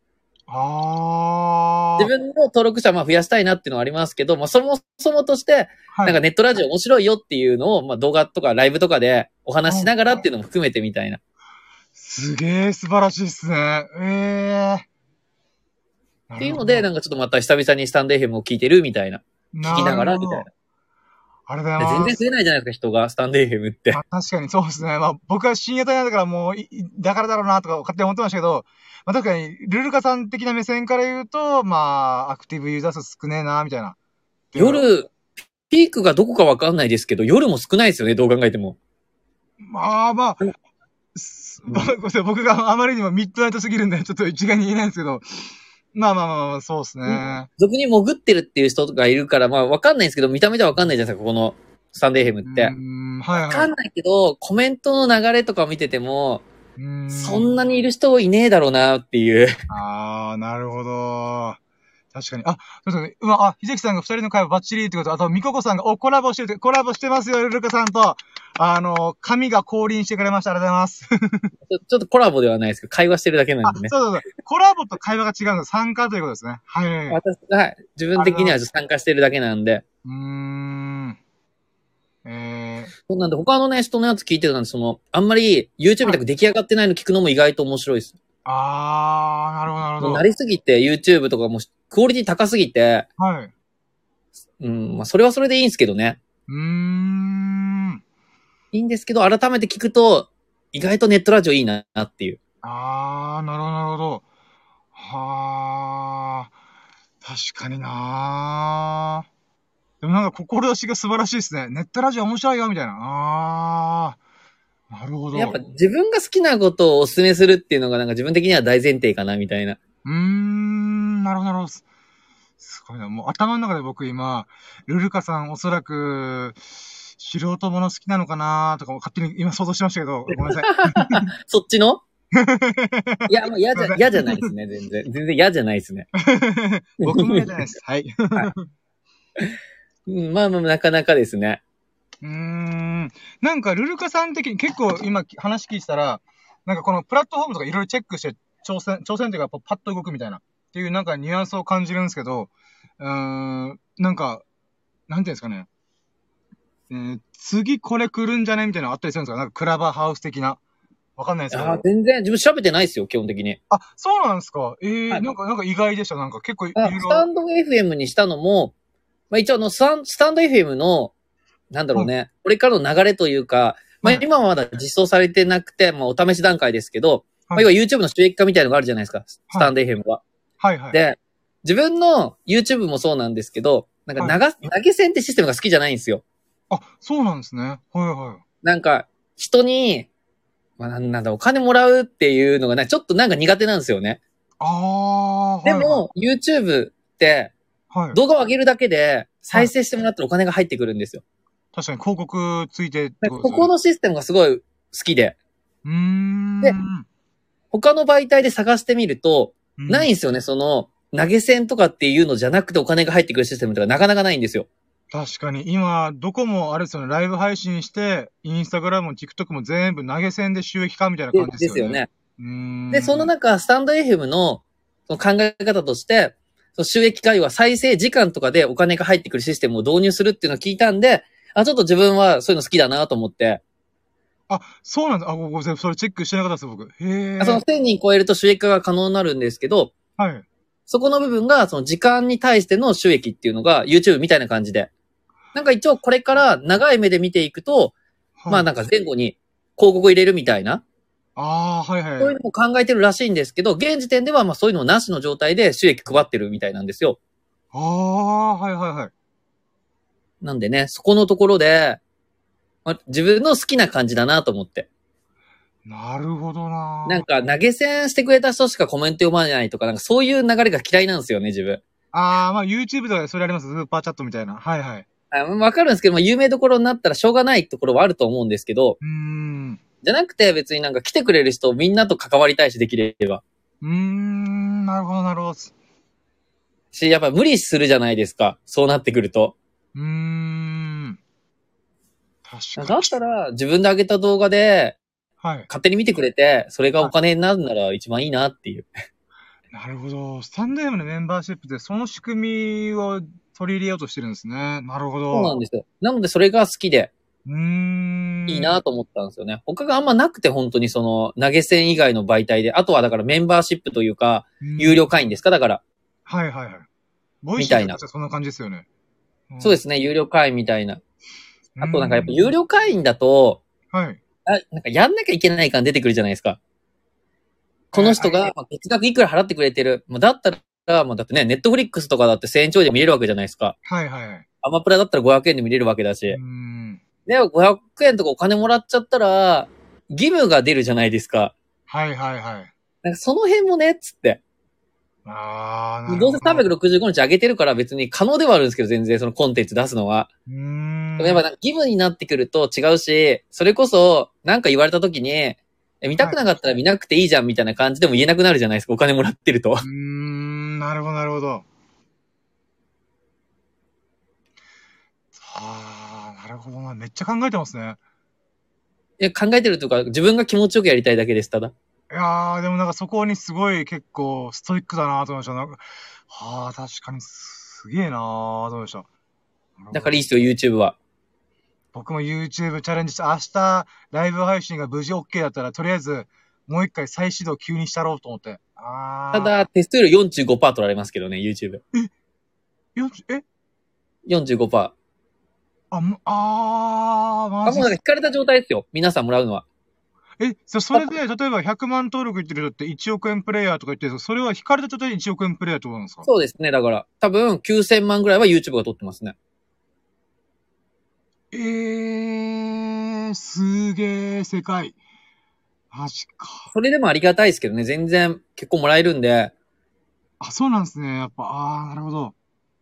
自分の登録者増やしたいなっていうのはありますけど、まあそもそもとして、なんかネットラジオ面白いよっていうのを、まあ動画とかライブとかでお話しながらっていうのも含めてみたいな。 すげえ素晴らしいっすね。 っていうので、なんかちょっとまた久々にスタンド FM を聞いてるみたいな。聞きながらみたいな。 あれだよ。 全然増えないじゃないですか、人が、スタンド FM って。 確かにそうですね。まあ僕は深夜帯なんだからもう、だからだろうなとか勝手に思ってましたけど、まあ確かに、ルルカさん的な目線から言うと、まあ、アクティブユーザー数少ねえな、みたいな。 夜、ピークがどこかわかんないですけど、夜も少ないですよね、どう考えても。 まあ、僕があまりにもミッドナイトすぎるんで、ちょっと一概に言えないんですけど、まあ、そうですね。 俗に潜ってるっていう人がいるから、まあわかんないんですけど、見た目ではわかんないじゃないですか、ここのスタンド FM って。わかんないけど、コメントの流れとかを見てても、そんなにいる人いねえだろうなっていう。 なるほど。確かに。そうですね。ひぜきさんが二人の会話バッチリってこと、あと、みここさんが、コラボしてますよ、ルカさんと。神が降臨してくれました。ありがとうございます。 ちょっとコラボではないですけど、会話してるだけなんでね。 そう。コラボと会話が違うの、参加ということですね。はい。 私、はい。自分的には参加してるだけなんで。そうなんで、他のね、人のやつ聞いてるなんで、あんまり YouTube みたく出来上がってないの聞くのも意外と面白いです。 なるほど、なるほど。 なりすぎて YouTube とかもクオリティ高すぎて。 はい。 まあ、それはそれでいいんですけどね。いいんですけど、改めて聞くと、意外とネットラジオいいなっていう。 なるほど、なるほど。確かになでもなんか志が素晴らしいですね。ネットラジオ面白いよ、みたいな。なるほど。 やっぱ自分が好きなことをお勧めするっていうのがなんか自分的には大前提かな、みたいな。 なるほど、なるほど。すごいな。もう頭の中で僕今、ルルカさんおそらく、素人もの好きなのかなとか勝手に今想像しましたけど、ごめんなさい。そっちのいや、もう嫌じゃないですね、全然嫌じゃないですね。 僕も嫌じゃないです。はい。 まあ、なかなかですね。 なんか、ルルカさん的に結構今話聞いてたら、なんかこのプラットフォームとかいろいろチェックして挑戦というかパッと動くみたいなっていうなんかニュアンスを感じるんですけど、なんか、なんていうんですかね。次これ来るんじゃねみたいなのあったりするんですか？なんかクラブハウス的な。わかんないですけど。 全然、自分調べてないですよ、基本的に。 そうなんですか。はい、なんか意外でした。なんか結構いろいろ。 スタンド FM にしたのも、まあ一応スタンド FM の、なんだろうね、これからの流れというか、まあ今はまだ実装されてなくて、まあお試し段階ですけど、まあ要は YouTube の収益化みたいなのがあるじゃないですか、スタンド FM は。で、自分の YouTube もそうなんですけど、なんか投げ銭ってシステムが好きじゃないんですよ。 そうなんですね。はい。 なんか、人に、まあなんだ、お金もらうっていうのがね、ちょっとなんか苦手なんですよね。でも、YouTube って、動画を上げるだけで、再生してもらったらお金が入ってくるんですよ。 確かに広告ついてってここのシステムがすごい好きで。で、他の媒体で探してみると、ないんですよね、投げ銭とかっていうのじゃなくてお金が入ってくるシステムとかなかなかないんですよ。 確かに、今、どこもあれですよね、ライブ配信して、インスタグラムも TikTok も全部投げ銭で収益化みたいな感じですよね。ですよね。 で、その中、スタンド FM のその考え方として、その収益化は再生時間とかでお金が入ってくるシステムを導入するっていうのを聞いたんで、ちょっと自分はそういうの好きだなと思って。 あ、そうなんだ。ごめんなさい。それチェックしてなかったです、僕。へえ。 その1000人超えると収益化が可能になるんですけど、 はい。 そこの部分が、その時間に対しての収益っていうのが YouTube みたいな感じで。なんか一応これから長い目で見ていくと、 はい、 まあなんか前後に広告入れるみたいな。 はいはい。 そういうのも考えてるらしいんですけど、現時点ではまあそういうのなしの状態で収益配ってるみたいなんですよ。 はいはいはい。 なんでね、そこのところで、まあ、自分の好きな感じだなと思って。 なるほどな。 なんか投げ銭してくれた人しかコメント読まないとか、なんかそういう流れが嫌いなんですよね、自分。 まあ YouTube とかでそれあります。スーパーチャットみたいな。はいはい。 わかるんですけど、まあ有名どころになったらしょうがないところはあると思うんですけど、じゃなくて別になんか来てくれる人みんなと関わりたいし、できれば。 なるほどなるほど。 し、やっぱ無理するじゃないですか。そうなってくると。 確かに。 だったら自分で上げた動画で、 はい。 勝手に見てくれて、それがお金になるなら一番いいなっていう。 なるほど。スタンド FM のメンバーシップでその仕組みを取り入れようとしてるんですね。なるほど。 そうなんですよ。なのでそれが好きで。 いいなと思ったんですよね。他があんまなくて本当にその投げ銭以外の媒体で、あとはだからメンバーシップというか、有料会員ですかだから。 はいはいはい。ボイシーとそんな感じですよね。 そうですね、有料会員みたいな。あとなんかやっぱ有料会員だと、 はい。 なんかやんなきゃいけない感出てくるじゃないですか。この人が月額いくら払ってくれてる。だったら、だってね、ネットフリックスとかだって1000円ちょいで見れるわけじゃないですか。 はいはいはい。 アマプラだったら500円で見れるわけだし。で、500円とかお金もらっちゃったら、義務が出るじゃないですか。 はいはいはい。 なんかその辺もね、つって。 なるほど。 どうせ365日上げてるから別に可能ではあるんですけど、全然そのコンテンツ出すのは。でもやっぱなんか義務になってくると違うし、それこそなんか言われた時に、見たくなかったら見なくていいじゃんみたいな感じでも言えなくなるじゃないですか、お金もらってると。 なるほどなるほど。なるほどな。めっちゃ考えてますね。 いや、考えてるというか、自分が気持ちよくやりたいだけです、ただ。 いやでもなんかそこにすごい結構ストイックだなと思いました。なんか確かにすげえなと思いました。 だからいいっすよ、YouTube は。 僕も YouTube チャレンジして、明日ライブ配信が無事 OK だったら、とりあえずもう一回再始動急にしたろうと思って。 ただ、テストより 45% 取られますけどね、YouTube。45%。もうなんか引かれた状態ですよ。皆さんもらうのは。 それで、例えば100万登録いってる人って1億円プレイヤーとか言ってるんですか？それは引かれた状態で1億円プレイヤーってことなんですか？ そうですね。だから、多分9000万ぐらいは YouTube が取ってますね。 すげー、世界。マジか。 それでもありがたいですけどね。全然結構もらえるんで。 そうなんですね。やっぱ、なるほど。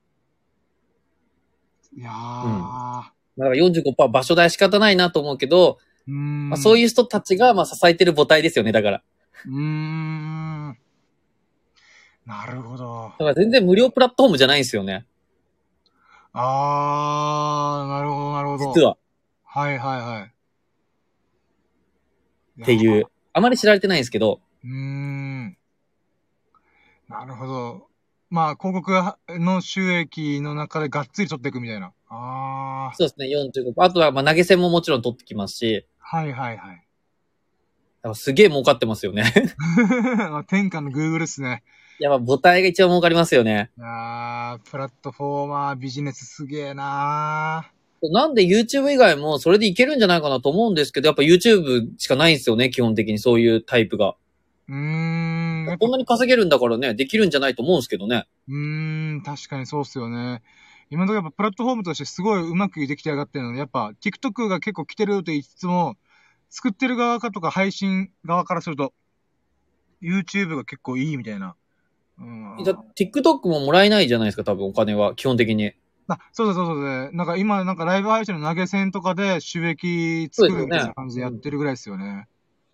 いやー。 だから 45% 場所代仕方ないなと思うけど、そういう人たちが支えてる母体ですよね、だから。 なるほど。 だから全然無料プラットフォームじゃないんですよね。 なるほど、なるほど。 実は。 はいはいはい。 っていう。あまり知られてないんですけど。 なるほど。広告の収益の中でがっつり取っていくみたいな。 そうですね、45%。あとは投げ銭ももちろん取ってきますし。 はいはいはい。 だからすげえ儲かってますよね。 天下の Google ですね。 やっぱ母体が一番儲かりますよね。 プラットフォーマービジネスすげえななんで YouTube 以外もそれでいけるんじゃないかなと思うんですけど、やっぱ YouTube しかないんですよね、基本的にそういうタイプが。こんなに稼げるんだからね、できるんじゃないと思うんですけどね。 確かにそうっすよね。今のところやっぱプラットフォームとしてすごいうまくできてやがってるので、やっぱ TikTok が結構来てると言いつつも、作ってる側かとか配信側からすると、YouTube が結構いいみたいな。 TikTok ももらえないじゃないですか、多分お金は、基本的に。 そうで。なんか今、ライブ配信の投げ銭とかで収益作るみたいな感じでやってるぐらいですよね。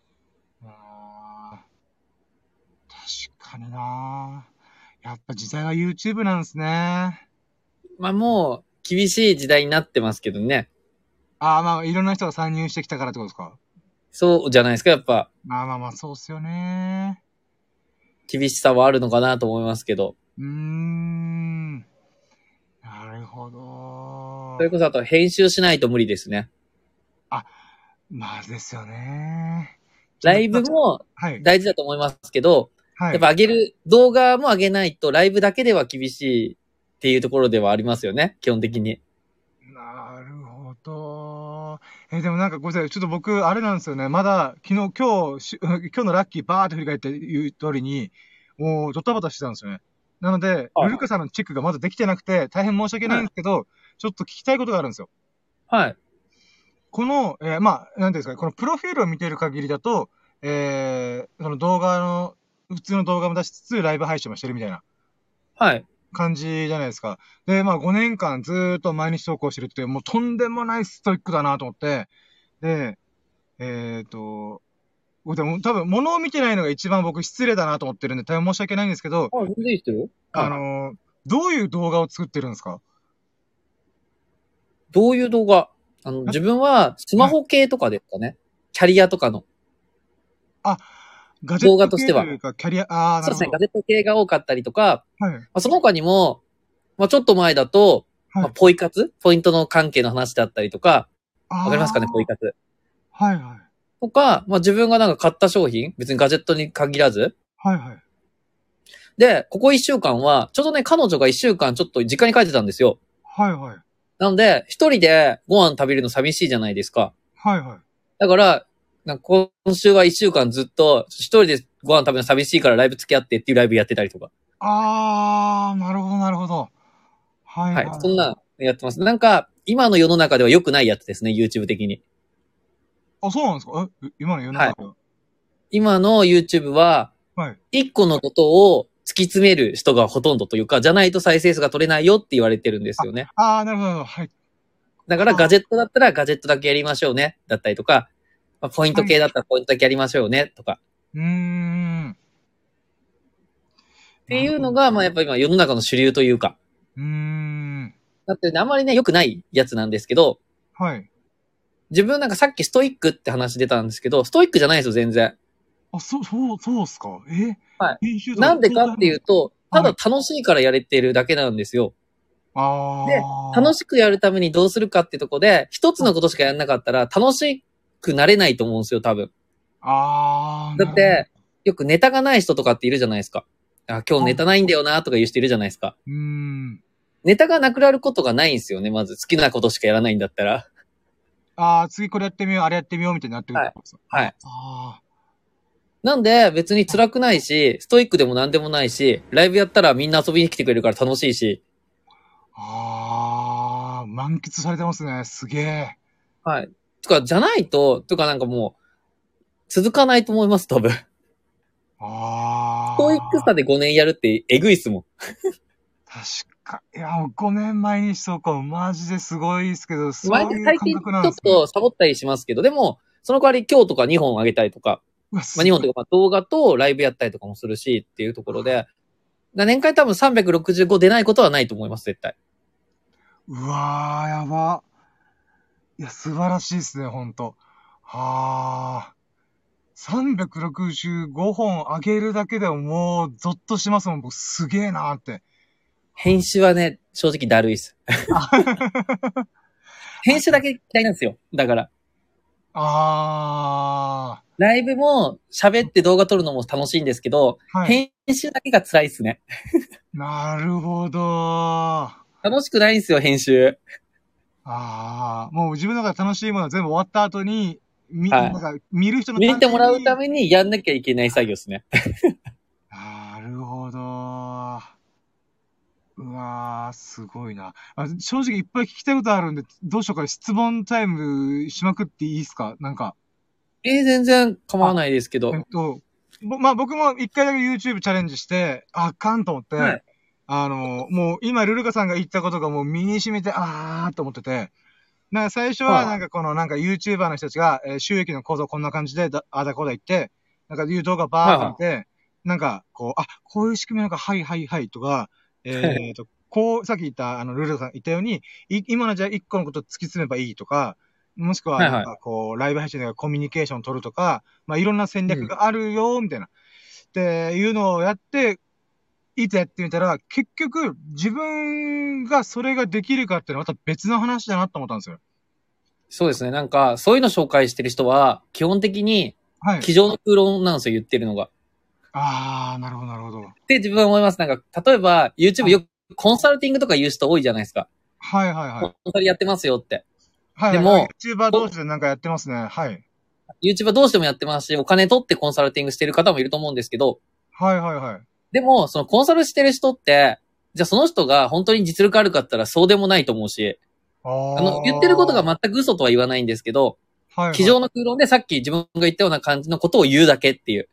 確かになやっぱ時代は YouTube なんですね。 もう、厳しい時代になってますけどね。 いろんな人が参入してきたからってことですか？ そうじゃないですか、やっぱ。 まあまあまあ、そうっすよね。 厳しさはあるのかなと思いますけど。 なるほど。 それこそあと編集しないと無理ですね。 あ、まあですよね。ちゃライんと、 ブもはい、 大事だと思いますけど、 はい。 やっぱ上げる、動画も上げないとライブだけでは厳しいっていうところではありますよね、基本的に。 なるほど。でもなんかごめんなさい。ちょっと僕、あれなんですよね。まだ、今日今日のラッキーバーって振り返って言う通りに、もうドタバタしてたんですよね。なので、ルルはい。 カさんのチェックがまだできてなくて、大変申し訳ないんはい。 ですけど、ちょっと聞きたいことがあるんですよ。 はい。 この、まあ、なんていうんですかね、このプロフィールを見ている限りだと、その動画の、普通の動画も出しつつ、ライブ配信もしてるみたいなはい。 感じじゃないですか。で、まあ5年間ずーっと毎日投稿してるって、もうとんでもないストイックだなと思って、で、えっと、でも多分物を見てないのが一番僕失礼だなと思ってるんで、大変申し訳ないんですけど、 あ、全然いいですよ。はい。 あのどういう動画を作ってるんですか？ どういう動画え自分はスマはい。 ホ系とかですかね。キャリアとかのあ、ガジェッ動画トとしては。 系というか、キャリア、あー、なそうですね。ガるほど。 ジェット系が多かったりとか、 はい。 その他にも、ちょっと前だと、 はい。 ポイ活ポイントの関係の話だったりとか、わかりますかね、ポイあ活。 ー、はいはい。 とか、自分がなんか買った商品、別にガジェットに限らず。 はいはい。 で、ここ一週間は、ちょうどね、彼女が一週間ちょっと実家に帰ってたんですよ。 はいはい。 なので、一人でご飯食べるの寂しいじゃないですか。 はいはい。 だから、なんか今週は一週間ずっと、一人でご飯食べるの寂しいからライブ付き合ってっていうライブやってたりとか。 あー、なるほどなるほど。はいはい。 はいはい。 そんな、やってます。なんか、今の世の中では良くないやつですね、YouTube 的に。 あ、そうなんですか？今の世のはい。 中では。 今の YouTube は、 はい。 一個のことを突き詰める人がほとんどというか、じゃないと再生数が取れないよって言われてるんですよね。 なるほどなるほど。はい。 だからガはジェットだったらガジェットだけやりましょうね、だったりとか、ポインはい。 ト系だったらポイントだけやりましょうね、とか。 うーん。 ってなるほど。 いうのが、やっぱ今世の中の主流というか。 うーん。 だってね、あんまりね、良くないやつなんですけど、 はい。 自分なんかさっきストイックって話出たんですけど、ストイックじゃないですよ、全然。 そうっすか。 はい。 編集とかなんでかっ相当やるんですていうと、 か？はい。 ただ楽しいからやれてるだけなんですよ。で、楽あしくやるためにどうするかってとこで、一つのことしかやんなかったら楽しくなれないと思うんですよ、多分。だなるほど。 って、よくネタがない人とかっているじゃないですか。今日ネタはないんだよなとか言う人いるじゃないですか。 い。うーん。 ネタがなくなることがないんですよね、まず。好きなことしかやらないんだったら。 次これやってみよう、あれやってみようみたいになってるってはい。 ことですか？ はい。 あなんで、別に辛くないし、ストイックでも何でもないし、ライブやったらみんな遊びに来てくれるから楽しいし、 満喫されてますね。すげえ。 はい。とか、じゃないと、とかなんかもう、続かないと思います、多分。ストイックさあで5年やるってえぐいっすもん。 確か。いや、もう5年毎日投稿、マジですごいですけど、そういう最感近ちょっ覚なんですね。 とサボったりしますけど、でも、その代わり今日とか2本あげたりとか、 うわ、 2 すごい。 本とか動画とライブやったりとかもするしっていうところで、年間多分365出ないことはないと思います、絶対。 うわー、やば。いや、素晴らしいですね、ほんと。365本上げるだけでももう、ゾッとしますもん。僕、すげえなーって。 編集はね、正直だるいっす。 あ編集だけ嫌いなんですよ。だから。 あライブも喋って動画撮るのも楽しいんですけど、 はい。 編集だけが辛いっすね。 なるほど。 楽しくないんですよ、編集。 もう自分の中で楽しいもの全部終わった後に、なんはか、見る人のい。見たてもらうために、 めにやんなきゃいけない作業ですね。 なるほど。うわー、すごいな。正直いっぱい聞きたいことあるんで、どうしようか、質問タイムしまくっていいですか？なんか。 全然構わあ、 ないですけど。 えっと、まあ、僕も一回だけ YouTube チャレンジして、あかんと思って、 はい。 もう今、ルルカさんが言ったことがもう身に染みて、と思ってて、なんか最初ははなんかこのなんか YouTuber の人たちが、収益の構造こんな感じであだこうだ言って、なんかいう動画い。 バーって見はて、なんかこう、こういう仕組みなんか、はいはいはいとか、 い。はい。 さっき言ったルルカさん言ったように、今のじゃあ一個のこと突き詰めばいいとか、 もしくは、 はいはい。 なんかこう、ライブ配信でコミュニケーション取るとか、まあ、いろんな戦略があるよ、みたいな。っていうのをやって、いつやってみたら、結局、自分がそれができるかっていうのはまた別の話だなと思ったんですよ。 そうですね。なんか、そういうの紹介してる人は、基本的に、 はい。 机上の空論なんですよ、言ってるのが。 あー、なるほど、なるほど。 で、自分は思います。なんか、例えば、YouTube はい。 よくコンサルティングとか言う人多いじゃないですか。 はい、はい、はい。 コンサルやってますよって。 はい、はい。なんかでも、 YouTuber 同士でなんかやってますね。はい。 YouTuber どうしてもやってますし、お金取ってコンサルティングしてる方もいると思うんですけど、 はい、はい、はい。 でも、そのコンサルしてる人って、じゃあその人が本当に実力あるかって言ったらそうでもないと思うし、 あ言ってることがー。 全く嘘とは言わないんですけど、 はい、 机はい。 上の空論でさっき自分が言ったような感じのことを言うだけっていう。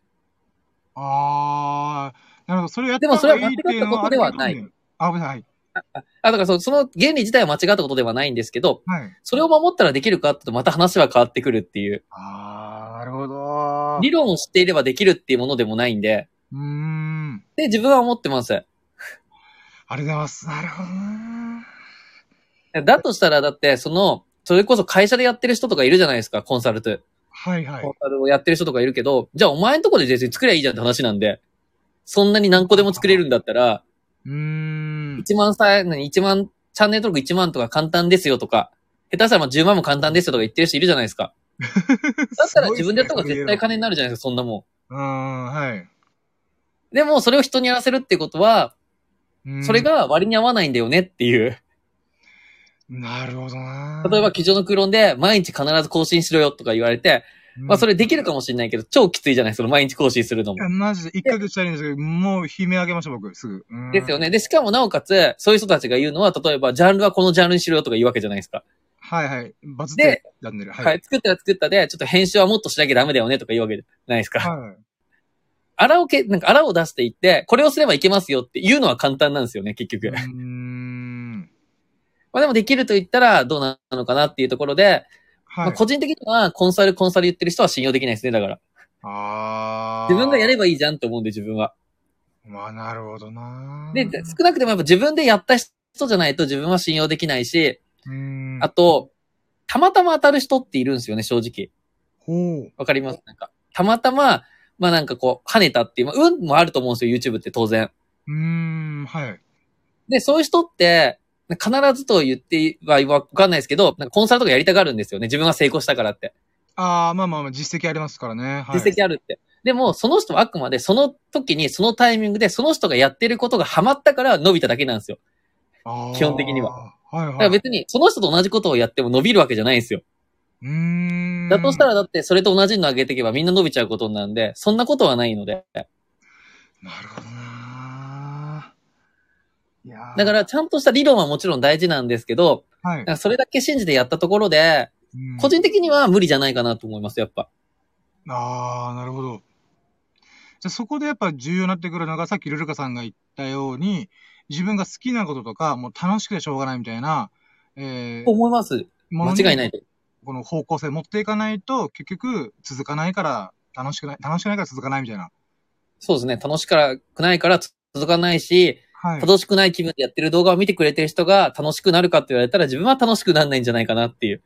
あー。なるほど。それやっでもそれは間違た方がいいっていうのはあったことでるけど、みはない。 たいな。あ、ごめんなさい。 だからその原理自体は間違ったことではないんですけど、 はい。 それを守ったらできるかって言うとまた話は変わってくるっていう。 あー、なるほど。 理論を知っていればできるっていうものでもないんで、 うーん。 で、自分は思ってます。 ありがとうございます。なるほどな。 だとしたら、だって、それこそ会社でやってる人とかいるじゃないですか、コンサルと。 はいはい。 コンサルをやってる人とかいるけど、じゃあお前んとこで別に作りゃいいじゃんって話なんで、そんなに何個でも作れるんだったら、 うーん。 1万1万、チャンネル登録1万とか簡単ですよとか、下手したらまあ10万も簡単ですよとか言ってる人いるじゃないですか。だったらすごいですね、 自分でやった方がそれ言うの。 絶対金になるじゃないですか、そんなもうーん、はい。 ん。でも、それを人にやらせるってことは、 うーん。 それが割に合わないんだよねっていう。 なるほど例えば、 な。 机上の空論で、毎日必ず更新しろよとか言われて、まあ、 うん。いそれできるかもしれないけど、超きついじゃない、その毎日更新するのも。 や、マジで1 で、 ヶ月したらいいんですけど、もう悲鳴あげました、僕、すぐ。うーん。 ですよね。で、しかもなおかつ、そういう人たちが言うのは、例えば、ジャンルはこのジャンルにしろよとか言うわけじゃないですか。 はいはい。バズってるで、 チャンネル。はい。 はい、作ったら作ったで、ちょっと編集はもっとしなきゃダメだよねとか言うわけじゃないですか。 はい。 なんか、あらを出していって、これをすればいけますよって言うのは簡単なんですよね、結局。 うーん。 まあでもできると言ったらどうなのかなっていうところで、まあはい。 個人的にはコンサル言ってる人は信用できないですね、だから。自分がやれあばいいじゃんって思うんで、自分は。 ー。まあ、なるほどで、 な。 少なくてもやっぱ自分でやった人じゃないと自分は信用できないし、 うーん。 あと、たまたま当たる人っているんですよね、正直。 ほう。 わかりますなんか、たまたま、まあなんかこう、跳ねたっていう、まあ運もあると思うんですよ、YouTube って当然。 うーん。はい。 で、そういう人って、必ずと言ってはわかんないですけど、なんかコンサルとかやりたがるんですよね。自分が成功したからって。 あー、まあまあまあ、実績ありますからね。はい。 実績あるって。でも、その人はあくまでその時に、そのタイミングで、その人がやってることがハマったから伸びただけなんですよ。 あ基本的には。 ー。はいだからはい。 別に、その人と同じことをやっても伸びるわけじゃないんですよ。 うーん。 だとしたら、だって、それと同じの上げていけばみんな伸びちゃうことなんで、そんなことはないので。 なるほどな。いやー。 だから、ちゃんとした理論はもちろん大事なんですけど、 はい。 なんかそれだけ信じてやったところで、 うん。 個人的には無理じゃないかなと思います、やっぱ。 あー、なるほど。じゃあそこでやっぱ重要になってくるのが、さっきルルカさんが言ったように、自分が好きなこととか、もう楽しくてしょうがないみたいな、 と思います。 ものに、 間違いないと。 この方向性持っていかないと、結局続かないから、楽しくないから続かないみたいな。 そうですね。楽しくないから続かないし、 はい。 楽しくない気分でやってる動画を見てくれてる人が楽しくなるかって言われたら自分は楽しくならないんじゃないかなっていう。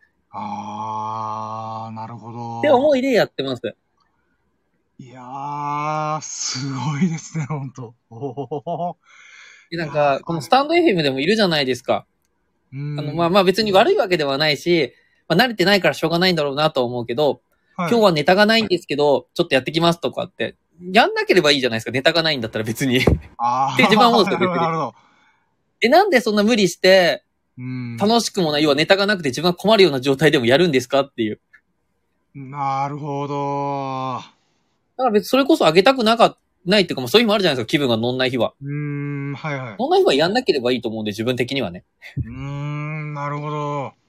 なるほってど。 思いでやってます。 いやー、すごいですね、ほんと。おほほほ。 で、 いやー、 なんか、このはい。 スタンド FM でもいるじゃないですか。 うーまあん。 まあ別に悪いわけではないし、まあ慣れてないからしょうがないんだろうなと思うけど、 はい。 今日はネタがないんですけど、ちょっとやってきますとかって、やんなければいいじゃないですか。ネタがないんだったら別に。って自分は思うんですよ、 なるほど、な別に。 るほど。 なんでそんな無理して、 うーん。 楽しくもない、要はネタがなくて自分は困るような状態でもやるんですかっていう。 なるほど。 だから別にそれこそ上げたくないっていうか、もうそういう日もあるじゃないですか、気分が乗んない日は。 うーん、はいはい。 乗んない日はやんなければいいと思うんで、自分的にはね。 なるほど。なる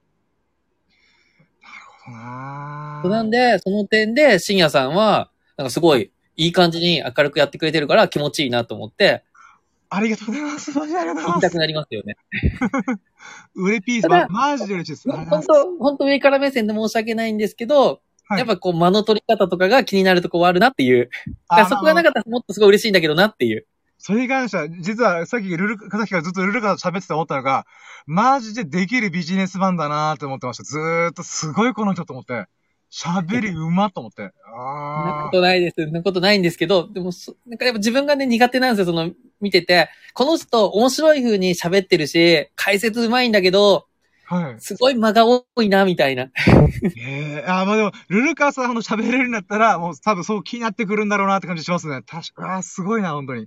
ほどななんで、その点で、深夜さんは、なんかすごい、いい感じに明るくやってくれてるから気持ちいいなと思って、 ありがとうございます。マジでありがとうございます。 言いたくなりますよね。 うれピース、 ただ、 マジで嬉しいです。ありがとうござい本ます。 当本当上から目線で申し訳ないんですけど、 はい。 やっぱこう間の取り方とかが気になるとこはあるなっていう。だからそこがなかったらもっとすごい嬉しいんだけどなっていう。 それに関しては、実はさっきさっきからずっとルルカと喋ってて思ったのが、マジでできるビジネスマンだなーって思ってました。ずーっとすごいこの人と思って。喋りうまっと思って。 そんなこあとないです。そんなことないんですけど、でもなんかやっぱ自分がね、苦手なんですよ、見てて。この人、面白い風に喋ってるし、解説うまいんだけど、 ー。はい。 すごい間が多いな、みたいな。 まあでも、ルルカさんの喋れるんだったら、もう多分そう気になってくるんだろうなって感じしますね。確か、すごいな、本当に。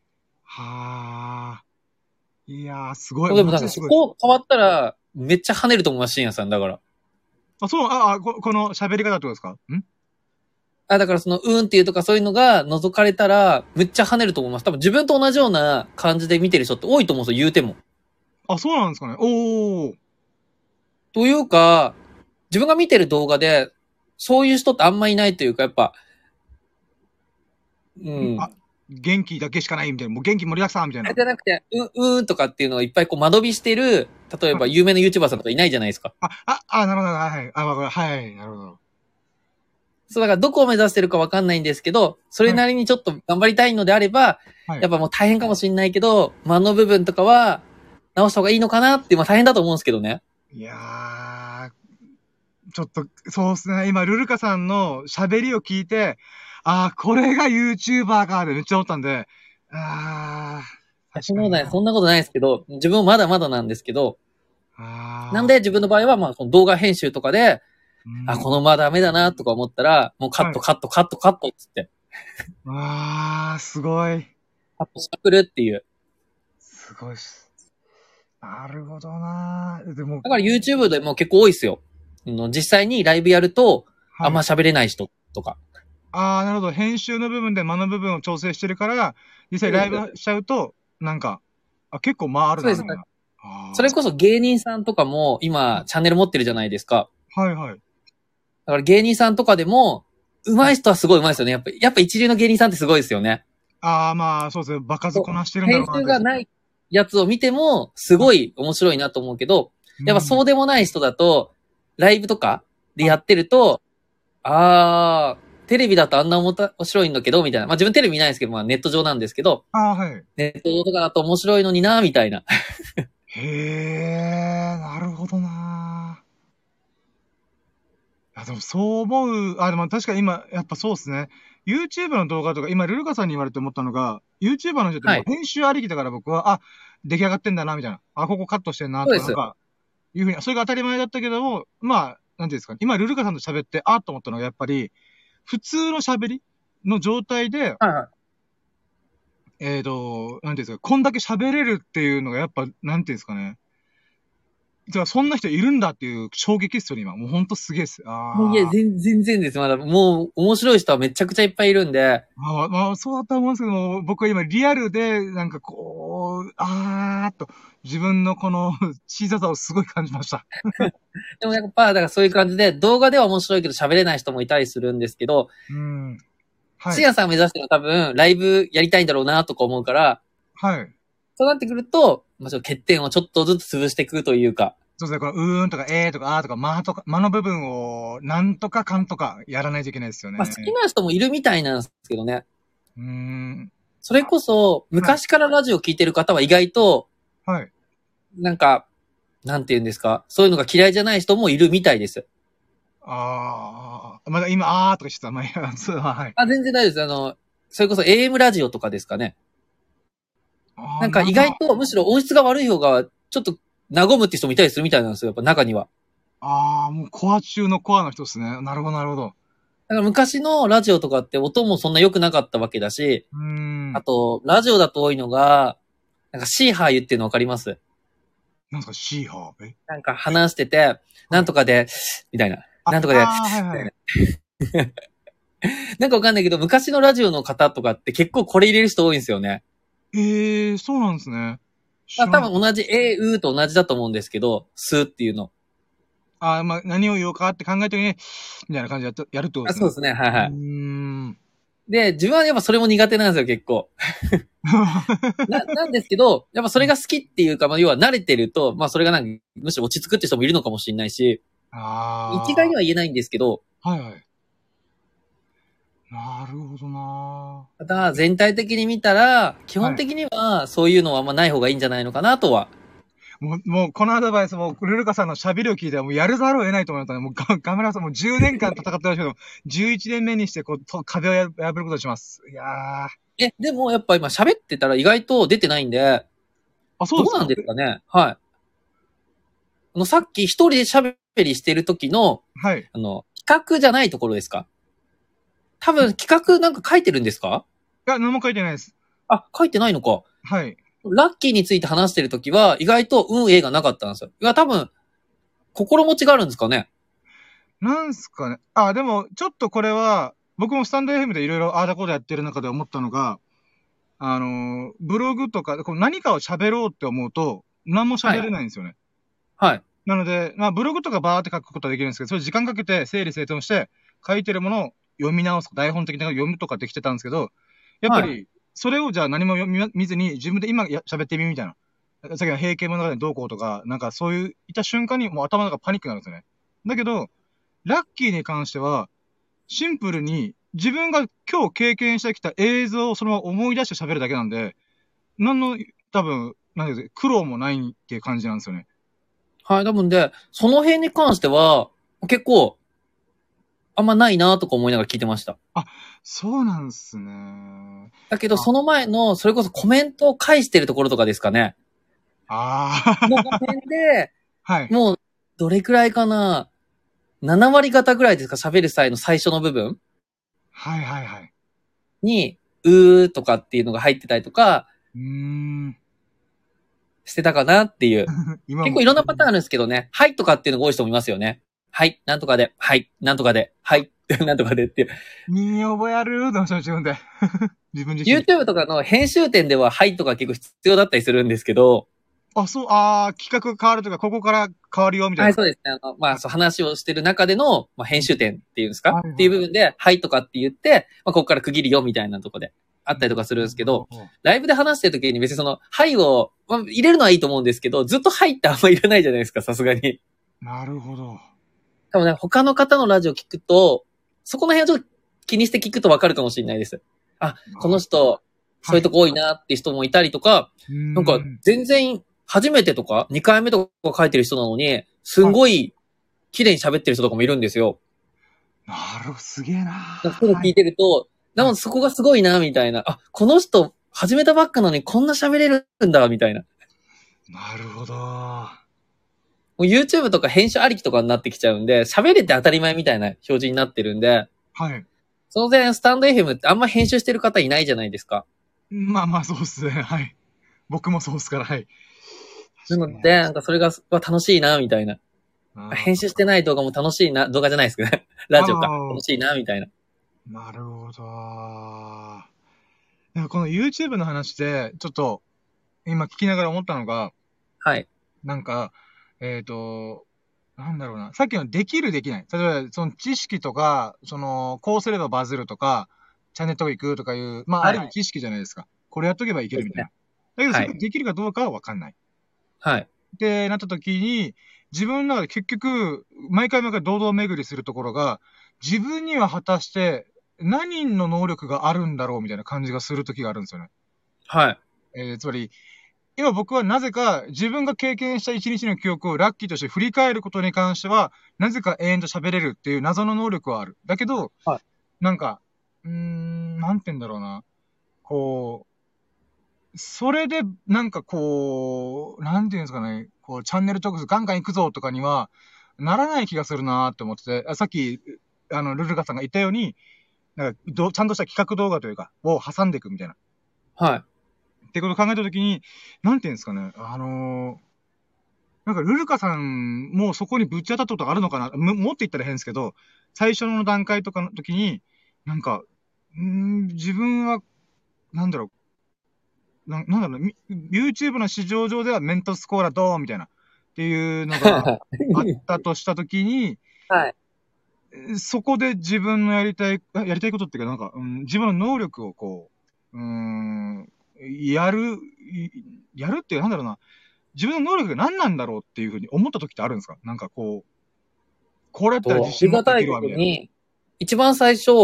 はあ。いやー、すごい。 でもなんかマジですごいです。 そこ変わったら、めっちゃ跳ねると思います、深夜さんだから。 あ、そう、この喋り方ってことですか？ だからっていうとかそういうのが覗かれたら、めっちゃ跳ねると思います。多分自分と同じような感じで見てる人って多いと思うんですよ、言うても。 あ、そうなんですかね。おー。 というか、自分が見てる動画で、そういう人ってあんまいないというか、やっぱ、うん。 あ、元気だけしかないみたいな。もう元気盛りだくさんみたいな。 あれじゃなくて、とかっていうのをいっぱいこう間延びしてる、例えば有名な YouTuber さんとかいないじゃないですか。 なるほど、はいはい。わかる。はい、なるほど。 そう、だからどこを目指してるかわかんないんですけど、それはい、 なりにちょっと頑張りたいのであれば、 はい。 やっぱもう大変かもしんないけど、間の部分とかは直した方がいいのかなって、まあ大変だと思うんですけどね。 いやちょっと、そうですね。今、ルルカさんの喋りを聞いて、これが YouTuber かってめっちゃ思ったんで、確かにな。 そんなことないですけど、自分もまだまだなんですけど、なんあで自分の場合はまあこの動画編集とかで、 うん。 このままダメだなとか思ったら、もうカッはい。 トカットカットカットっつって、 すごい。 カットしまくるっていう。 すごいっす。なるほどな。でも、 だから YouTube でも結構多いですよ。実際にライブやると、あはい。 んま喋れない人とか。 なるほど。編集の部分で間の部分を調整してるから、実際ライそうです。 ブしちゃうと、なんか、結構間あるな、 そうです。 みたいな。 それこそ芸人さんとかも今チャンネル持ってるじゃないですか。 はいはい。 だから芸人さんとかでも、上はい。 手い人はすごい上手いですよね。やっぱ一流の芸人さんってすごいですよね。 まあ、そうですね。場数こなしてるんだろ編うなって。 集がないやつを見ても、すはい。 ごい面白いなと思うけど、やっぱうん。 そうでもない人だと、ライブとかではい。 やってると、テレビだとあんな面白いんだけど、みたいな。まあ自分テレビ見ないですけど、まあネット上なんですけど、 はい。 ネット上とかだと面白いのにな、みたいな。 へえ、なるほどな。でもそう思う。でも確かに今、やっぱそうですね。YouTube の動画とか、今、ルルカさんに言われて思ったのが、YouTuber の人ってはい。 もう編集ありきだから僕は、出来上がってんだな、みたいな。ここカットしてんな、とか、なんそうです。 か、いうふうに、それが当たり前だったけども、まあ、なんていうんですかね。今、ルルカさんと喋って、と思ったのが、やっぱり、普通の喋りの状態で、 はいはい。 なんていうんですか、こんだけ喋れるっていうのが、やっぱ、なんていうんですかね。そんな人いるんだっていう衝撃っすよね、今。もうほんとすげえっす。 いや、全然です。まだ、もう、面白い人はめちゃくちゃいっぱいいるんで、 そうだと思うんですけども、僕は今リアルで、なんか自分のこの小ささをすごい感じました。 でもやっぱ、だからそういう感じで、動画では面白いけど喋れない人もいたりするんですけど、 うん。はい。 シアさん目指してるのは多分、ライブやりたいんだろうなとか思うから、 はい。 そうなってくると、まあ、欠点をちょっとずつ潰していくというか、 そうですね、このとかとかとかとか、の部分をなんとかかんとかやらないといけないですよまあ好きね。 な人もいるみたいなんですけどね。 うーん。 それこそ、 はい。 昔からラジオ聞いてる方は意外と、 はい。 なんか、なんて言うんですか、そういうのが嫌いじゃない人もいるみたいです。 まだ今、とかしてた。まあ、いや、はい。 全然大丈夫です。それこそ AM ラジオとかですかね。なんかなるほど。 意外と、むしろ音質が悪い方が、ちょっと、和むって人もいたりするみたいなんですよ。やっぱ中には。 もうコア中のコアの人ですね。なるほど、なるほど。 だから昔のラジオとかって音もそんな良くなかったわけだし、 うーん。 あと、ラジオだと多いのが、なんかシーハー言ってるのわかります？ なんですか、シーハー。 なんか話してて、なはい。 んとかで、みたいな。なんとかで、 はいはい。 なんかわかんないけど、昔のラジオの方とかって結構これ入れる人多いんですよね。 そうなんですね。 まあ知らなかっ多分同じ、と同じだと思うんですけど、すっていうの。 まあ、何を言おうかって考えた時に、みたいな感じでやるってことですね。 そうですね、はいうーはい。 ん。 で、自分はやっぱそれも苦手なんですよ、結構。なんですけど、やっぱそれが好きっていうか、まあ要は慣れてると、まあそれがむしろ落ち着くって人もいるのかもしれないし、一概あには言えないんですけど、 はいはい。 なるほどな。 ただ、全体的に見たら、基はい。 本的にはそういうのはあんまない方がいいんじゃないのかなとは。 もう、このアドバイスも、ルルカさんの喋りを聞いて、もうやるざるを得ないと思ったね。もうガメラさんもう10年間戦ってましたけど、11年目にして、壁を破ることにします。いやー。 でもやっぱ今喋ってたら意外と出てないんで、 あ、そうですか？ どうなんですかね。はい。さっき一人で喋りしてる時の、 はい。 企画じゃないところですか？多分企画なんか書いてるんですか？ いや、何も書いてないです。 あ、書いてないのか。 はい。 ラッキーについて話してる時は意外と運営がなかったんですよ。いや、多分、心持ちがあるんですかね。 なんすかね。あ、でも、ちょっとこれは、僕もスタンド FM でいろいろああだこうだやってる中で思ったのが、ブログとか、こう何かを喋ろうって思うと、何も喋はい。 れないんですよね。 はい。 なので、まあ、ブログとかバーって書くことはできるんですけど、それ時間かけて整理整頓して、書いてるものを読み直す、台本的なのを読むとかできてたんですけど、やっぱはい。 り、それをじゃあ何も見ずに、自分で今喋ってみみたいな。さっきの平家物語どうこうとか、なんかそういう、いた瞬間にもう頭の中パニックになるんですよね。だけど、ラッキーに関しては、シンプルに自分が今日経験してきた映像をそのまま思い出して喋るだけなんで、なんの、多分、なんで苦労もないっていう感じなんですよね。 はい。多分で、その辺に関しては、結構、あんまないなとか思いながら聞いてました。 あ、そうなんすね。 だけど、 あ、 その前の、それこそコメントを返してるところとかですかね。の場ああ、 面で、 はい。 もう、どれくらいかな？ 7 割方ぐらいですか？喋る際の最初の部分はいはいはい。 に、うーとかっていうのが入ってたりとか、 うーん。 してたかなっていう。 今も、 結構いろんなパターンあるんですけどね。はいとかっていうのが多い人もいますよね。はい、なんとかで、はい、なんとかで、はい、なんとかでっていう。 見覚えあると思って自分で。自分自身。 YouTube とかの編集点でははいとか結構必要だったりするんですけど、 あ、そう、ああ、企画変わるとか、ここから変わるよ、みたいはい、 な。 そうですね。そう、話をしてる中での、編集点っていうんですかっていうはいはい。 部分で、はいとかって言って、ここから区切るよみたいなとこであったりとかするんですけど、ライブで話してる時に別にその、はいを、入れるのはいいと思うんですけど、ずっとはいってあんまいらないじゃないですか、さすがに。 なるほど。 多分ね、他の方のラジオ聞くと、そこの辺をちょっと気にして聞くとわかるかもしれないです。あ、この人、そうはい。 いうとこ多いなっていう人もいたりとか、 うーなんかん。 全然初めてとか2回目とか書いてる人なのに、すんはい。 ごい綺麗に喋ってる人とかもいるんですよ。 なるほど、すげえな。 なんかそういうの聞いはい。 てると、なはい。 のでそこがすごいな、みたいな。あ、この人始めたばっかなのにこんな喋れるんだ、みたいな。 なるほど。はもう YouTube とか編集ありきとかになってきちゃうんで、喋れて当たり前みたいな表示になってるんで、 い。 その点スタンド FM ってあんま編集してる方いないじゃないですか。 まあまあ、そうっすね。はい。僕もそうっすから、はい。確かにね。 なので、なんかそれが楽しいな、みたいな。編あ集してない動画も楽しいな、動画じゃないですけどね。ラジオか。 あ、 楽しいな、みたいな。 なるほど。なんかこの YouTube の話で、ちょっと、今聞きながら思ったのが、 はい。 なんか、えっと、なんだろうな。さっきのできるできない。例えば、その知識とか、こうすればバズるとか、チャンネル登録行くとかいう、まあ、あはい。 る意味知識じゃないですか。これやっとけばいけるみたいな。 そうですね。 だけど、そはい。 れができるかどうかはわかんない。 はい。 ってなった時に、自分の中で結局、毎回毎回堂々巡りするところが、自分には果たして何の能力があるんだろうみたいな感じがする時があるんですよね。 はい。 つまり、今僕はなぜか自分が経験した一日の記憶をラッキーとして振り返ることに関しては、なぜか永遠と喋れるっていう謎の能力はある。だけど、 はい。 なんか、なんて言うんだろうな。こそれで、なんかこう、なんていうんですかね、こう、チャンネル登録ガンガン行くぞとかには、ならない気がするなーって思ってて、さっき、ルルカさんが言ったように、なんかちゃんとした企画動画というか、を挟んでいくみたいな。 はい。 ってことを考えたときに、なんていうんですかね、なんかルルカさんもそこにぶち当たったことあるのかなもっと言ったら変ですけど、最初の段階とかの時に、なんか、自分は、なんだろう、なんだろう、YouTube の市場上ではメントスコーラドーンみたいな、っていうのがあったとしたときに、 はい。 そこで自分のやりたいことっていうか、なんか、自分の能力をやる、やるっていう、なんだろうな、自分の能力が何なんだろうっていうふうに思った時ってあるんですか？なんかこう、これやったら自あり信持っていがたいこけるわ、みたいな。 とに、一番最初、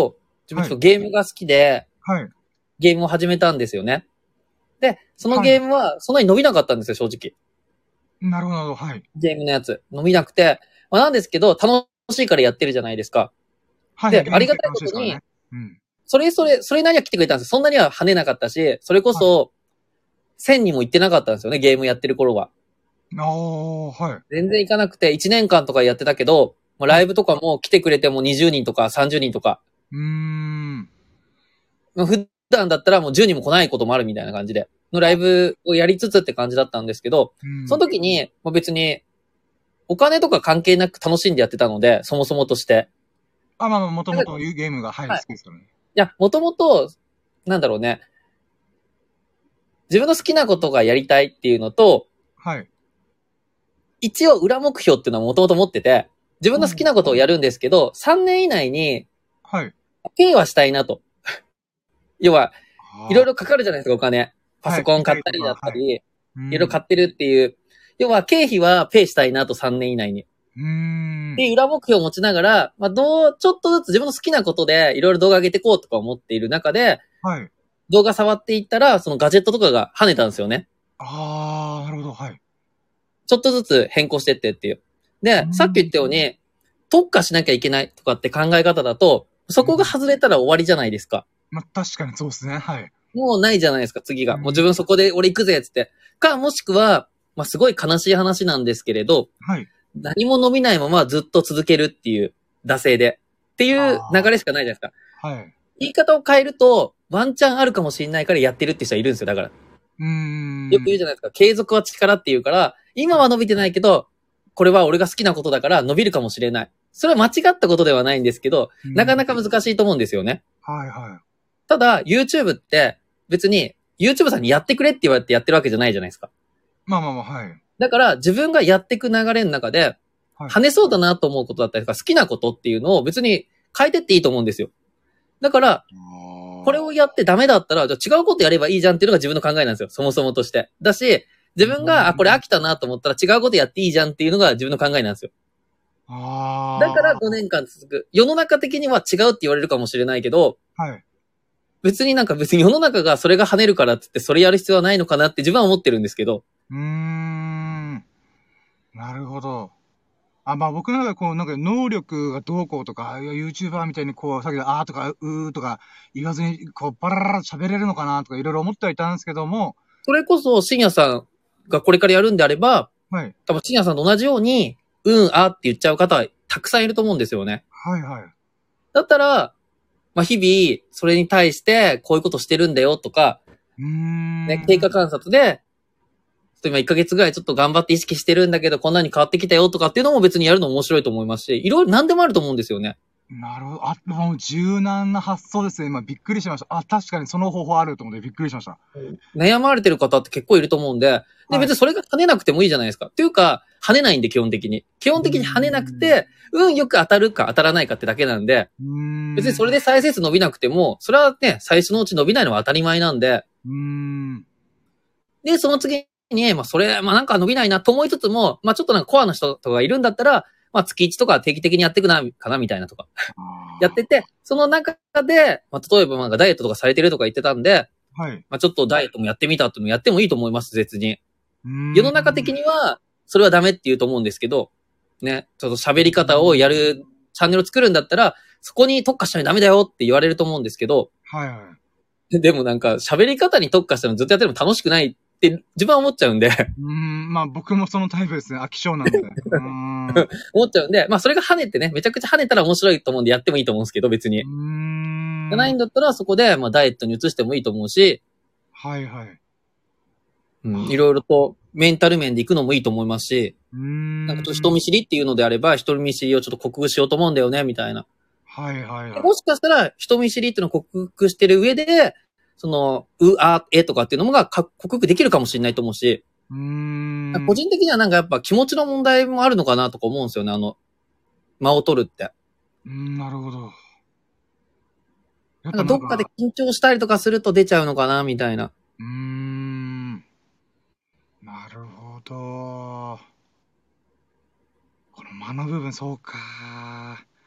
自分ちょっとゲームが好きで、 はい。 ゲームを始めたんですよね。で、そのゲームはそんなに伸びなかったんですよ、正直。 なるほど、はい。 ゲームのやつ。伸びなくて。まあなんですけど、楽しいからやってるじゃないですか。 はいはい、 で、 ゲームってありがたいことに、 楽しいですからね。うん。 それなりは来てくれたんですよ。そんなには跳ねなかったし、それこはい。 そ、1000にも行ってなかったんですよね、ゲームやってる頃は。 はい。 全然行かなくて、1年間とかやってたけど、まあはい。 ライブとかも来てくれても20人とか30人とか、 うーん。 まあ普段だったらもう10人も来ないこともあるみたいな感じで、のライブをやりつつって感じだったんですけど、そのうん。 時に、まあ、別に、お金とか関係なく楽しんでやってたので、そもそもとして。 あ、まあまあ、もとだから、 もとゲームが、はい、好はい。 きですからね。 いや、もともと、なんだろうね、自分の好きなことがやりたいっていうのと、 はい。 一応裏目標っていうのはもともと持ってて、自分の好きなことをやるんですけど、3年以内に、 はい。 経営はしたいなと。要は、いろいあろかかるじゃないですか、お金。パあ、はい。 ソコン機買ったりだ械とか、はい。 ったり、いうろいろん。 買ってるっていう。要は、経費はペイしたいなと3年以内に。 うーん。 で、裏目標を持ちながら、まあ、ちょっとずつ自分の好きなことでいろいろ動画上げていこうとか思っている中で、 はい。 動画触っていったら、そのガジェットとかが跳ねたんですよね。 ああ、なるほど、はい。 ちょっとずつ変更してってっていう。で、さっき言うーん。 ったように、特化しなきゃいけないとかって考え方だと、そこがうん。 外れたら終わりじゃないですか。 まあ、確かにそうですね、はい。 もうないじゃないですか、次が。もううん。 自分そこで俺行くぜ、つって。か、もしくは、まあ、すごい悲しい話なんですけれど、 はい。 何も伸びないままずっと続けるっていう、惰性で。っていう流あれしかないじゃないですか。 あ、はい。 言い方を変えると、ワンチャンあるかもしれないからやってるって人はいるんですよ、だから。 うーよく言うん。 じゃないですか。継続は力って言うから、今はい。 は伸びてないけど、これは俺が好きなことだから伸びるかもしれない。それは間違ったことではないんですけど、なかうん。 なか難しいと思うんですよね。 はいはい。 ただ、YouTube って別に YouTube さんにやってくれって言われてやってるわけじゃないじゃないですか。 まあまあまあ、はい。 だから自分がやっていく流れの中で、 はい。 跳ねそうだなと思うことだったりとか、好きなことっていうのを別に変えてっていいと思うんですよ。だから、これああ。 をやってダメだったら、じゃあ違うことやればいいじゃんっていうのが自分の考えなんですよ。そもそもとして。だし、自分が、これ飽きたなと思ったら違うことやっていいじゃんっていうのが自分の考えなんですよ。だからああ。 5年間続く。世の中的には違うって言われるかもしれないけど、 はい。 別に世の中がそれが跳ねるからって言ってそれやる必要はないのかなって自分は思ってるんですけど。 うーん。なるほど。あ、まあ僕の中でこう、なんか能力がどうこうとか、いや YouTuber みたいにこう、さっきのあーとかうーとか言わずに、こう、バラララと喋れるのかなとかいろいろ思ってはいたんですけども、 それこそ深夜さんがこれからやるんであれば、 はい。 多分深夜さんと同じように、あって言っちゃう方はたくさんいると思うんですよね。 はいはい。 だったら、まあ、日々、それに対して、こういうことしてるんだよとか、 うーね、経過ん。 観察で、今1ヶ月ぐらいちょっと頑張って意識してるんだけど、こんなに変わってきたよとかっていうのも別にやるの面白いと思いますし、いろいろ何でもあると思うんですよね。 なるほど。あ、もう柔軟な発想ですね。今びっくりしました。あ、確かにその方法あると思ってびっくりしました。 悩まれてる方って結構いると思うんで、で、 はい。 別にそれが跳ねなくてもいいじゃないですか。っていうか、跳ねないんで基本的に。基本うー的に跳ねなくん。 て、よく当たるか当たらないかってだけなんで、 うー別にそれん。 で再生数伸びなくても、それはね、最初のうち伸びないのは当たり前なんで、 うーん。 で、その次に、まあ、それ、まあ、なんか伸びないなと思いつつも、まあ、ちょっとなんかコアな人とかがいるんだったら、まあ、月1とか定期的にやっていくな、かな、みたいなとか。やってあて、その中で、まあ、例えばなんかダイエットとかされてるとか言ってたんで、 あ。はい。 まあ、ちょっとダイエットもやってみたっていうのもやってもいいと思います、別に。 うー世の中的ん。 には、それはダメって言うと思うんですけど、ね、ちょっと喋り方をやるチャンネルを作るんだったら、そこに特化しないとダメだよって言われると思うんですけど、 はいはい。 でもなんか喋り方に特化したのずっとやっても楽しくないって自分は思っちゃうんで、 まあ僕もそのタイプですね。飽き性なんで。 思っちゃうんで、まあそれが跳ねてね、めちゃくちゃ跳ねたら面白いと思うんでやってもいいと思うんですけど、別うーに。じゃないん。 んだったらそこで、まあダイエットに移してもいいと思うし、 はいはい。 いろいろとメンタル面で行くのもいいと思いますし、 うーなんかちょっと人ん。 見知りっていうのであれば、人見知りをちょっと克服しようと思うんだよね、みたいな。 はいはいはい。 もしかしたら人見知りっていうのを克服してる上で、その、とかっていうのも克服できるかもしれないと思うし、 うーん。 個人的にはなんかやっぱ気持ちの問題もあるのかなとか思うんですよね、間を取るって。 なるほど。やっなんかどっかでぱなんか、 緊張したりとかすると出ちゃうのかな、みたいな。 うーん。なるほど。この間の部分、そうか。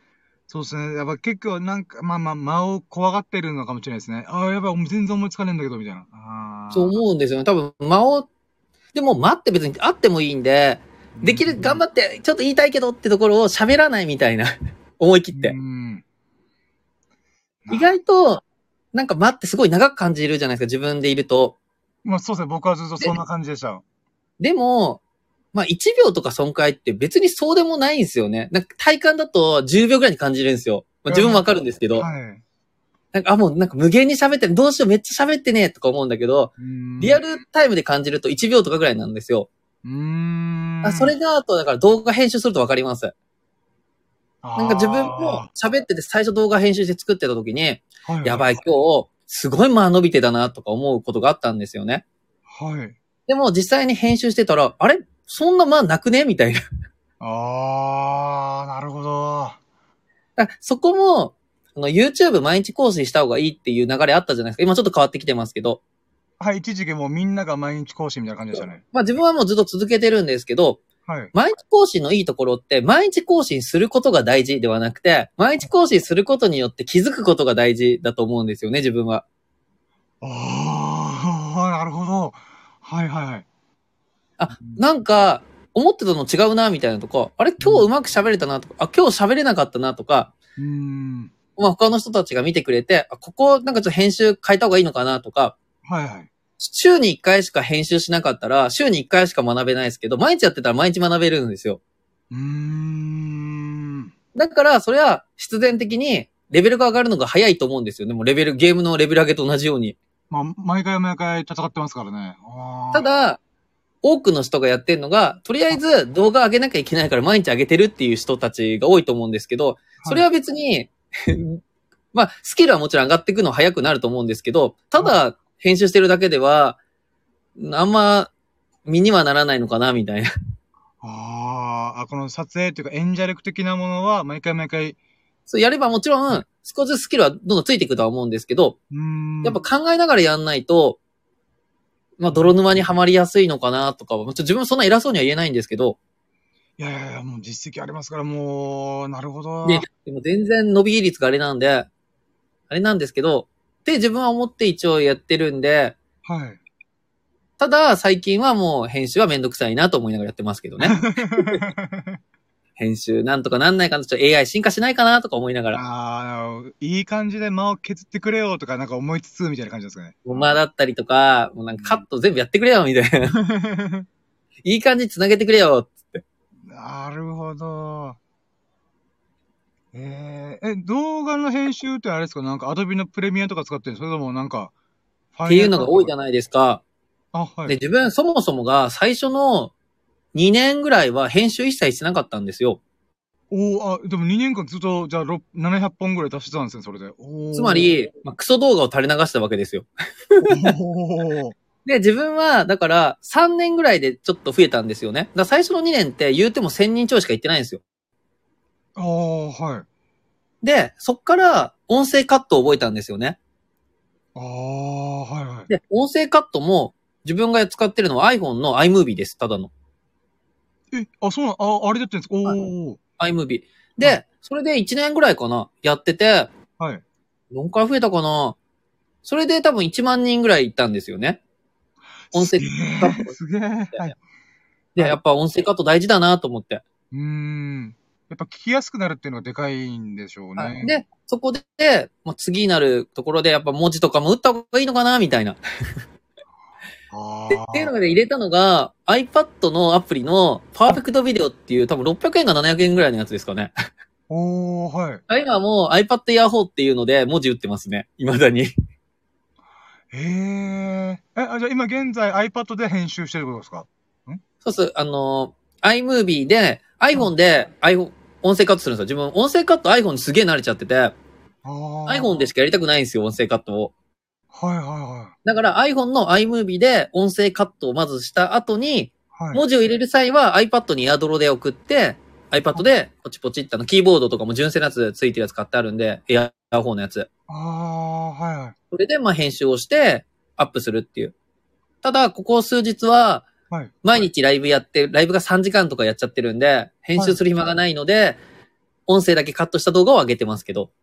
そうですね。やっぱ結構なんか、間を怖がってるのかもしれないですね。ああ、やばい、全然思いつかねえんだけど、みたいな。 そう思うんですよね。多分、でも間って別にあってもいいんで、できる、頑張って、ちょっと言いたいけどってところを喋らないみたいな。思い切って。意外と、なんか間ってすごい長く感じるじゃないですか、自分でいると。 そうですね。僕はずっとそんな感じでした。 でも、1秒とか損壊って別にそうでもないんですよね。なんか体感だと10秒ぐらいに感じるんですよ。自分もわかるんですけど。はい。なんか、もうなんか無限に喋ってる。どうしようめっちゃ喋ってねとか思うんだけど、リアルタイムで感じると1秒とかぐらいなんですよ。それがあと、だから動画編集するとわかります。なんか自分も喋ってて最初動画編集して作ってた時に、やばい今日、すごい間伸びてたなとか思うことがあったんですよね。はい。でも実際に編集してたら、あれそんな間なくねみたいな。 なるほど。 そこも、YouTube 毎日更新した方がいいっていう流れあったじゃないですか。今ちょっと変わってきてますけど。 はい、一時期もうみんなが毎日更新みたいな感じでしたね。 自分はもうずっと続けてるんですけど、はい。毎日更新のいいところって、毎日更新することが大事ではなくて、毎日更新することによって気づくことが大事だと思うんですよね、自分は。 なるほど。はいはいはい。 なんか、思ってたの違うな、みたいなとか、あれ今日うまく喋れたなとか、今日喋れなかったなとか、他の人たちが見てくれて、ここなんかちょっと編集変えた方がいいのかなとか、はいはい。週に1回しか編集しなかったら、週に1回しか学べないですけど、毎日やってたら毎日学べるんですよ。だから、それは必然的にレベルが上がるのが早いと思うんですよね。もうゲームのレベル上げと同じように。毎回戦ってますからね。ただ、多くの人がやってるのが、とりあえず動画上げなきゃいけないから毎日上げてるっていう人たちが多いと思うんですけど、それは別にスキルはもちろん上がっていくの早くなると思うんですけど、ただ編集してるだけでは、あんま身にはならないのかな、みたいな。 この撮影っていうか演者力的なものは毎回。 そうやればもちろん少しずつスキルはどんどんついていくとは思うんですけど、やっぱ考えながらやんないと、泥沼にはまりやすいのかなとかは、自分そんな偉そうには言えないんですけど。 いや、もう実績ありますから、もう、なるほど。 でも全然伸び率があれなんで、あれなんですけど、って自分は思って一応やってるんで、はい。ただ、最近はもう編集はめんどくさいなと思いながらやってますけどね。編集なんとかなんないかな、ちょっと AI 進化しないかなとか思いながら。 いい感じで間を削ってくれよとかなんか思いつつみたいな感じですかね。 間だったりとか、もうなんかカット全部やってくれよみたいな。いい感じに繋げてくれよつって。 なるほど。動画の編集ってあれですかなんか Adobe のプレミアとか使ってるそれともなんか、 っていうのが多いじゃないですか。 はい。 で、自分そもそもが最初の2年ぐらいは編集一切してなかったんですよ。 でも2年間ずっと、じゃあ700本ぐらい出してたんですね、それで。 つまり、クソ動画を垂れ流したわけですよ。で、自分は、だから、3年ぐらいでちょっと増えたんですよね。だから最初の2年って言うても1000人超しか行ってないんですよ。 はい。 で、そっから音声カットを覚えたんですよね。 はい。 で、音声カットも自分が使ってるのは iPhone の iMovie です、ただの。 そうなのあれでやってるんですか iMovie。で、それで1年ぐらいかな、やってて、はい。4回増えたかな。それで多分1万人ぐらい行ったんですよね。音声カット。 すげえ。はい。 で、やっぱ音声カット大事だなと思って。 やっぱ聞きやすくなるっていうのがでかいんでしょうね。はい、 で、そこで、次になるところでやっぱ文字とかも打った方がいいのかなみたいな。っていうので入れたのが iPad のアプリのパーフェクトビデオっていう多分600円か700円ぐらいのやつですかね。はい。今もう iPad イヤホンっていうので文字打ってますね。未だに。 じゃあ今現在 iPad で編集してることですか？ そうそう、iMovie で iPhone で音声カットするんですよ。自分音声カット iPhone にすげえ慣れちゃってて、iPhone でしかやりたくないんですよ、音声カットを。だから iPhone の iMovie で音声カットをまずした後に、文字を入れる際は iPad にエアドロで送って、iPad でポチポチってキーボードとかも純正のやつついてるやつ買ってあるんで、エアホーのやつ。それで編集をしてアップするっていう。ただ、ここ数日は、毎日ライブやって、ライブが3時間とかやっちゃってるんで、編集する暇がないので、 音声だけカットした動画を上げてますけど。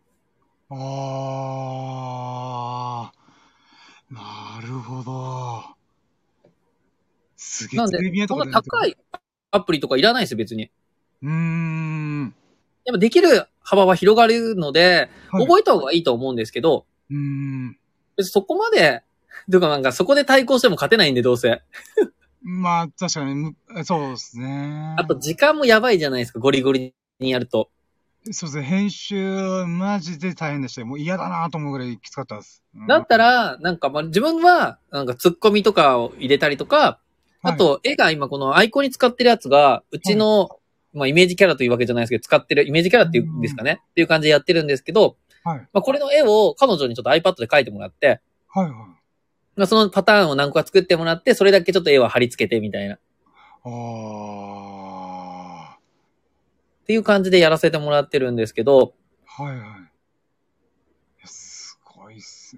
あー、なるほど。すげえ、 なんでテレビとそんかでな高いアプリとかいらないですよ、別に。 うーん。 やっぱできる幅は広がるので、 はい。 覚えた方がいいと思うんですけど、 うーん。 別にそこまで、というかなんかそこで対抗しても勝てないんで、どうせ。 まあ、確かに、そうですね。 あと時間もやばいじゃないですか、ゴリゴリにやると。 そうですね、編集、マジで大変でしたよ。もう嫌だなと思うぐらいきつかったです。 だったら、なんかまあ自分は、なんかツッコミとかを入れたりとか、あと絵が今このアイコンに使ってるやつが、うちの、まあイメージキャラというわけじゃないですけど、使ってるイメージキャラっていうんですかねっていう感じでやってるんですけど、 はい。 まあこれの絵を彼女にちょっと iPad で描いてもらって、 はいはい。 まあそのパターンを何個か作ってもらって、それだけちょっと絵を貼り付けてみたいな。っあていう感じでやらせてもらってるんですけど、 ー。はいはい。すごいっすね。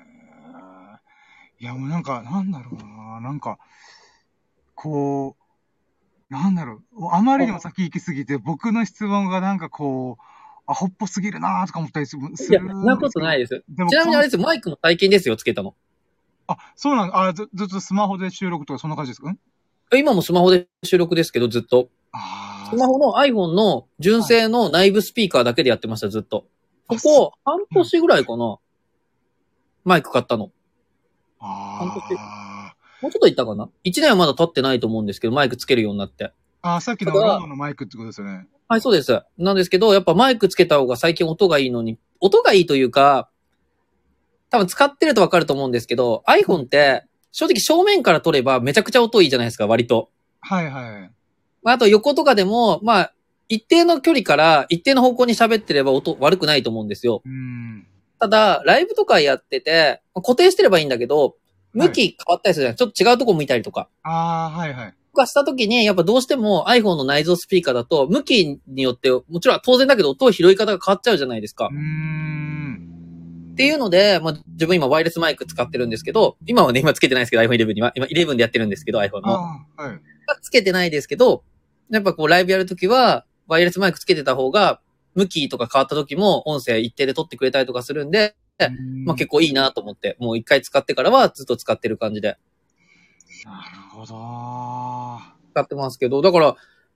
いや、もうなんか、なんだろうな。なんか、こう、なんだろう。あまりにも先行きすぎて、僕の質問がなんかこう、アホっぽすぎるなとか思ったりするんいや、そんなことですけど。 ないです。 でもちなみにあれですよ、マイクも最近ですよ、つけたの。 あ、そうなんだ。ずっとスマホで収録とかそんな感じですか？ 今もスマホで収録ですけど、ずっと。 あスマホの iPhone の純正の内部スピーカーだけでやってました、ずっと。 あ、 ここ、半年ぐらいかな。マイク買ったの。半年。 あもうちょっといったかな？ 1 年はまだ経ってないと思うんですけど、マイクつけるようになって。 さっきのただ、 ロードのマイクってことですよね。 はい、そうです。なんですけど、やっぱマイクつけた方が最近音がいいのに、音がいいというか、多分使ってるとわかると思うんですけど、iPhone って、正直正面から撮ればめちゃくちゃ音いいじゃないですか、割と。 はいはい。 まあ、あと横とかでも、まあ、一定の距離から一定の方向に喋ってれば音悪くないと思うんですよ。ただ、ライブとかやってて、固定してればいいんだけど、向き変わったりするじゃん。ちょっと違うとこ向いたりとか。 はいはい。 とかした時に、やっぱどうしても iPhone の内蔵スピーカーだと、向きによって、もちろん当然だけど音を拾い方が変わっちゃうじゃないですか。っていうので、まあ、自分今ワイヤレスマイク使ってるんですけど、今はね、今つけてないですけど iPhone 11には、今11でやってるんですけど iPhone の。 はい。 つけてないですけど、やっぱこうライブやるときは、ワイヤレスマイクつけてた方が、向きとか変わった時も音声一定で撮ってくれたりとかするんで、まあ結構いいなと思って、もう一回使ってからはずっと使ってる感じで。 なるほど。 使ってますけど、だから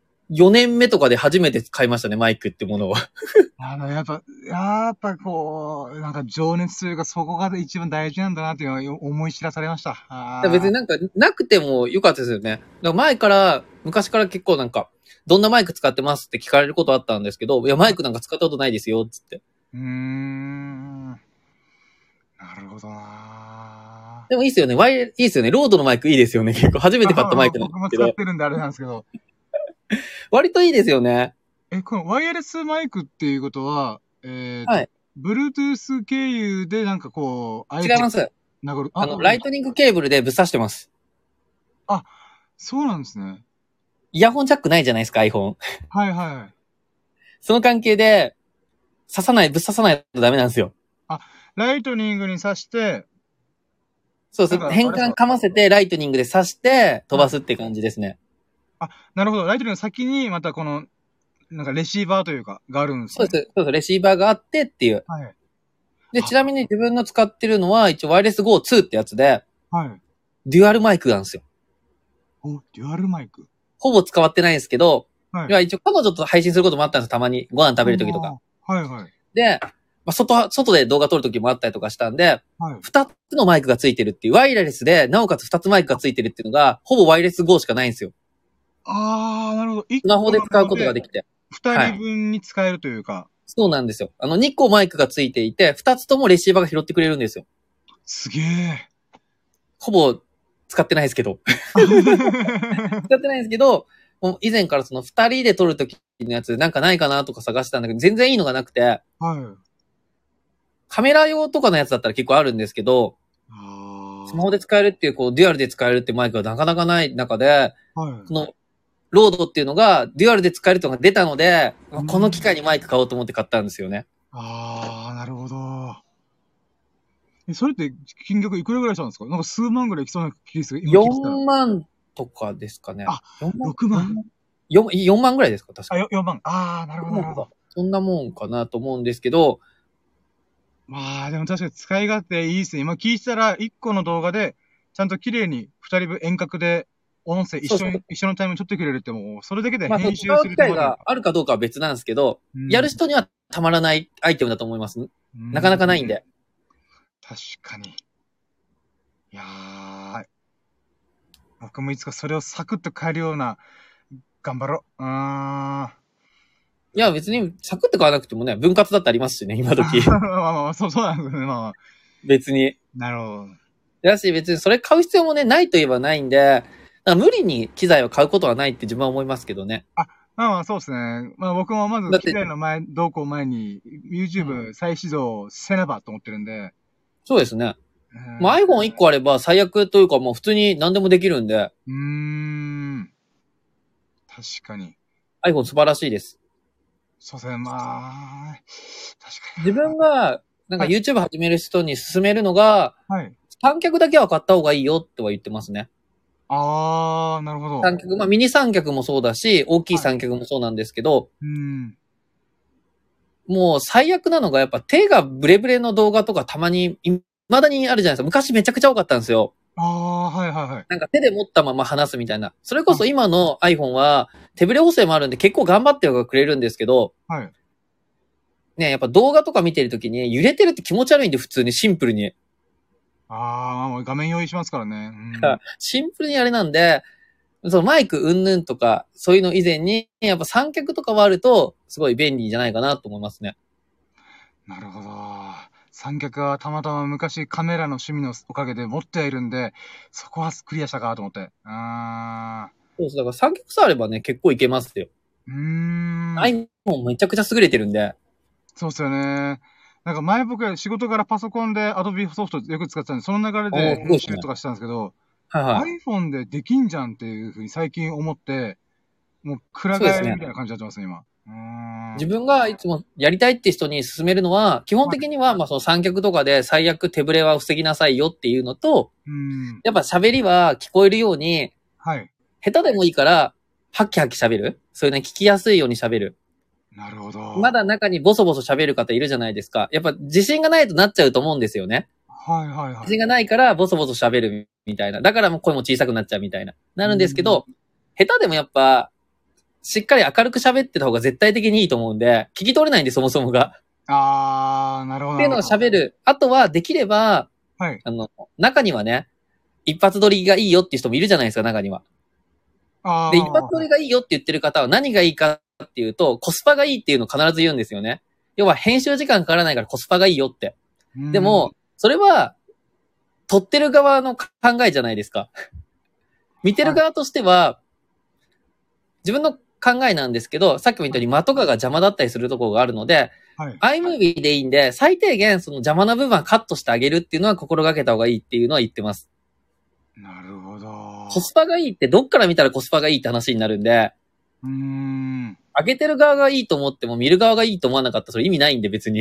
4年目とかで初めて買いましたね、マイクってものを。 やっぱこう、なんか情熱というかそこが一番大事なんだなっていうのを思い知らされました。 別になんかなくてもよかったですよね。だから昔から結構なんか、どんなマイク使ってますって聞かれることあったんですけど、いや、マイクなんか使ったことないですよ、つって。 なるほどな。 でもいいですよね。いいですよね。ロードのマイクいいですよね。結構初めて買ったマイクなんで僕もすけど。 使ってるんであれなんですけど。 割といいですよね。 このワイヤレスマイクっていうことは、 はい。 Bluetooth 経由でなんかこう、 違います。ライトニングケーブルでぶっ刺してます。 あ、そうなんですね。 イヤホンジャックないじゃないですか、iPhone。 はいはい。 その関係で、ぶっ刺さないとダメなんですよ。 ライトニングに挿して、 そうです。変換かませて、ライトニングで刺して、飛ばすって感じですね。 なるほど。ライトニングの先に、またこの、なんかレシーバーというか、があるんですね。 そうです。レシーバーがあってっていう。 はい。 で、ちなみに自分の使ってるのは、一応ワイヤレス GO2 ってやつで、 はい。 デュアルマイクなんですよ。 デュアルマイク。 ほぼ使ってないんですけど、 はい。 いや、一応彼女と配信することもあったんですよ、たまに。ご飯食べるときとか。 はいはい。 で、まあ、外で動画撮るときもあったりとかしたんで、 はい。 二つのマイクがついてるっていう、ワイヤレスで、なおかつ二つマイクがついてるっていうのが、ほぼワイヤレス GO しかないんですよ。 なるほど。 スマホで使うことができて。 二人分に使えるというか。はい、 そうなんですよ。2個マイクがついていて、二つともレシーバーが拾ってくれるんですよ。 すげえ。 ほぼ使ってないですけど。使ってないですけど、もう以前からその二人で撮るときのやつなんかないかなとか探してたんだけど、全然いいのがなくて、 はい。 カメラ用とかのやつだったら結構あるんですけど、スマホで使えるっていう、こう、デュアルで使えるってマイクがなかなかない中で、はい、この、ロードっていうのが、デュアルで使えるとが出たので、この機会にマイク買おうと思って買ったんですよね。 なるほど。それって金額いくらぐらいしたんですか？なんか数万ぐらいいきそうな気がする。 4万とかですかね。 6万。 4万ぐらいですか確か。 4万。ああ、なるほど、なるほど。 そんなもんかなと思うんですけど、 まあ、でも確かに使い勝手いいですね。今聞いてたら、1個の動画で、ちゃんと綺麗に2人分遠隔で、音声そうそう一緒のタイムに撮ってくれるってもう、それだけでまあ、 編集す使う機会る手間というか。 があるかどうかは別なんですけど、 うんやる人にはたまらないアイテムだと思います。なかなかないんで。 確かに。いやー、僕もいつかそれをサクッと変えるような、頑張ろう。 いや、別にサクッと買わなくてもね、分割だってありますしね、今時。 まあまあまあ、そうなんですね。まあまあ。 別に。 なるほど。 だし、別にそれ買う必要もね、ないといえばないんで、無理に機材を買うことはないって自分は思いますけどね。 まあまあ、そうですね。まあ僕もまず、 だって機材の動向前に、YouTube 再始動せねばと思ってるんで。 そうですね。もう iPhone1 個あれば最悪というかもう普通に何でもできるんで。 確かに。 iPhone 素晴らしいです。 そうですね、まあ、確かに。 自分が、なんか YouTube 始める人に勧めるのが、 はい。 三脚だけは買った方がいいよっては言ってますね。 あー、なるほど。 三脚、まあミニ三脚もそうだし、大きい三脚もそうなんですけど、もう最悪なのがやっぱ手がブレブレの動画とかたまに、未だにあるじゃないですか。昔めちゃくちゃ多かったんですよ。 はいはいはい。 なんか手で持ったまま話すみたいな。それこそ今の iPhone は手ブレ補正もあるんで結構頑張ってはくれるんですけど、 はい。 ね、やっぱ動画とか見てるときに揺れてるって気持ち悪いんで普通にシンプルに。 もう画面用意しますからね。 シンプルにあれなんで、そのマイクうんぬんとか、そういうの以前に、やっぱ三脚とかはあると、すごい便利じゃないかなと思いますね。 なるほど。三脚はたまたま昔カメラの趣味のおかげで持っているんで、そこはクリアしたかと思って。 そうそう、だから三脚さえあればね、結構いけますよ。iPhone めちゃくちゃ優れてるんで。 そうっすよね。なんか前僕仕事からパソコンで Adobe ソフトよく使ってたんで、その流れで編集とかしたんですけど、iPhone でできんじゃんっていうふうに最近思って、もうくら替えみたいな感じになってますね、今。 自分がいつもやりたいって人に勧めるのは、基本的には、まあその三脚とかで最悪手ブレは防ぎなさいよっていうのと、やっぱ喋りは聞こえるように、下手でもいいから、ハキハキ喋る。そういうね、聞きやすいように喋る。 なるほど。 まだ中にボソボソ喋る方いるじゃないですか。やっぱ自信がないとなっちゃうと思うんですよね。自信がないからボソボソ喋るみたいな。だからもう声も小さくなっちゃうみたいな。なるんですけど、下手でもやっぱ、しっかり明るく喋ってた方が絶対的にいいと思うんで、聞き取れないんで、そもそもが。 なるほど。 っていうのを喋る。あとは、できれば、中にはね、一発撮りがいいよっていう人もいるじゃないですか、中には。で、一発撮りがいいよって言ってる方は何がいいかっていうと、コスパがいいっていうのを必ず言うんですよね。要は編集時間かからないからコスパがいいよって。でも、それは、撮ってる側の考えじゃないですか。見てる側としては、自分の考えなんですけど、さっきも言ったように間とかが邪魔だったりするところがあるので、iMovie でいいんで、最低限その邪魔な部分はカットしてあげるっていうのは心がけた方がいいっていうのは言ってます。 なるほど。 コスパがいいってどっから見たらコスパがいいって話になるんで、上げてる側がいいと思っても見る側がいいと思わなかったらそれ意味ないんで別に。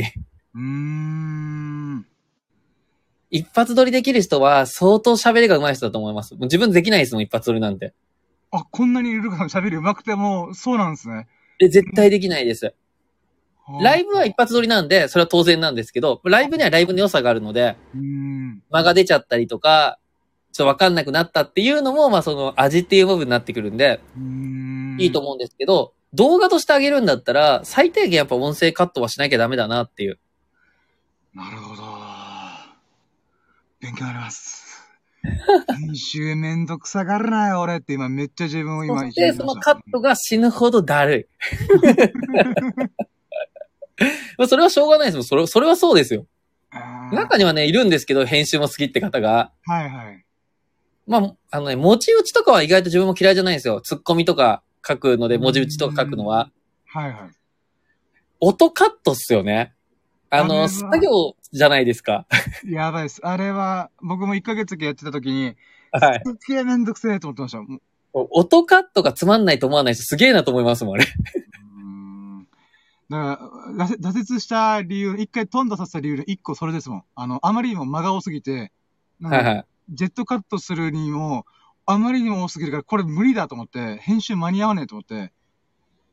一発撮りできる人は相当喋りが上手い人だと思います。もう自分できないですもん、一発撮りなんて。 こんなにルカさん喋り上手くても、そうなんですね。 絶対できないです。ライブは一発撮りなんで、それは当然なんですけど、ライブにはライブの良さがあるので、間が出ちゃったりとか、ちょっとわかんなくなったっていうのも、まあその味っていう部分になってくるんで、いいと思うんですけど、動画としてあげるんだったら、最低限やっぱ音声カットはしなきゃダメだなっていう。 なるほど。勉強になります。編集めんどくさがるなよ、俺って今めっちゃ自分を今そしてそのカットが死ぬほどだるい。それはしょうがないですもん。それはそうですよ。中にはね、いるんですけど、編集も好きって方が。まあ、文字打ちとかは意外と自分も嫌いじゃないんですよ。ツッコミとか書くので、文字打ちとか書くのは。音カットっすよね。作業じゃないですか。 やばいです。あれは、僕も1ヶ月やってた時に、すっげえめんどくせえと思ってました。 音カットがつまんないと思わない人すげえなと思いますもん、あれ。 だから、挫折した理由、一回頓挫させた理由の一個それですもん。あまりにも間が多すぎて、ジェットカットするにも、あまりにも多すぎるから、これ無理だと思って、編集間に合わねえと思って、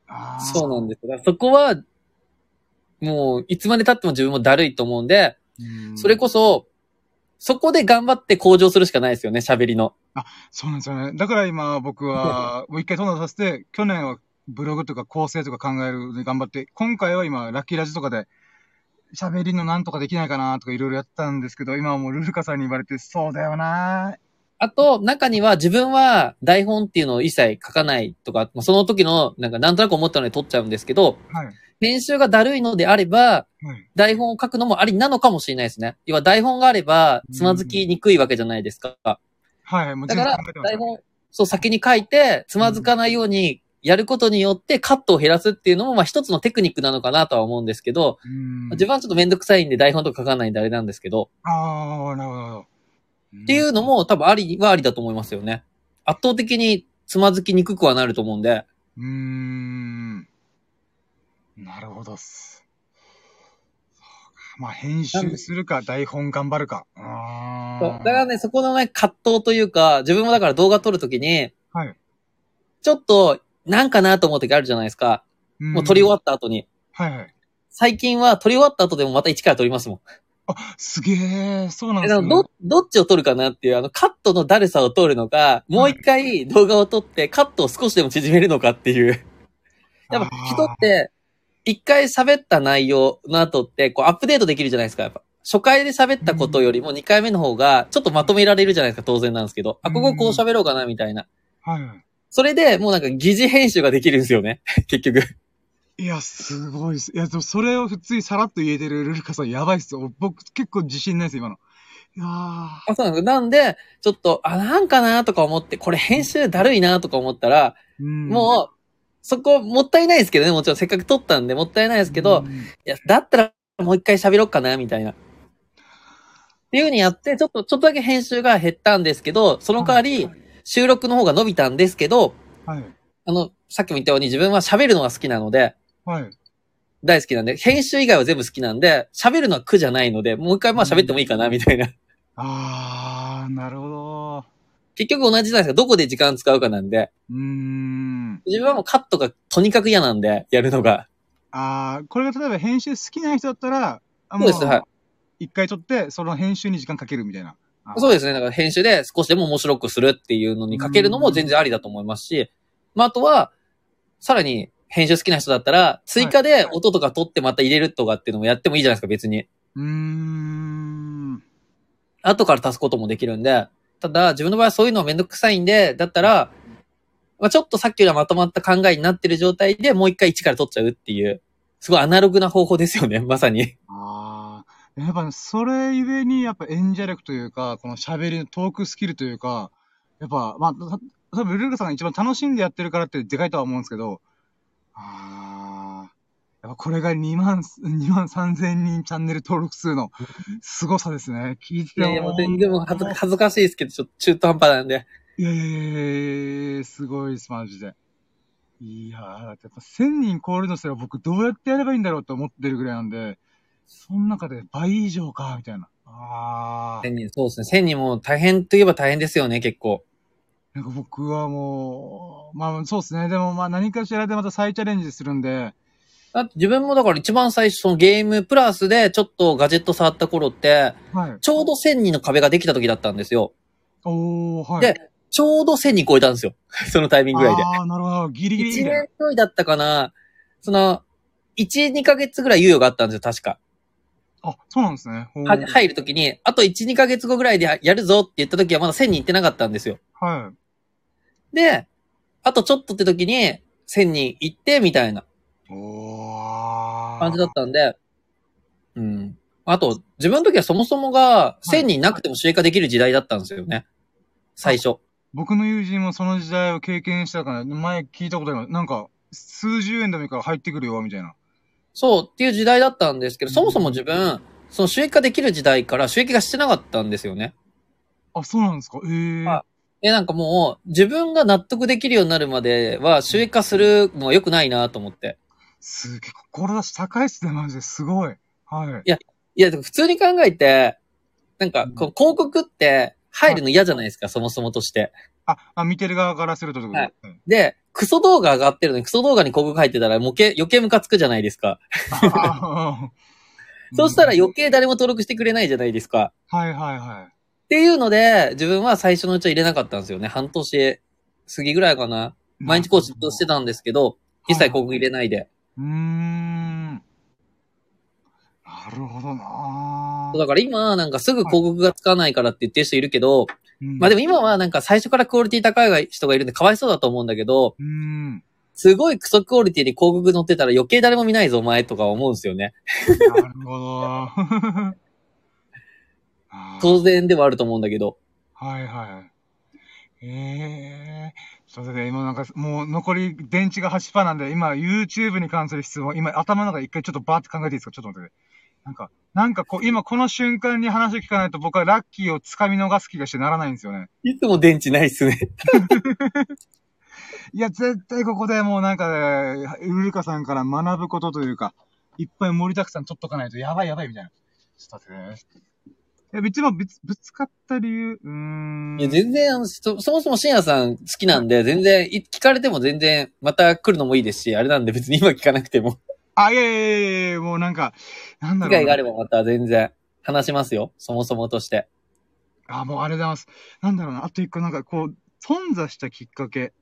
そうなんです。だからそこは、もう、いつまで経っても自分もだるいと思うんで、それこそ、そこで頑張って向上するしかないですよね、喋りの。 そうなんですよね。だから今僕は、もう一回トーナさせて、去年はブログとか構成とか考えるので頑張って、今回は今、ラッキーラジとかで、喋りのなんとかできないかなとかいろいろやったんですけど、今はもうルルカさんに言われて、そうだよなあと、中には自分は台本っていうのを一切書かないとか、その時のなんとなく思ったので撮っちゃうんですけど、 はい。 編集がだるいのであれば、 はい。 台本を書くのもありなのかもしれないですね。要は台本があれば、つまずきにくいわけじゃないですか。 はい、もう全部考だから、 えてますよ。 台本、そう先に書いて、つまずかないようにやることによってカットを減らすっていうのも、まあ一つのテクニックなのかなとは思うんですけど、自分はちょっとめんどくさいんで台本とか書かないんであれなんですけど、 なるほど。 っていうのも多分ありはありだと思いますよね。圧倒的につまずきにくくはなると思うんで。 なるほどっす。まあ、編なん集するか、台本頑張るか。 そうだからね、そこのね、葛藤というか、自分もだから動画撮るときに、 はい。 ちょっと、なんかなと思うときあるじゃないですか。もう撮り終わった後に。 はいはい。 最近は撮り終わった後でもまた一から撮りますもん。 すげえ、そうなんででもすね。 どっちを撮るかなっていう、カットのだるさを撮るのか、もう一回動画を撮ってカットを少しでも縮めるのかっていう。やっぱ人って、一回喋った内容の後って、こうアップデートできるじゃないですか、やっぱ。初回で喋ったことよりも二回目の方が、ちょっとまとめられるじゃないですか、当然なんですけど。こここう喋ろうかな、みたいな。 はいはい。 それでもうなんか疑似編集ができるんですよね。結局。 いや、すごいっす。いや、でもそれを普通にさらっと言えてるルルカさんやばいっすよ。僕結構自信ないです、今の。いやそうなんです。なんで、ちょっと、なんかなとか思って、これ編集だるいなとか思ったら、もう、そこもったいないですけどね、もちろんせっかく撮ったんでもったいないですけど、いや、だったらもう一回喋ろっかな、みたいな。っていう風にやって、ちょっとだけ編集が減ったんですけど、その代わり、収録の方が伸びたんですけど、 はい。 さっきも言ったように自分は喋るのが好きなので、 はい。 大好きなんで、編集以外は全部好きなんで、喋るのは苦じゃないので、もう一回まあ喋ってもいいかな、みたいな。 なるほど。 結局同じじゃないですか。どこで時間使うかなんで。自分はもうカットがとにかく嫌なんで、やるのが。 これが例えば編集好きな人だったら、 そうです、はい。 一回撮って、その編集に時間かけるみたいな。 そうですね。だから編集で少しでも面白くするっていうのにかけるのも全然ありだと思いますし、まあ、あとは、さらに編集好きな人だったら、追加で音とか撮ってまた入れるとかっていうのもやってもいいじゃないですか、別に。後から足すこともできるんで、ただ、自分の場合はそういうのはめんどくさいんで、だったら、まあ、ちょっとさっきよりはまとまった考えになってる状態でもう一回一から撮っちゃうっていう、すごいアナログな方法ですよね、まさに。 やっぱ、それゆえに、やっぱ演者力というか、この喋りのトークスキルというか、やっぱ、まあ、多分ルルカさんが一番楽しんでやってるからってでかいとは思うんですけど、やっぱこれが2万3000人チャンネル登録数の凄さですね。聞いていやいや、もう全然もう恥ずかしいですけど、ちょっと中途半端なんで。 いや、すごいです、マジで。いやー、だってやっぱ1000人超えるのすら僕どうやってやればいいんだろうと思ってるぐらいなんで、その中で倍以上か、みたいな。 1000人、そうですね。1000人も大変といえば大変ですよね、結構。 なんか僕はもう、まあそうですね。でもまあ何かしらでまた再チャレンジするんで。 自分もだから一番最初、そのゲームプラスでちょっとガジェット触った頃って、ちょうど1000人の壁ができた時だったんですよ。で、ちょうど1000人超えたんですよ。そのタイミングぐらいで。 なるほど。ギリギリ。 1年ちょいだったかな。1、2ヶ月ぐらい猶予があったんですよ、確か。 そうなんですね。 入るときに、あと1、2ヶ月後ぐらいでやるぞって言ったときはまだ1000人行ってなかったんですよ。で、あとちょっとってときに、1000人行って、みたいな。感じだったんで、あと、自分の時はそもそもが、1000人なくても主演化できる時代だったんですよね。最初。 僕の友人もその時代を経験したから、前聞いたことあります。なんか、数十円でもいいから入ってくるよ、みたいな。 そうっていう時代だったんですけど、そもそも自分、その収益化できる時代から収益化してなかったんですよね。 そうなんですか。 なんかもう、自分が納得できるようになるまでは、収益化するのは良くないなと思って。 すげえ、志高いっすね、マジで。すごい。 いや、普通に考えて、なんか、広告って、 入るの嫌じゃないですか、そもそもとして。 見てる側からするとってことはい。で、クソ動画上がってるのにクソ動画に広告入ってたら余計ムカつくじゃないですか。そうしたら余計誰も登録してくれないじゃないですか。 はいはいはい。 っていうので、自分は最初のうちは入れなかったんですよね。半年過ぎぐらいかな。毎日コーチしてたんですけど、一切広告入れないで。 なるほどなだから今、なんかすぐ広告がつかないからって言ってる人いるけど、まあでも今はなんか最初からクオリティ高い人がいるんでかわいそうだと思うんだけど、すごいクソクオリティに広告載ってたら余計誰も見ないぞお前とか思うんですよね。 なるほど。 当然ではあると思うんだけど。 はいはい。それで今なんかもう残り電池が8%なんで、今 YouTube に関する質問、今頭の中で一回ちょっとバーって考えていいですか？ちょっと待って。なんか今この瞬間に話を聞かないと僕はラッキーを掴み逃す気がしてならないんですよね。 いつも電池ないっすね。 いや、絶対ここでもうなんか、ウルカさんから学ぶことというか、いっぱい盛りだくさん取っとかないとやばいみたいな。ちょっと待ってね。一番ぶつかった理由いや、全然、そもそも深夜さん好きなんで、全然、聞かれても全然、また来るのもいいですし、あれなんで別に今聞かなくても。 いや、もうなんか、なんだろう。 機会があればまた全然、話しますよ。そもそもとして。 もうありがとうございます。なんだろうな。あと一個なんかこう、頓挫したきっかけ。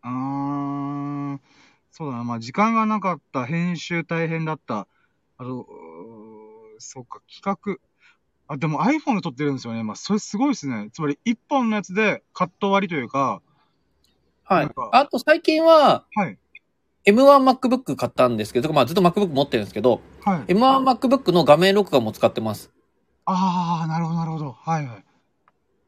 そうだな。まあ、時間がなかった。編集大変だった。あと、そうか、企画。でも iPhone で撮ってるんですよね。まあ、それすごいですね。つまり、一本のやつでカット割りというか。 はい。あと最近は、 はい。 M1MacBook 買ったんですけど、まあずっと MacBook 持ってるんですけど、はい。M1MacBook の画面録画も使ってます。 なるほど、なるほど。はいはい。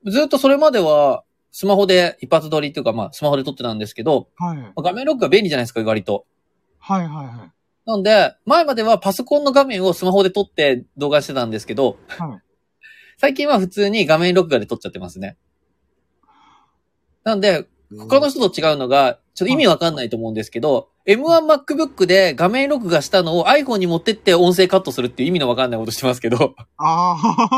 ずっとそれまでは、スマホで一発撮りっていうか、まあスマホで撮ってたんですけど、はい。画面録画便利じゃないですか、割と。はいはいはい。なんで、前まではパソコンの画面をスマホで撮って動画してたんですけど、はい。最近は普通に画面録画で撮っちゃってますね。なんで、他の人と違うのが、ちょっと意味わかんないと思うんですけど、M1MacBook で画面録画したのを iPhone に持ってって音声カットするっていう意味のわかんないことしてますけど。ま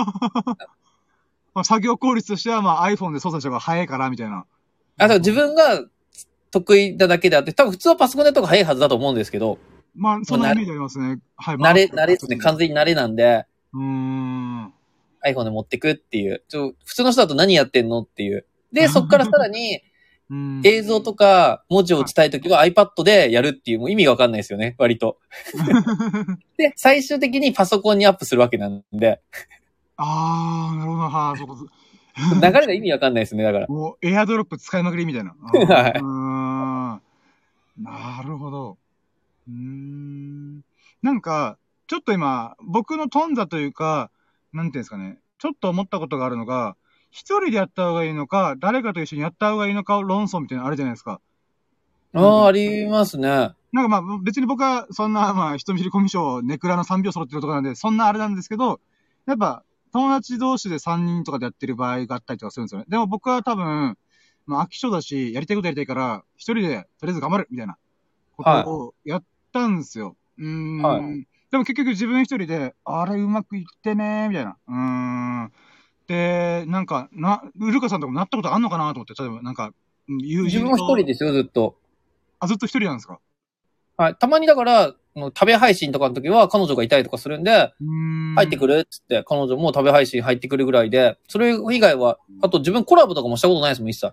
あ、作業効率としてはまあ iPhone で操作した方が早いからみたいな。 自分が得意なだけであって、多分普通はパソコンでやった方が早いはずだと思うんですけど。 まあ、そんなイメージありますね。 はい。慣れですね。完全に慣れなんで。iPhone で持ってくっていう。普通の人だと何やってんのっていう。で、そっからさらに、映像とか文字を打ちたいときは iPad でやるっていう、もう意味がわかんないですよね、割と。で、最終的にパソコンにアップするわけなんで。 なるほど、そこ。 流れが意味わかんないですね、だから。 もう、エアドロップ使いまくりみたいな。はい。なるほど。なんか、ちょっと今、僕の頓挫というか、なんていうんですかね、ちょっと思ったことがあるのが、一人でやった方がいいのか、誰かと一緒にやった方がいいのか論争みたいなのあるじゃないですか。 ありますね。なんかまあ、別に僕はそんな、まあ、人見知りコミュ障、ネクラの3秒揃ってるとこなんで、そんなあれなんですけど、やっぱ、友達同士で3人とかでやってる場合があったりとかするんですよね。でも僕は多分、まあ、飽き性だし、やりたいことやりたいから、一人で、とりあえず頑張るみたいなことをやったんですよ。はい。でも結局自分一人で、あれうまくいってねー、みたいな。で、なんか、ウルカさんとかもなったことあんのかなと思って、例えばなんか、 自分も一人ですよ、ずっと。 ずっと一人なんですか？ はい。たまにだから、食べ配信とかの時は彼女がいたりとかするんで、入ってくるっつって、彼女も食べ配信入ってくるぐらいで、それ以外は、あと自分コラボとかもしたことないですもん、一切。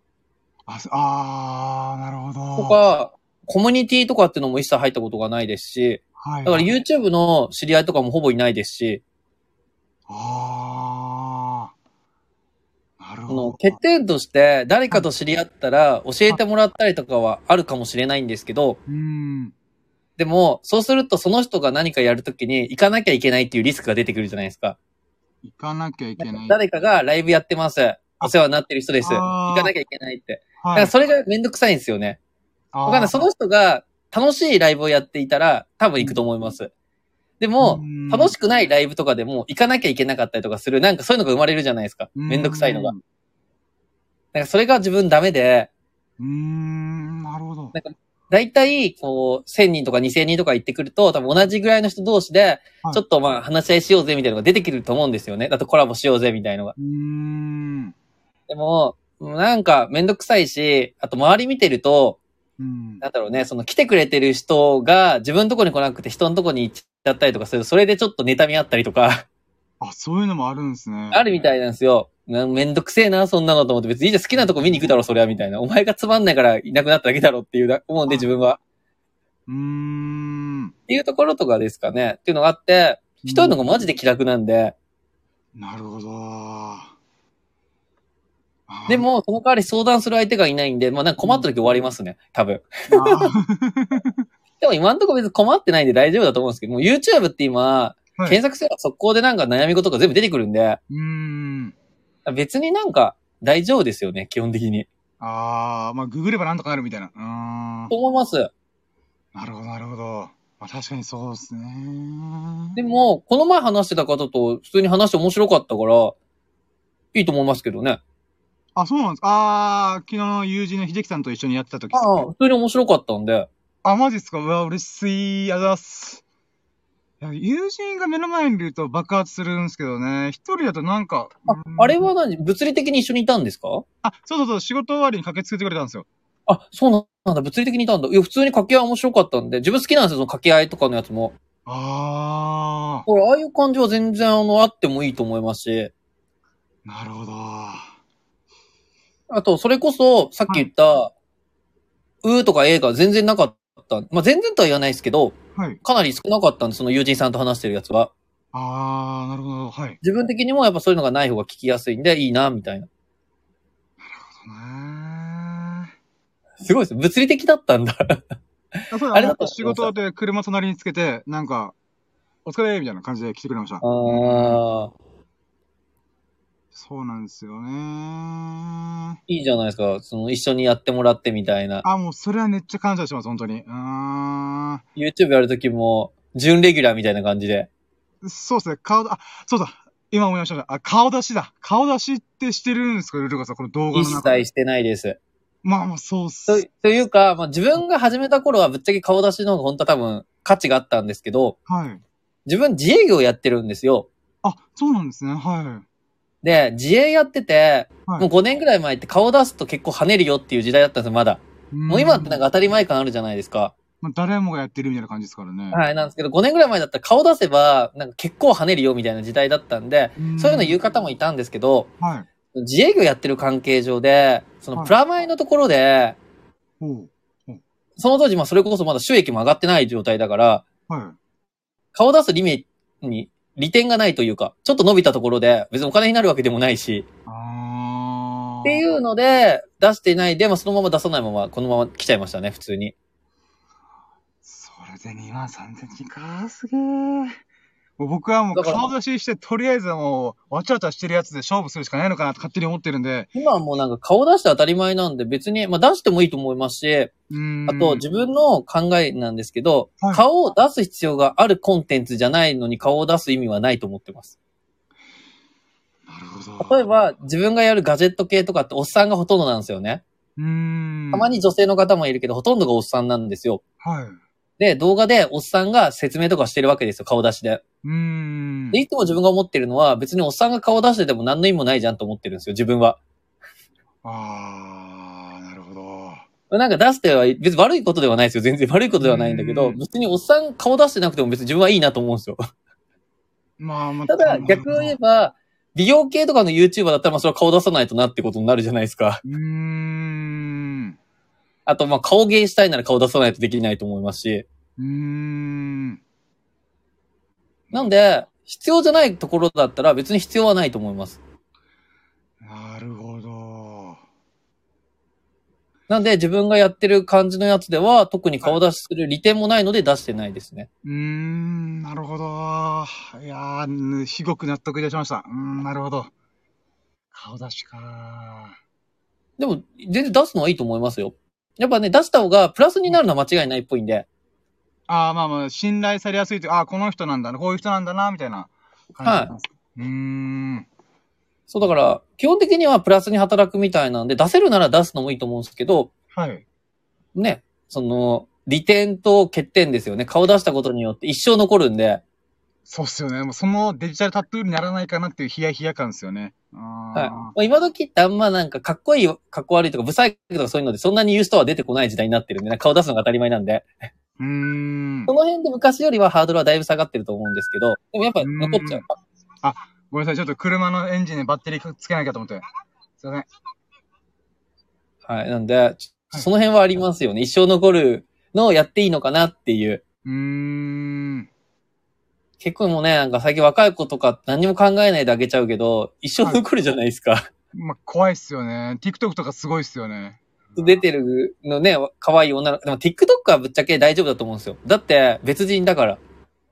なるほど。 とか、コミュニティとかっていうのも一切入ったことがないですし、はい、だから YouTube の知り合いとかもほぼいないですし、 なるほど。 欠点として誰かと知り合ったら教えてもらったりとかはあるかもしれないんですけど、でも、そうするとその人が何かやるときに行かなきゃいけないっていうリスクが出てくるじゃないですか。 行かなきゃいけない。 誰かがライブやってます。お世話になってる人です。行かなきゃいけないって。だからそれがめんどくさいんですよね。わかんない。その人が楽しいライブをやっていたら多分行くと思います。でも、楽しくないライブとかでも行かなきゃいけなかったりとかする、なんかそういうのが生まれるじゃないですか。めんどくさいのが。なんかそれが自分ダメで。 なるほど。 なんか大体、こう、1000人とか2000人とか行ってくると、多分同じぐらいの人同士で、ちょっとまあ話し合いしようぜみたいなのが出てくると思うんですよね。だとコラボしようぜみたいなのが。 でも、なんかめんどくさいし、あと周り見てると、 うん。 なんだろうね、その来てくれてる人が自分のとこに来なくて人のとこに行っちゃったりとかする、それでちょっと妬みあったりとか、 あ、そういうのもあるんですね。 あるみたいなんですよ。めんどくせえな、そんなのと思って、別にいいじゃん好きなとこ見に行くだろ、それは、みたいな。お前がつまんないからいなくなっただけだろっていう思うんで、自分は。 うーん。 っていうところとかですかね。っていうのがあって、一人のがマジで気楽なんで、 なるほど。 でも、その代わり相談する相手がいないんで、まあなんか困った時終わりますね、多分。でも今んとこ別に困ってないんで大丈夫だと思うんですけど、もう YouTube って今、 はい。 検索すれば速攻でなんか悩み事とか全部出てくるんで、 うーん。 別になんか大丈夫ですよね、基本的に。 あー、まあ、ググればなんとかなるみたいな。 と思います。 なるほど、なるほど。まあ、確かにそうですね。 でも、この前話してた方と普通に話して面白かったから、いいと思いますけどね。 あ、そうなんです。昨日の友人の秀樹さんと一緒にやってた時っすああ、 ね。 普通に面白かったんで。 あ、マジっすか。うわ、嬉しい。あざーす。いや、友人が目の前にいると爆発するんですけどね。一人だとなんか、 あれは物理的に一緒にいたんですか？ あ、そうそうそう、仕事終わりに駆けつけてくれたんですよ。 あ、そうなんだ。物理的にいたんだ。いや、普通に掛け合い面白かったんで、自分好きなんですよ、その掛け合いとかのやつも。ほら、ああいう感じは全然あってもいいと思いますし。 なるほど。はあと、それこそ、さっき言っい。 た、とかが全然なかった。まあ、全然とは言わないですけど、 はい。 かなり少なかったんで、その友人さんと話してるやつは。 なるほど。はい。 自分的にもやっぱそういうのがない方が聞きやすいんで、いいな、みたいな。 なるすごいです。物理的だったんだ。 ほどね。そうだ、 あれだと思仕ってました。 事で車隣につけて、なんか、お疲れみたいな感じで来てくれました。 ああ、 そうなんですよね。 いいじゃないですか。その、一緒にやってもらってみたいな。 あ、もうそれはめっちゃ感謝します、本当に。 YouTube やるときも、準レギュラーみたいな感じで。 そうですね、そうだ。今思いました。顔出しだ。顔出しってしてるんですか、ルルカさん、この動画一の中で。 切してないです。 まあまあ、そうっと、 す。 というか、まあ、自分が始めた頃はぶっちゃけ顔出しの方が本当は多分価値があったんですけど、 はい。 自分自営業やってるんですよ。 あ、そうなんですね。はで、自営やってて、 い。はい。 もう5年ぐらい前って顔出すと結構跳ねるよっていう時代だったんですよ、まだ。もう今ってなんか当たり前感あるじゃないですか。 まあ、誰もがやってるみたいな感じですからね。 はい、なんですけど、5年ぐらい前だったら顔出せば、なんか結構跳ねるよみたいな時代だったんで、そういうの言う方もいたんですけど、 はい。 自営業やってる関係上で、そのはい。 プラマイのところで、 ほう。ほう。 その当時それこそまだ収益も上がってない状態だから、 はい。 顔出す利点がないというか、ちょっと伸びたところで別にお金になるわけでもないし、ってあいうので、出してないで、そのまま出さないまま、このまま来ちゃいましたね、普通に。 それで2万3000人か。すげえ。もう僕はもうだから、 顔出しして、とりあえずもう、わちゃわちゃしてるやつで勝負するしかないのかなと勝手に思ってるんで。 今はもうなんか顔出して当たり前なんで、別に、出してもいいと思いますし、あと自分の考えなんですけど、 はい。 顔を出す必要があるコンテンツじゃないのに顔を出す意味はないと思ってます。 なるほど。 例えば、自分がやるガジェット系とかっておっさんがほとんどなんですよね。たまに女性の方もいるけど、ほとんどがおっさんなんですよ。 はい。 で、動画でおっさんが説明とかしてるわけですよ、顔出しで。で、いつも自分が思ってるのは、別におっさんが顔出してても何の意味もないじゃんと思ってるんですよ、自分は。 なるほど。 なんか出しては、別に悪いことではないですよ。全然悪いことではないんだけど、別におっさん顔出してなくても別に自分はいいなと思うんですよ。ただ、逆を言えば、美容系とかの YouTuber だったら、それは顔出さないとなってことになるじゃないですか。あと、顔芸したいなら顔出さないとできないと思いますし。なんで、必要じゃないところだったら別に必要はないと思います。 なるほど。 なんで、自分がやってる感じのやつでは、特に顔出しする利点もないので出してないですね。 なるほど。いやー、ひごく納得いたしました。なるほど。顔出しか。 でも、全然出すのはいいと思いますよ。やっぱね、出した方がプラスになるのは間違いないっぽいんで。 まあ、信頼されやすいという、この人なんだな、こういう人なんだな、みたいな感じです。 はい。そうだから、基本的にはプラスに働くみたいなんで、出せるなら出すのもいいと思うんですけど、 はい。 ね、その、利点と欠点ですよね。顔出したことによって一生残るんで。 そうっすよね。もうそのデジタルタトゥーにならないかなっていうヒヤヒヤ感ですよね。 はい。まあ、今時ってあんまなんかかっこいい、かっこ悪いとか、ブサイクとかそういうのでそんなに言う人は出てこない時代になってるんでね、顔出すのが当たり前なんで。その辺で昔よりはハードルはだいぶ下がってると思うんですけど、でもやっぱ残っちゃう。 あ、ごめんなさい。ちょっと車のエンジンにバッテリーつけなきゃと思って。すいません。 はい。なんで、その辺はありますよね。一生残るのをやっていいのかなっていう。結構もうね、なんか最近若い子とか何も考えないであげちゃうけど、一生残るじゃないですか。 まあ、怖いっすよね。TikTok とかすごいっすよね。 出てるのね、可愛い女の子。でも TikTok はぶっちゃけ大丈夫だと思うんですよ。だって別人だから。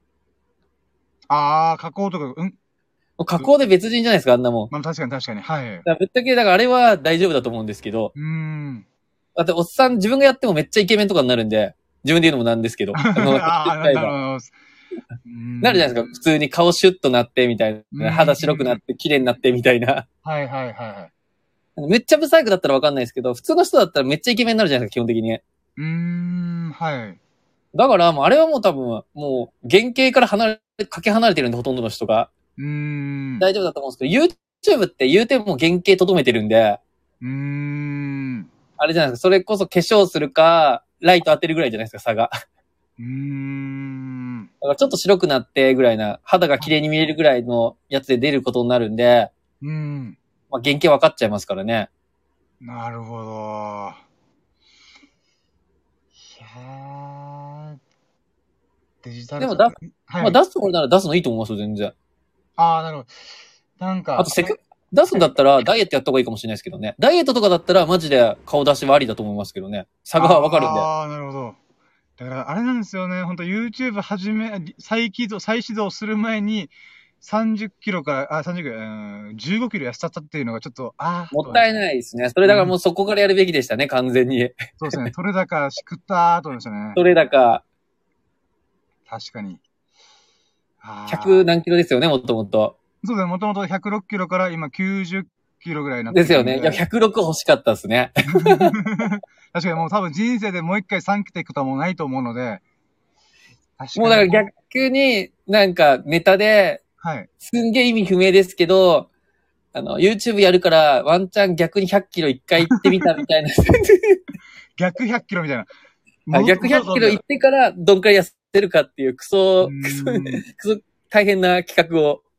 加工とか、 加工で別人じゃないですか、あんなもん。 まあ、確かに確かに。はい。 ぶっちゃけ、だからあれは大丈夫だと思うんですけど。だっておっさん自分がやってもめっちゃイケメンとかになるんで、自分で言うのもなんですけど。なるほど。なるじゃないですか。普通に顔シュッとなってみたいな。肌白くなって綺麗になってみたいな。 はいはいはい。 めっちゃブサイクだったらわかんないですけど、普通の人だったらめっちゃイケメンになるじゃないですか、基本的に。 はい。 だから、もうあれはもう多分、もう原型からかけ離れてるんで、ほとんどの人が。大丈夫だと思うんですけど、YouTube って言うても原型とどめてるんで、あれじゃないですか、それこそ化粧するか、ライト当てるぐらいじゃないですか、差が。だからちょっと白くなってぐらいな、肌が綺麗に見えるぐらいのやつで出ることになるんで、まあ原型分かっちゃいますからね。 なるほど。いやー、デジタルでもまあ出すところなら出すのいいと思いますよ、全然。 なるほど。なんか。 あと出すんだったらダイエットやった方がいいかもしれないですけどね。ダイエットとかだったらマジで顔出しはありだと思いますけどね。差がわかるんで。 なるほど。だから、あれなんですよね。ほんと YouTube 再始動する前に、30キロから、30キロ、15キロ痩せちゃったっていうのがちょっと、 もったいないですね。それだからもうそこからやるべきでしたね、完全に。 そうですね。取れ高しくったーと思いましたね。 取れ高。 確かに。 100何キロですよね、もともと。 そうですね。もともと106キロから今90キロぐらいになってる。 ですよね。いや、106欲しかったですね。 確かにもう多分人生でもう一回3桁いくことはもうないと思うので。 もうだから逆になんかネタで、すんげえ意味不明ですけど、YouTube やるからワンチャン逆に100キロ一回行ってみたみたいな。 逆100キロみたいな。逆100キロ行ってからどんくらい痩せるかっていうクソ大変な企画を。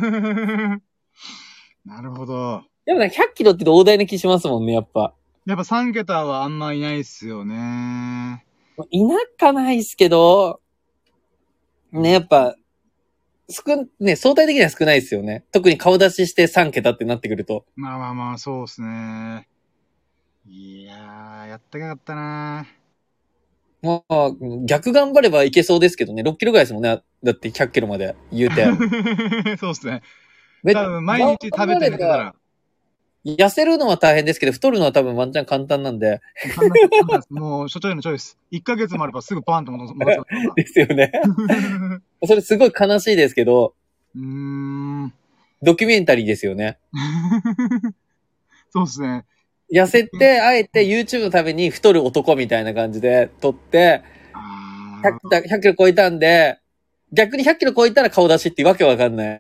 なるほど。 でもね、100キロって大台な気しますもんね、やっぱ。 やっぱ3桁はあんまいないっすよね。 いなかないっすけど、ね、やっぱ、相対的には少ないですよね。特に顔出しして3桁ってなってくると。 まあ、そうっすね。いやー、やったかったなー。 まあ、逆頑張ればいけそうですけどね。6キロぐらいですもんね。だって100キロまで言うて。 そうっすね。多分毎日食べて寝てたら。 痩せるのは大変ですけど、太るのは多分ワンチャン簡単なんで。 もう、所長へのチョイス。1ヶ月もあればすぐパーンと戻す。 ですよね。それすごい悲しいですけど。ドキュメンタリーですよね。 そうっすね。 痩せて、あえて YouTube のために太る男みたいな感じで撮って、100キロ超えたんで、逆に100キロ超えたら顔出しってわけわかんない。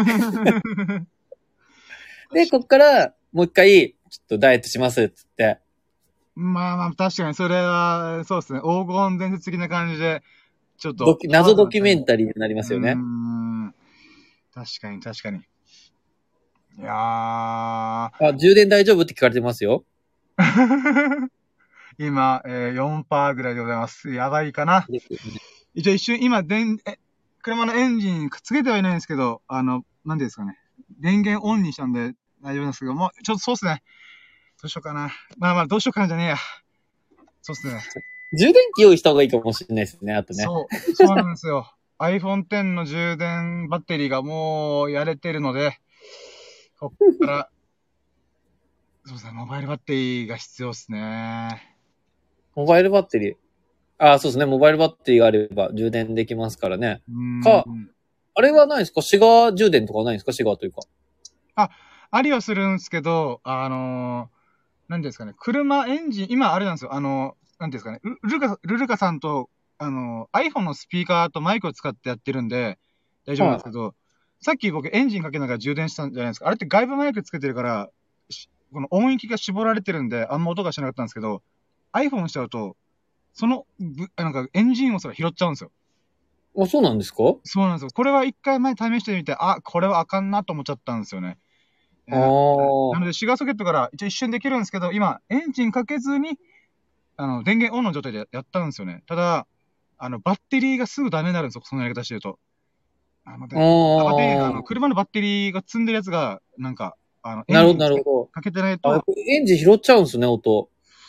で、こっから、もう一回、ちょっとダイエットしますっつって。 まあ、確かにそれは、そうですね。黄金伝説的な感じで、ちょっと。 謎ドキュメンタリーになりますよね。 確かに。いやー。 充電大丈夫って聞かれてますよ。 今、4% ぐらいでございます。やばいかな。一瞬、今、車のエンジンつけてはいないんですけど、なんですかね。電源オンにしたんで大丈夫なんですけど、もう、ちょっとそうっすね。どうしようかな。まあ、どうしようかなじゃねえや。そうっすね。 充電器用意した方がいいかもしれないですね、あとね。 そうなんですよ。iPhone X の充電バッテリーがもうやれてるので、こっから、そうですね、モバイルバッテリーが必要っすね。 モバイルバッテリー。そうですね、モバイルバッテリーがあれば充電できますからね。あれはないですか？シガー充電とかないんですか？シガーというか。 ありはするんですけど、なんですかね、車エンジン、今あれなんですよ、なんですかね、ルルカさんと、iPhone のスピーカーとマイクを使ってやってるんで、 大丈夫なんですけど、さっき僕エンジンかけながら充電したんじゃないですか。あれって外部マイクつけてるから、この音域が絞られてるんで、あんま音がしなかったんですけど、iPhone しちゃうと、なんかエンジン音すら拾っちゃうんですよ。 あ、そうなんですか？ そうなんですよ。これは一回前試してみて、あ、これはあかんなと思っちゃったんですよね。 ああ。 なので、シガーソケットから一瞬できるんですけど、今、エンジンかけずに、電源オンの状態でやったんですよね。ただ、バッテリーがすぐダメになるんですよ。そのやり方してると。 ああ。 車のバッテリーが積んでるやつが、なんか、エなるほど、 ンジンなるほかけてないど。あ、やっと、 ぱエンジン拾っちゃうんですね、音。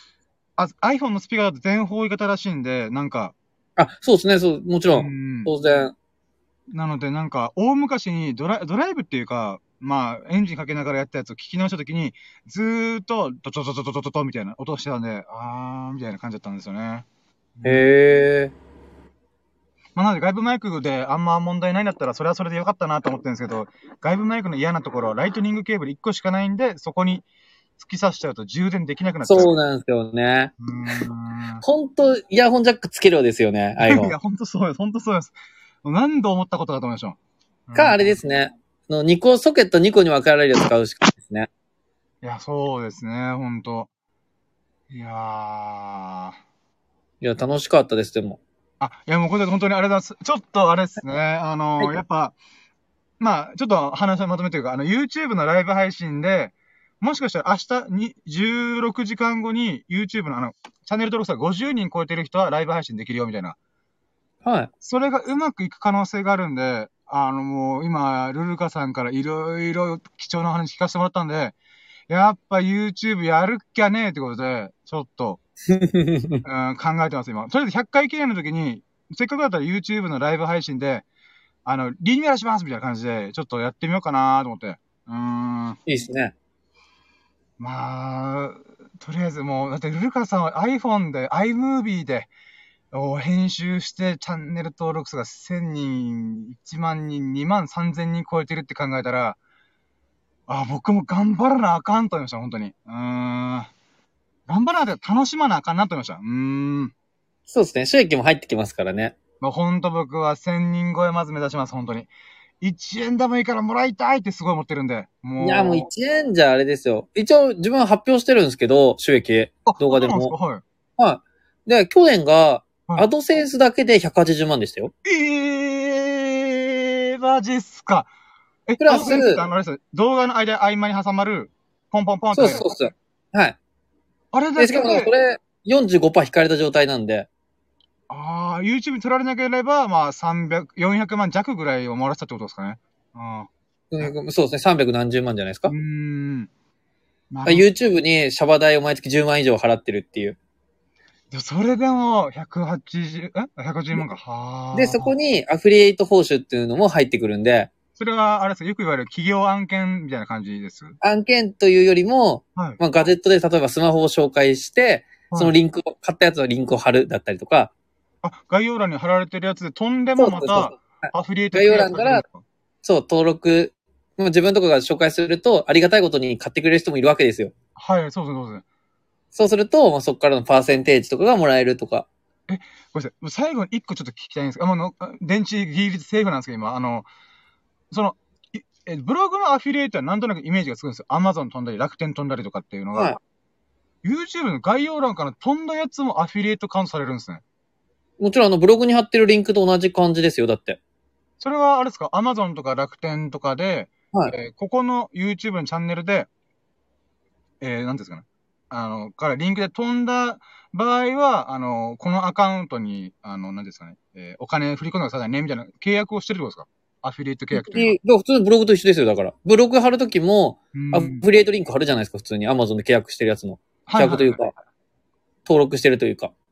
iPhone のスピーカーだと全方位型らしいんで、なんか、 あ、そうですね、そう、もちろん。 ん。 当然。 なので、なんか、大昔にドライブっていうか、まあ、エンジンかけながらやったやつを聞き直したときに、ずーっと、ドドドドドドドドみたいな音がしてたんで、みたいな感じだったんですよね。 へえ。 まあ、なので外部マイクであんま問題ないんだったら、それはそれでよかったなと思ってるんですけど、外部マイクの嫌なところ、ライトニングケーブル1個しかないんで、そこに突き刺しちゃうと充電できなくなっちゃう。 そうなんですよね。 うほんと、イヤホンジャックつけるようですよね、 ーん。い iPhone。 や、ほんとそうです。ほんとそうです。何度思ったことかと思いました。 か、あれですね。2個、ソケット2個に分けられるやつ買うしかないですね。 いや、そうですね、ほんと。いやー。 いや、楽しかったです、でも。 いや、もうこれで本当にあれだ、ちょっとあれですね、 はい。 やっぱ、まあ、ちょっと話をまとめていうか、YouTube のライブ配信で、もしかしたら明日に、16時間後に YouTube のチャンネル登録者が50人超えてる人はライブ配信できるよ、みたいな。 はい。 それがうまくいく可能性があるんで、もう今、ルルカさんからいろいろ貴重な話聞かせてもらったんで、やっぱ YouTube やるっきゃねえってことで、ちょっと、考えてます、今。とりあえず100回記念の時に、せっかくだったら YouTube のライブ配信で、リニューアルしますみたいな感じで、ちょっとやってみようかなと思って。 いいですね。 まあ、とりあえずもう、だってルルカさんは iPhone で、iMovie で、編集してチャンネル登録者が1000人、1万人、2万3000人超えてるって考えたら、僕も頑張らなあかんと思いました、本当に。頑張らなきゃ楽しまなあかんなと思いました。 そうですね。収益も入ってきますからね。 まあ、ほんと僕は1000人超えまず目指します、本当に。1円でもいいからもらいたいってすごい思ってるんで、 いや、もうも 1円じゃあれですよ。一応自分は発表してるんですけど、収益。動画でそうなんですか？ も。 はい。 はい。で、去年が、 はい。 アドセンスだけで180万でしたよ。 マジっすか。アプラス、 ドセンスってあれです。動画の合間に挟まる、ポンポンポンってそう入る。 そうそう。はい。 あれだで、しかもなんかけで、 これ、45%引かれた状態なんで、 YouTube に取られなければ、まあ、300、400万弱ぐらいを漏らしたってことですかね。 そうですね、300何十万じゃないですか。 なるほど。 YouTube にシャバ代を毎月10万以上払ってるっていう。 それでも、180万か。 で、そこにアフィリエイト報酬っていうのも入ってくるんで、 それは、あれですか、よく言われる企業案件みたいな感じです。 案件というよりも、 はい。 まあ、ガジェットで例えばスマホを紹介して、そはい。 のリンクを、買ったやつのリンクを貼るだったりとか、 概要欄に貼られてるやつで飛んでそうもまた、 そうそうそう。はい。 アフィリエイト概契約要欄から、 されるんですか？ そう、登録、まあ自分とかが紹介すると、ありがたいことに買ってくれる人もいるわけですよ。 はい、そうです、そうです。 そうすると、まあ、そこからのパーセンテージとかがもらえるとか。 ごめんなさい。最後に一個ちょっと聞きたいんですけど、電池ギリギリセーフなんですけど、今、その、ブログのアフィリエイトはなんとなくイメージがつくんですよ。Amazon 飛んだり、楽天飛んだりとかっていうのが、 は YouTube の概要欄から飛んだやつもアフィリエイトカウントされるんですね。 い。もちろんブログに貼ってるリンクと同じ感じですよ、だって。 それはあれですか？ Amazon とか楽天とかで、 はい。 ここの YouTube のチャンネルで、なんていうんですかね。からリンクで飛んだ場合は、このアカウントに、なんですかね、お金振り込んでくださいね、みたいな契約をしてるってことですか？アフィリエイト契約というか。 普通のブログと一緒ですよ、だから。ブログ貼るときも、アフうん。 ィリエイトリンク貼るじゃないですか、普通に。Amazon で契約してるやつの。 はいはいはい。 契約というか、登録してるというか。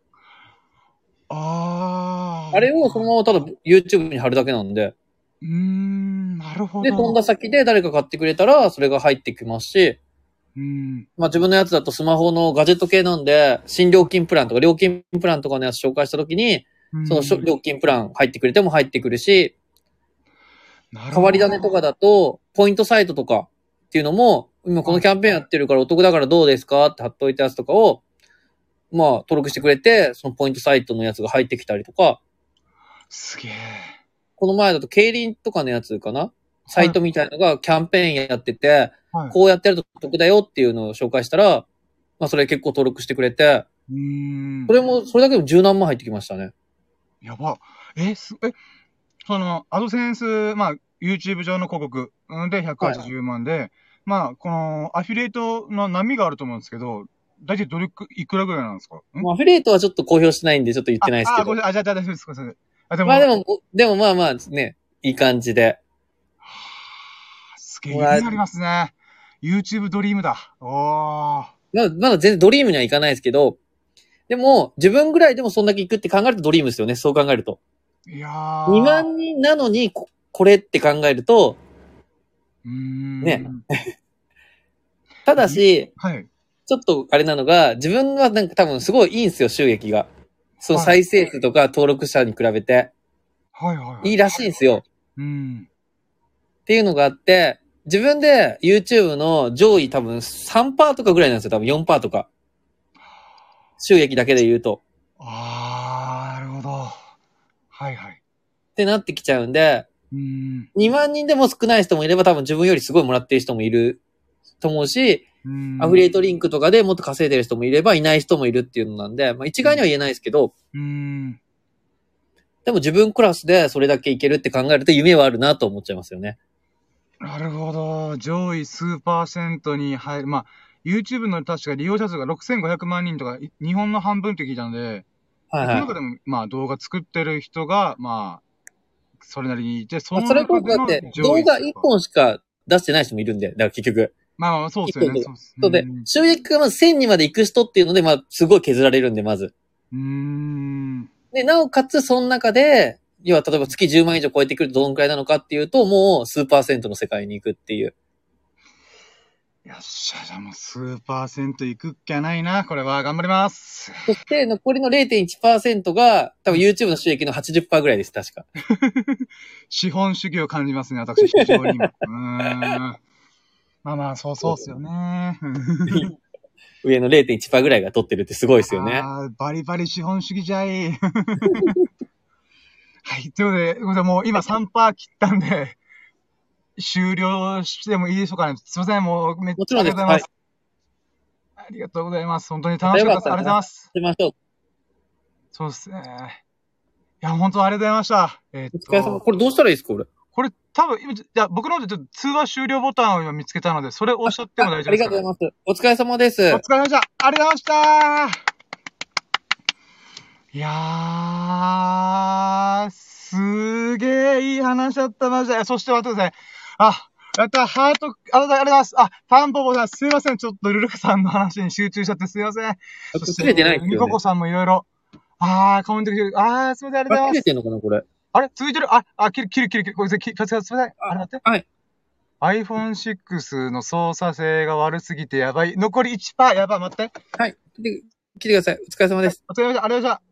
あれをそのままただ YouTube に貼るだけなんで。 なるほで、飛んだど。 先で誰か買ってくれたら、それが入ってきますし、まあ自分のやつだとスマホのガジェット系なんで、新料金プランとか料金プランとかのやつ紹介したときに、その料金プラン入ってくれても入ってくるし、変わなるほど。 り種とかだと、ポイントサイトとかっていうのも、今このキャンペーンやってるからお得だからどうですかって貼っといたやつとかを、まあ登録してくれて、そのポイントサイトのやつが入ってきたりとか、 すげえ。 この前だと競輪とかのやつかなサイトみたいなのがキャンペーンやってて、 はい。 こうやってやると得だよっていうのを紹介したら、まあそれ結構登録してくれて、それも、それだけでも十何万入ってきましたね。 やば。アドセンス、まあ、YouTube 上の広告で180万で、まあ、この、アフィリエイトの波があると思うんですけど、大体いくらぐらいなんですか？ まあアフィリエイトはちょっと公表してないんでちょっと言ってないですけど。 ごめんなさい。じゃあ、大丈夫です。ごめんなさい。 まあでもまあまあね、いい感じで。 すげえ、夢ありますね。YouTube ドリームだ。おー。 まだ全然ドリームにはいかないですけど、でも、自分ぐらいでもそんだけ行くって考えるとドリームですよね。そう考えると。 いやー。 2万人なのにこれって考えると、ね。ただし、 はい。 ちょっとあれなのが、自分はなんか多分すごいいいんですよ、収益が。その再生数とか登録者に比べて。 はいはい。 いいらしいんですよ。っていうのがあって、自分で YouTube の上位多分3%とかぐらいなんですよ。多分4%とか。収益だけで言うと。 なるほど。はいはい。 ってなってきちゃうんで、2万人でも少ない人もいれば多分自分よりすごいもらってる人もいると思うし、アフィリエイトリンクとかでもっと稼いでる人もいればいない人もいるっていうのなんで、まあ一概には言えないですけど、でも自分クラスでそれだけいけるって考えると夢はあるなと思っちゃいますよね。 なるほど。上位数%に入る。まあ、YouTube の確か利用者数が6500万人とか、日本の半分って聞いたんで、 はいはい。 その中でも、まあ動画作ってる人が、まあ、それなりにいて、そのそれこ中でのそだって上位動画1本しか出してない人もいるんで、だから結局。 まあ、そうですよね。そうです。 で、収益がまず1000にまで行く人っていうので、まあ、すごい削られるんで、まず。で、なおかつ、その中で、要は、例えば月10万以上超えてくるとどのくらいなのかっていうと、もう数%の世界に行くっていう。 よっしゃ、じゃあもう数%いくっきゃないな。これは頑張ります。 そして、残りの 0.1% が、多分 YouTube の収益の 80% ぐらいです、確か。 資本主義を感じますね、私、非常に今。まあまあ、そうっすよね。 上の 0.1% ぐらいが取ってるってすごいですよね。 バリバリ資本主義じゃい。はい。ということで、もう今3%切ったんで、終了してもいいでしょうかね。すいません、もうめっちゃありがとうございます。ありがとうございます。本当に楽しかったです。ありがとうございます。そうですね。いや、本当ありがとうございました。 お疲れ様。これどうしたらいいですか、 これ多分、僕の方でちょっと通話終了ボタンを今見つけたので、それを押しちゃっても大丈夫ですか？ ありがとうございます。お疲れ様です。 お疲れ様でした。ありがとうございました。いやー、すげーいい話だった、マジで。そして待ってください。やった、ハート、ありがとうございます。タンポポさん、すいません。ちょっとルルカさんの話に集中しちゃってすいません。そして、ニココさんもいろいろ。コメント来てる。すいません、ありがとうございます。 切れてんのかな、これ。 あれ続いてる切る。これ、すいません。あれ待って。はい。iPhone 6の操作性が悪すぎてやばい。残り 1%やばい。待って。 はい。来てください。お疲れ様です。 お疲れ様でした。ありがとうございました。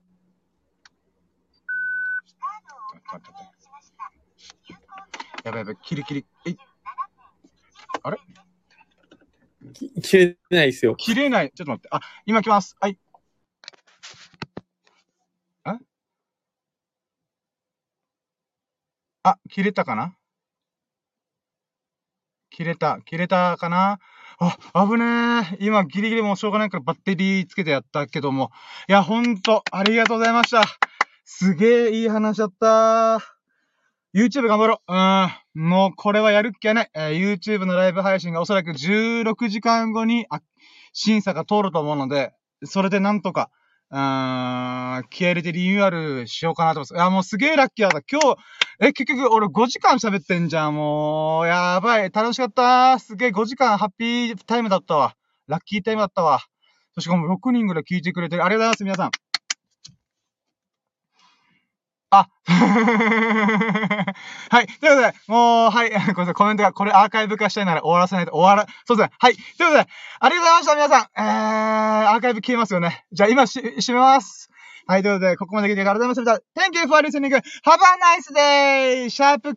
やばい。切る。あれ切れないですよ。 切れない。ちょっと待って。今来ます。はい。切れたかな？切れたかな？危ねー。今ギリギリもうしょうがないからバッテリーつけてやったけども。いや、ほんと、ありがとうございました。すげーいい話だったー。YouTube 頑張ろう。もうこれはやるっきゃない。YouTube のライブ配信がおそらく16時間後に、審査が通ると思うので、それでなんとか、気合入れてリニューアルしようかなと思います。いや、もうすげーラッキーだった。今日、結局俺5時間喋ってんじゃん。もう、やばい。楽しかったー。すげー5時間ハッピータイムだったわ。ラッキータイムだったわ。そしてもう6人ぐらい聞いてくれてる。ありがとうございます、皆さん。はい。ということで、もう、はい。これコメントが、これアーカイブ化したいなら終わらせないと、そうですね。はい。ということで、ありがとうございました、皆さん。アーカイブ消えますよね。じゃあ今閉めます。はい。ということで、ここまで聞いてありがとうございました。Thank you for listening. Have a nice day! シャープ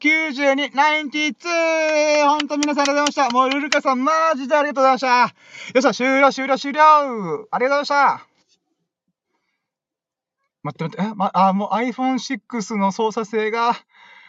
92、92! ほんと皆さんありがとうございました。もうルルカさんマジでありがとうございました。よっしゃ、終了ありがとうございました。待って。もう iPhone 6の操作性が、